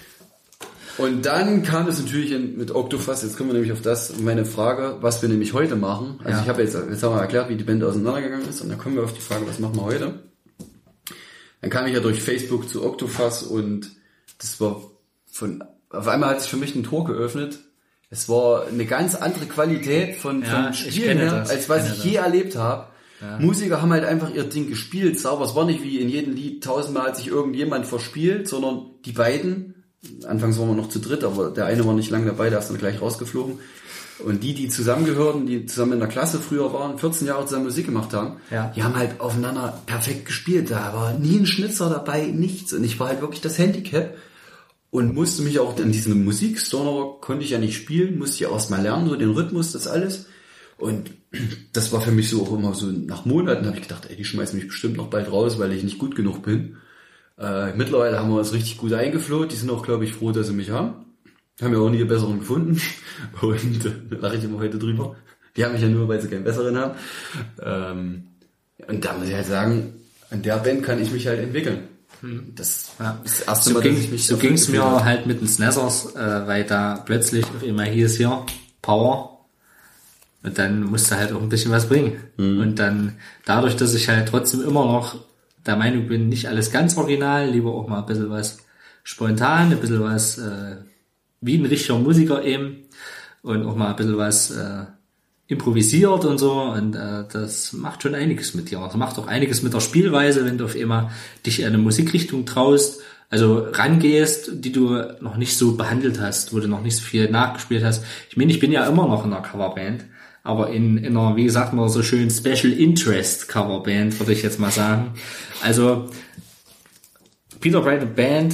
Und dann kam es natürlich in, mit Octofast, jetzt kommen wir nämlich auf das, meine Frage, was wir nämlich heute machen. Also Ja. ich habe jetzt, jetzt haben wir erklärt, wie die Band auseinandergegangen ist und dann kommen wir auf die Frage, was machen wir heute? Dann kam ich ja durch Facebook zu Octofast und das war von, auf einmal hat sich für mich ein Tor geöffnet. Es war eine ganz andere Qualität von, Ja, von ich Spielen kenne her, das, als ich was kenne ich das. je erlebt habe. Ja. Musiker haben halt einfach ihr Ding gespielt, sauber. Es war nicht wie in jedem Lied tausendmal hat sich irgendjemand verspielt, sondern die beiden, anfangs waren wir noch zu dritt, aber der eine war nicht lange dabei, der ist dann gleich rausgeflogen. Und die, die zusammengehörten, die zusammen in der Klasse früher waren, vierzehn Jahre zusammen Musik gemacht haben, Ja. die haben halt aufeinander perfekt gespielt. Da war nie ein Schnitzer dabei, nichts. Und ich war halt wirklich das Handicap und musste mich auch an diesen Musikstoner konnte ich ja nicht spielen, musste ich erst mal lernen, so den Rhythmus, das alles. Und das war für mich so auch immer so, nach Monaten habe ich gedacht, ey, die schmeißen mich bestimmt noch bald raus, weil ich nicht gut genug bin. Äh, mittlerweile haben wir uns richtig gut eingefloht. Die sind auch, glaube ich, froh, dass sie mich haben. Haben ja auch nie einen besseren gefunden. Und äh, da lache ich immer heute drüber. Die haben mich ja nur, weil sie keinen besseren haben. Ähm, und da muss ich halt sagen, an der Band kann ich mich halt entwickeln. Das Ja. ist das erste So Mal, ging dass ich mich so dafür ging's mir gefühlt habe. halt mit den Snazzers, äh, weil da plötzlich auf einmal hieß hier Power und dann musste halt auch ein bisschen was bringen. Mhm. Und dann dadurch, dass ich halt trotzdem immer noch der Meinung bin, nicht alles ganz original, lieber auch mal ein bisschen was spontan, ein bisschen was äh, wie ein richtiger Musiker eben und auch mal ein bisschen was äh, improvisiert und so und äh, das macht schon einiges mit dir. Das macht auch einiges mit der Spielweise, wenn du auf einmal dich in eine Musikrichtung traust, also rangehst, die du noch nicht so behandelt hast, wo du noch nicht so viel nachgespielt hast. Ich meine, ich bin ja immer noch in einer Coverband, aber in, in einer, wie gesagt, mal so schön Special Interest Coverband, würde ich jetzt mal sagen. Also Peter Wright and Band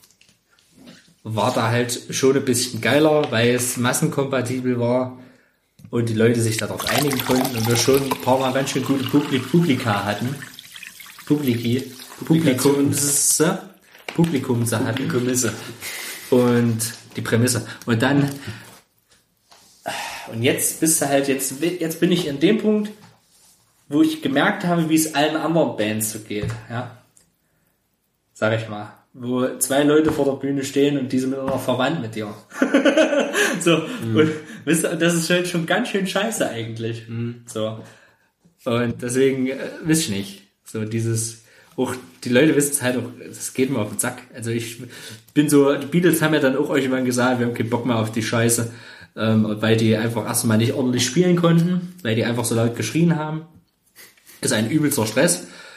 war da halt schon ein bisschen geiler, weil es massenkompatibel war und die Leute sich darauf einigen konnten und wir schon ein paar Mal ganz schön gute Publik Publika hatten. Publiki. Publikums, Publikums hatten. Prämisse. Und die Prämisse. Und dann, und jetzt bist du halt, jetzt, jetzt bin ich in dem Punkt, wo ich gemerkt habe, wie es allen anderen Bands so geht, ja. Sag ich mal. Wo zwei Leute vor der Bühne stehen und die sind miteinander verwandt mit dir. So, mhm. Und wisst ihr, das ist halt schon ganz schön scheiße eigentlich. Mhm. So. Und deswegen, äh, wisst ich nicht. So dieses, auch die Leute wissen es halt auch, das geht mir auf den Sack. Also ich bin so, die Beatles haben ja dann auch irgendwann gesagt, wir haben keinen Bock mehr auf die Scheiße, ähm, weil die einfach erstmal nicht ordentlich spielen konnten, weil die einfach so laut geschrien haben. Ist ein übelster Stress.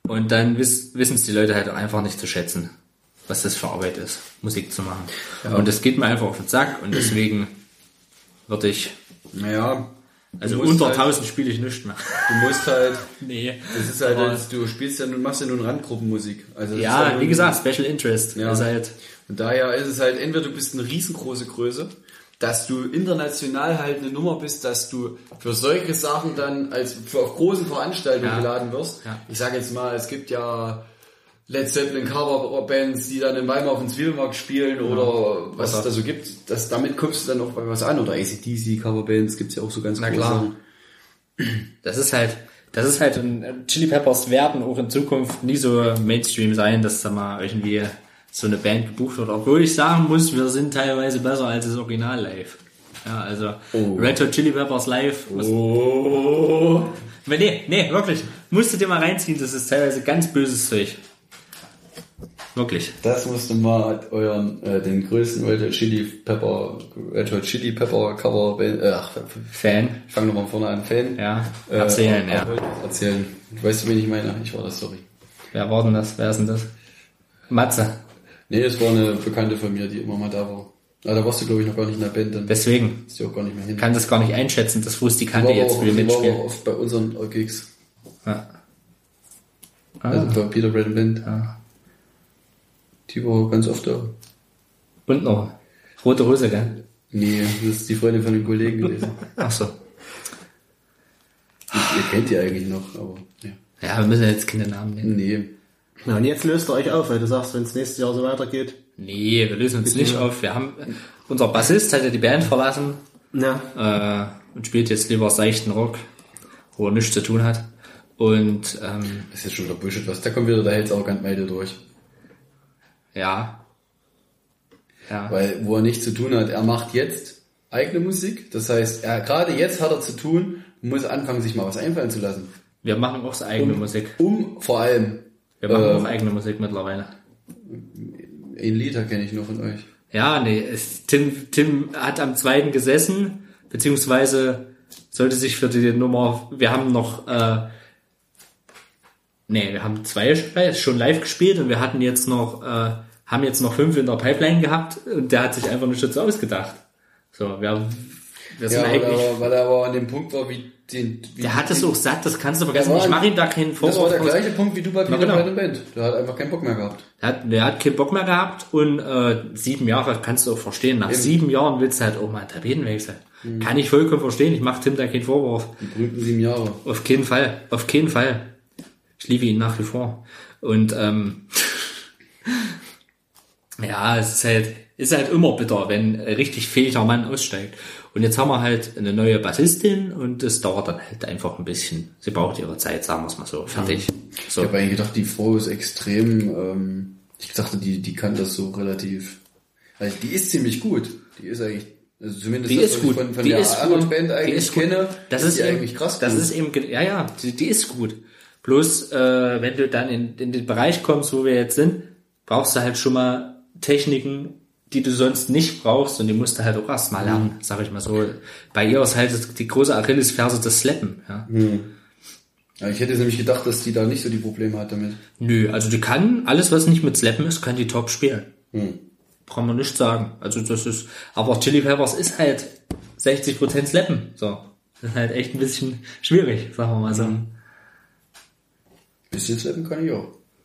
Und dann wiss, wissen es die Leute halt einfach nicht zu schätzen, was das für Arbeit ist, Musik zu machen. Ja. Und das geht mir einfach auf den Sack und deswegen würde ich, naja, also unter halt, tausend spiele ich nichts mehr. Du musst halt, nee. Das ist halt, aber, du spielst ja, du machst ja nur Randgruppenmusik. Also das ja, ist halt wie gesagt, Special Interest. Ja. Ist halt, und daher ist es halt, entweder du bist eine riesengroße Größe, dass du international halt eine Nummer bist, dass du für solche Sachen dann als für auf großen Veranstaltungen ja. geladen wirst. Ja. Ich sage jetzt mal, es gibt ja Led Zeppelin Coverbands, die dann in Weimar auf dem Zwiebelmarkt spielen ja. oder was es da so gibt. Das, damit kommst du dann auch bei was an. Oder A C D C Coverbands gibt's ja auch so ganz Na große. Klar. Das ist halt, das ist halt, ein Chili Peppers werden auch in Zukunft nie so Mainstream sein, dass da mal irgendwie so eine Band gebucht wird, obwohl ich sagen muss, wir sind teilweise besser als das Original live. Ja, also oh. Red Hot Chili Peppers live. Oh. Nee, nee, wirklich. Musst du dir mal reinziehen, das ist teilweise ganz böses Zeug. Wirklich. Das musst du mal euren, äh, den größten Red Hot Chili Pepper, Red Hot Chili Pepper Cover Band, äh, ach, Fan. Ich fange nochmal vorne an, Fan. Ja, erzählen, äh, ja. Erzählen. Weißt du, wen ich meine? Ich war das, sorry. Wer war denn das? Wer ist denn das? Matze. Nee, das war eine Bekannte von mir, die immer mal da war. Ah, da warst du, glaube ich, noch gar nicht in der Band. Dann deswegen. Ist die auch gar nicht mehr hin. Kann das gar nicht einschätzen, das wusste die Kante jetzt, wie wir mitspielen. Die war auch oft bei unseren Gigs. Ja. Ah. Also bei Peter Brad Band. Ja. Die war ganz oft da. Und noch rote Hose, gell? Nee, das ist die Freundin von dem Kollegen gewesen. Ach so. Ihr, ihr kennt die eigentlich noch, aber ja. Ja, wir müssen jetzt keine Namen nennen. Nee. Na, und jetzt löst ihr euch auf, weil du sagst, wenn es nächstes Jahr so weitergeht. Nee, wir lösen uns nicht auf. Wir haben, unser Bassist hat ja die Band verlassen. Ja. Äh, und spielt jetzt lieber seichten Rock, wo er nichts zu tun hat. Und, ähm. Das ist jetzt schon wieder Bullshit, was? Da kommt wieder der Hells Arrogant Meidel durch. Ja. Ja. Weil, wo er nichts zu tun hat, er macht jetzt eigene Musik. Das heißt, er, gerade jetzt hat er zu tun, muss anfangen, sich mal was einfallen zu lassen. Wir machen auch so eigene um, Musik. Um, vor allem. Wir machen äh, auch eigene Musik mittlerweile. Ein Lieder kenne ich nur von euch. Ja, nee, es, Tim, Tim hat am zweiten gesessen, beziehungsweise sollte sich für die Nummer, wir haben noch, äh, nee, wir haben zwei schon live gespielt und wir hatten jetzt noch, äh, haben jetzt noch fünf in der Pipeline gehabt und der hat sich einfach nicht dazu ausgedacht. So, wir, wir sind ja, eigentlich... Weil er, weil er aber an dem Punkt war, wie den... Wie der hat es auch satt, das kannst du vergessen. War, ich mache ihm da keinen Vorwurf. Das war der gleiche Punkt wie du bei Peter genau. bei der Band. Der hat einfach keinen Bock mehr gehabt. Der hat, der hat keinen Bock mehr gehabt und äh, sieben Jahre kannst du auch verstehen. Nach Eben. sieben Jahren willst du halt auch mal einen Tapetenwechsel. Mhm. Kann ich vollkommen verstehen. Ich mache Tim da keinen Vorwurf. Die berühmten sieben Jahre. Auf keinen Fall. Auf keinen Fall. Ich liebe ihn nach wie vor. Und ähm, ja, es ist halt, ist halt immer bitter, wenn ein richtig fähiger Mann aussteigt. Und jetzt haben wir halt eine neue Bassistin und das dauert dann halt einfach ein bisschen. Sie braucht ihre Zeit, sagen wir es mal so. Fertig. Ja. So. Ich habe eigentlich gedacht, die Frau ist extrem, ähm, ich dachte, die, die kann das so relativ, also die ist ziemlich gut. Die ist eigentlich, also zumindest die das, ist was gut. ich von, von die der ist anderen gut. Band eigentlich die ist kenne, das ist, ist die eben, eigentlich krass Das gut. ist eben, ja, ja, die, die ist gut. Bloß, äh, wenn du dann in, in den Bereich kommst, wo wir jetzt sind, brauchst du halt schon mal Techniken, die du sonst nicht brauchst und die musst du halt auch erst mal lernen, mhm. sag ich mal so. Bei ihr ist halt die große Achillesferse das Slappen, ja. Mhm. Ja, ich hätte nämlich gedacht, dass die da nicht so die Probleme hat damit. Nö, also die kann, alles was nicht mit Slappen ist, kann die top spielen. Mhm. Brauchen wir nicht sagen. Also das ist, aber Chili Peppers ist halt sechzig Prozent Slappen, so. Das ist halt echt ein bisschen schwierig, sagen wir mal so. Mhm. Bisschen slappen kann ich auch.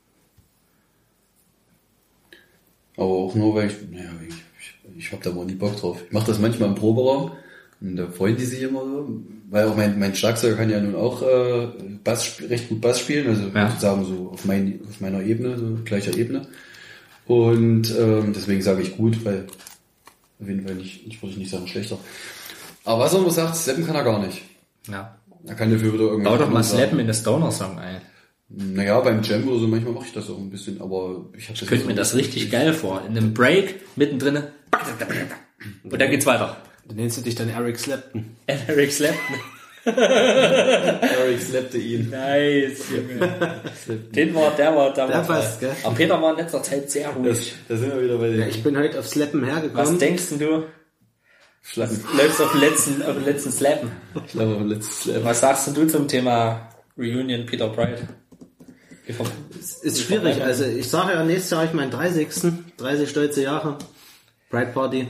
Aber auch nur, weil ich, naja, ich, ich, ich hab da mal nie Bock drauf. Ich mache das manchmal im Proberaum und da freuen die sich immer so, weil auch mein, mein Schlagzeuger kann ja nun auch äh, Bass, recht gut Bass spielen, also ja. sozusagen so auf, mein, auf meiner Ebene, so gleicher Ebene. Und ähm, deswegen sage ich gut, weil auf jeden Fall nicht, ich würde nicht sagen schlechter. Aber was er immer sagt, slappen kann er gar nicht. Ja. Er kann dafür wieder irgendwas. Bau doch mal Slappen in das Stoner-Song ein. Naja, beim Jam oder so, manchmal mache ich das auch ein bisschen, aber ich habe Ich könnte mir das richtig geil vor. In einem Break, mittendrin, und dann geht's weiter. Dann nennst du dich dann Eric Clapton. Eric Clapton. Eric slappte ihn. Nice, Junge. Den war, der war, der, Der war. passt, gell? Aber Peter war in letzter Zeit sehr ruhig. Da sind wir wieder bei den Ja, ich bin heute auf Slappen hergekommen. Was denkst denn du? Schlappen. Läufst auf den letzten, auf den letzten Slappen. Ich glaube, letztes Slap. Was sagst denn du zum Thema Reunion Peter Bright? Ist schwierig. Also ich sage ja, nächstes Jahr habe ich meinen dreißigsten dreißig stolze Jahre. Pride Party.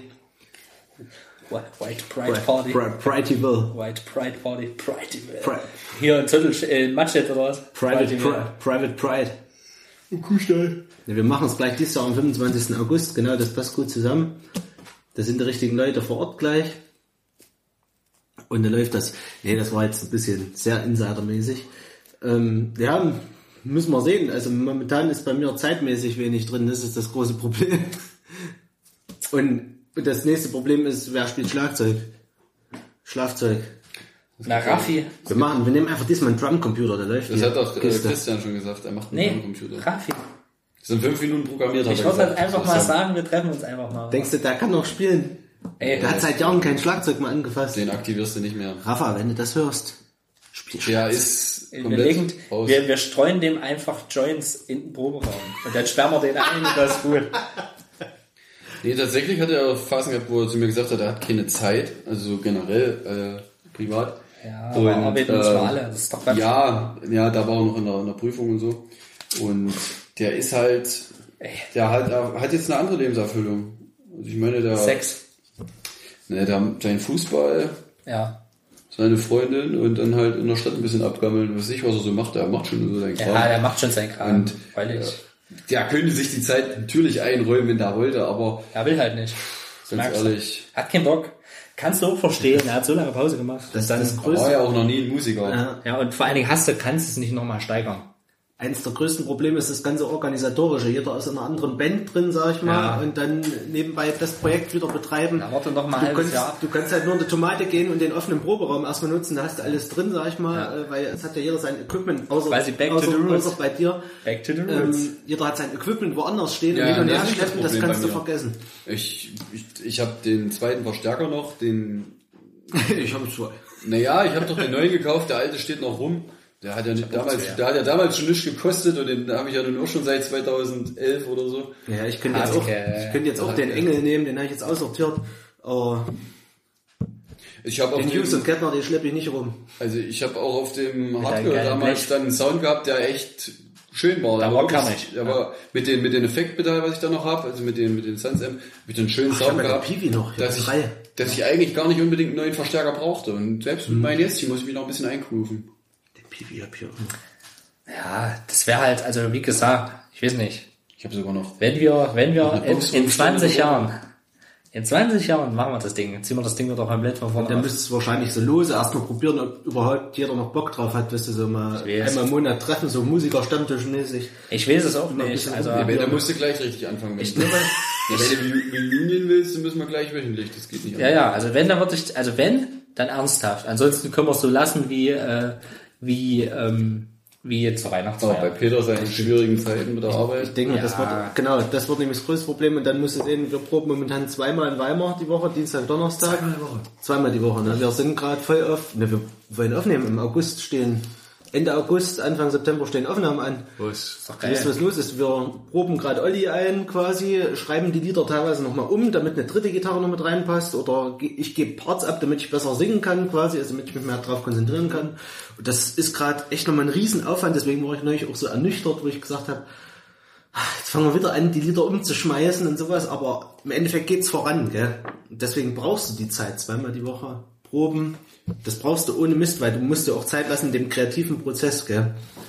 White Pride Party. Prideville. White Pride Party. Prideville. Pride. Hier in Zottel, in Matschett oder was? Private Pride. Private Pride. Kuhstall. Ja, wir machen es gleich dieses Jahr am fünfundzwanzigsten August. Genau, das passt gut zusammen. Da sind die richtigen Leute vor Ort gleich. Und dann läuft das. Nee, das war jetzt ein bisschen sehr insidermäßig. Ähm, ja, müssen wir sehen. Also momentan ist bei mir zeitmäßig wenig drin. Das ist das große Problem. Und das nächste Problem ist, wer spielt Schlagzeug? Schlagzeug. Na, Raffi. Wir machen, wir nehmen einfach diesmal einen Drumcomputer, der läuft. Das hier. hat doch äh, Kiste. Christian schon gesagt, er macht einen Nee, Computer. Raffi. Das sind fünf Minuten programmiert. Ich hat er wollte halt gesagt. einfach Das mal ist sagen, wir treffen uns einfach mal. Denkst du, der kann noch spielen? Ey, Der hat seit Jahren kein Schlagzeug mehr angefasst. Den aktivierst du nicht mehr. Rafa, wenn du das hörst, spiel Der Schlagzeug. ist wir, komplett legen, raus. wir, wir streuen dem einfach Joints in den Proberaum. Und dann sperren wir den ein und das ist gut. Nee, tatsächlich hat er Phasen gehabt, wo er zu mir gesagt hat, er hat keine Zeit, also so generell äh, privat. Ja, aber arbeiten müssen wir alle, das ist doch Quatsch. Ja, ja, da war er noch in der, in der Prüfung und so. Und der ist halt, der hat, er hat jetzt eine andere Lebenserfüllung. Also ich meine, der, Sex. ne, der hat seinen Fußball, Ja. seine Freundin und dann halt in der Stadt ein bisschen abgammeln, was weiß ich, was er so macht, er macht schon so seinen Kram. Ja, der macht schon seinen Kram. Und, Freilich. Der könnte sich die Zeit natürlich einräumen, wenn der wollte, aber Er will halt nicht. Das ganz merkst du. ehrlich, Hat keinen Bock. Kannst du auch verstehen. Er hat so lange Pause gemacht. Das ist dann, das er war größte, ja auch noch nie ein Musiker. ja, ja, und vor allen Dingen hast du, kannst es nicht nochmal steigern. eins der größten Probleme ist das ganze Organisatorische. Jeder ist in einer anderen Band drin, sag ich mal, Ja. und dann nebenbei das Projekt wieder betreiben. Ja, warte noch mal ein du halbes kannst, Jahr. Du kannst halt nur in die Tomate gehen und den offenen Proberaum erstmal nutzen, da hast du alles drin, sag ich mal, Ja. äh, weil es hat ja jeder sein Equipment, außer, Quasi back to außer, the roots. außer bei dir. Back to the roots. Ähm, jeder hat sein Equipment woanders stehen Ja, und hin und das her ist das schleppen, das Problem kannst bei du mir. vergessen. Ich, ich, ich habe den zweiten Verstärker noch, den, Ich habe zwei. naja, ich habe doch den neuen gekauft, der alte steht noch rum. Der hat ja nicht damals, der hat ja damals schon nichts gekostet und den habe ich ja nun auch schon seit zweitausendelf oder so. Ja, ich könnte jetzt auch, ich könnte jetzt auch den Engel nehmen, den habe ich jetzt aussortiert, aber Ich habe auf den dem, Hughes und Kettner, den schleppe ich nicht rum. also ich habe auch auf dem deinem Hardcore geilen damals Blech. dann einen Sound gehabt, der echt schön war. Da Der war wirklich- kernig. Der war mit den mit den Effektpedal, was ich da noch habe, also mit den mit den Sans M, mit den schönen Ach, ich Sound hab ja gehabt, den Piwi noch, ich hab dass ich drei. dass ich eigentlich gar nicht unbedingt einen neuen Verstärker brauchte und selbst mit meinen Jästchen muss ich mich noch ein bisschen eingrooven. Den Piwi hab ich hier. Ja, das wäre halt, also wie gesagt, ich weiß nicht. Ich habe sogar noch Wenn wir, wenn wir eine in, Box in rumstehen zwanzig oder so. Jahren, in zwanzig Jahren machen wir das Ding, ziehen wir das Ding wieder komplett von vorne Dann auf. müsstest du wahrscheinlich so lose erstmal probieren, ob überhaupt jeder noch Bock drauf hat, weißt du, so mal Ich weiß. einmal im Monat treffen, so Musiker-Stammtisch-mäßig. Ich weiß es auch ein nicht. bisschen Also, Ja, wenn, dann musst du gleich richtig anfangen. Wenn, ich glaube, ja, wenn du Reunion willst, dann müssen wir gleich wöchentlich. Das geht nicht. ja, ja, also wenn, dann würde ich, also wenn, dann ernsthaft. Ansonsten können wir es so lassen wie, äh, wie, ähm, wie zur Aber bei Weihnachtsfeier. Peter seinen schwierigen Zeiten mit der Arbeit. Ich denke mal, das Ja. wird, genau, das wird nämlich das größte Problem. Und dann musst du sehen, wir proben momentan zweimal in Weimar die Woche, Dienstag, Donnerstag. Zweimal die Woche. Zweimal die Woche, ne? Wir sind gerade voll auf, ne, wir wollen aufnehmen. Im August stehen, Ende August, Anfang September stehen Aufnahmen an. Was? Du weißt, was los ist? Wir proben gerade Olli ein quasi, schreiben die Lieder teilweise nochmal um, damit eine dritte Gitarre noch mit reinpasst, oder ge- ich gebe Parts ab, damit ich besser singen kann quasi, also damit ich mich mehr drauf konzentrieren kann. Und das ist gerade echt nochmal ein Riesenaufwand, deswegen war ich neulich auch so ernüchtert, wo ich gesagt habe, jetzt fangen wir wieder an, die Lieder umzuschmeißen und sowas, aber im Endeffekt geht's voran, gell? Und deswegen brauchst du die Zeit, zweimal die Woche proben. Das brauchst du ohne Mist, weil du musst dir auch Zeit lassen in dem kreativen Prozess, gell?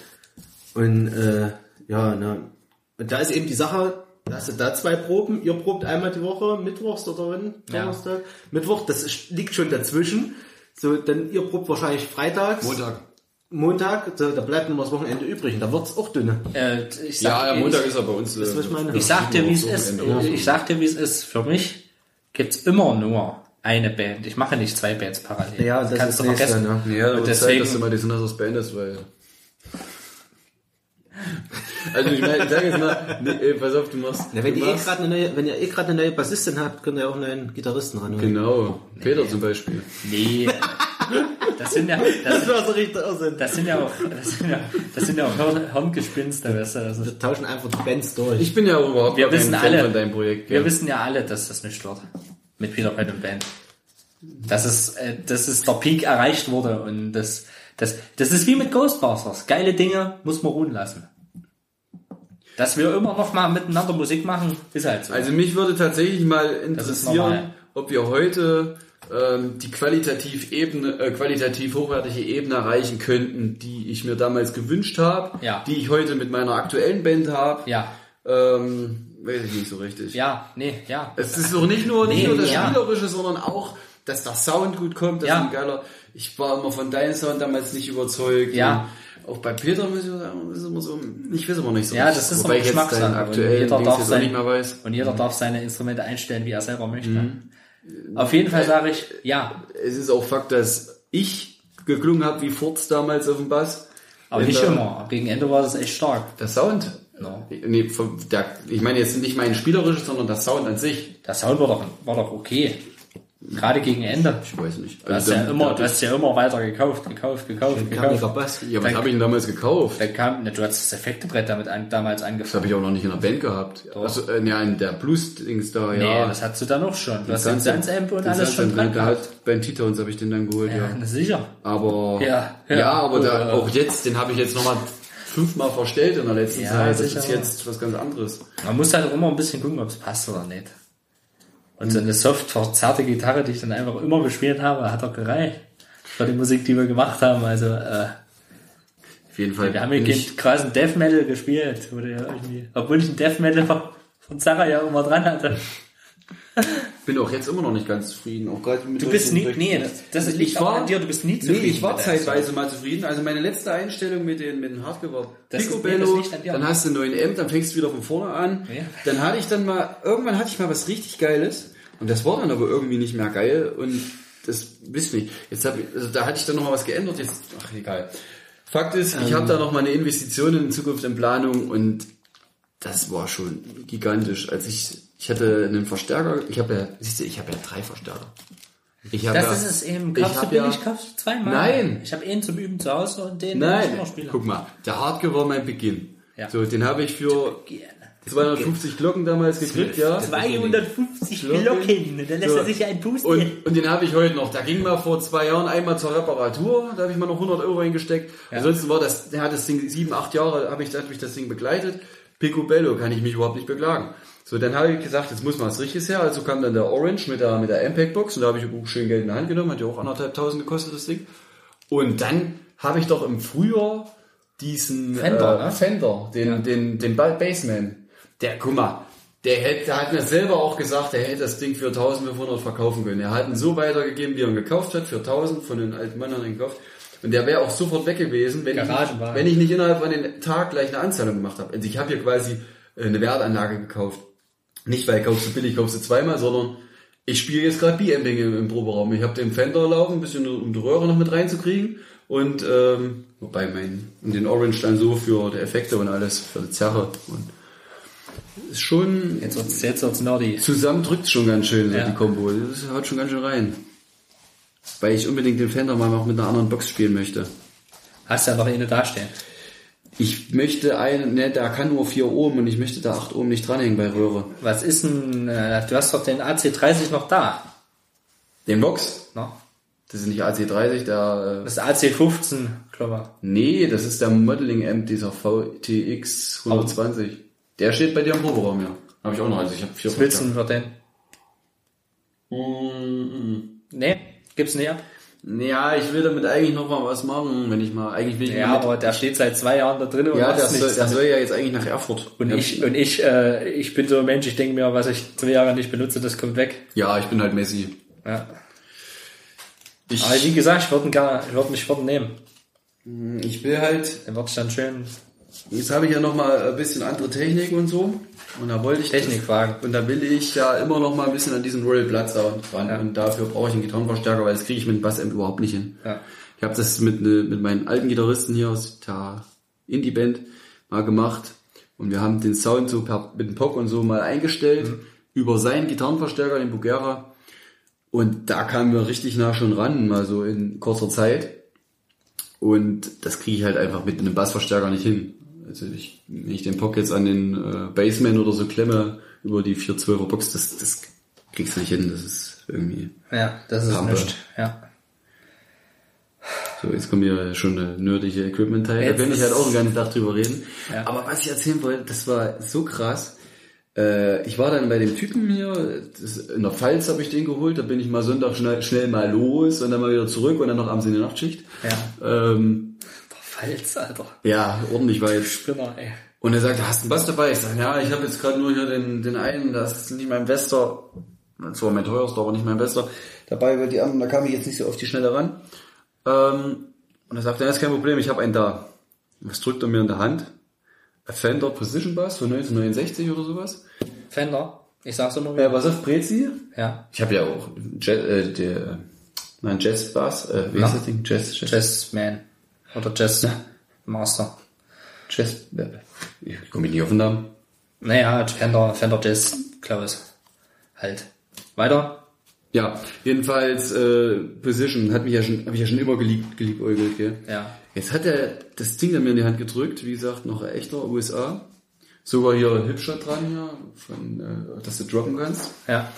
Und äh, ja, ne. Und da ist eben die Sache, da hast du da zwei Proben, ihr probt einmal die Woche, mittwochs oder wann? Ja. Donnerstag? Mittwoch, das ist, liegt schon dazwischen. So, dann ihr probt wahrscheinlich freitags. Montag. Montag, so, da bleibt nur das Wochenende übrig und da wird's auch dünne. Äh, ich sag, Ja, ja, Montag ich, ist er bei uns. Das ist, was ich meine. ich sag dir, wie es ist. Wochenende. Ich sag dir, wie es ist. Für mich gibt's immer nur eine Band. Ich mache nicht zwei Bands parallel. Ja, das kannst ist du nächste, vergessen. ne? Ja, Und und deswegen- deswegen, dass du mal die Sinners Band ist, weil. Also ich meine, ich sag jetzt mal, nee, ey, pass auf, du machst. Na, wenn, du ihr eh machst grad eine neue, wenn ihr eh gerade eine neue Bassistin habt, könnt ihr auch einen neuen Gitarristen ranholen. genau, Peter zum Beispiel. Nee. Das sind ja, das, wäre so richtig Irrsinn. das sind ja auch, das sind ja, das sind ja auch Hirn- Hirngespinste, weißt du. Das ist, Wir tauschen einfach die Bands durch. Ich bin ja auch überhaupt Wir gar kein wissen Fan alle- von deinem Projekt. wir gell? wissen ja alle, dass das nicht wird. Mit Peter Pan und Band. Das ist, äh, das ist der Peak erreicht wurde und das, das, das ist wie mit Ghostbusters. Geile Dinge muss man ruhen lassen. Dass wir immer noch mal miteinander Musik machen, ist halt so. Also mich würde tatsächlich mal normal. interessieren, ob wir heute ähm, die qualitativ Ebene, äh, qualitativ hochwertige Ebene erreichen könnten, die ich mir damals gewünscht habe, Ja. die ich heute mit meiner aktuellen Band habe. Ja. Ähm, weiß ich nicht so richtig. Ja, nee, ja. Es ist doch nicht nur, nicht Nee, nur das ja. Spielerische, sondern auch, dass der Sound gut kommt, das Ja. ist ein geiler. Ich war immer von deinem Sound damals nicht überzeugt. Ja. Und auch bei Peter muss ich sagen, das ist immer so, ich weiß aber nicht so. Ja, richtig. das ist Wobei doch ich jetzt Geschmackssache. deinen Und aktuellen jeder Dings darf jetzt auch sein- nicht mehr weiß. Und jeder darf seine Instrumente einstellen, wie er selber möchte. Auf jeden Fall sage ich, ja. Es ist auch Fakt, dass ich geklungen habe wie Furz damals auf dem Bass. Aber Wenn nicht da- immer. Gegen Ende war das echt stark. Der Sound? No. Nee, vom- der, ich meine jetzt nicht mein spielerisches, sondern der Sound an sich. Der Sound war doch, war doch okay. Gerade gegen Ende. Ich weiß nicht. Du hast, Also ja dann- immer, dann- du hast ja immer weiter gekauft, gekauft, gekauft, Kammiger gekauft. Bass. Ja, was dann- habe ich denn damals gekauft? Dann kam, ne, du hast das Effektebrett damit an, damals Das angefangen. habe ich auch noch nicht in der Band gehabt. Also, äh, ja, in der Blues-Dings da, Nee, ja. das hattest du dann auch schon. Du hast den Sunset- Sunsamp und den alles schon Sunset, dran da gehabt. hat Ben Titons habe ich den dann geholt, ja. Ja, na sicher. Aber, Ja, ja, ja. aber da, Äh. auch jetzt, den habe ich jetzt nochmal fünfmal verstellt in der letzten Ja, Zeit. Das sicher. ist jetzt was ganz anderes. Man muss halt auch immer ein bisschen gucken, ob es passt oder nicht. Und so eine soft verzerrte Gitarre, die ich dann einfach immer gespielt habe, hat doch gereicht. Für die Musik, die wir gemacht haben. Also, äh, Auf jeden Fall. wir haben ja bin ich- keinen krassen Death Metal gespielt. Oder ja irgendwie, obwohl ich einen Death Metal von- von Sarah ja immer dran hatte. bin auch jetzt immer noch nicht ganz zufrieden. Auch gerade mit Du bist solchen nie, Projekten. nee, das, das Ich liegt auch war- an dir, du bist nie Nee, zufrieden. ich war mit der zeitweise Song. mal zufrieden. Also meine letzte Einstellung mit den, mit den Hardcore war Das ist- Picobello, nee, das liegt an dir. dann hast du einen neuen Amp, dann fängst du wieder von vorne an. Ja. Dann hatte ich dann mal, irgendwann hatte ich mal was richtig Geiles und das war dann aber irgendwie nicht mehr geil und das wisst nicht. Jetzt hab ich, also da hatte ich dann noch mal was geändert, jetzt, ach egal. Fakt ist, ich habe da noch mal eine Investition in Zukunft in Planung und das war schon gigantisch. Als ich, ich hatte einen Verstärker, ich habe ja, siehst du, ich habe ja drei Verstärker. Ich habe Das ja, ist es eben. ich Kaufst du hab ja- billig, kaufst du zweimal. Nein. Ich habe einen zum Üben zu Hause und den, den ich Nein, immer spiele. guck mal, der Hardcore war mein Beginn. Ja. So, den habe ich für zweihundertfünfzig Glocken damals gekriegt, ja. zweihundertfünfzig Glocken. Glocken, da lässt So. er sich einen pusten. Und, und den habe ich heute noch. Da ging mal vor zwei Jahren einmal zur Reparatur, da habe ich mal noch hundert Euro reingesteckt. Ansonsten war das, der hat das Ding sieben, acht Jahre, habe ich, hat mich das Ding begleitet. Picobello kann ich mich überhaupt nicht beklagen. So, dann habe ich gesagt, jetzt muss mal was Richtiges her. Also kam dann der Orange mit der, mit der Impact-Box und da habe ich auch schön Geld in der Hand genommen, hat ja auch anderthalb tausend gekostet, das Ding. Und dann habe ich doch im Frühjahr diesen Fender, äh, ne? Fender, den, den, den Ba- Bassman. Der, guck mal, der, hätte, der hat mir selber auch gesagt, er hätte das Ding für eintausendfünfhundert verkaufen können. Er hat ihn so weitergegeben, wie er ihn gekauft hat, für tausend von den alten Männern gekauft. Und der wäre auch sofort weg gewesen, wenn ich, nicht, Garagenwagen. wenn ich nicht innerhalb von den Tag gleich eine Anzahlung gemacht habe. Also ich habe hier quasi eine Wertanlage gekauft. Nicht, weil kaufst du billig, kaufst du zweimal, sondern ich spiele jetzt gerade B-Amping im, im Proberaum. Ich habe den Fender laufen, ein bisschen um die Röhre noch mit reinzukriegen. Und ähm, wobei mein und den Orange dann so für die Effekte und alles, für die Zerre. Und ist schon, Jetzt wird's, jetzt wird's nerdy. zusammen drückt schon ganz schön, so Ja. die Kombo. Das haut schon ganz schön rein. Weil ich unbedingt den Fender mal auch mit einer anderen Box spielen möchte. Hast ja noch eine dastehen. Ich möchte einen, ne, der kann nur vier Ohm und ich möchte da acht Ohm nicht dranhängen bei Röhre. Was ist denn, äh, du hast doch den A C dreißig noch da. Den Box? Ne? Das ist nicht A C dreißig, der, Das ist A C fünfzehn, glaube äh, nee, das ist der Modeling Amp, dieser V T X hundertzwanzig. Der steht bei dir im Proberaum, ja. Habe ich auch noch, also ich habe vier ich. Was willst du denn für den? Mm, Nee, gibt's nicht ab. Ja, ich will damit eigentlich noch mal was machen, wenn ich mal, eigentlich will ich Ja, damit, aber der steht seit zwei Jahren da drin und ja, macht der soll, nichts der damit. soll ja jetzt eigentlich nach Erfurt. Und ja. ich, und ich, äh, ich bin so ein Mensch, ich denke mir, was ich zwei Jahre nicht benutze, das kommt weg. Ja, ich bin halt Messi. Ja. Ich, Aber wie gesagt, ich würde ihn gerne, ich würde mich würden nehmen. ich will halt, Den würde ich dann schön jetzt habe ich ja noch mal ein bisschen andere Technik und so. Und da wollte ich Technik das, fragen. und da will ich ja immer noch mal ein bisschen an diesen Royal Blood Sound ran. Ja. Und dafür brauche ich einen Gitarrenverstärker, weil das kriege ich mit dem Bassamp überhaupt nicht hin. Ja. Ich habe das mit, ne, mit meinen alten Gitarristen hier aus der Indie-Band mal gemacht. Und wir haben den Sound so per, mit dem P O C und so mal eingestellt. Mhm. Über seinen Gitarrenverstärker, den Bugera. Und da kamen wir richtig nah schon ran, mal so in kurzer Zeit. Und das kriege ich halt einfach mit einem Bassverstärker nicht hin. Also ich, wenn ich den P O C jetzt an den äh, Bassman oder so klemme, über die vier zwölfer Box, das, das kriegst du nicht hin. Das ist irgendwie... Ja, das ist Pampe. nichts. Ja. So, jetzt kommen hier schon eine nerdige Equipment-Teil. Da Jetzt könnte ich halt ist- auch den ganzen Tag drüber reden. Ja. Aber was ich erzählen wollte, das war so krass. Äh, ich war dann bei dem Typen hier, das, in der Pfalz habe ich den geholt, da bin ich mal Sonntag schnell, schnell mal los und dann mal wieder zurück und dann noch abends in die Nachtschicht. Ja. Ähm, Falls, Alter. ja, ordentlich weit. Spinner, ey. Und er sagte, hast du einen Bass dabei? Ich sage, ja, ich habe jetzt gerade nur hier den, den einen, das ist nicht mein bester, das war mein teuerster, aber nicht mein bester dabei, weil die anderen, da kam ich jetzt nicht so auf die Schnelle ran. Ähm, und er sagte, das ist kein Problem, ich habe einen da. Was drückt er mir in der Hand? A Fender Precision Bass von neunzehnhundertneunundsechzig oder sowas. Fender. Ich sag's immer Ja, wieder. was auf Prezi? Ja. Ich habe ja auch Jet, äh, der, nein, Jazz Bass, äh, wie Na? heißt das Ding? Jazz, Jazz, Jazzman. Oder Jazz Master. Jazz, äh, ich komme nicht auf den Namen. Naja, Fender, Fender Jazz, Klaus. Halt. Weiter? Ja, jedenfalls äh, Position hat mich ja schon, habe ich ja schon immer geliebt, geliebäugelt, gell? Ja. Jetzt hat er das Ding dann mir in die Hand gedrückt, wie gesagt, noch ein echter U S A. Sogar hier Hipshot dran hier, von, äh, dass du droppen kannst. Ja.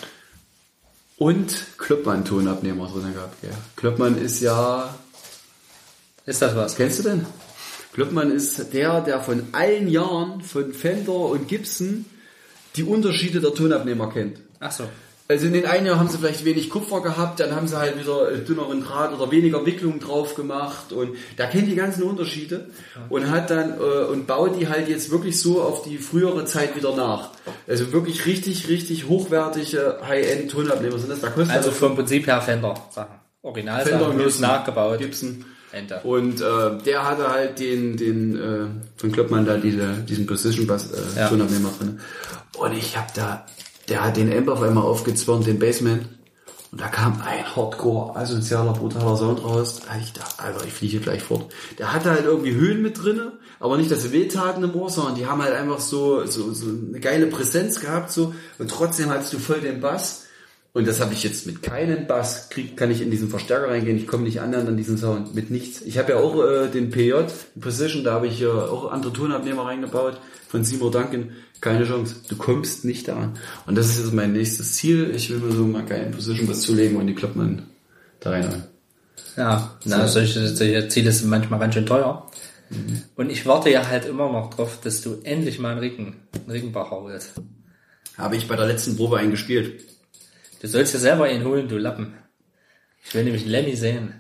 Und Klöppmann-Tonabnehmer drin gehabt, gell? Klöppmann ist ja, Ist das was? kennst du denn? Klöppmann ist der, der von allen Jahren von Fender und Gibson die Unterschiede der Tonabnehmer kennt. Ach so. Also in den einen Jahren haben sie vielleicht wenig Kupfer gehabt, dann haben sie halt wieder dünneren Draht oder weniger Wicklung drauf gemacht und da kennt die ganzen Unterschiede und hat dann äh, und baut die halt jetzt wirklich so auf die frühere Zeit wieder nach. Also wirklich richtig, richtig hochwertige High-End Tonabnehmer sind das. Da kostet Also das vom Prinzip her Fender Sachen. Original Fender Sachen, und bloß Gibson. nachgebaut. Gibson. Ende. Und äh, der hatte halt den, den äh, von Klöppmann da diese, diesen Precision Bass äh, Ja. Tonabnehmer drin. Und ich hab da, der hat den Amp auf einmal aufgezwirnt, den Bassman. Und da kam ein Hardcore, asozialer, brutaler Sound raus. Da hab ich dachte, Alter, ich fliege gleich fort. Der hatte halt irgendwie Höhen mit drinne, aber nicht, dass sie wehtaten im Ohr, sondern die haben halt einfach so, so, so eine geile Präsenz gehabt, so. Und trotzdem hattest du voll den Bass. Und das habe ich jetzt mit keinem Bass, krieg, kann ich in diesen Verstärker reingehen, ich komme nicht annähernd an diesen Sound, mit nichts. Ich habe ja auch äh, den P J, den Precision, da habe ich ja auch andere Tonabnehmer reingebaut, von Seymour Duncan, keine Chance, du kommst nicht da an. Und das ist jetzt mein nächstes Ziel, ich will mir so mal geilen Precision was zulegen und die Klöppmann da rein. Ja, na, solche, solche Ziele sind manchmal ganz schön teuer. Mhm. Und ich warte ja halt immer noch drauf, dass du endlich mal einen Ricken, einen Rickenbacher holst. Habe ich bei der letzten Probe eingespielt. Du sollst dir selber einen holen, du Lappen. Ich will nämlich einen Lemmy sehen.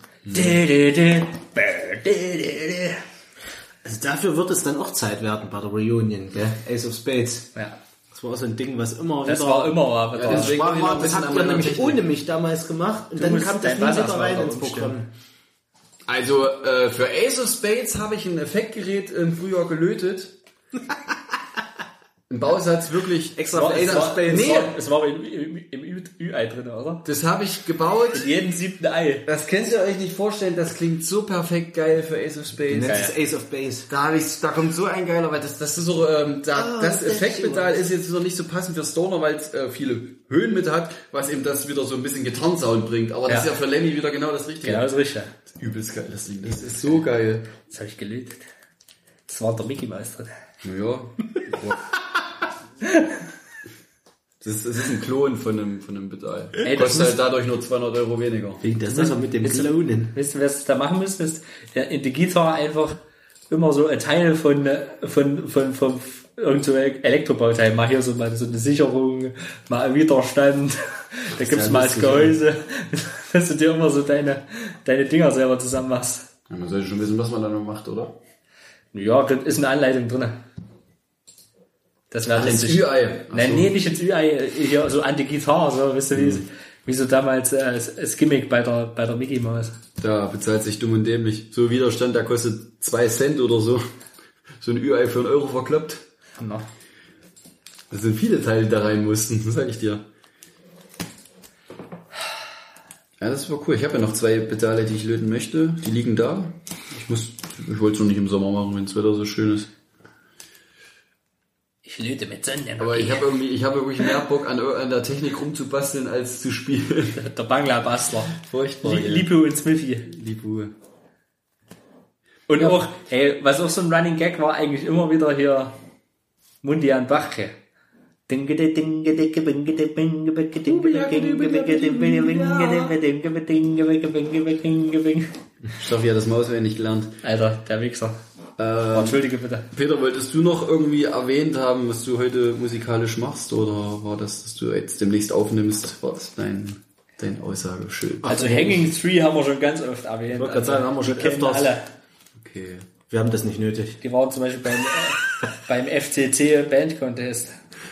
Also dafür wird es dann auch Zeit werden bei der Reunion, gell? Ace of Spades. Ja. Das war so ein Ding, was immer Das wieder... war immer aber Ja, das deswegen- War, bin ich noch ein das bisschen habt an ihr meiner nämlich Technik. ohne mich damals gemacht und dann musst kam das dein nie wieder Wasser rein sauber ins umstellen. Programm. Also äh, für Ace of Spades habe ich ein Effektgerät im Frühjahr gelötet. Ein Bausatz wirklich Extra für Ace of Spades. Nee, Es war im, im, im Ü- Ü-Ei drin, oder? das habe ich gebaut. Jeden siebten Ei. Das könnt ihr euch nicht vorstellen, das klingt so perfekt geil für Ace of Spades. Das ist Ace of Base. Da habe ich, da kommt so ein geiler, weil das, das ist so, ähm, da, Ah, das das Effektpedal ist jetzt wieder nicht so passend für Stoner, weil es äh, viele Höhen mit hat, was eben das wieder so ein bisschen Gitarrensound bringt. Aber das Ja. ist ja für Lemmy wieder genau das Richtige. Genau, das ist richtig. Übelst geil, das Ding. Das ist so geil. Das habe ich gelötet. Das war der Mickey Mouse drin. Naja. Das, das ist ein Klon von einem, von einem Pedal. Ey, das Kostet halt muss- dadurch nur zweihundert Euro weniger. Wegen der Sache mit dem Wisst ihr- Klonen. Wisst ihr, was ihr da machen müsst? Ist in die Gitarre einfach immer so ein Teil von, von, von, von irgend so Elektrobauteil. Mal hier so mal so eine Sicherung, mal ein Widerstand. Da gibt's ja mal das lustig, Gehäuse, dass du dir immer so deine, deine Dinger selber zusammen machst. Ja, man sollte schon wissen, was man da noch macht, oder? Ja, da ist eine Anleitung drin. Das wäre Ach, ins lustig. Ü-Ei. Ach Nein, so. nee, nicht ins Ü-Ei, hier so an die Gitarre, so, weißt du, wie, wie so damals äh, das, das Gimmick bei der, bei der Mickey Mouse. Da bezahlt sich dumm und dämlich. So ein Widerstand, der kostet zwei Cent oder so. So ein Ü-Ei für einen Euro verkloppt. Na. Das sind viele Teile, die da rein mussten, das sag ich dir. Ja, das war cool. Ich habe ja noch zwei Pedale, die ich löten möchte. Die liegen da. Ich muss, ich wollte es noch nicht im Sommer machen, wenn das Wetter so schön ist. Ich löte mit Sonnen. Aber ich habe irgendwie, ich habe wirklich mehr Bock an, an der Technik rumzubasteln als zu spielen. Der Bangla-Bastler. Furchtbar. Li- Lipu und Smithy. Liebe. Und auch, hey, was auch so ein Running Gag war, eigentlich immer wieder hier Mundian Bachke. Stoffi hat das mal auswendig gelernt. Alter, der Wichser. Ähm, Entschuldige bitte. Peter, wolltest du noch irgendwie erwähnt haben, was du heute musikalisch machst? Oder war das, dass du jetzt demnächst aufnimmst, war das dein, dein Aussageschild? Also Hanging Three haben wir schon ganz oft erwähnt. Ich wollte gerade sagen, haben wir schon die kennen öfters. alle. Okay. Wir haben das nicht nötig. Die waren zum Beispiel beim, äh, beim F C C Band Contest.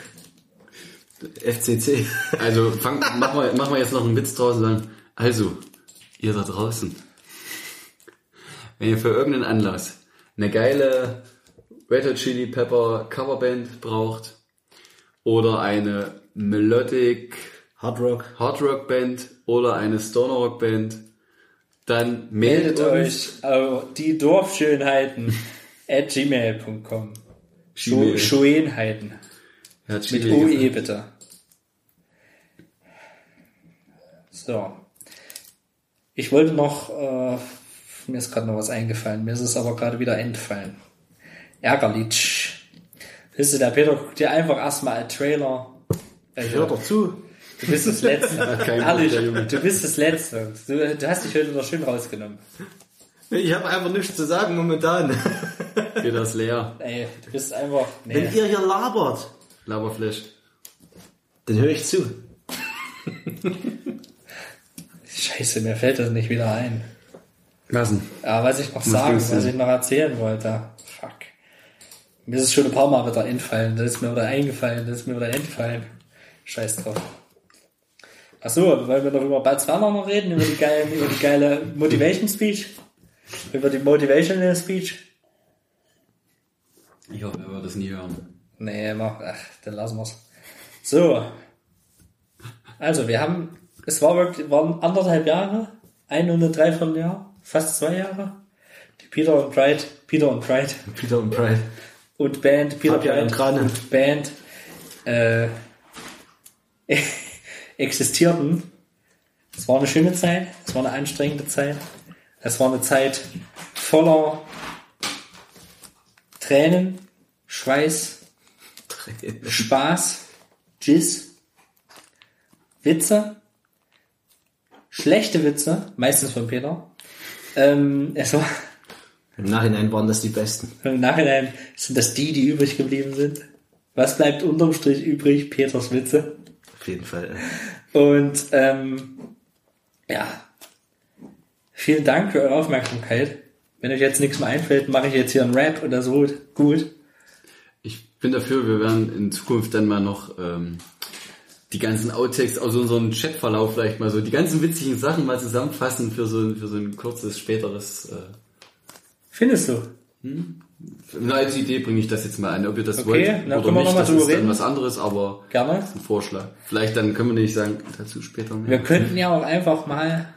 F C C. Also fang, mach mal, mach mal jetzt noch einen Witz draus und sagen, also, ihr da draußen, wenn ihr für irgendeinen Anlass eine geile Red Hot Chili Pepper Coverband braucht oder eine Melodic Hard Rock. Hard Rock Band oder eine Stoner Rock Band, dann meldet, Meldet uns. euch auf die Dorfschönheiten at gmail punkt com. Gmail. Schönheiten. Ja, Mit Chili O E gesagt. bitte. So. Ich wollte noch, äh, mir ist gerade noch was eingefallen, mir ist es aber gerade wieder entfallen. Ärgerlich. Wisst ihr, der Peter guckt dir einfach erstmal einen Trailer. Also, Hör doch zu. du bist das Letzte. kein Ehrlich, Bock, der Junge. du bist das Letzte. Du, du hast dich heute noch schön rausgenommen. Ich habe einfach nichts zu sagen momentan. Peter ist leer. Ey, du bist einfach, nee. Wenn ihr hier labert, Laberflash. dann höre ich zu. Scheiße, mir fällt das nicht wieder ein. Lassen. Aber was ich noch Was sagen, denkst du? was ich noch erzählen wollte. Fuck. Mir ist es schon ein paar Mal wieder entfallen. Das ist mir wieder eingefallen. Das ist mir wieder entfallen. Scheiß drauf. Ach so, wollen wir noch über Bud Spanner noch reden? Über die, geilen, über die geile Motivation Speech? Über die Motivational Speech? Ich hoffe, er wird das nie hören. Nee, mach, ach, dann lassen wir's. So. Also, wir haben, es war wirklich, waren anderthalb Jahre, ein und ein Dreivierteljahr, fast zwei Jahre. Die Peter und Pride, Peter und Pride Peter und Pride. und Band, Peter Fabian Pride und Krane. und Band, äh, existierten. Es war eine schöne Zeit, es war eine anstrengende Zeit. Es war eine Zeit voller Tränen, Schweiß, Spaß, Jizz, Witze, schlechte Witze, meistens von Peter. Ähm, es war, Im Nachhinein waren das die besten. im Nachhinein sind das die, die übrig geblieben sind. Was bleibt unterm Strich übrig? Peters Witze. Auf jeden Fall. Und ähm, ja, vielen Dank für eure Aufmerksamkeit. Wenn euch jetzt nichts mehr einfällt, mache ich jetzt hier einen Rap oder so. Gut. Ich bin dafür, wir werden in Zukunft dann mal noch ähm, die ganzen Outtakes aus unserem Chatverlauf vielleicht mal so, die ganzen witzigen Sachen mal zusammenfassen für so, für so ein kurzes, späteres... Äh, Findest du? Na, als Idee bringe ich das jetzt mal an, ob ihr das Okay, wollt dann oder können wir nicht, noch mal das drüber ist dann reden. was anderes, aber Gerne. ein Vorschlag. Vielleicht dann können wir nicht sagen, dazu später mehr. Wir könnten ja auch einfach mal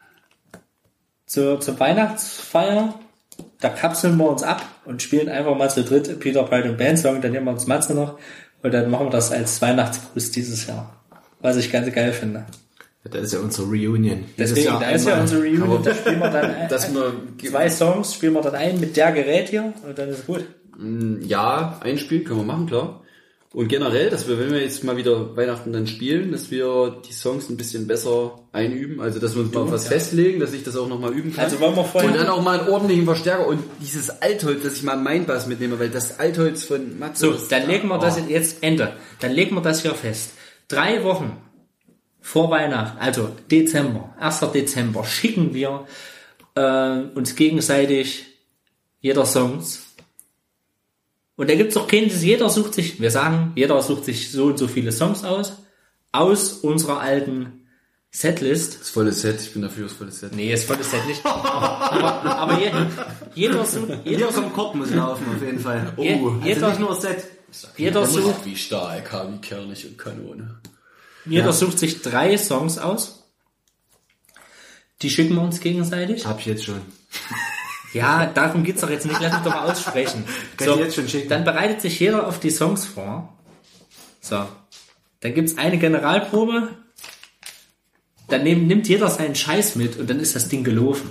zur, zur Weihnachtsfeier, da kapseln wir uns ab und spielen einfach mal zu dritt Peter Pride und Band Song, dann nehmen wir uns Matze noch und dann machen wir das als Weihnachtsgruß dieses Jahr. Was ich ganz geil finde. Das ist ja unsere Reunion. Dieses Deswegen, Jahr da ist ja einmal. unsere Reunion, da spielen wir dann ein, Dass wir, zwei Songs, spielen wir dann ein mit der Gerät hier und dann ist gut. ja, einspielen können wir machen, klar. Und generell, dass wir, wenn wir jetzt mal wieder Weihnachten dann spielen, dass wir die Songs ein bisschen besser einüben, also dass wir uns mal auf was festlegen, dass ich das auch nochmal üben kann. Also wollen wir vorher- und dann auch mal einen ordentlichen Verstärker und dieses Altholz, dass ich mal meinen Bass mitnehme, weil das Altholz von Matze... So, ist- dann legen wir das Oh. jetzt, Ende. Dann legen wir das hier fest. Drei Wochen vor Weihnachten, also Dezember, erster Dezember, schicken wir äh, uns gegenseitig jeder Songs. Und da gibt's doch keinen, jeder sucht sich, wir sagen, jeder sucht sich so und so viele Songs aus, aus unserer alten Setlist. Das volle Set, ich bin dafür das volle Set. Nee, das volle Set nicht. Aber, aber jeder, jeder sucht, Jeder jeder, vom Korb muss laufen, auf jeden Fall. Je- Oh, also jeder- nicht nur Set. jeder sucht, Wie stark, wie kernig und Kanone. jeder sucht sich drei Songs aus. Die schicken wir uns gegenseitig. Hab ich jetzt schon. Ja, darum geht's doch jetzt nicht. Lass mich doch mal aussprechen. Kann ich jetzt schon schicken. Dann bereitet sich jeder auf die Songs vor. So. Dann gibt's eine Generalprobe. Dann nehm, nimmt jeder seinen Scheiß mit und dann ist das Ding gelaufen.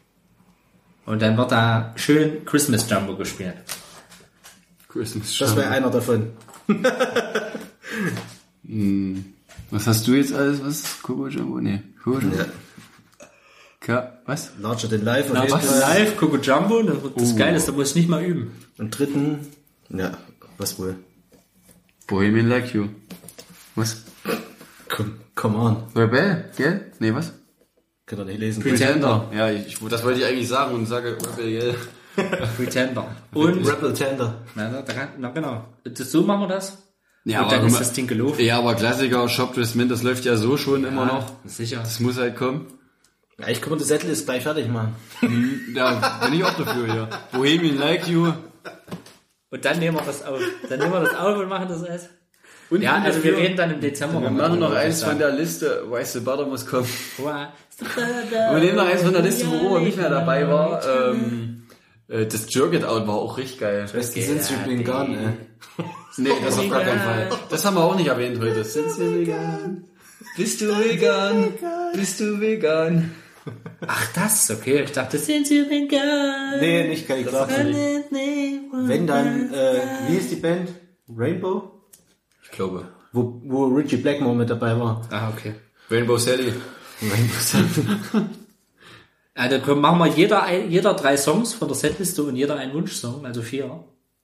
Und dann wird da schön Christmas Jumbo gespielt. Christmas Das wäre einer davon. Was hast du jetzt alles? Was? Coco Jumbo? Nee. Coco Jumbo. Ja. Ka was? Larger than Life. auf Larger jeden than Fall. Life, Coco Jumbo. Das, das Oh. Geile ist, da muss ich nicht mal üben. Und dritten, ja, was wohl? Bohemian Like You. Was? Come, come on. Rebel? Gell? Nee, was? Könnt ihr nicht lesen. Pretender. Ja, ich, das wollte ich eigentlich sagen und sage Rebel, Pretender. Und, Rebel Tender. na, na, da kann- na genau. Das, so machen wir das. Ja, und dann aber ist guck mal- das Ding gelaufen. Ja, aber Klassiker, Shop Dress Mint, das läuft ja so schon immer noch. Sicher. Das muss halt kommen. Ja, ich kann mir die Setlist gleich fertig machen. Ja, bin ich auch dafür, ja. Bohemian Like You. Und dann nehmen wir das auf. Dann nehmen wir das auf und machen das alles. Und Ja, bin also wir dafür- reden dann im Dezember. Wir nochmal machen noch drüber, eins was von da- der Liste, Why the Butter muss kommen. Wow. Wir nehmen noch eins von der Liste, wo er nicht mehr dabei war. Ähm, äh, das Jerk It Out war auch richtig geil. Besten sind sie übrigens gar nicht. Nee, das auf gar keinen Fall. Das haben wir auch nicht erwähnt heute. Sind Sie vegan? Bist du vegan? Bist du vegan? Ach, das, okay. Ich dachte, sind Sie vegan? Nee, nicht Kelly Clarkson. Wenn dann, äh, wie ist die Band? Rainbow? Ich glaube. Wo, wo Richie Blackmore mit dabei war. Ah, okay. Rainbow Sally. Rainbow. Also komm, machen wir jeder, ein, jeder drei Songs von der Setliste und jeder einen Wunschsong, also vier.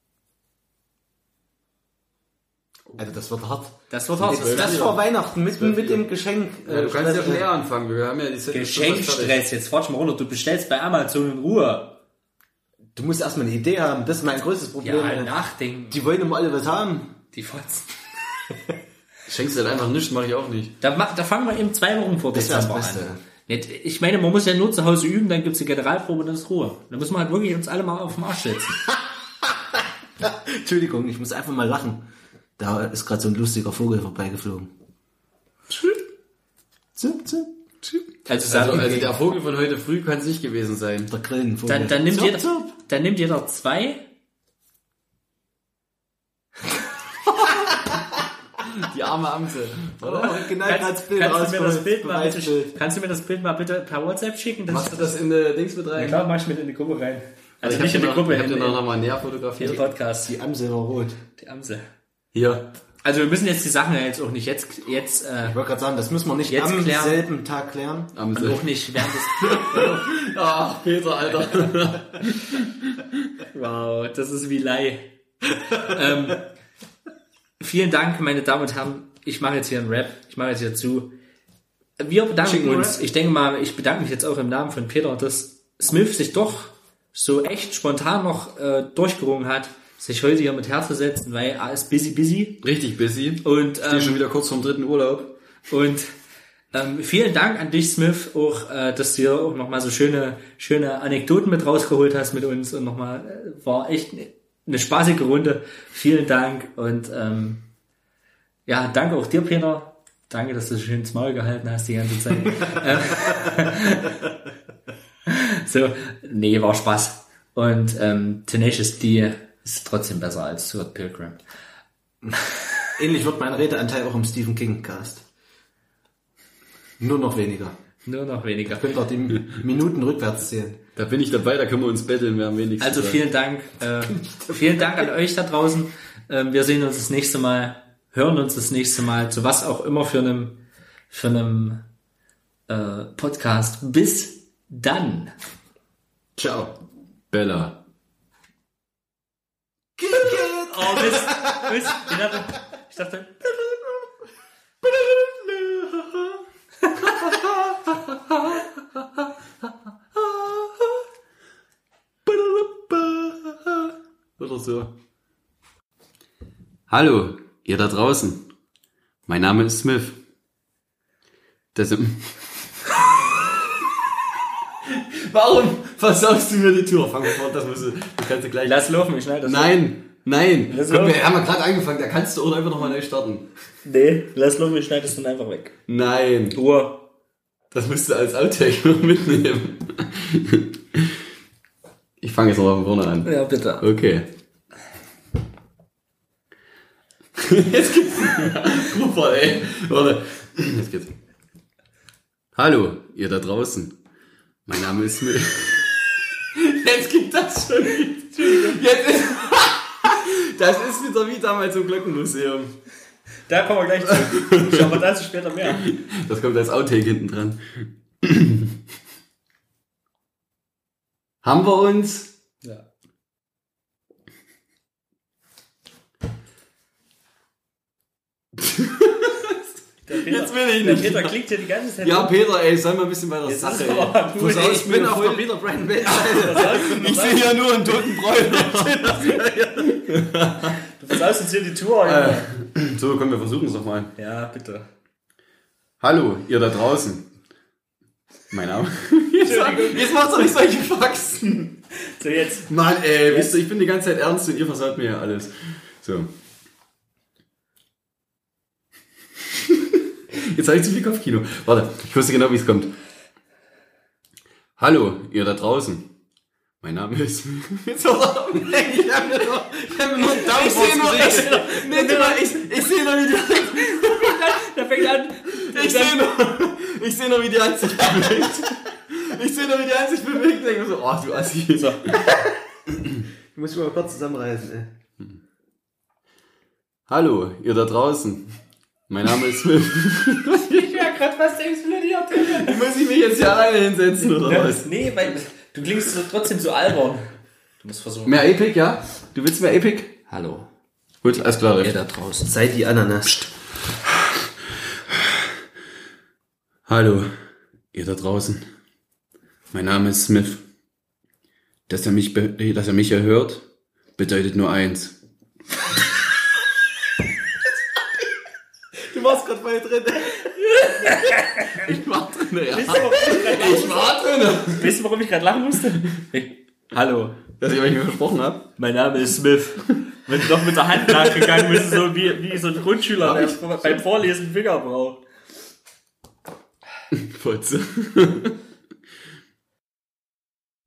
Also das wird hart. Das wird hart. Das, das vor Weihnachten mit, mit dem Geschenk. Ja, du kannst ja schon eher anfangen. Wir haben ja die Set Geschenkstress, jetzt fahr ich mal runter. Du bestellst bei Amazon in Ruhe. Du musst erstmal eine Idee haben. Das ist mein größtes Problem. Ja, nachdenken. Die wollen immer alle was haben. Die Fotzen. Schenkst du halt einfach nichts, mache ich auch nicht. Da, ma- da fangen wir eben zwei Wochen vor Das wär das Dezember Beste. an. Nicht- Ich meine, man muss ja nur zu Hause üben, dann gibt's die Generalprobe und dann ist Ruhe. Da müssen wir halt wirklich uns alle mal auf den Arsch setzen. Entschuldigung, ich muss einfach mal lachen. Da ist gerade so ein lustiger Vogel vorbeigeflogen. Zip, zip. Also, sagen, Also, also der Vogel von heute früh kann es nicht gewesen sein. Der Grillenvogel. dann, dann, nimmt Zip, jeder, zip. dann nimmt jeder zwei. Die arme Amsel. Oder? Und genau Kannst, das Bild kannst, du mir das rausgeholt. Bild mal bitte, Beweisbild. kannst du mir das Bild mal bitte per WhatsApp schicken? Das Machst du das in der Dings mit Ja rein? klar, mach ich mit in die Gruppe rein. Also ich nicht in die hab dir noch- Gruppe, Ich hab dir in noch, den, noch mal näher in den fotografiert. Podcast. Die Amsel war rot. Die Amsel. Hier. Also wir müssen jetzt die Sachen ja jetzt auch nicht jetzt, jetzt äh, Ich wollte gerade sagen, das müssen wir nicht Jetzt am klären. selben Tag klären. und Amsel. auch nicht während des... Ach, Peter, Alter. Wow, das ist wie Lei. ähm, vielen Dank, meine Damen und Herren. Ich mache jetzt hier einen Rap. Ich mache jetzt hier zu. Wir bedanken Schicken uns. Rap. Ich denke mal, ich bedanke mich jetzt auch im Namen von Peter, dass Smith sich doch so echt spontan noch äh, durchgerungen hat, sich heute hier mit herzusetzen, weil er ist busy, busy. Richtig busy. Und, Ich stehe schon ähm, wieder kurz vorm dritten Urlaub. und ähm, vielen Dank an dich, Smith, auch, äh, dass du hier auch nochmal so schöne, schöne Anekdoten mit rausgeholt hast mit uns und nochmal, äh, war echt eine, eine spaßige Runde. Vielen Dank und ähm, ja, danke auch dir, Peter. Danke, dass du so schön ins Maul gehalten hast die ganze Zeit. Ähm, so, nee, war Spaß. Und ähm, Tenacious D ist trotzdem besser als Scott Pilgrim. Ähnlich wird mein Redeanteil auch im Stephen King Cast. Nur noch weniger. Nur noch weniger. Ich könnte auch die Minuten rückwärts zählen. Da bin ich dabei, da können wir uns betteln, wer am wenigsten Also sagt. vielen Dank. Äh, vielen Dank an euch da draußen. Ähm, wir sehen uns das nächste Mal, hören uns das nächste Mal, zu was auch immer für einem, für einem äh, Podcast. Bis dann. Ciao. Bella. Oh, Mist. Mist. Ich dachte, ich dachte Oder so. Hallo, ihr da draußen. Mein Name ist Smith. Das Warum versaust du mir die Tour? Fang mal fort, das musst du, du kannst du gleich... lass laufen, ich schneide das. Nein, nein. Lass Komm, laufen. wir haben ja gerade angefangen, da kannst du auch einfach nochmal neu starten. Nee, lass laufen, ich schneide das dann einfach weg. Nein, Ruhe. das musst du als Outtake noch mitnehmen. Ich fange jetzt noch von vorne an. Ja, bitte. Okay. Jetzt geht's. Super, ey. Warte. Jetzt geht's. Hallo, ihr da draußen. Mein Name ist Smith. Jetzt gibt das schon wieder. Jetzt ist, das ist wieder wie damals im Glockenmuseum. Da kommen wir gleich zu. Schauen wir dazu später mehr. Das kommt als Outtake hinten dran. Haben wir uns? Ja. Der Peter, Jetzt will ich der nicht. Peter klingt ja die ganze Zeit. Ja, Peter, ey, sei mal ein bisschen bei der Jetzt Sache. ist aber ey. gut, Pass ey, auf, ich ich bin auf voll... der Peter Brand Benz. Ich sehe ja nur einen toten Bräuler. Du versaust uns hier die Tour. Junge. So, komm, wir versuchen es doch mal. Ja, bitte. Hallo, ihr da draußen. Mein Name. Jetzt, jetzt macht's doch nicht solche Faxen. So, jetzt. Mann, ey, wisst ihr, ich bin die ganze Zeit ernst und ihr versaut mir ja alles. So. Jetzt habe ich zu viel Kopfkino. Warte, ich wusste genau, wie es kommt. Hallo, ihr da draußen. Mein Name ist... Jetzt hör auf. Ich habe mir nur, ich hab mir nur einen Daumen vors Gesicht. Nee, ich, ich sehe nur, wie die... Der fängt an. Ich sehe nur, ich sehe nur, wie die Hand sich bewegt. Ich sehe nur, wie die Hand sich bewegt. Ich denke so, oh, du Assi. So. Ich muss mich mal kurz zusammenreißen, ey. Hallo, ihr da draußen. Mein Name ist Smith. Ich wäre gerade fast explodiert. Muss ich mich jetzt hier alleine hinsetzen, oder was? Nee, weil du klingst so, trotzdem so albern. Du musst versuchen. Mehr Epic, ja? Du willst mehr Epic? Hallo. Gut, alles klar. Ihr da draußen. Sei die Ananas. Hallo, ihr da draußen. Mein Name ist Smith. Dass er mich, be- dass er mich erhört, bedeutet nur eins. Du warst gerade voll drin. Ich war drin, ja. Weißt du, warum ich grad lachen Ich war drin. musste? Weißt du, warum ich gerade lachen musste? Hey. Hallo, Dass ich euch nicht versprochen habe. mein Name ist Smith. Wenn du doch mit der Hand nachgegangen bist, so wie, wie so ein Grundschüler, der beim Vorlesen einen Finger braucht. Fotze.